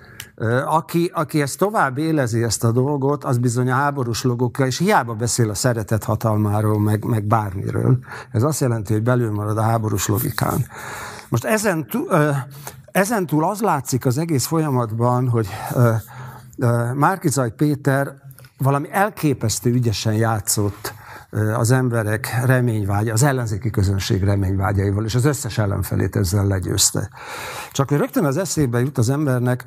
Aki ezt tovább élezi ezt a dolgot, az bizony a háborús logókkal, és hiába beszél a szeretet hatalmáról, meg bármiről. Ez azt jelenti, hogy belül marad a háborús logikán. Most ezentúl az látszik az egész folyamatban, hogy Márki-Zay Péter valami elképesztő ügyesen játszott az emberek reményvágya, az ellenzéki közönség reményvágyaival, és az összes ellenfelét ezzel legyőzte. Csak rögtön az eszébe jut az embernek,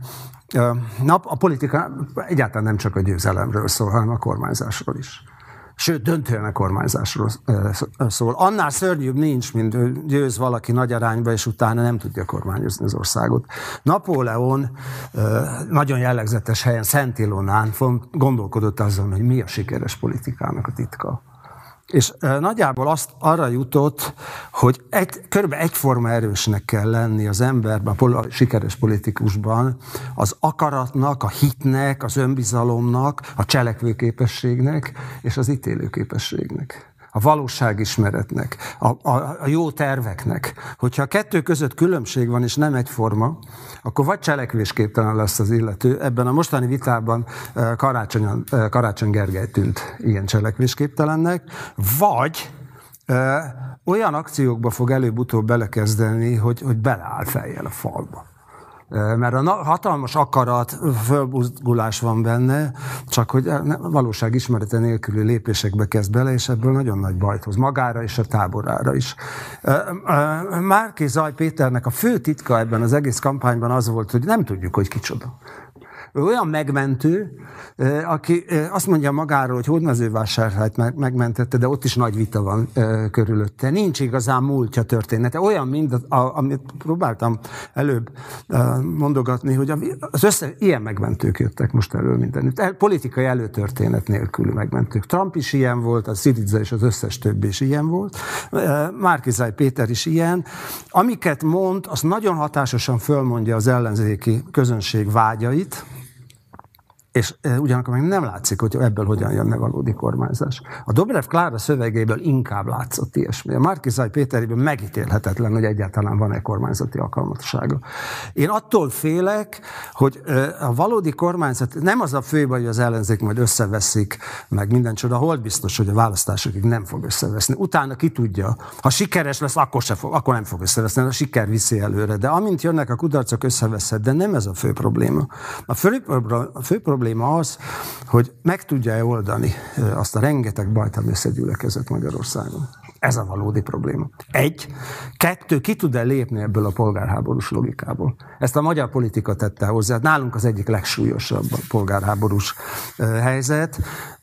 a politika egyáltalán nem csak a győzelemről szól, hanem a kormányzásról is. Sőt, döntően a kormányzásról szól. Annál szörnyűbb nincs, mint győz valaki nagy arányba, és utána nem tudja kormányozni az országot. Napóleon nagyon jellegzetes helyen, Szent Ilonán gondolkodott azon, hogy mi a sikeres politikának a titka. És nagyjából arra jutott, hogy körülbelül egyforma erősnek kell lenni az emberben, a sikeres politikusban, az akaratnak, a hitnek, az önbizalomnak, a cselekvőképességnek és az ítélőképességnek. A valóságismeretnek, a jó terveknek. Hogyha a kettő között különbség van, és nem egyforma, akkor vagy cselekvésképtelen lesz az illető. Ebben a mostani vitában Karácsony Gergely tűnt ilyen cselekvésképtelennek, vagy olyan akciókba fog előbb-utóbb belekezdeni, hogy beleáll fejjel a falba. Mert a hatalmas akarat, fölbuzdulás van benne, csak hogy valóságismerete nélküli lépésekbe kezd bele, és ebből nagyon nagy bajt hoz magára és a táborára is. Márki-Zay Péternek a fő titka ebben az egész kampányban az volt, hogy nem tudjuk, hogy kicsoda. Ő olyan megmentő, aki azt mondja magáról, hogy Hódmezővásárhelyt megmentette, de ott is nagy vita van körülötte. Nincs igazán múltja története. Olyan, mint amit próbáltam előbb mondogatni, hogy ilyen megmentők jöttek most elő mindenütt. Politikai előtörténet nélkül megmentők. Trump is ilyen volt, a Syriza és az összes többi is ilyen volt. Márki-Zay Péter is ilyen. Amiket mond, az nagyon hatásosan fölmondja az ellenzéki közönség vágyait, és ugyanakkor meg nem látszik, hogy ebből hogyan jönne valódi kormányzás. A Dobrev Klára szövegéből inkább látszott ilyesmi. A Márki-Zay Péteréből megítélhetetlen, hogy egyáltalán van-e kormányzati alkalmatossága. Én attól félek, hogy a valódi kormányzat nem az a fő baj, hogy az ellenzék majd összeveszik, meg minden csoda, hol biztos, hogy a választásokig nem fog összeveszni. Utána ki tudja, ha sikeres lesz, akkor nem fog összeveszni, a siker viszi előre. De amint jönnek a kudarcok, összeveszed, de nem ez a fő probléma. A fő probléma az, hogy meg tudja-e oldani azt a rengeteg bajt, ami összegyülekezett Magyarországon. Ez a valódi probléma. 1. 2. Ki tud-e lépni ebből a polgárháborús logikából? Ezt a magyar politika tette hozzá. Nálunk az egyik legsúlyosabb polgárháborús helyzet.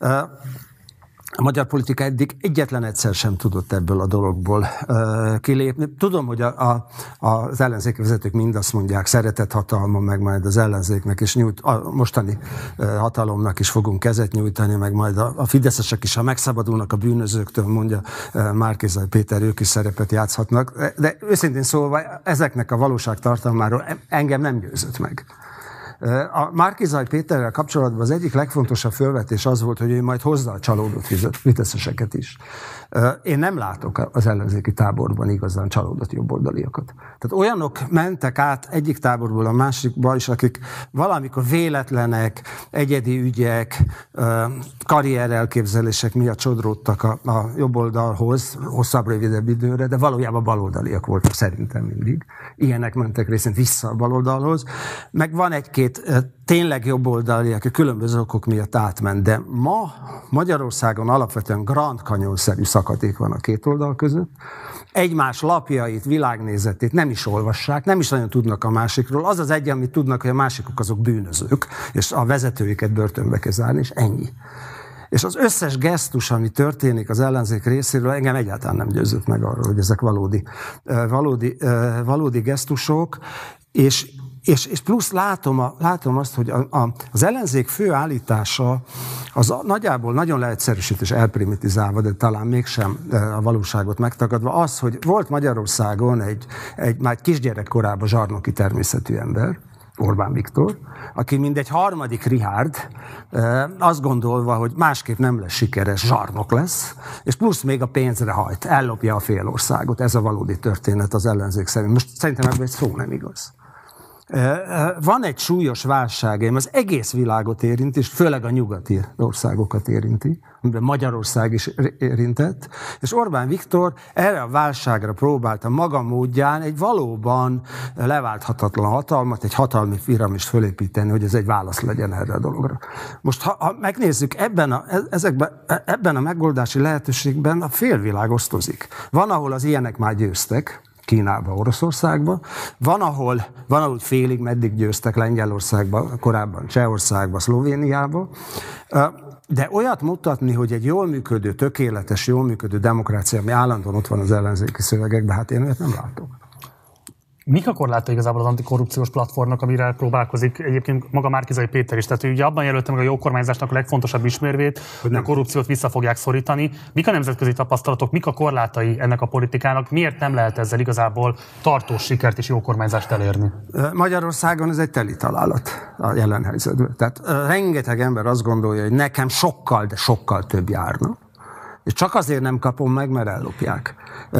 A magyar politika eddig egyetlen egyszer sem tudott ebből a dologból kilépni. Tudom, hogy az ellenzéki vezetők mind azt mondják, szeretett hatalma, meg majd az ellenzéknek, és a mostani hatalomnak is fogunk kezet nyújtani, meg majd a fideszesek is, ha megszabadulnak a bűnözőktől, mondja Márki-Zay Péter, ők is szerepet játszhatnak. De őszintén szólva, ezeknek a valóságtartalmáról engem nem győzött meg. A Márki-Zay Péterrel kapcsolatban az egyik legfontosabb felvetés az volt, hogy ő majd hozza a csalódott fideszeseket is. Én nem látok az ellenzéki táborban igazán csalódott jobboldaliakat. Tehát olyanok mentek át egyik táborból a másikba is, akik valamikor véletlenek, egyedi ügyek, karrierelképzelések miatt sodródtak a jobboldalhoz hosszabb, rövidebb időre, de valójában baloldaliak voltak szerintem mindig. Ilyenek mentek részint vissza a baloldalhoz. Meg van egy-két tényleg jobboldali, aki különböző okok miatt átment, de ma Magyarországon alapvetően Grand Canyon-szerű szakadék van a két oldal között. Egymás lapjait, világnézetét nem is olvassák, nem is nagyon tudnak a másikról. Az az egy, amit tudnak, hogy a másikok azok bűnözők, és a vezetőiket börtönbe kell zárni, és ennyi. És az összes gesztus, ami történik az ellenzék részéről, engem egyáltalán nem győzött meg arról, hogy ezek valódi gesztusok, és plusz látom azt, hogy az ellenzék fő állítása az nagyjából nagyon leegyszerűsítés elprimitizálva, de talán mégsem a valóságot megtagadva, az, hogy volt Magyarországon már kisgyerekkorában zsarnoki természetű ember, Orbán Viktor, aki mindegy harmadik Richárd, azt gondolva, hogy másképp nem lesz sikeres, zsarnok lesz, és plusz még a pénzre hajt, ellopja a fél országot. Ez a valódi történet az ellenzék szerint. Most szerintem ebből egy szó nem igaz. Van egy súlyos válság, az egész világot érinti, és főleg a nyugati országokat érinti, amiben Magyarország is érintett, és Orbán Viktor erre a válságra próbálta maga módján egy valóban leválthatatlan hatalmat, egy hatalmi piramist fölépíteni, hogy ez egy válasz legyen erre a dologra. Most ha megnézzük, ebben a megoldási lehetőségben a félvilág osztozik. Van, ahol az ilyenek már győztek, Kínába, Oroszországba. Van, ahol félig meddig győztek Lengyelországba, korábban Csehországba, Szlovéniába. De olyat mutatni, hogy egy jól működő, tökéletes, jól működő demokrácia, ami állandóan ott van az ellenzéki szövegekben, hát én olyat nem látok. Mik a korlátai igazából az antikorrupciós platformnak, amire próbálkozik egyébként maga Márki-Zay Péter is? Tehát ő ugye abban jelölte meg a jó kormányzásnak a legfontosabb ismérvét, hogy a korrupciót vissza fogják szorítani. Mik a nemzetközi tapasztalatok, mik a korlátai ennek a politikának? Miért nem lehet ezzel igazából tartós sikert és jó kormányzást elérni? Magyarországon ez egy teli találat a jelen helyzetben. Tehát rengeteg ember azt gondolja, hogy nekem sokkal, de sokkal több járna. És csak azért nem kapom meg, mert ellopják.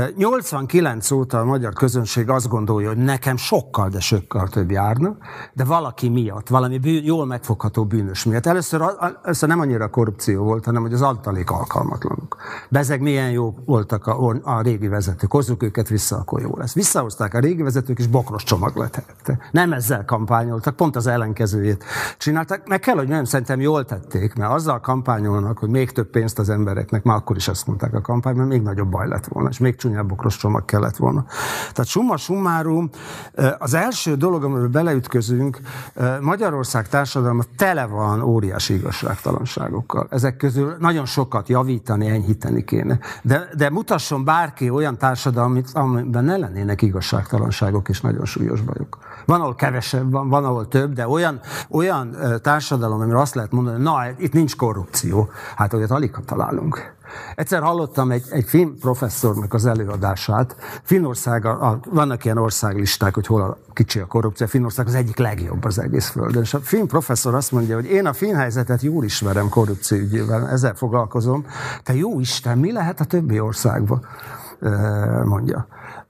89 óta a magyar közönség azt gondolja, hogy nekem sokkal, de sokkal több járna, de valaki miatt, valami jól megfogható bűnös miatt. Először nem annyira a korrupció volt, hanem hogy az altalék alkalmatlanok. Bezeg milyen jó voltak a régi vezetők, hozzuk őket vissza, akkor jó lesz. Visszahozták a régi vezetők, és bokros csomag lett helyette. Nem ezzel kampányoltak, pont az ellenkezőjét csináltak. Meg kell, hogy nem, szerintem jól tették, mert azzal kampányolnak, hogy még több pénzt az embereknek, már akkor is azt mondták a kampányban, még nagyobb baj lett volna, és még csúnyább bokros csomag kellett volna. Tehát summa summarum, az első dolog, amiben beleütközünk, Magyarország társadalma tele van óriási igazságtalanságokkal. Ezek közül nagyon sokat javítani, enyhíteni kéne. De mutasson bárki olyan társadalmat, amiben ne lennének igazságtalanságok és nagyon súlyos bajok. Van, ahol kevesebb van, ahol több, de olyan társadalom, amire azt lehet mondani, na, itt nincs korrupció. Hát olyat alig találunk. Egyszer hallottam egy finn professzornak az előadását. Finnország, vannak ilyen országlisták, hogy hol a kicsi a korrupció. Finnország az egyik legjobb az egész földön. És a finn professzor azt mondja, hogy én a finn helyzetet jól ismerem korrupcióügyével, ezzel foglalkozom. Te jó Isten, mi lehet a többi országban? Mondja.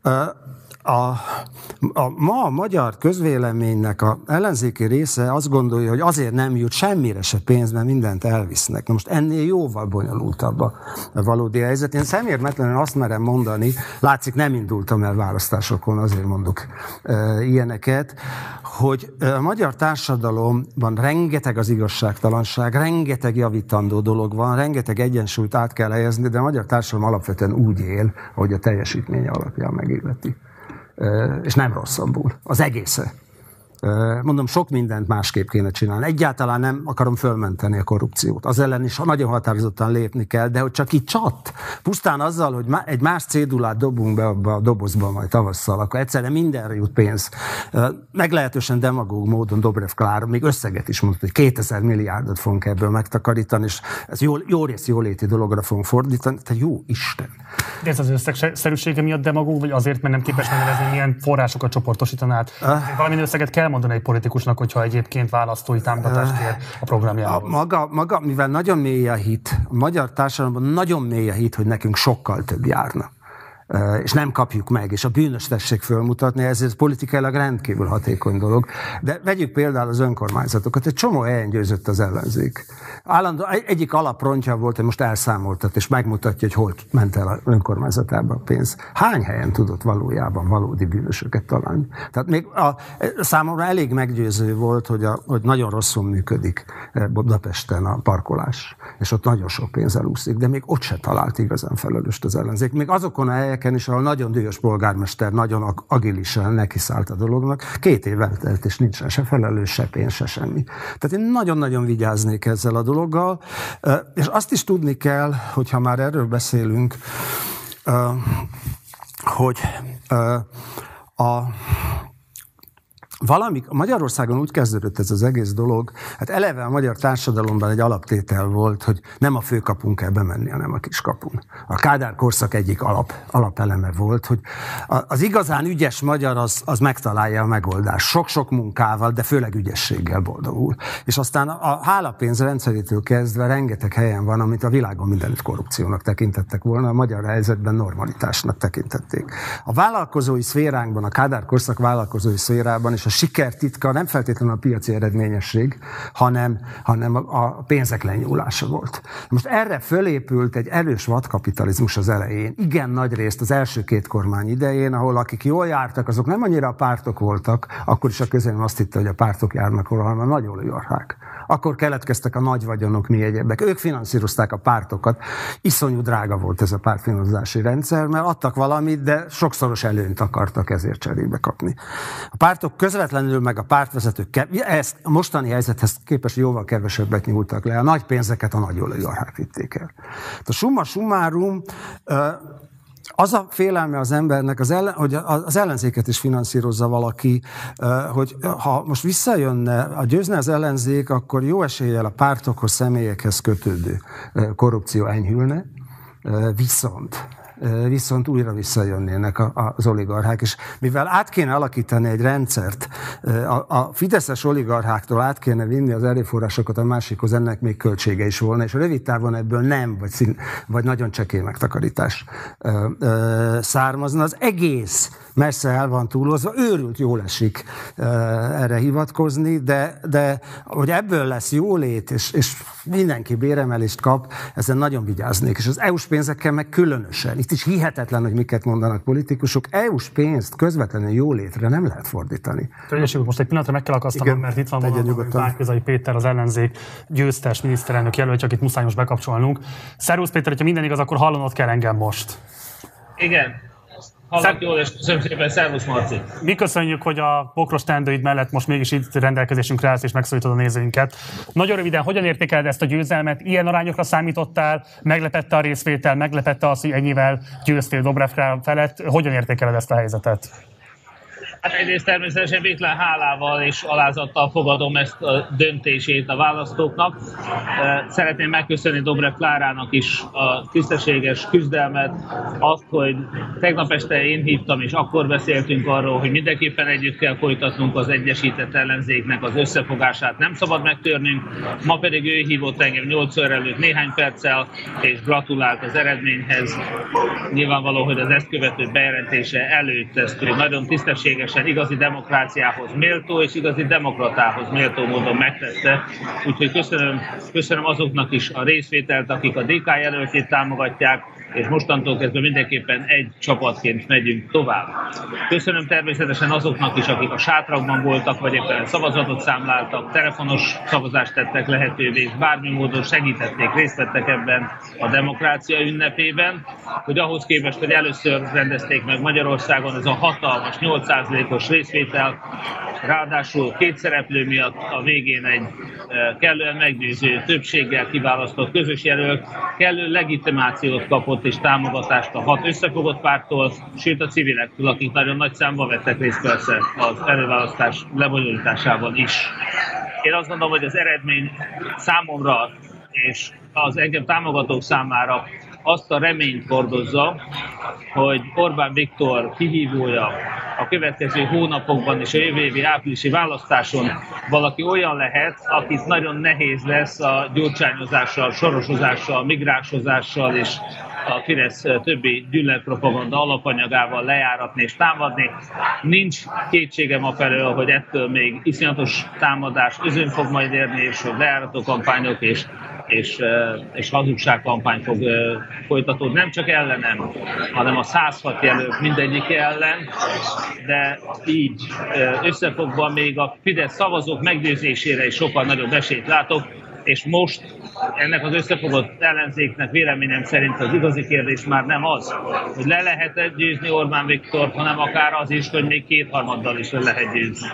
Ma a magyar közvéleménynek a ellenzéki része azt gondolja, hogy azért nem jut semmire se pénz, mert mindent elvisznek. Na most ennél jóval bonyolultabb a valódi helyzet. Én szemérmetlenül azt merem mondani, látszik nem indultam el választásokon, azért mondok ilyeneket, hogy a magyar társadalomban rengeteg az igazságtalanság, rengeteg javítandó dolog van, rengeteg egyensúlyt át kell helyezni, de a magyar társadalom alapvetően úgy él, ahogy a teljesítménye alapján megilleti. És nem rosszabbul. Az egésze. Mondom, sok mindent másképp kéne csinálni. Egyáltalán nem akarom fölmenteni a korrupciót. Az ellen is nagyon határozottan lépni kell, de hogy csak így csat, pusztán azzal, hogy egy más cédulát dobunk be abba a dobozba majd tavasszal, akkor egyszerűen mindenre jut pénz. Meglehetősen demagóg módon Dobrev Klára még összeget is mondott, hogy 2000 milliárdot fogunk ebből megtakarítani, és ez jó rész jóléti dologra fogunk fordítani. Tehát jó Isten. De ez az összegszerűsége miatt demagóg, vagy azért, mert nem képes megnevezni, milyen forrásokat csoportosítaná át? Valami összeget kell mondani egy politikusnak, hogyha egyébként választói támogatást kér a programjához. Maga, mivel nagyon mély a hit, a magyar társadalomban nagyon mély a hit, hogy nekünk sokkal több járna. És nem kapjuk meg, és a bűnös tessék fölmutatni, ez politikailag rendkívül hatékony dolog. De vegyük például az önkormányzatokat, egy csomó helyen győzött az ellenzék. Állandó, egyik alaprontja volt, hogy most elszámoltat, és megmutatja, hogy hol ment el az önkormányzatába a pénz. Hány helyen tudott valójában valódi bűnösöket találni? Tehát még számomra elég meggyőző volt, hogy nagyon rosszul működik Budapesten a parkolás, és ott nagyon sok pénz elúszik, de még ott se talált igazán felelőst az ellenzék. Még azokon a helyeken is, ahol nagyon dühös polgármester nagyon agilisan nekiszállt a dolognak, 2 év eltelt, és nincsen se felelős, se pénz, se semmi. Tehát én nagyon-nagyon vigyáznék ezzel a dologgal, és azt is tudni kell, hogyha már erről beszélünk, hogy Magyarországon úgy kezdődött ez az egész dolog, hát eleve a magyar társadalomban egy alaptétel volt, hogy nem a főkapun kell bemenni, hanem a kiskapun. A Kádár korszak egyik alapeleme volt, hogy az igazán ügyes magyar az megtalálja a megoldást. Sok-sok munkával, de főleg ügyességgel boldogul. És aztán a hálapénz rendszerétől kezdve rengeteg helyen van, amit a világon mindenütt korrupciónak tekintettek volna, a magyar helyzetben normalitásnak tekintették. A vállalkozói szféránkban, a Kádár korszak vállalkozói szférában és a siker titka nem feltétlenül a piaci eredményesség, hanem a pénzek lenyúlása volt. Most erre fölépült egy erős vadkapitalizmus az elején. Igen nagy részt az első 2 kormány idején, ahol akik jól jártak, azok nem annyira a pártok voltak, akkor is a közönség azt hitte, hogy a pártok járnak hol, hanem a nagy oligarchák. Akkor keletkeztek a nagy vagyonok, mi egyebek. Ők finanszírozták a pártokat. Iszonyú drága volt ez a pártfinanszírozási rendszer, mert adtak valamit, de sokszoros előnyt akartak ezért cserébe kapni. A pártok közvetlenül meg a pártvezetők ezt a mostani helyzethez képest jóval kevesebbet nyúltak le. A nagy pénzeket a nagy oligarchák vitték el. A summa summarum, az a félelme az embernek, hogy az ellenzéket is finanszírozza valaki, hogy ha most visszajönne, győzne az ellenzék, akkor jó eséllyel a pártokhoz, személyekhez kötődő korrupció enyhülne, viszont újra visszajönnének az oligarchák. És mivel át kéne alakítani egy rendszert, a fideszes oligarcháktól át kéne vinni az erőforrásokat a másikhoz, ennek még költsége is volna, és rövid távon ebből nem, vagy nagyon csekély megtakarítás származna. Az egész messze el van túlozva, őrült jól esik erre hivatkozni, de hogy ebből lesz jólét, és mindenki béremelést kap, ezen nagyon vigyáznék. És az EU-s pénzekkel meg különösen. Itt is hihetetlen, hogy miket mondanak politikusok. EU-s pénzt közvetlenül jólétre nem lehet fordítani. Most egy pillanatra meg kell akasztanom, mert itt van Márki-Zay Péter, az ellenzék győztes miniszterelnök jelölt, csak itt muszáj most bekapcsolnunk. Szervusz Péter, hogyha minden igaz, akkor hallanod kell engem most. Igen. Hallak jól, és köszönöm szépen, szervusz Marci! Mi köszönjük, hogy a pokros teendőid mellett most mégis itt rendelkezésünkre állsz és megszólítod a nézőinket. Nagyon röviden, hogyan értékeled ezt a győzelmet? Ilyen arányokra számítottál? Meglepette a részvétel? Meglepette az, hogy ennyivel győztél Dobrev Klára felett? Hogyan értékeled ezt a helyzetet? Hát egyrészt természetesen végtelen hálával és alázattal fogadom ezt a döntését a választóknak. Szeretném megköszönni Dobrev Klárának is a tisztességes küzdelmet, azt, hogy tegnap este én hívtam, és akkor beszéltünk arról, hogy mindenképpen együtt kell folytatnunk az egyesített ellenzéknek az összefogását, nem szabad megtörnünk. Ma pedig ő hívott engem 8 óra előtt néhány perccel, és gratulált az eredményhez. Nyilvánvaló, hogy az ezt követő bejelentése előtt ezt nagyon tisztességes, igazi demokráciához méltó és igazi demokratához méltó módon megtette. Úgyhogy köszönöm azoknak is a részvételt, akik a DK jelöltjét támogatják, és mostantól kezdve mindenképpen egy csapatként megyünk tovább. Köszönöm természetesen azoknak is, akik a sátrakban voltak, vagy éppen szavazatot számláltak, telefonos szavazást tettek lehetővé, és bármi módon segítették, részt vettek ebben a demokrácia ünnepében, hogy ahhoz képest, hogy először rendezték meg Magyarországon ez a hatalmas 8%-os részvétel, ráadásul 2 szereplő miatt a végén egy kellően meggyőző többséggel kiválasztott közös jelölt kellő legitimációt kapott és támogatást a 6 összefogott párttól, sőt a civilektől, akik nagyon nagy számban vettek részt persze az előválasztás lebonyolításában is. Én azt gondolom, hogy az eredmény számomra és az engem támogatók számára azt a reményt hordozza, hogy Orbán Viktor kihívója a következő hónapokban és a jövő évi áprilisi választáson valaki olyan lehet, akit nagyon nehéz lesz a gyurcsányozással, sorosozással, migránsozással és a Fidesz többi gyűlöletpropaganda alapanyagával lejáratni és támadni. Nincs kétségem afelől, hogy ettől még iszonyatos támadás, özön fog majd érni, és hogy lejárató kampányok és hazugságkampány fog folytatódni, nem csak ellenem, hanem a 106 jelölt mindegyik ellen, de így összefogva még a Fidesz szavazók meggyőzésére is sokkal nagyobb esélyt látok, és most ennek az összefogott ellenzéknek véleményem szerint az igazi kérdés már nem az, hogy le lehet győzni Orbán Viktort, hanem akár az is, hogy még kétharmaddal is le lehet győzni.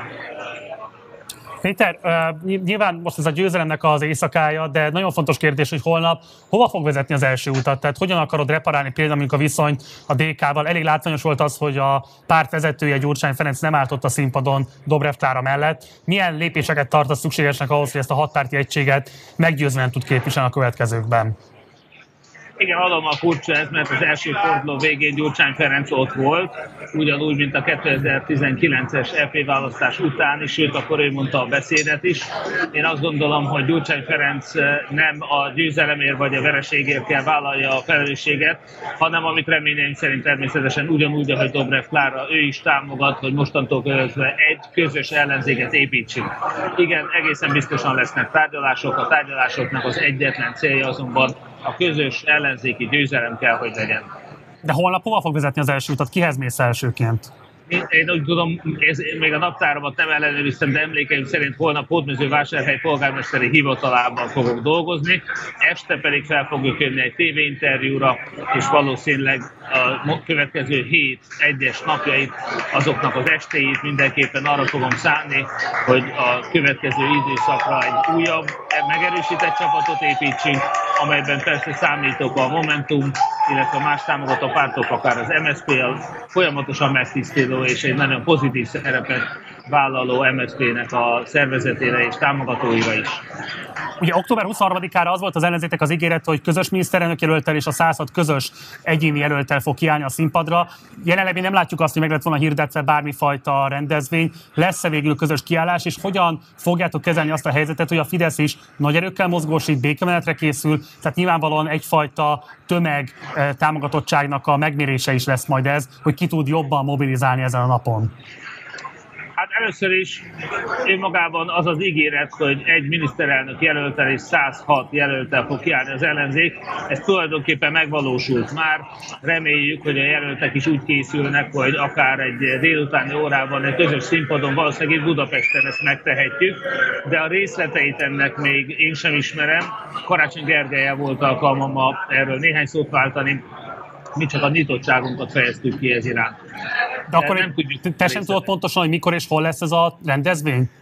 Péter, nyilván most ez a győzelemnek az éjszakája, de nagyon fontos kérdés, hogy holnap hova fog vezetni az első utat? Tehát hogyan akarod reparálni például mondjuk a viszonyt a DK-val? Elég látványos volt az, hogy a párt vezetője, Gyurcsány Ferenc nem állt ott a színpadon Dobrev Klára mellett. Milyen lépéseket tartasz szükségesnek ahhoz, hogy ezt a hatpárti egységet meggyőzően tud képviselni a következőkben? Igen, adom a furcsa ez, mert az első forduló végén Gyurcsány Ferenc ott volt, ugyanúgy, mint a 2019-es EP választás után is, sőt, akkor ő mondta a beszédet is. Én azt gondolom, hogy Gyurcsány Ferenc nem a győzelemért vagy a vereségért kell vállalja a felelősséget, hanem amit reményeim szerint természetesen ugyanúgy, ahogy Dobrev Klára, ő is támogat, hogy mostantól kezdve egy közös ellenzéket építsünk. Igen, egészen biztosan lesznek tárgyalások, a tárgyalásoknak az egyetlen célja azonban a közös ellenzéki győzelem kell, hogy legyen. De holnap hova fog vezetni az első utat? Kihez mész elsőként? Én úgy tudom, még a naptáramat nem ellenőriztem, de emlékeim szerint holnap Hódmezővásárhely polgármesteri hivatalában fogok dolgozni, este pedig fel fogok jönni egy tévéinterjúra, és valószínűleg a következő 7 egyes napjait, azoknak az estéit mindenképpen arra fogom szánni, hogy a következő időszakra egy újabb, megerősített csapatot építsünk, amelyben persze számítok a Momentum, illetve más támogató pártok, akár az MSZP-a folyamatosan megtisztító és egy nagyon pozitív szerepet vállaló MSZP-nek a szervezetére és támogatóira is. Ugye október 23-ára az volt az ellenzéknek az ígéret, hogy közös miniszterelnök jelölttel és a 106 közös egyéni jelölttel fog kiállni a színpadra. Jelenleg mi nem látjuk azt, hogy meg lett volna hirdetve bármifajta rendezvény. Lesz-e végül közös kiállás, és hogyan fogjátok kezelni azt a helyzetet, hogy a Fidesz is nagy erőkkel mozgósít, békemenetre készül, tehát nyilvánvalóan egyfajta tömeg támogatottságnak a megmérése is lesz majd ez, hogy ki tud jobban mobilizálni ezen a napon. Hát először is önmagában az az ígéret, hogy egy miniszterelnök jelöltel és 106 jelöltel fog kiállni az ellenzék, ez tulajdonképpen megvalósult már. Reméljük, hogy a jelöltek is úgy készülnek, hogy akár egy délutáni órában egy közös színpadon, valószínűleg itt Budapesten ezt megtehetjük, de a részleteit ennek még én sem ismerem. Karácsony Gergellyel volt alkalmam erről néhány szót váltani, mi csak a nyitottságunkat fejeztük ki ez iránt. De akkor nem tudjuk. Te sem tudod pontosan, hogy mikor és hol lesz ez a rendezvény?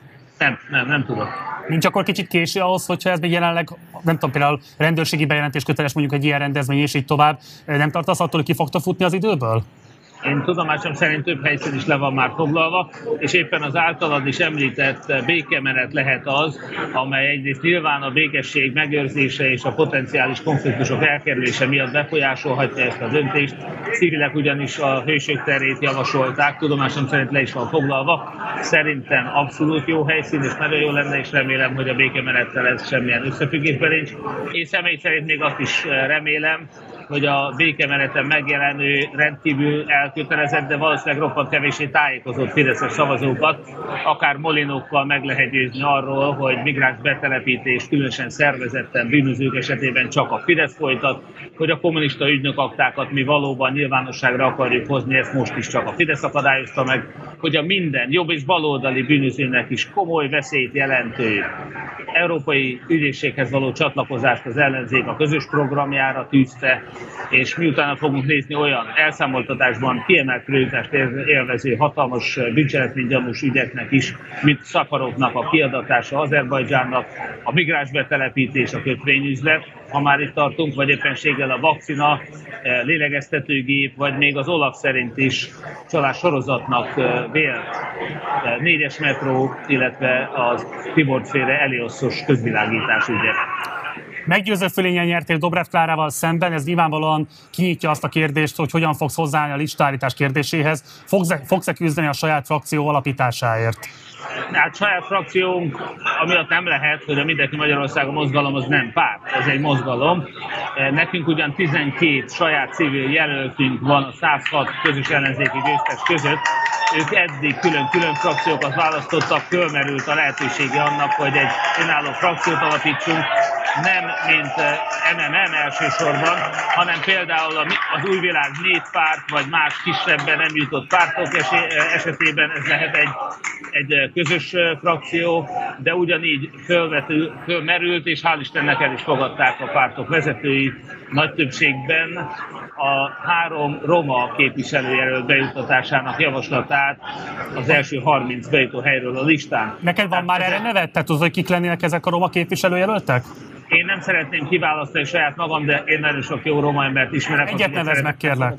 Nem tudom. Nincs akkor kicsit késő ahhoz, hogyha ez még jelenleg, nem tudom, például rendőrségi bejelentés köteles mondjuk egy ilyen rendezvény, és így tovább. Nem tartasz attól, hogy ki fogtok futni az időből? Én tudomásom szerint több helyszín is le van már foglalva, és éppen az általad is említett békemenet lehet az, amely egyrészt nyilván a békesség megőrzése és a potenciális konfliktusok elkerülése miatt befolyásolhatja ezt a döntést. Civilek ugyanis a hősök terét javasolták, tudomásom szerint le is van foglalva. Szerintem abszolút jó helyszín, és nagyon jó lenne, és remélem, hogy a békemenettel ez semmilyen összefüggésben nincs. Én személy szerint még azt is remélem, hogy a békemeneten megjelenő rendkívül elkötelezett, de valószínűleg roppant kevéssé tájékozott fideszes szavazókat, akár molinókkal meg lehet győzni arról, hogy migráns betelepítés, különösen szervezetten bűnözők esetében csak a Fidesz folytat, hogy a kommunista ügynökaktákat mi valóban nyilvánosságra akarjuk hozni, ezt most is csak a Fidesz akadályozta meg, hogy a minden jobb és baloldali bűnözőnek is komoly veszélyt jelentő európai ügyészséghez való csatlakozást az ellenzék a közös programjára tűzte, és miután fogunk nézni olyan elszámoltatásban kiemelt prioritást élvező hatalmas bűncselekménygyanús ügyeknek is, mint Szaharovnak a kiadatása Azerbajdzsánnak, a migráns betelepítés, a kötvényüzlet, ha már itt tartunk, vagy éppenséggel a vakcina, lélegeztetőgép, vagy még az Olaf szerint is csalás sorozatnak vélt 4-es metró, illetve az Tibor-féle Elioszos közvilágítás ügye. Meggyőző fölényen nyertél Dobrev Klárával szemben, ez nyilvánvalóan kinyitja azt a kérdést, hogy hogyan fogsz hozzáállni a listállítás kérdéséhez. Fogsz-e küzdeni a saját frakció alapításáért? Hát saját frakciónk, amiatt nem lehet, hogy a Mindenki Magyarországon mozgalom az nem párt, ez egy mozgalom. Nekünk ugyan 12 saját civil jelöltünk van a 106 közös ellenzéki győztes között, ők eddig külön-külön frakciókat választottak, fölmerült a lehetősége annak, hogy egy önálló frakciót alapítsunk, nem mint MMM elsősorban, hanem például az Új Világ néppárt, vagy más kisebben nem jutott pártok esetében ez lehet egy közös frakció, de ugyanígy fölmerült, és hál' Istennek el is fogadták a pártok vezetői nagy többségben a 3 roma képviselőjelölt bejuttatásának javaslatát az első 30 bejutó helyről a listán. Neked van már erre nevet? Tehát tudod, hogy kik lennének ezek a roma képviselőjelöltek? Én nem szeretném kiválasztani saját magam, de én nagyon sok jó roma embert ismerek. Egyet nevezd meg, kérlek.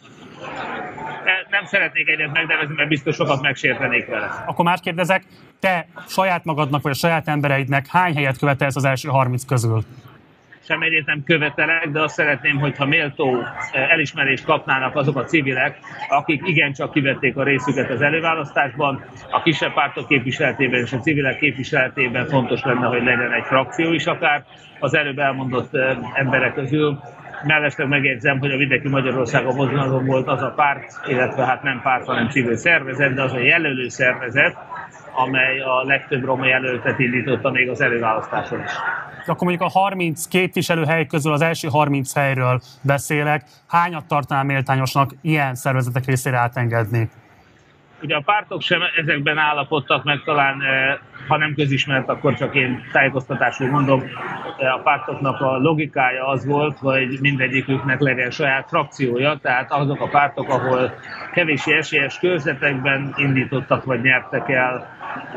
Nem szeretnék egyet megnevezni, mert biztos sokat megsértenék vele. Akkor már kérdezek, te saját magadnak vagy a saját embereidnek hány helyet követelsz az első 30 közül? Semmelyet nem követelek, de azt szeretném, hogyha méltó elismerést kapnának azok a civilek, akik igencsak kivették a részüket az előválasztásban. A kisebb pártok képviseletében és a civilek képviseletében fontos lenne, hogy legyen egy frakció is akár az előbb elmondott emberek közül. Mellesleg megjegyzem, hogy a Mindenki Magyarországon mozgalom volt az a párt, illetve hát nem párt, hanem civil szervezet, de az a jelölő szervezet, amely a legtöbb roma jelöltet indította még az előválasztáson is. Akkor mondjuk a 30 képviselőhely közül az első 30 helyről beszélek. Hányat tartanál méltányosnak ilyen szervezetek részére átengedni? Ugye a pártok sem ezekben állapodtak meg, talán ha nem közismert, akkor csak én tájékoztatásul mondom, a pártoknak a logikája az volt, hogy mindegyiküknek legyen saját frakciója, tehát azok a pártok, ahol kevési esélyes körzetekben indítottak vagy nyertek el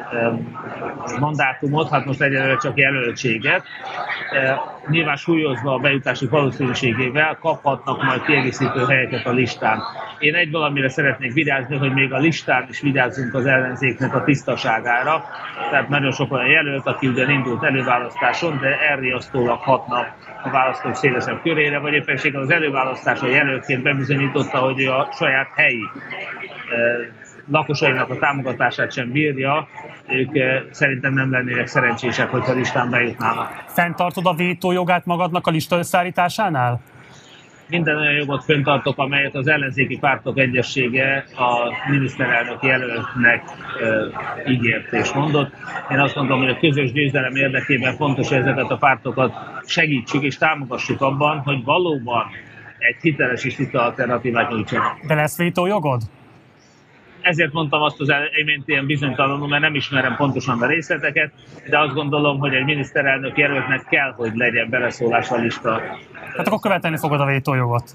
mandátumot, hát most egyelőre csak jelöltséget, nyilván súlyozva a bejutási valószínűségével kaphatnak majd kiegészítő helyeket a listán. Én egy valamire szeretnék vigyázni, hogy még a listán is vigyázzunk az ellenzéknek a tisztaságára, tehát nagyon sok olyan jelölt, aki ugyan indult előválasztáson, de elriasztólag hatnak a választók szélesebb körére, vagy éppenséggel az előválasztáson jelöltként bebizonyította, hogy a saját helyi lakosainak a támogatását sem bírja, ők szerintem nem lennének szerencsések, hogyha listán bejutnának. Fenntartod a vétójogát magadnak a lista összeállításánál? Minden olyan jogot fenntartok, amelyet az ellenzéki pártok egyessége a miniszterelnök jelöltnek ígért és mondott. Én azt mondom, hogy a közös győzelem érdekében fontos, hogy ezeket a pártokat segítsük és támogassuk abban, hogy valóban egy hiteles és tiszta alternatívát nyújtsanak. De lesz vétójogod? Ezért mondtam azt az imént ilyen bizonytalanul, mert nem ismerem pontosan a részleteket, de azt gondolom, hogy egy miniszterelnök jelöltnek kell, hogy legyen beleszólás a lista. Tehát akkor követelni fogod a vétójogot.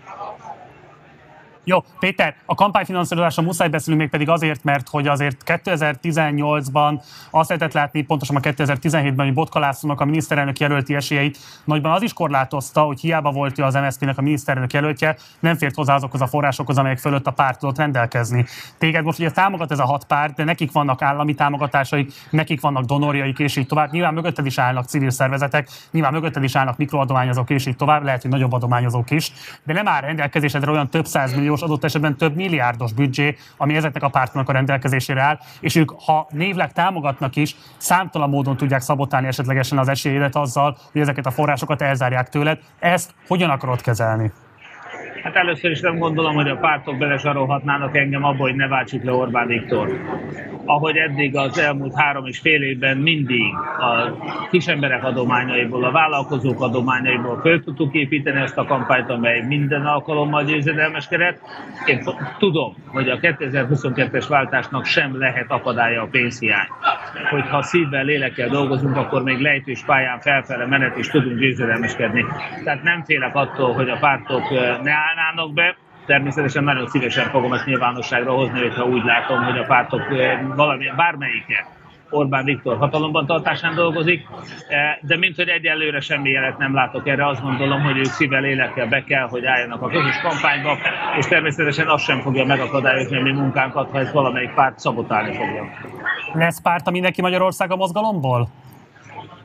Jó, Péter, a kampányfinanszírozásra muszáj beszélünk, még pedig azért, mert hogy azért 2018-ban azt lehetett látni, pontosabban 2017-ben, hogy Botka Lászlónak a miniszterelnök jelölti esélyeit nagyban az is korlátozta, hogy hiába volt az MSZP-nek a miniszterelnök jelöltje, nem fért hozzá azokhoz a forrásokhoz, amelyek fölött a párt tudott rendelkezni. Téged most ugye támogat ez a 6 párt, de nekik vannak állami támogatásaik, nekik vannak donorjaik, és így tovább. Nyilván mögötted is állnak civil szervezetek, nyilván mögötted is állnak mikroadományozók, és így tovább, lehet, hogy nagyobb adományozók is, de nem áll rendelkezésedre olyan több 100 milliós, adott esetben több milliárdos büdzsé, ami ezeknek a pártoknak a rendelkezésére áll, és ők, ha névleg támogatnak is, számtalan módon tudják szabotálni esetlegesen az esélyedet azzal, hogy ezeket a forrásokat elzárják tőled. Ezt hogyan akarod kezelni? Hát először is nem gondolom, hogy a pártok belezsarolhatnának engem abba, hogy ne váltsuk le Orbán Viktor. Ahogy eddig az elmúlt 3,5 évben mindig a kisemberek adományaiból, a vállalkozók adományaiból föl tudtuk építeni ezt a kampányt, amely minden alkalommal győzedelmeskedett. Én tudom, hogy a 2022-es váltásnak sem lehet akadálya a pénzhiány. Hogyha szívvel, lélekkel dolgozunk, akkor még lejtős pályán felfele menet is tudunk győzedelmeskedni. Tehát nem félek attól, hogy a pártok ne állnának be. Természetesen nagyon szívesen fogom ezt nyilvánosságra hozni, hogyha úgy látom, hogy a pártok bármelyike Orbán Viktor hatalomban tartásán dolgozik, de minthogy egyelőre semmi jelet nem látok erre, azt gondolom, hogy ők szívvel, lélekkel be kell, hogy álljanak a közös kampányba, és természetesen azt sem fogja megakadályozni a mi munkánkat, ha ezt valamelyik párt szabotálni fogja. Lesz párt a Mindenki Magyarország a mozgalomból?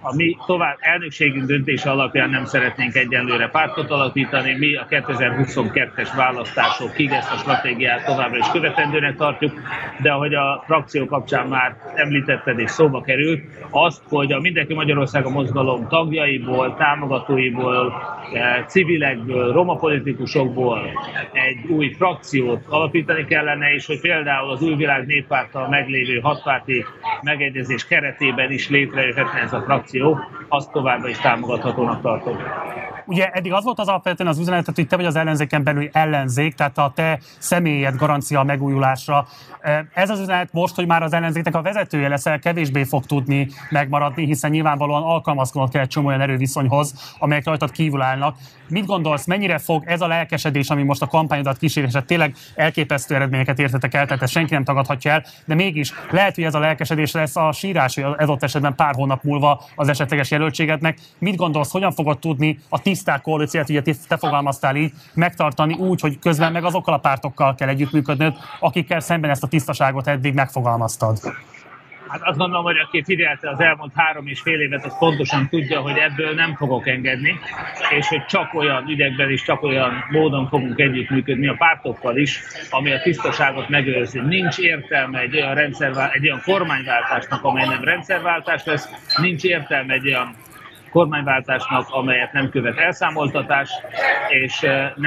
A mi elnökségünk döntése alapján nem szeretnénk egyenlőre pártot alapítani, mi a 2022-es választásokig ezt a stratégiát továbbra is követendőnek tartjuk, de ahogy a frakció kapcsán már említetted és szóba került, azt, hogy a Mindenki Magyarországa mozgalom tagjaiból, támogatóiból, civilekből, roma politikusokból egy új frakciót alapítani kellene, és hogy például az Új Világ Néppárttal meglévő hatpárti megegyezés keretében is létrejöhetne ez a frakció, azt továbbra is támogathatónak tartom. Ugye eddig az volt az alapvetően az üzenetet, hogy te vagy az ellenzéken belül ellenzék, tehát a te személyed garancia a megújulásra. Ez az üzenet most, hogy már az ellenzéknek a vezetője leszel, kevésbé fog tudni megmaradni, hiszen nyilvánvalóan alkalmazkodnod kell egy csomó olyan erőviszonyhoz, amelyek rajtad kívül állnak. Mit gondolsz, mennyire fog ez a lelkesedés, ami most a kampányodat kísérésre, tényleg elképesztő eredményeket értetek el, tehát ezt senki nem tagadhatja el, de mégis lehet, hogy ez a lelkesedés lesz a sírás, ez ott esetben pár hónap múlva az esetleges jelöltségednek. Mit gondolsz, hogyan fogod tudni a tiszták koalíciót, ugye te fogalmaztál így, megtartani úgy, hogy közben meg azokkal a pártokkal kell együttműködnöd, akikkel szemben ezt a tisztaságot eddig megfogalmaztad? Hát azt gondolom, hogy aki figyelte az elmúlt 3,5 évet, az pontosan tudja, hogy ebből nem fogok engedni, és hogy csak olyan ügyekben és csak olyan módon fogunk együttműködni a pártokkal is, ami a tisztaságot megőrzi. Nincs értelme egy olyan kormányváltásnak, amely nem rendszerváltás lesz, nincs értelme egy olyan kormányváltásnak, amelyet nem követ elszámoltatás, és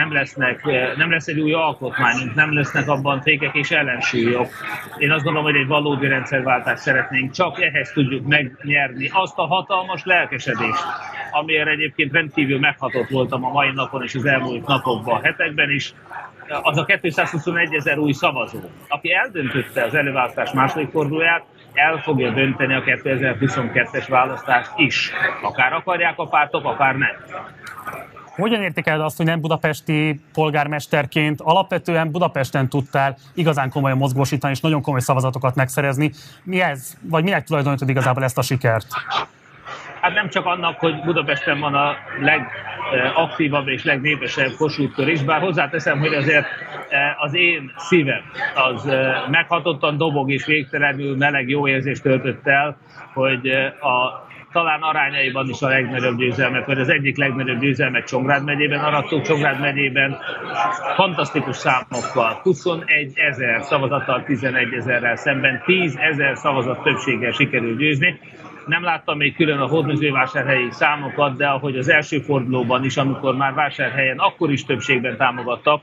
nem lesz egy új alkotmányunk, nem lesznek abban fékek és ellensúlyok. Én azt gondolom, hogy egy valódi rendszerváltást szeretnénk, csak ehhez tudjuk megnyerni azt a hatalmas lelkesedést, amiért egyébként rendkívül meghatott voltam a mai napon és az elmúlt napokban, hetekben is. Az a 221 000 új szavazó, aki eldöntötte az előválasztás második fordulóját, el fogja dönteni a 2022-es választást is. Akár akarják a pártok, akár nem. Hogyan értékeled azt, hogy nem budapesti polgármesterként alapvetően Budapesten tudtál igazán komolyan mozgósítani és nagyon komoly szavazatokat megszerezni? Mi ez? Vagy minek tulajdonítod igazából ezt a sikert? Hát nem csak annak, hogy Budapesten van a legaktívabb és legnépesebb Kossuth Kör is, bár hozzáteszem, hogy azért az én szívem az meghatottan dobog és végtelenül meleg jó érzést töltött el, hogy talán arányaiban is a legnagyobb győzelmet, vagy az egyik legnagyobb győzelmet Csongrád megyében arattuk. Csongrád megyében fantasztikus számokkal, 21 000 szavazattal 11 000-rel szemben 10 000 szavazat többséggel sikerült győzni. Nem láttam még külön a hódmezővásárhelyi számokat, de ahogy az első fordulóban is, amikor már Vásárhelyen akkor is többségben támogattak,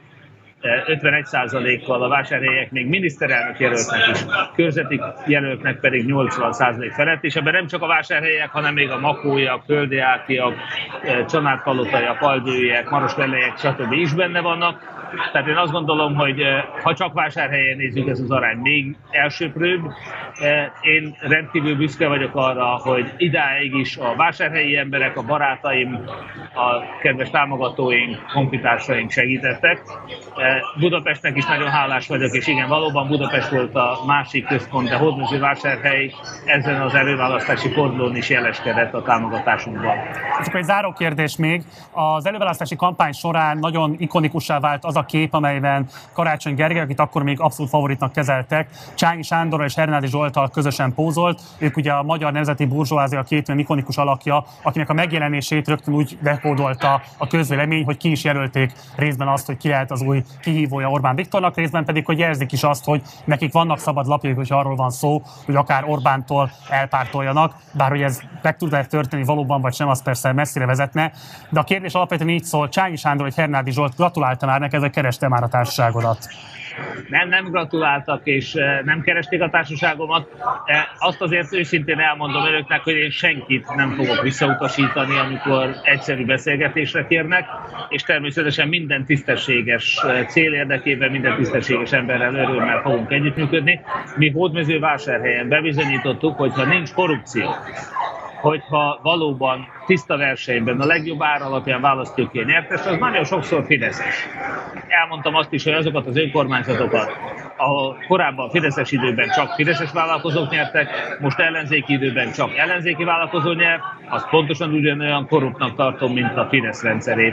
51%-kal a vásárhelyek még miniszterelnök jelöltnek is, körzeti jelöltnek pedig 80% felett, és ebben nem csak a vásárhelyek, hanem még a makóiak, földiákiak, csanádpalotaiak, aldőiek, marosvellejek, stb. Is benne vannak. Tehát én azt gondolom, hogy ha csak Vásárhelyen nézzük, ez az arány még elsőprőbb. Én rendkívül büszke vagyok arra, hogy idáig is a vásárhelyi emberek, a barátaim, a kedves támogatóink, honfitársaink segítettek. Budapestnek is nagyon hálás vagyok, és igen, valóban Budapest volt a másik központ, de Hódmezővásárhely ezen az előválasztási fordulón is jeleskedett a támogatásunkban. Csak egy záró kérdés még. Az előválasztási kampány során nagyon ikonikussá vált az a kép, amelyben Karácsony Gergely, akit akkor még abszolút favoritnak kezeltek, Csányi Sándorral és Hernádi Zsolttal közösen pózolt. Ők ugye a magyar nemzeti burzsóázia, a két olyan ikonikus alakja, akinek a megjelenését rögtön úgy dekódolta a közvélemény, hogy ki is jelölték részben azt, hogy ki lehet az új kihívója Orbán Viktornak, részben pedig, hogy jelzik is azt, hogy nekik vannak szabad lapjaik, hogy arról van szó, hogy akár Orbántól elpártoljanak, bár hogy ez meg tud-e történni valóban, vagy sem, az persze messzire vezetne. De a kérdés alapvetően így szól, Csányi Sándor vagy Hernádi Zsolt gratulálta már neked, vagy kereste már a társaságodat? Nem gratuláltak, és nem keresték a társaságomat. Azt azért őszintén elmondom önöknek, hogy én senkit nem fogok visszautasítani, amikor egyszerű beszélgetésre kérnek, és természetesen minden tisztességes cél érdekében, minden tisztességes emberrel örömmel fogunk együttműködni. Mi Hódmezővásárhelyen bebizonyítottuk, hogyha nincs korrupció, hogyha valóban tiszta versenyben a legjobb ár alapján választjuk ki a nyertes, az nagyon sokszor fideszes. Elmondtam azt is, hogy azokat az önkormányzatokat, ahol korábban fideszes időben csak fideszes vállalkozók nyertek, most ellenzéki időben csak ellenzéki vállalkozó nyert, azt pontosan ugyanolyan korruptnak tartom, mint a Fidesz rendszerét.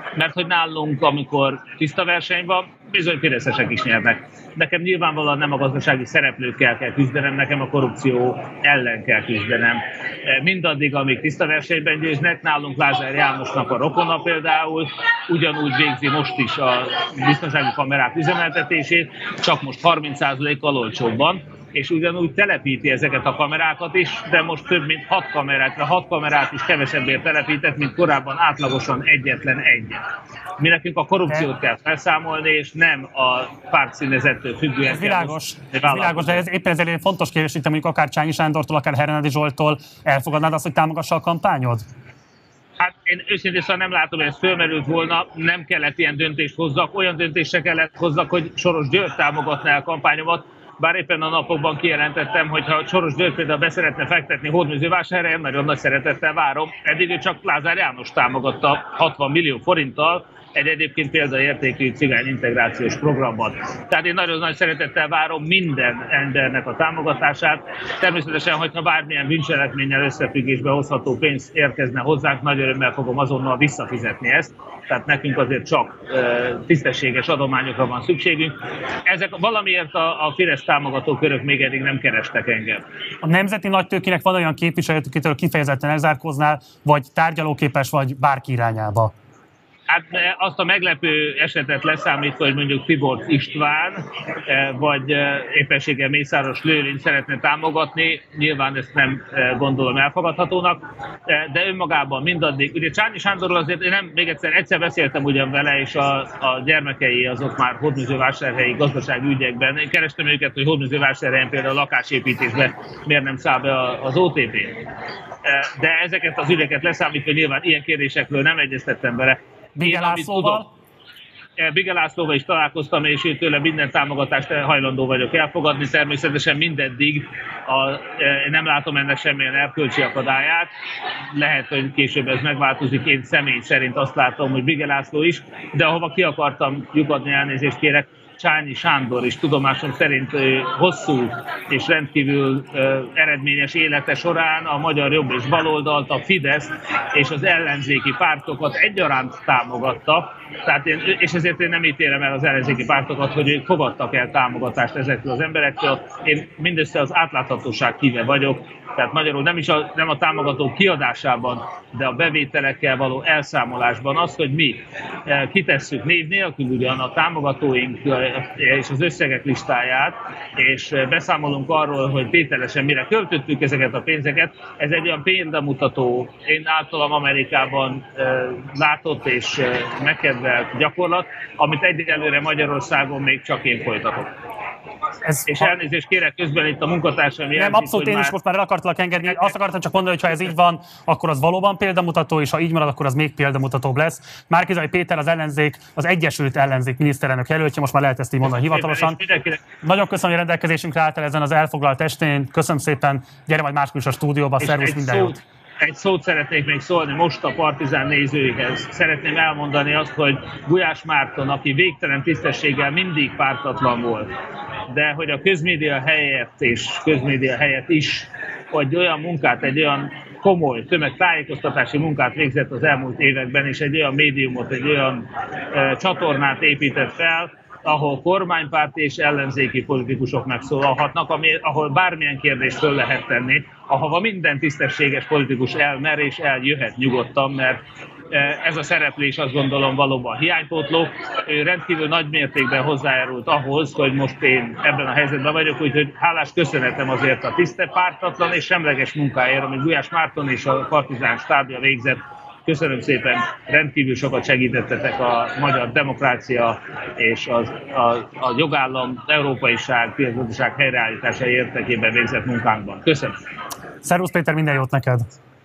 mert hogy nálunk, amikor tiszta verseny van, bizony fideszesek is nyernek. Nekem nyilvánvalóan nem a gazdasági szereplőkkel kell küzdenem, nekem a korrupció ellen kell küzdenem. Mindaddig, amíg tiszta versenyben győznek, nálunk Lázár Jánosnak a rokona például ugyanúgy végzi most is a biztonsági kamerák üzemeltetését, csak most 30%-kal olcsóbban, és ugyanúgy telepíti ezeket a kamerákat is, de most több mint 6 kamerát, 6 kamerát is kevesebbért telepített, mint korábban átlagosan egyetlen egyet. Mi nekünk a korrupciót kell felszámolni, és nem a pártszínezettől függően. Ez világos, de ez éppen ezért egy fontos kérdés, itt mondjuk akár Csányi Sándortól, akár Hernádi Zsolttól elfogadnád azt, hogy támogassa a kampányod? Hát én őszintén szóval nem látom, hogy ez fölmerült volna, nem kellett ilyen döntést hozzak, olyan döntésre kellett hozzak, hogy Soros György támogatná a kampányomat, bár éppen a napokban kijelentettem, hogy ha Soros György például be szeretne fektetni Hódmezővásárhelyen, nagyon nagy szeretettel várom. Eddig ő csak Lázár János támogatta 60 millió forinttal, egy egyébként példaértékű cigány integrációs programban. Tehát én nagyon nagy szeretettel várom minden embernek a támogatását. Természetesen, hogyha bármilyen bűncselekménnyel összefüggésbe hozható pénz érkezne hozzánk, nagy örömmel fogom azonnal visszafizetni ezt. Tehát nekünk azért csak tisztességes adományokra van szükségünk. Ezek valamiért a Fidesz támogató körök még eddig nem kerestek engem. A nemzeti nagytőkének van olyan képviselőt, akitől kifejezetten elzárkóznál, vagy tárgyalóképes, vagy bárki irányába? Hát azt a meglepő esetet leszámítva, hogy mondjuk Tibor István, vagy éppenséggel Mészáros Lőrinc szeretne támogatni, nyilván ezt nem gondolom elfogadhatónak, de önmagában mindaddig. Ugye Csányi Sándorról azért én nem, még egyszer beszéltem ugyan vele, és a gyermekei azok már hódmezővásárhelyi gazdasági ügyekben. Én kerestem őket, hogy Hódmezővásárhelyen például a lakásépítésbe miért nem száll be az OTP. De ezeket az ügyeket leszámítva nyilván ilyen kérdésekről nem egyeztettem vele. Bige Lászlóval? Bige Lászlóval is találkoztam, és őtőle minden támogatást hajlandó vagyok elfogadni. Természetesen mindeddig nem látom ennek semmilyen erkölcsi akadályát. Lehet, hogy később ez megváltozik. Én személy szerint azt látom, hogy Bige László is, de ahova ki akartam lyukadni, elnézést kérek, Csányi Sándor is tudomásom szerint hosszú és rendkívül eredményes élete során a magyar jobb és baloldalt, a Fideszt és az ellenzéki pártokat egyaránt támogatta. Tehát és ezért én nem ítélem el az ellenzéki pártokat, hogy ők fogadtak el támogatást ezektől az emberektől. Én mindössze az átláthatóság híve vagyok. Tehát magyarul nem a támogatók kiadásában, de a bevételekkel való elszámolásban az, hogy mi kitesszük név nélkül ugyan a támogatóink és az összegek listáját, és beszámolunk arról, hogy tételesen mire költöttük ezeket a pénzeket. Ez egy olyan példamutató, én általam Amerikában látott és megkedvelt gyakorlat, amit egyelőre Magyarországon még csak én folytatok. És elnézést kérek közben itt a munkatársam jelzik, nem, abszolút én is most már el akartalak engedni. Azt akartam csak mondani, hogy ha ez így van, akkor az valóban példamutató, és ha így marad, akkor az még példamutatóbb lesz. Márki-Zay Péter, az ellenzék, az Egyesült Ellenzék miniszterelnök jelöltje, most már lehet ezt így mondani hivatalosan. Nagyon köszönöm, hogy rendelkezésünkre álltál ezen az elfoglalt estén. Köszönöm szépen, gyere majd máskor is a stúdióba, szervusz, minden jót. Egy szót szeretnék még szólni most a Partizán nézőihez. Szeretném elmondani azt, hogy Gulyás Márton, aki végtelen tisztességgel mindig pártatlan volt, de hogy a közmédia helyett és közmédia helyett is, hogy olyan munkát, egy olyan komoly tömegtájékoztatási munkát végzett az elmúlt években, és egy olyan médiumot, egy olyan csatornát épített fel, ahol kormánypárti és ellenzéki politikusok megszólalhatnak, ahol bármilyen kérdést föl lehet tenni, ahova minden tisztességes politikus elmer és eljöhet nyugodtan, mert ez a szereplés azt gondolom valóban hiánypótló. Ő rendkívül nagy mértékben hozzájárult ahhoz, hogy most én ebben a helyzetben vagyok, úgyhogy hálás köszönetem azért a tiszte, pártatlan és semleges munkáért, amit Gulyás Márton és a Partizán stábja végzett. Köszönöm szépen, rendkívül sokat segítettetek a magyar demokrácia és a jogállam, európaiság, piacgazdaság helyreállítása érdekében végzett munkánkban. Köszönöm. Szervusz Péter, minden jót neked!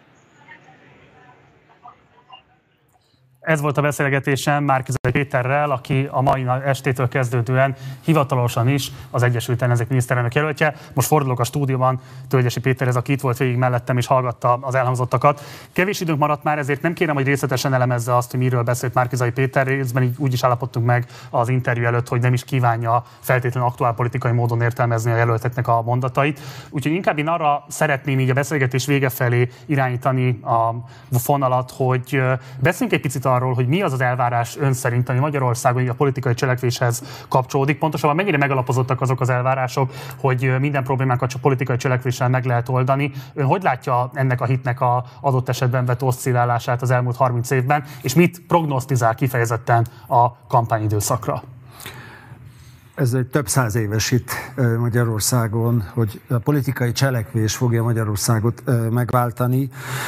Ez volt a beszélgetésem Márki-Zay Péterrel, aki a mai estétől kezdődően hivatalosan is az Egyesült Ellenzék miniszterelnök jelöltje. Most fordulok a stúdióban Tölgyesi Péterhez, aki itt volt végig mellettem és hallgatta az elhangzottakat. Kevés időnk maradt már, ezért nem kérem, hogy részletesen elemezze azt, hogy miről beszélt Márki-Zay Péter. Részben így úgy is állapodtunk meg az interjú előtt, hogy nem is kívánja feltétlenül aktuálpolitikai módon értelmezni a jelölteknek a mondatait. Úgyhogy inkább én arra szeretném így a beszélgetés vége felé irányítani a fonalat, hogy beszéljünk egy picit arról, hogy mi az az elvárás ön szerint, ami Magyarországon a politikai cselekvéshez kapcsolódik. Pontosabban mennyire megalapozottak azok az elvárások, hogy minden problémákat csak politikai cselekvéssel meg lehet oldani. Ön hogy látja ennek a hitnek az adott esetben vett oszcillálását az elmúlt 30 évben, és mit prognosztizál kifejezetten a kampányidőszakra? Ez egy több száz éves hit Magyarországon, hogy a politikai cselekvés fogja Magyarországot megváltani.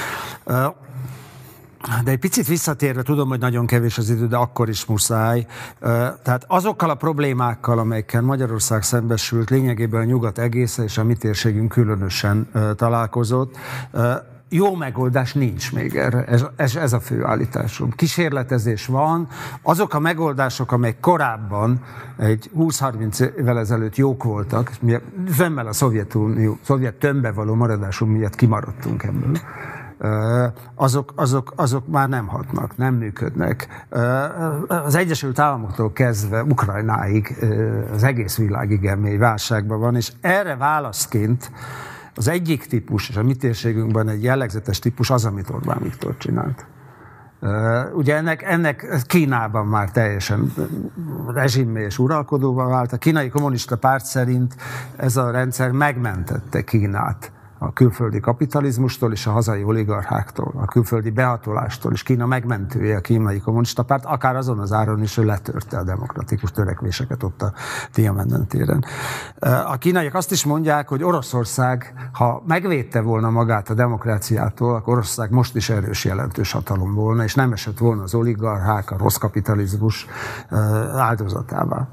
De egy picit visszatérve, tudom, hogy nagyon kevés az idő, de akkor is muszáj. Tehát azokkal a problémákkal, amelyekkel Magyarország szembesült, lényegében a nyugat egésze és a mi térségünk különösen találkozott, jó megoldás nincs még erre, ez a fő állításom. Kísérletezés van, azok a megoldások, amelyek korábban, egy 20-30 évvel ezelőtt jók voltak, fennmel a szovjet tömbbe való maradásunk miatt kimaradtunk ebből, azok már nem hatnak, nem működnek. Az Egyesült Államoktól kezdve Ukrajnáig az egész világ igen mély válságban van, és erre válaszként az egyik típus, és a mi térségünkben egy jellegzetes típus az, amit Orbán Viktor csinált. Ugye ennek Kínában már teljesen rezsimmé és uralkodóvá vált. A kínai kommunista párt szerint ez a rendszer megmentette Kínát a külföldi kapitalizmustól és a hazai oligarcháktól, a külföldi behatolástól, és Kína megmentője a kínai kommunista párt, akár azon az áron is, hogy letörte a demokratikus törekvéseket ott a Tiananmen téren. A kínaiak azt is mondják, hogy Oroszország, ha megvédte volna magát a demokráciától, akkor Oroszország most is erős, jelentős hatalom volna, és nem esett volna az oligarchák, a rossz kapitalizmus áldozatává.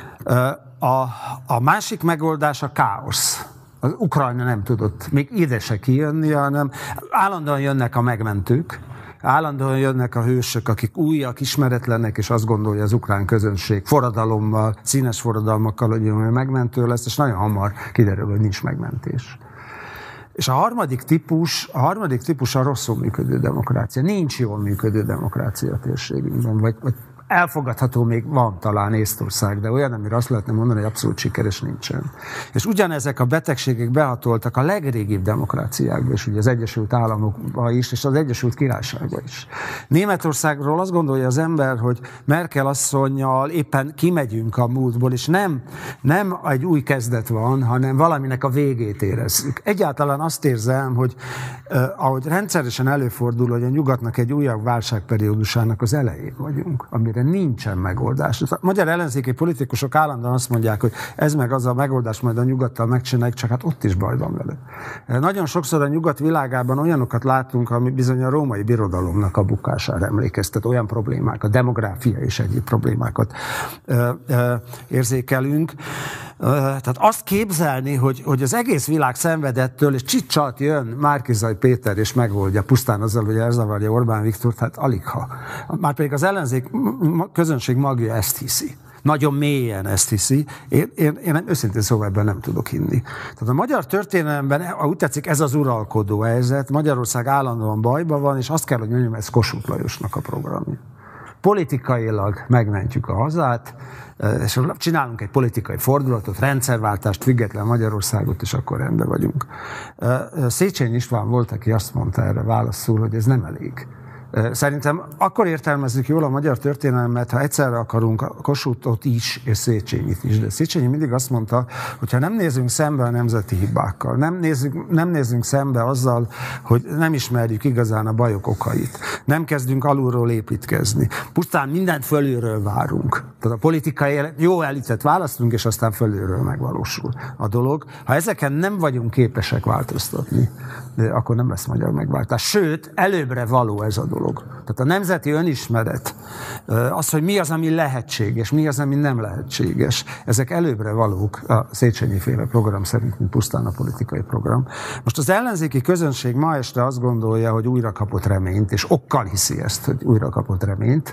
A másik megoldás a káosz. Az Ukrajna nem tudott még ide se kijönni, hanem állandóan jönnek a megmentők, állandóan jönnek a hősök, akik újak, ismeretlenek, és azt gondolja az ukrán közönség forradalommal, színes forradalmakkal, hogy megmentő lesz, és nagyon hamar kiderül, hogy nincs megmentés. És a harmadik típus a rosszul működő demokrácia. Nincs jól működő demokrácia a térségünkben, vagy elfogadható még van talán Észtország, de olyan, amire azt lehetne mondani, hogy abszolút sikeres nincsen. És ugyanezek a betegségek behatoltak a legrégibb demokráciákba is, ugye az Egyesült Államokban is, és az Egyesült Királyságban is. Németországról azt gondolja az ember, hogy Merkel asszonnyal éppen kimegyünk a múltból, és nem egy új kezdet van, hanem valaminek a végét érezzük. Egyáltalán azt érzem, hogy ahogy rendszeresen előfordul, hogy a nyugatnak egy újabb válságperiódusának az elején vagyunk, amire nincsen megoldás. A magyar ellenzéki politikusok állandóan azt mondják, hogy ez meg az a megoldás, majd a nyugattal megcsináljuk, csak hát ott is baj van vele. Nagyon sokszor a nyugat világában olyanokat látunk, ami bizony a római birodalomnak a bukására emlékeztet, olyan problémákat, demográfia és egyéb problémákat érzékelünk. Tehát azt képzelni, hogy az egész világ szenvedettől, és csicsat jön Márki-Zay Péter, és megoldja pusztán azzal, hogy elzavarja Orbán Viktort, hát aligha. Márpedig az ellenzék közönség magja ezt hiszi. Nagyon mélyen ezt hiszi. Én őszintén szóval ebben nem tudok hinni. Tehát a magyar történelemben, úgy tetszik, ez az uralkodó helyzet, Magyarország állandóan bajban van, és azt kell, hogy mondjam, ez Kossuth Lajosnak a programja. Politikailag megmentjük a hazát, és csinálunk egy politikai fordulatot, rendszerváltást, független Magyarországot, és akkor rendben vagyunk. Széchenyi István volt, aki azt mondta erre válaszul, hogy ez nem elég. Szerintem akkor értelmezzük jól a magyar történelmet, ha egyszerre akarunk Kossuthot is, és Széchenyit is. De Széchenyi mindig azt mondta, hogy ha nem nézünk szembe a nemzeti hibákkal, nem nézünk szembe azzal, hogy nem ismerjük igazán a bajok okait, nem kezdünk alulról építkezni, pusztán mindent fölülről várunk. Tehát a politikai jó elitet választunk, és aztán fölülről megvalósul a dolog. Ha ezeken nem vagyunk képesek változtatni, akkor nem lesz magyar megváltás. Sőt, előbbre való ez a dolog. Tehát a nemzeti önismeret, az, hogy mi az, ami lehetséges, mi az, ami nem lehetséges, ezek előbbre valók a Széchenyi-féle program szerint, mint pusztán a politikai program. Most az ellenzéki közönség ma este azt gondolja, hogy újra kapott reményt, és okkal hiszi ezt, hogy újra kapott reményt.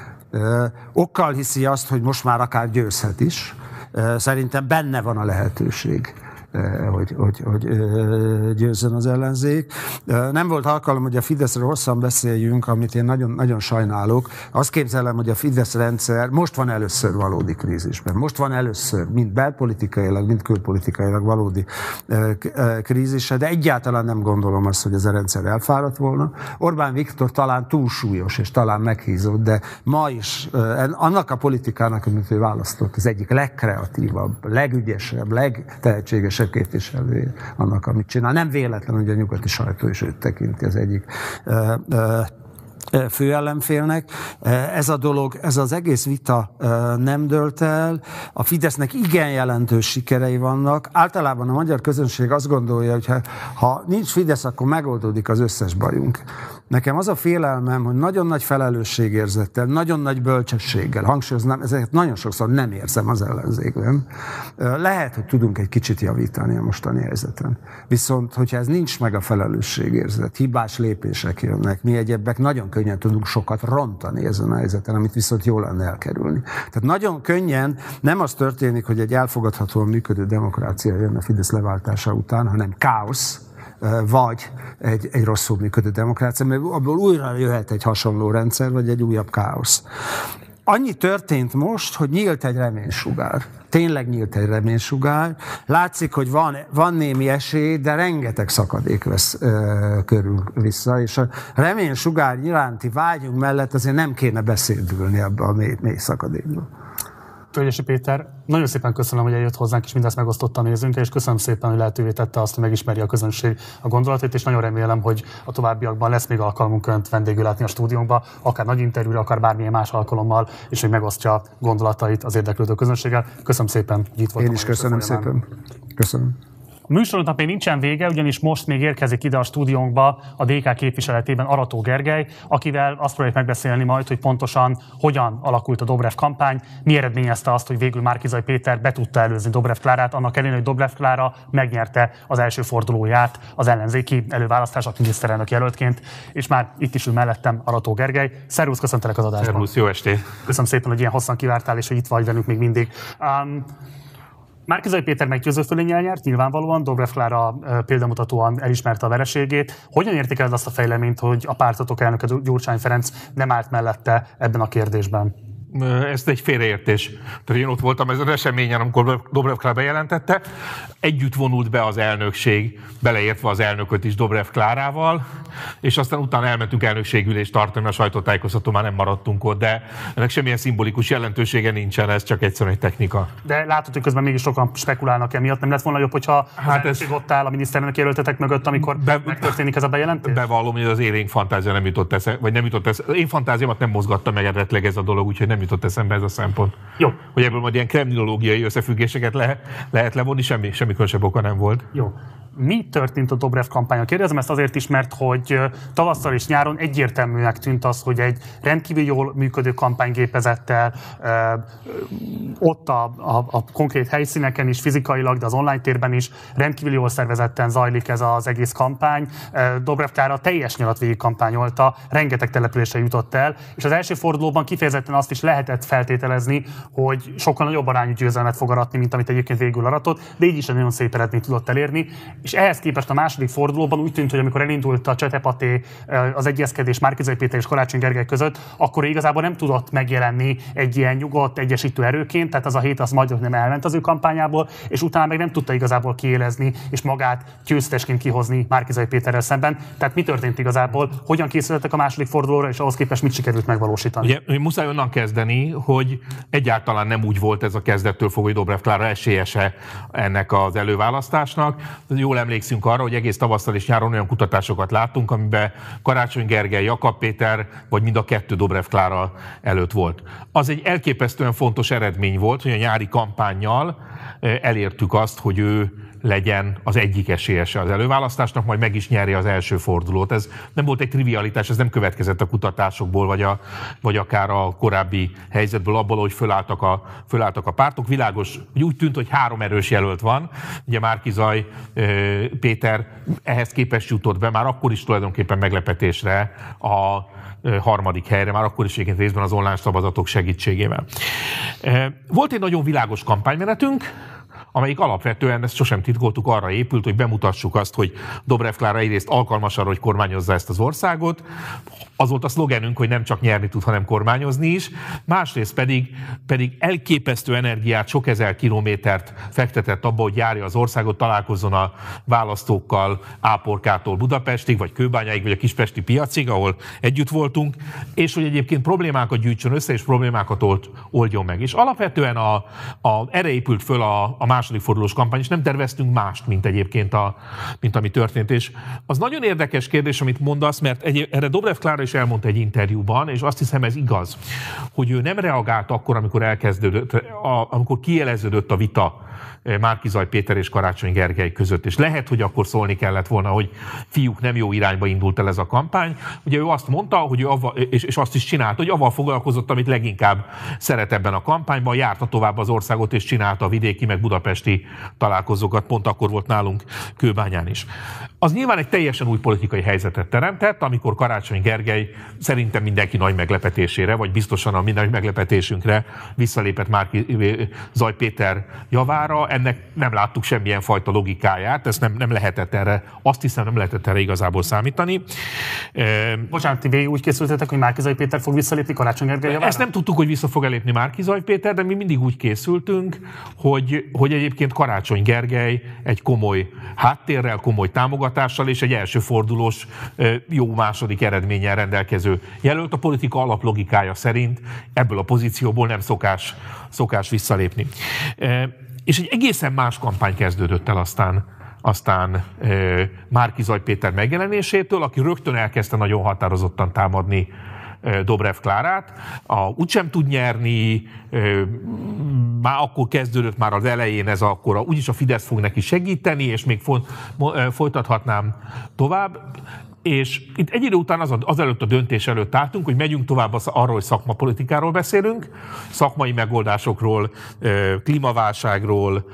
Okkal hiszi azt, hogy most már akár győzhet is. Szerintem benne van a lehetőség hogy győzzön az ellenzék. Nem volt alkalom, hogy a Fideszről hosszan beszéljünk, amit én nagyon, nagyon sajnálok. Azt képzelem, hogy a Fidesz rendszer most van először valódi krízisben. Most van először, mind belpolitikailag, mind külpolitikailag valódi krízise, de egyáltalán nem gondolom azt, hogy ez a rendszer elfáradt volna. Orbán Viktor talán túlsúlyos, és talán meghízott, de ma is annak a politikának, amit ő választott, az egyik legkreatívabb, legügyesebb, legtehetségesebb képviselője annak, amit csinál. Nem véletlen, hogy a nyugati sajtó is őt tekinti az egyik fő ellenfélnek. Ez a dolog, ez az egész vita nem dőlt el. A Fidesznek igen jelentős sikerei vannak. Általában a magyar közönség azt gondolja, hogy ha nincs Fidesz, akkor megoldódik az összes bajunk. Nekem az a félelmem, hogy nagyon nagy felelősségérzettel, nagyon nagy bölcsességgel, hangsúlyoznám, ezeket nagyon sokszor nem érzem az ellenzékben. Lehet, hogy tudunk egy kicsit javítani a mostani helyzeten. Viszont, hogyha ez nincs meg a felelősségérzet, hibás lépések jönnek, mi egyebbek nagyon könnyen tudunk sokat rontani ezen a helyzeten, amit viszont jól lenne elkerülni. Tehát nagyon könnyen nem az történik, hogy egy elfogadhatóan működő demokrácia jön a Fidesz leváltása után, hanem káosz, vagy egy rosszul működő demokrácia, mert abból újra jöhet egy hasonló rendszer, vagy egy újabb káosz. Annyi történt most, hogy nyílt egy reménysugár. Tényleg nyílt egy reménysugár. Látszik, hogy van némi esély, de rengeteg szakadék vesz körül vissza, és a reménysugár iránti vágyunk mellett azért nem kéne beszédülni abba a mély szakadékba. Tölgyesi Péter, nagyon szépen köszönöm, hogy eljött hozzánk, és mindezt megosztotta a nézőnkkel, és köszönöm szépen, hogy lehetővé tette azt, hogy megismerje a közönség a gondolatait, és nagyon remélem, hogy a továbbiakban lesz még alkalmunk Önt vendégül látni a stúdiónkba, akár nagy interjúra, akár bármilyen más alkalommal, és hogy megosztja gondolatait az érdeklődő közönséggel. Köszönöm szépen, hogy itt voltam. Én is köszönöm szépen. Köszönöm. A műsorunknak még nincsen vége, ugyanis most még érkezik ide a stúdiónkba a DK képviseletében Arató Gergely, akivel azt próbáljuk megbeszélni majd, hogy pontosan hogyan alakult a Dobrev kampány, mi eredményezte azt, hogy végül Márki-Zay Péter be tudta előzni Dobrev Klárát, annak ellenére, hogy Dobrev Klára megnyerte az első fordulóját az ellenzéki előválasztások miniszterelnök jelöltként, és már itt is ül mellettem Arató Gergely. Szervusz, köszöntelek az adásban. Szervusz, jó estét. Köszönöm szépen, hogy ilyen hosszan kivártál, és hogy itt vagy velünk még mindig. Márki-Zay Péter meggyőző fölényel nyert, nyilvánvalóan, Dobrev Klára példamutatóan elismerte a vereségét. Hogyan értékeled azt a fejleményt, hogy a pártotok elnöke Gyurcsány Ferenc nem állt mellette ebben a kérdésben? Ez egy félreértés. Tehát én ott voltam ezen az eseményen, amikor Dobrev Klára bejelentette. Együtt vonult be az elnökség, beleértve az elnököt is Dobrev Klárával, és aztán utána elmentünk elnökségülést tartani, a sajtótájékoztató már nem maradtunk ott, de ennek semmilyen szimbolikus jelentősége nincsen, ez csak egyszerűen egy technika. De látod, hogy közben mégis sokan spekulálnak emiatt. Nem lett volna jobb, hogyha az elnökség ott áll a miniszterelnök jelöltetek mögött, amikor megtörténik ez a bejelentés? Bevallom, hogy az élénk fantázia nem jutott eszembe, vagy nem jutott eszembe. Én fantáziámat nem mozgatta meg eredetileg ez a dolog, úgyhogy nem jutott eszembe ez a szempont. Jó. Hogy ebből majd ilyen kremlinológiai összefüggéseket lehet levonni, semmi különösebb oka nem volt. Jó. Mi történt a Dobrev kampányon? Kérdezem ezt azért is, mert hogy tavasszal és nyáron egyértelműnek tűnt az, hogy egy rendkívül jól működő kampánygépezettel, ott a konkrét helyszíneken is, fizikailag, de az online térben is rendkívül jól szervezetten zajlik ez az egész kampány. Dobrev Klára teljes nyarat végig kampányolta, rengeteg településre jutott el, és az első fordulóban kifejezetten azt is lehetett feltételezni, hogy sokkal nagyobb arányú győzelmet fog aratni, mint amit egyébként végül aratott, de így is egy nagyon szép eredményt tudott elérni. És ehhez képest a második fordulóban úgy tűnt, hogy amikor elindult a csetepaté, az egyezkedés Márki-Zay Péter és Karácsony Gergely között, akkor igazából nem tudott megjelenni egy ilyen nyugodt, egyesítő erőként, tehát az a hét az majd nem elment az ő kampányából, és utána meg nem tudta igazából kiélezni és magát győztesként kihozni Márki-Zay Péterrel szemben. Tehát mi történt igazából? Hogyan készültek a második fordulóra, és ahhoz képest mit sikerült megvalósítani? Ugye muszáj onnan kezdeni, hogy egyáltalán nem úgy volt ez a kezdettől fogva, hogy Dobrev Klára esélyese ennek az előválasztásnak. Jól emlékszünk arra, hogy egész tavasszal és nyáron olyan kutatásokat láttunk, amiben Karácsony Gergely, Jakab Péter, vagy mind a kettő Dobrev Klára előtt volt. Az egy elképesztően fontos eredmény volt, hogy a nyári kampánnyal elértük azt, hogy ő legyen az egyik esélyese az előválasztásnak, majd meg is nyerje az első fordulót. Ez nem volt egy trivialitás, ez nem következett a kutatásokból, vagy akár a korábbi helyzetből, abból, hogy fölálltak a pártok. Világos, hogy úgy tűnt, hogy 3 erős jelölt van. Ugye Márki-Zay Péter ehhez képest jutott be, már akkor is tulajdonképpen meglepetésre a harmadik helyre, már akkor is egyébként részben az online szavazatok segítségével. Volt egy nagyon világos kampánymenetünk, amelyik alapvetően, ezt sosem titkoltuk, arra épült, hogy bemutassuk azt, hogy Dobrev Klára egyrészt alkalmas arra, hogy kormányozza ezt az országot, az volt a szlogenünk, hogy nem csak nyerni tud, hanem kormányozni is, másrészt pedig elképesztő energiát, sok ezer kilométert fektetett abba, hogy járja az országot, találkozzon a választókkal Áporkától Budapestig, vagy Kőbányáig, vagy a Kispesti piacig, ahol együtt voltunk, és hogy egyébként problémákat gyűjtsön össze, és problémákat oldjon meg. És alapvetően erre épült föl a második fordulós kampány, és nem terveztünk mást, mint egyébként mint ami történt. És az nagyon érdekes kérdés, amit mondasz, mert erre Dobrev Klára is elmondta egy interjúban, és azt hiszem ez igaz, hogy ő nem reagált akkor, amikor kieleződött a vita Márki-Zay Péter és Karácsony Gergely között, és lehet, hogy akkor szólni kellett volna, hogy fiúk, nem jó irányba indult el ez a kampány. Ugye ő azt mondta, hogy ő és azt is csinálta, hogy avval foglalkozott, amit leginkább szeret ebben a kampányban, járta tovább az országot, és csinálta a vidéki, meg budapesti találkozókat, pont akkor volt nálunk Kőbányán is. Az nyilván egy teljesen új politikai helyzetet teremtett, amikor Karácsony Gergely szerintem mindenki nagy meglepetésére, vagy biztosan a mi nagy meglepetésünkre visszalépett Márki-Zay Péter javára. Ennek nem láttuk semmilyen fajta logikáját, ezt nem lehetett erre, azt hiszem nem lehetett erre igazából számítani. Bocsánat, ti úgy készültetek, hogy Márki-Zay Péter fog visszalépni Karácsony Gergely javára? Ezt nem tudtuk, hogy vissza fog elépni Márki-Zay Péter, de mi mindig úgy készültünk, hogy egyébként Karácsony Gergely egy komoly háttérrel, komoly támogatással és egy első fordulós jó második eredménnyel rendelkező jelölt. A politika alaplogikája szerint ebből a pozícióból nem szokás visszalépni. És egy egészen más kampány kezdődött el aztán Márki-Zay Péter megjelenésétől, aki rögtön elkezdte nagyon határozottan támadni Dobrev Klárát. Úgysem tud nyerni, már akkor kezdődött már az elején ez akkor, úgyis a Fidesz fog neki segíteni, és még folytathatnám tovább. És itt egy idő után azelőtt a döntés előtt álltunk, hogy megyünk tovább arról, hogy szakmapolitikáról beszélünk, szakmai megoldásokról, klímaválságról,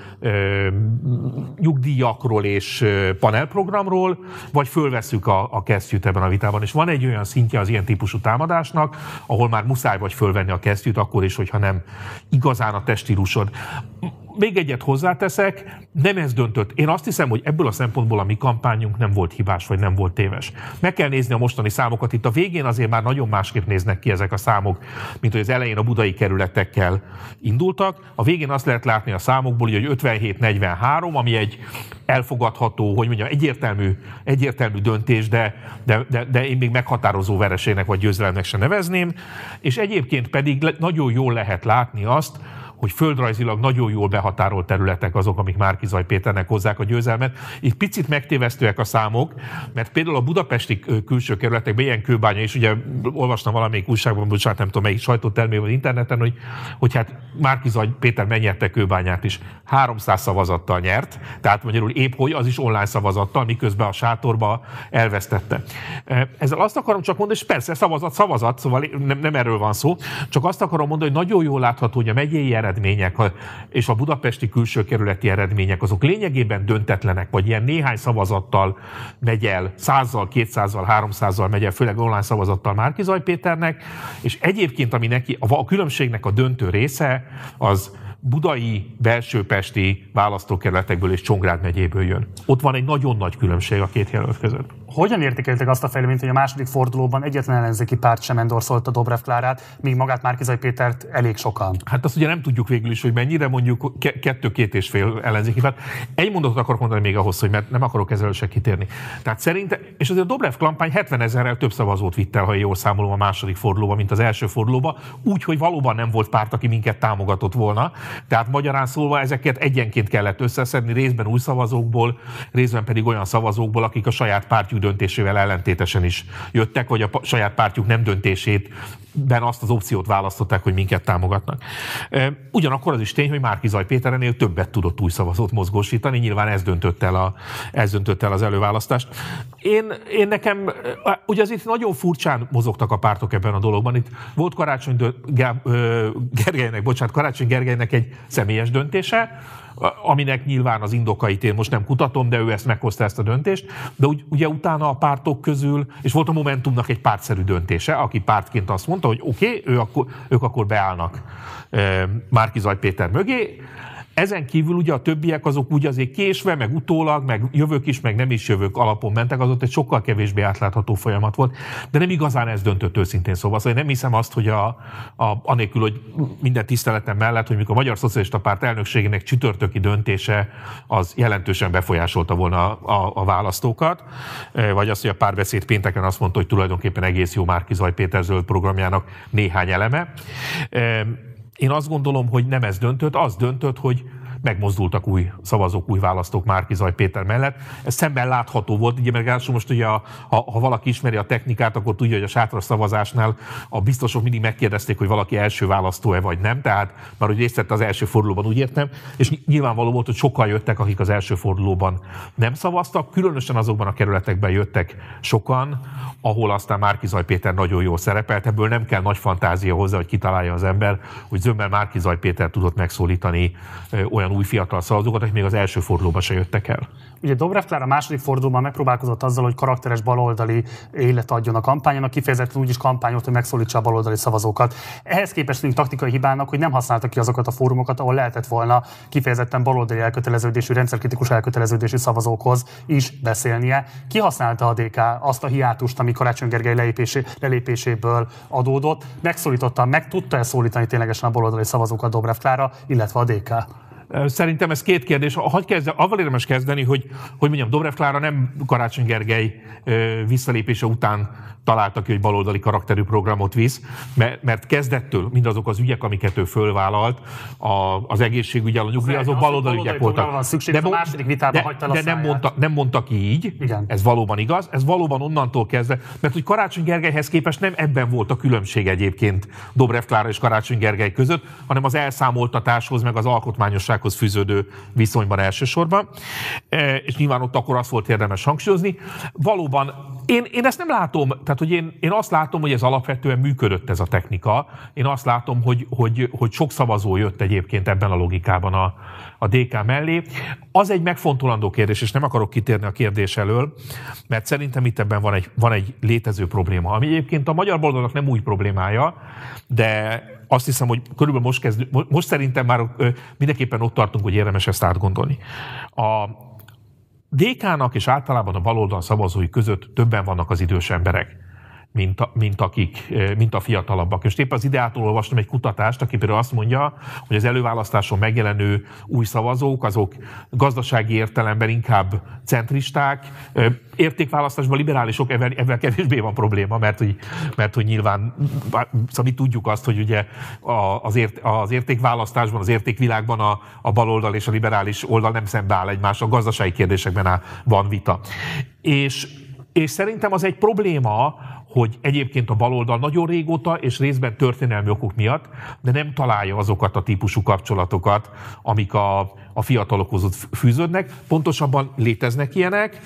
nyugdíjakról és panelprogramról, vagy fölvesszük a kesztyűt ebben a vitában. És van egy olyan szintje az ilyen típusú támadásnak, ahol már muszáj vagy fölvenni a kesztyűt, akkor is, hogyha nem igazán a teststílusod. Még egyet hozzáteszek, nem ez döntött. Én azt hiszem, hogy ebből a szempontból a mi kampányunk nem volt hibás, vagy nem volt téves. Meg kell nézni a mostani számokat. Itt a végén azért már nagyon másképp néznek ki ezek a számok, mint hogy az elején a budai kerületekkel indultak. A végén azt lehet látni a számokból, hogy 57-43, ami egy elfogadható, hogy mondjam, egyértelmű döntés, de én még meghatározó vereségnek vagy győzelemnek sem nevezném. És egyébként pedig nagyon jól lehet látni azt, hogy földrajzilag nagyon jól behatárolt területek azok, amik Márki-Zay Péternek hozzák a győzelmet. Itt picit megtévesztőek a számok, mert például a budapesti külső kerületekben, ilyen Kőbánya is, ugye olvastam valamelyik újságban, bocsánat, nem tudom melyik sajtótermékben vagy interneten, hogy hát Márki-Zay Péter megnyerte Kőbányát is. 300 szavazattal nyert, tehát magyarul épp hogy az is online szavazattal, miközben a sátorba elvesztette. Ezzel azt akarom csak mondani, és persze szavazat, szóval nem erről van szó, csak azt akarom mondani, hogy nagyon jól látható, hogy a megyei eredmények és a budapesti külső kerületi eredmények azok lényegében döntetlenek, vagy ilyen néhány szavazattal megy el, 100-zal, 200-zal, 300-zal megy el, főleg online szavazattal Márki-Zay Péternek, és egyébként ami neki a különbségnek a döntő része, az budai, belsőpesti választókerületekből és Csongrád megyéből jön. Ott van egy nagyon nagy különbség a két jelölt között. Hogyan értékeltek azt a fejleményt, hogy a második fordulóban egyetlen ellenzéki párt sem endorszolta Dobrev Klárát, míg magát Márki-Zay Pétert elég sokan? Hát azt ugye nem tudjuk végül is, hogy mennyire, mondjuk 2-2,5 ellenzéki párt. Egy mondatot akarok mondani még ahhoz, hogy mert nem akarok ezzel se kitérni. Tehát szerintem, és azért a Dobrev kampány 70 000-rel több szavazót vitt el, ha jól számolom, a második fordulóban, mint az első fordulóban, úgy, hogy valóban nem volt párt, aki minket támogatott volna. Tehát magyarán szólva ezeket egyenként kellett összeszedni, részben új szavazókból, részben pedig olyan szavazókból, akik a saját pártjuk döntésével ellentétesen is jöttek, vagy a saját pártjuk nem döntésében azt az opciót választották, hogy minket támogatnak. Ugyanakkor az is tény, hogy Márki-Zay Péternél többet tudott új szavazót mozgósítani, nyilván ez döntött el az előválasztást. Én nekem, ugye az itt nagyon furcsán mozogtak a pártok ebben a dologban. Itt volt Karácsony Gergelynek egy személyes döntése, aminek nyilván az indokait én most nem kutatom, de ő ezt meghozta, ezt a döntést, de ugye utána a pártok közül, és volt a Momentumnak egy pártszerű döntése, aki pártként azt mondta, hogy oké, ők akkor beállnak Márki-Zay Péter mögé. Ezen kívül ugye a többiek azok úgy azért késve, meg utólag, meg jövök is, meg nem is jövök alapon mentek, az ott egy sokkal kevésbé átlátható folyamat volt, de nem igazán ez döntött őszintén szóval. Szóval én nem hiszem azt, hogy anélkül, hogy minden tiszteletem mellett, hogy mikor a Magyar Szocialista Párt elnökségének csütörtöki döntése az jelentősen befolyásolta volna a választókat, vagy azt, hogy a Párbeszéd pénteken azt mondta, hogy tulajdonképpen egész jó Márki-Zay Péter zöld programjának néhány eleme. Én azt gondolom, hogy nem ez döntött, az döntött, hogy megmozdultak új szavazók, új választók Márki-Zay Péter mellett. Ez szemben látható volt, ugye, mert most ugye, ha valaki ismeri a technikát, akkor tudja, hogy a sátras szavazásnál a biztosok mindig megkérdezték, hogy valaki első választó-e vagy nem, tehát már hogy részt vett az első fordulóban, úgy értem, és nyilvánvaló volt, hogy sokan jöttek, akik az első fordulóban nem szavaztak, különösen azokban a kerületekben jöttek sokan, ahol aztán Márki-Zay Péter nagyon jól szerepelt, ebből nem kell nagy fantázia hozzá, hogy kitalálja az ember, hogy zömmel Márki-Zay Péter tudott megszólítani olyan új fiatal szavazókat, akik még az első fordulóban se jöttek el. Ugye Dobrev Klára a második fordulóban megpróbálkozott azzal, hogy karakteres baloldali élet adjon a kampányának, kifejezetten úgy is kampányolt, hogy megszólítsa a baloldali szavazókat. Ehhez képest tűnik taktikai hibának, hogy nem használta ki azokat a fórumokat, ahol lehetett volna kifejezetten baloldali elköteleződésű, rendszerkritikus elköteleződésű szavazókhoz is beszélnie. Kihasználta a DK azt a hiátust, ami Karácsony Gergely lelépéséből adódott, megszólította, meg tudta-e szólítani ténylegesen a baloldali szavazókat Dobrev Klára, illetve a DK? Szerintem ez két kérdés. Avval érdemes kezdeni, hogy mondjam, Dobrev Klára nem Karácsony Gergely visszalépése után találta ki, hogy baloldali karakterű programot visz, mert kezdettől mindazok az ügyek, amiket ő fölvállalt, az egészségügyel, a nyugdíj, azok baloldali ügyek voltak. De nem mondta ki így, igen. Ez valóban igaz, ez valóban onnantól kezdve, mert hogy Karácsony Gergelyhez képest nem ebben volt a különbség egyébként Dobrev Klára és Karácsony Gergely között, hanem az elszámoltatáshoz, meg az alkotmányossághoz fűződő viszonyban elsősorban. És nyilván ott akkor azt volt érdemes hangsúlyozni. Valóban én ezt nem látom, tehát hogy én azt látom, hogy ez alapvetően működött ez a technika. Én azt látom, hogy sok szavazó jött egyébként ebben a logikában a DK mellé. Az egy megfontolandó kérdés, és nem akarok kitérni a kérdés elől, mert szerintem itt ebben van egy létező probléma, ami egyébként a magyar baloldalnak nem új problémája, de azt hiszem, hogy körülbelül most szerintem már mindenképpen ott tartunk, hogy érdemes ezt átgondolni. A DK-nak és általában a baloldal szavazói között többen vannak az idős emberek, mint a fiatalabbak. És éppen az Ideától olvastam egy kutatást, aki például azt mondja, hogy az előválasztáson megjelenő új szavazók, azok gazdasági értelemben inkább centristák, értékválasztásban liberálisok, ebben kevésbé van probléma, mert hogy nyilván szóval mi tudjuk azt, hogy ugye az értékválasztásban, az értékvilágban a baloldal és a liberális oldal nem szembeáll egymással, a gazdasági kérdésekben van vita. És szerintem az egy probléma, hogy egyébként a baloldal nagyon régóta és részben történelmi okok miatt, de nem találja azokat a típusú kapcsolatokat, amik a fiatalokhoz fűződnek. Pontosabban léteznek ilyenek,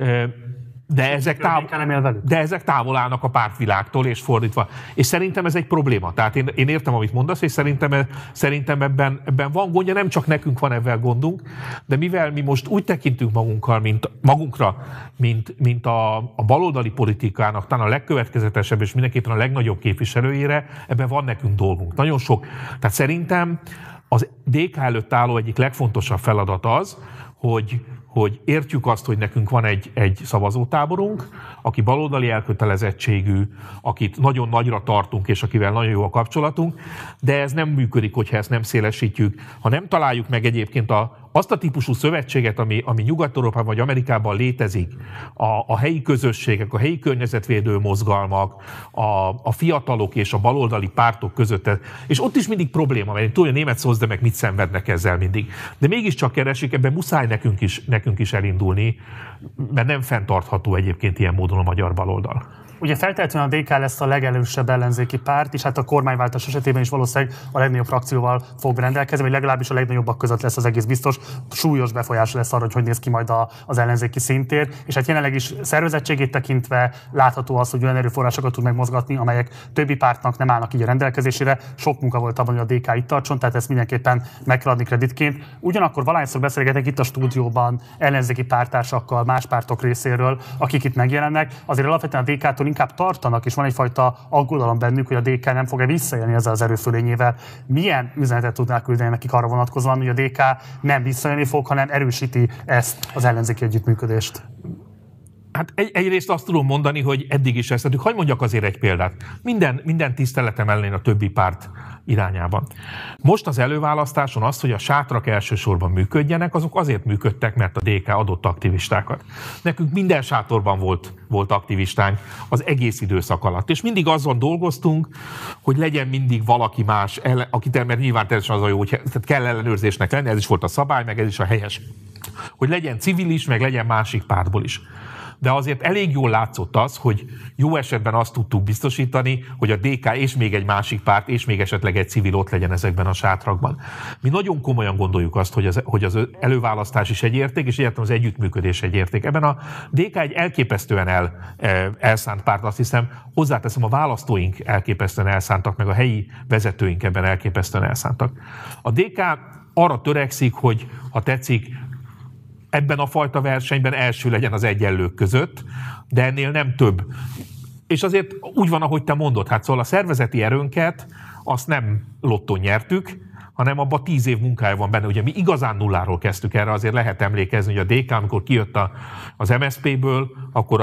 de ezek távol állnak a pártvilágtól, és fordítva. És szerintem ez egy probléma. Tehát én értem, amit mondasz, és szerintem ebben van gondja, nem csak nekünk van ebben gondunk, de mivel mi most úgy tekintünk magunkra, mint a baloldali politikának talán a legkövetkezetesebb és mindenképpen a legnagyobb képviselőjére, ebben van nekünk dolgunk. Nagyon sok. Tehát szerintem az DK előtt álló egyik legfontosabb feladat az, hogy értjük azt, hogy nekünk van egy szavazótáborunk, aki baloldali elkötelezettségű, akit nagyon nagyra tartunk, és akivel nagyon jó a kapcsolatunk, de ez nem működik, hogyha ezt nem szélesítjük. Ha nem találjuk meg egyébként azt a típusú szövetséget, ami Nyugat-Európában vagy Amerikában létezik, a helyi közösségek, a helyi környezetvédő mozgalmak, a fiatalok és a baloldali pártok között, és ott is mindig probléma, mert tudja, a német szocdemek mit szenvednek ezzel mindig. De mégiscsak keresik, ebben muszáj nekünk is elindulni, mert nem fenntartható egyébként ilyen módon a magyar baloldal. Ugye feltétlenül a DK lesz a legerősebb ellenzéki párt, és hát a kormányváltás esetében is valószínűleg a legnagyobb frakcióval fog rendelkezni, vagy legalábbis a legnagyobbak között lesz az egész biztos. Súlyos befolyása lesz arra, hogy néz ki majd az ellenzéki színtér, és hát jelenleg is szervezettségét tekintve látható az, hogy olyan erőforrásokat tud megmozgatni, amelyek többi pártnak nem állnak így a rendelkezésére. Sok munka volt abban, hogy a DK itt tartson, tehát ezt mindenképpen meg kell adni kreditként. Ugyanakkor valahányszor beszélgetek itt a stúdióban ellenzéki párttársakkal, más pártok részéről, akik itt megjelennek, azért alapvetően a DK-tól inkább tartanak, és van egyfajta aggodalom bennük, hogy a DK nem fog-e visszaélni ezzel az erőfölényével. Milyen üzenetet tudnák küldeni nekik arra vonatkozóan, hogy a DK nem visszaélni fog, hanem erősíti ezt az ellenzéki együttműködést? Hát egyrészt azt tudom mondani, hogy eddig is ezt tettük. Hadd mondjak azért egy példát. Minden tiszteletem ellen a többi párt irányában. Most az előválasztáson az, hogy a sátrak elsősorban működjenek, azok azért működtek, mert a DK adott aktivistákat. Nekünk minden sátorban volt aktivistánk az egész időszak alatt. És mindig azon dolgoztunk, hogy legyen mindig valaki más, mert nyilván teljesen az a jó, hogy kell ellenőrzésnek lenni, ez is volt a szabály, meg ez is a helyes. Hogy legyen civil is, meg legyen másik pártból is. De azért elég jól látszott az, hogy jó esetben azt tudtuk biztosítani, hogy a DK és még egy másik párt, és még esetleg egy civil ott legyen ezekben a sátrakban. Mi nagyon komolyan gondoljuk azt, hogy az előválasztás is egy érték, és egyáltalán az együttműködés egy érték. Ebben a DK egy elképesztően elszánt párt, azt hiszem, hozzáteszem, a választóink elképesztően elszántak, meg a helyi vezetőink ebben elképesztően elszántak. A DK arra törekszik, hogy, ha tetszik, ebben a fajta versenyben első legyen az egyenlők között, de ennél nem több. És azért úgy van, ahogy te mondod, hát szóval a szervezeti erőnket azt nem lottón nyertük, hanem abban 10 év munkája van benne. Ugye mi igazán nulláról kezdtük, erre azért lehet emlékezni, hogy a DK, amikor kijött az MSZP-ből, akkor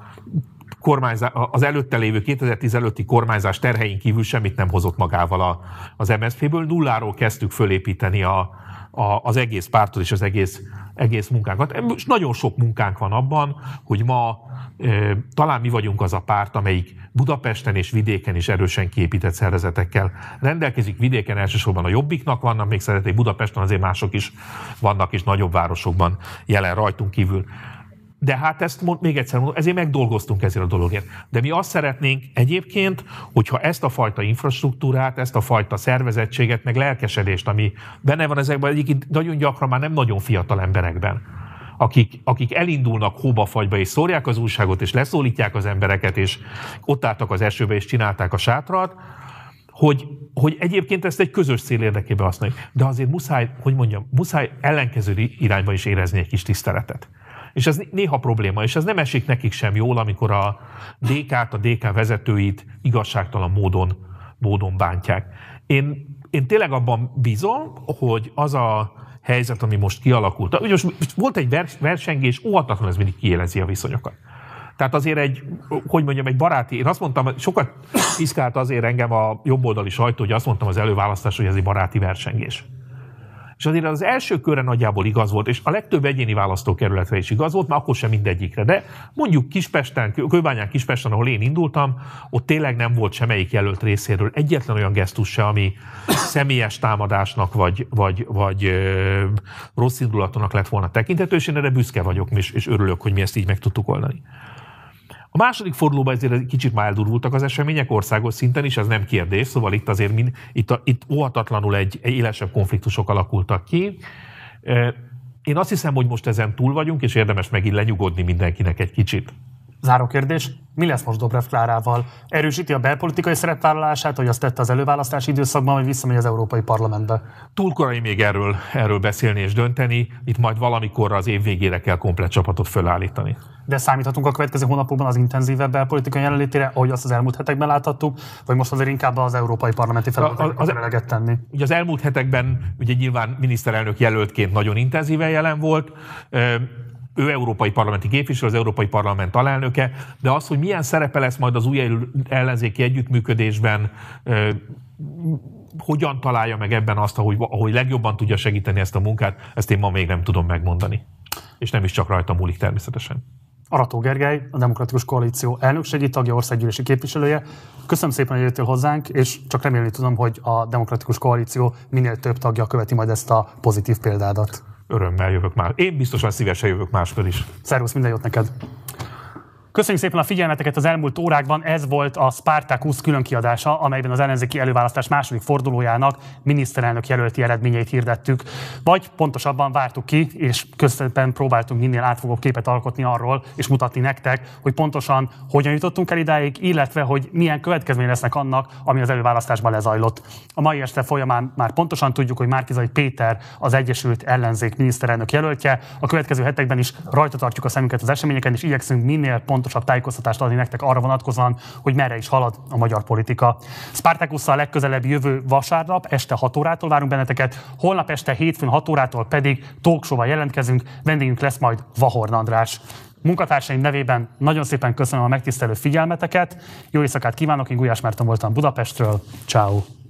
az előtte lévő 2010 előtti kormányzás terhein kívül semmit nem hozott magával az MSZP-ből. Nulláról kezdtük fölépíteni az egész pártot és az egész munkánkat. Most nagyon sok munkánk van abban, hogy ma talán mi vagyunk az a párt, amelyik Budapesten és vidéken is erősen kiépített szervezetekkel rendelkezik. Vidéken elsősorban a Jobbiknak vannak még szervezetei, Budapesten azért mások is vannak, és nagyobb városokban jelen rajtunk kívül. De hát ezt még egyszer mondom, ezért megdolgoztunk ezért a dologért. De mi azt szeretnénk egyébként, hogyha ezt a fajta infrastruktúrát, ezt a fajta szervezettséget, meg lelkesedést, ami benne van ezekben, egyébként nagyon gyakran már nem nagyon fiatal emberekben, akik elindulnak hóba-fagyba, és szórják az újságot, és leszólítják az embereket, és ott álltak az esőbe, és csinálták a sátrat, hogy egyébként ezt egy közös cél érdekében használjuk. De azért muszáj ellenkező irányba is érezni egy kis tiszteletet. És ez néha probléma, és ez nem esik nekik sem jól, amikor a DK-t, a DK vezetőit igazságtalan módon bántják. Én tényleg abban bízom, hogy az a helyzet, ami most kialakult, ugye most volt egy versengés, óhatatlan ez mindig kiélezi a viszonyokat. Tehát azért egy baráti, én azt mondtam, sokat piszkált azért engem a jobboldali sajtó, hogy azt mondtam az előválasztás, hogy ez egy baráti versengés. És azért az első körre nagyjából igaz volt, és a legtöbb egyéni választókerületre is igaz volt, már akkor sem mindegyikre. De mondjuk Kispesten, Kőbányán Kispesten, ahol én indultam, ott tényleg nem volt semmelyik jelölt részéről egyetlen olyan gesztus se, ami személyes támadásnak vagy rossz indulatonak lett volna tekintető, és én erre büszke vagyok, és örülök, hogy mi ezt így meg tudtuk oldani. A második fordulóban ezért egy kicsit már eldurvultak az események országos szinten is, ez nem kérdés, szóval itt azért itt óhatatlanul egy élesebb konfliktusok alakultak ki. Én azt hiszem, hogy most ezen túl vagyunk, és érdemes megint lenyugodni mindenkinek egy kicsit. Záró kérdés, mi lesz most Dobrev Klárával? Erősíti a belpolitikai szerepvállalását, hogy azt tette az előválasztási időszakban, vagy visszamegy az Európai Parlamentbe? Túl korai még erről beszélni és dönteni, itt majd valamikor az év végére kell komplett csapatot fölállítani. De számíthatunk a következő hónapokban az intenzívebb belpolitikai jelenlétére, ahogy azt az elmúlt hetekben láthattuk, vagy most azért inkább az európai parlamenti feladatokra eleget tenni? Ugye az elmúlt hetekben ugye nyilván miniszterelnök jelöltként nagyon intenzíven jelen volt, ő európai parlamenti képviselő, az Európai Parlament alelnöke, de az, hogy milyen szerepe lesz majd az új ellenzéki együttműködésben, hogyan találja meg ebben azt, ahogy legjobban tudja segíteni ezt a munkát, ezt én ma még nem tudom megmondani. És nem is csak rajta múlik természetesen. Arató Gergely, a Demokratikus Koalíció elnökségi tagja, országgyűlési képviselője. Köszönöm szépen, hogy jöttél hozzánk, és csak remélni tudom, hogy a Demokratikus Koalíció minél több tagja követi majd ezt a pozitív példádat. Örömmel jövök már. Én biztosan szívesen jövök máskor is. Szervusz, minden jót neked! Köszönjük szépen a figyelmeteket az elmúlt órákban. Ez volt a Spartacus különkiadása, amelyben az ellenzéki előválasztás második fordulójának miniszterelnök jelölti eredményeit hirdettük. Vagy pontosabban vártuk ki, és közben próbáltunk minél átfogóbb képet alkotni arról, és mutatni nektek, hogy pontosan hogyan jutottunk el idáig, illetve hogy milyen következményei lesznek annak, ami az előválasztásban lezajlott. A mai este folyamán már pontosan tudjuk, hogy Márki-Zay Péter az Egyesült Ellenzék miniszterelnök jelöltje. A következő hetekben is rajta tartjuk a szemünket az eseményeken, és igyekszünk minél pontosabb legfontosabb tájékoztatást adni nektek arra vonatkozóan, hogy merre is halad a magyar politika. Spartakusszal a legközelebbi jövő vasárnap este 6 órától várunk benneteket, holnap este hétfőn 6 órától pedig talkshow-val jelentkezünk, vendégünk lesz majd Vahorn András. Munkatársaim nevében nagyon szépen köszönöm a megtisztelő figyelmeteket, jó éjszakát kívánok, én Gulyás Márton voltam Budapestről, ciao.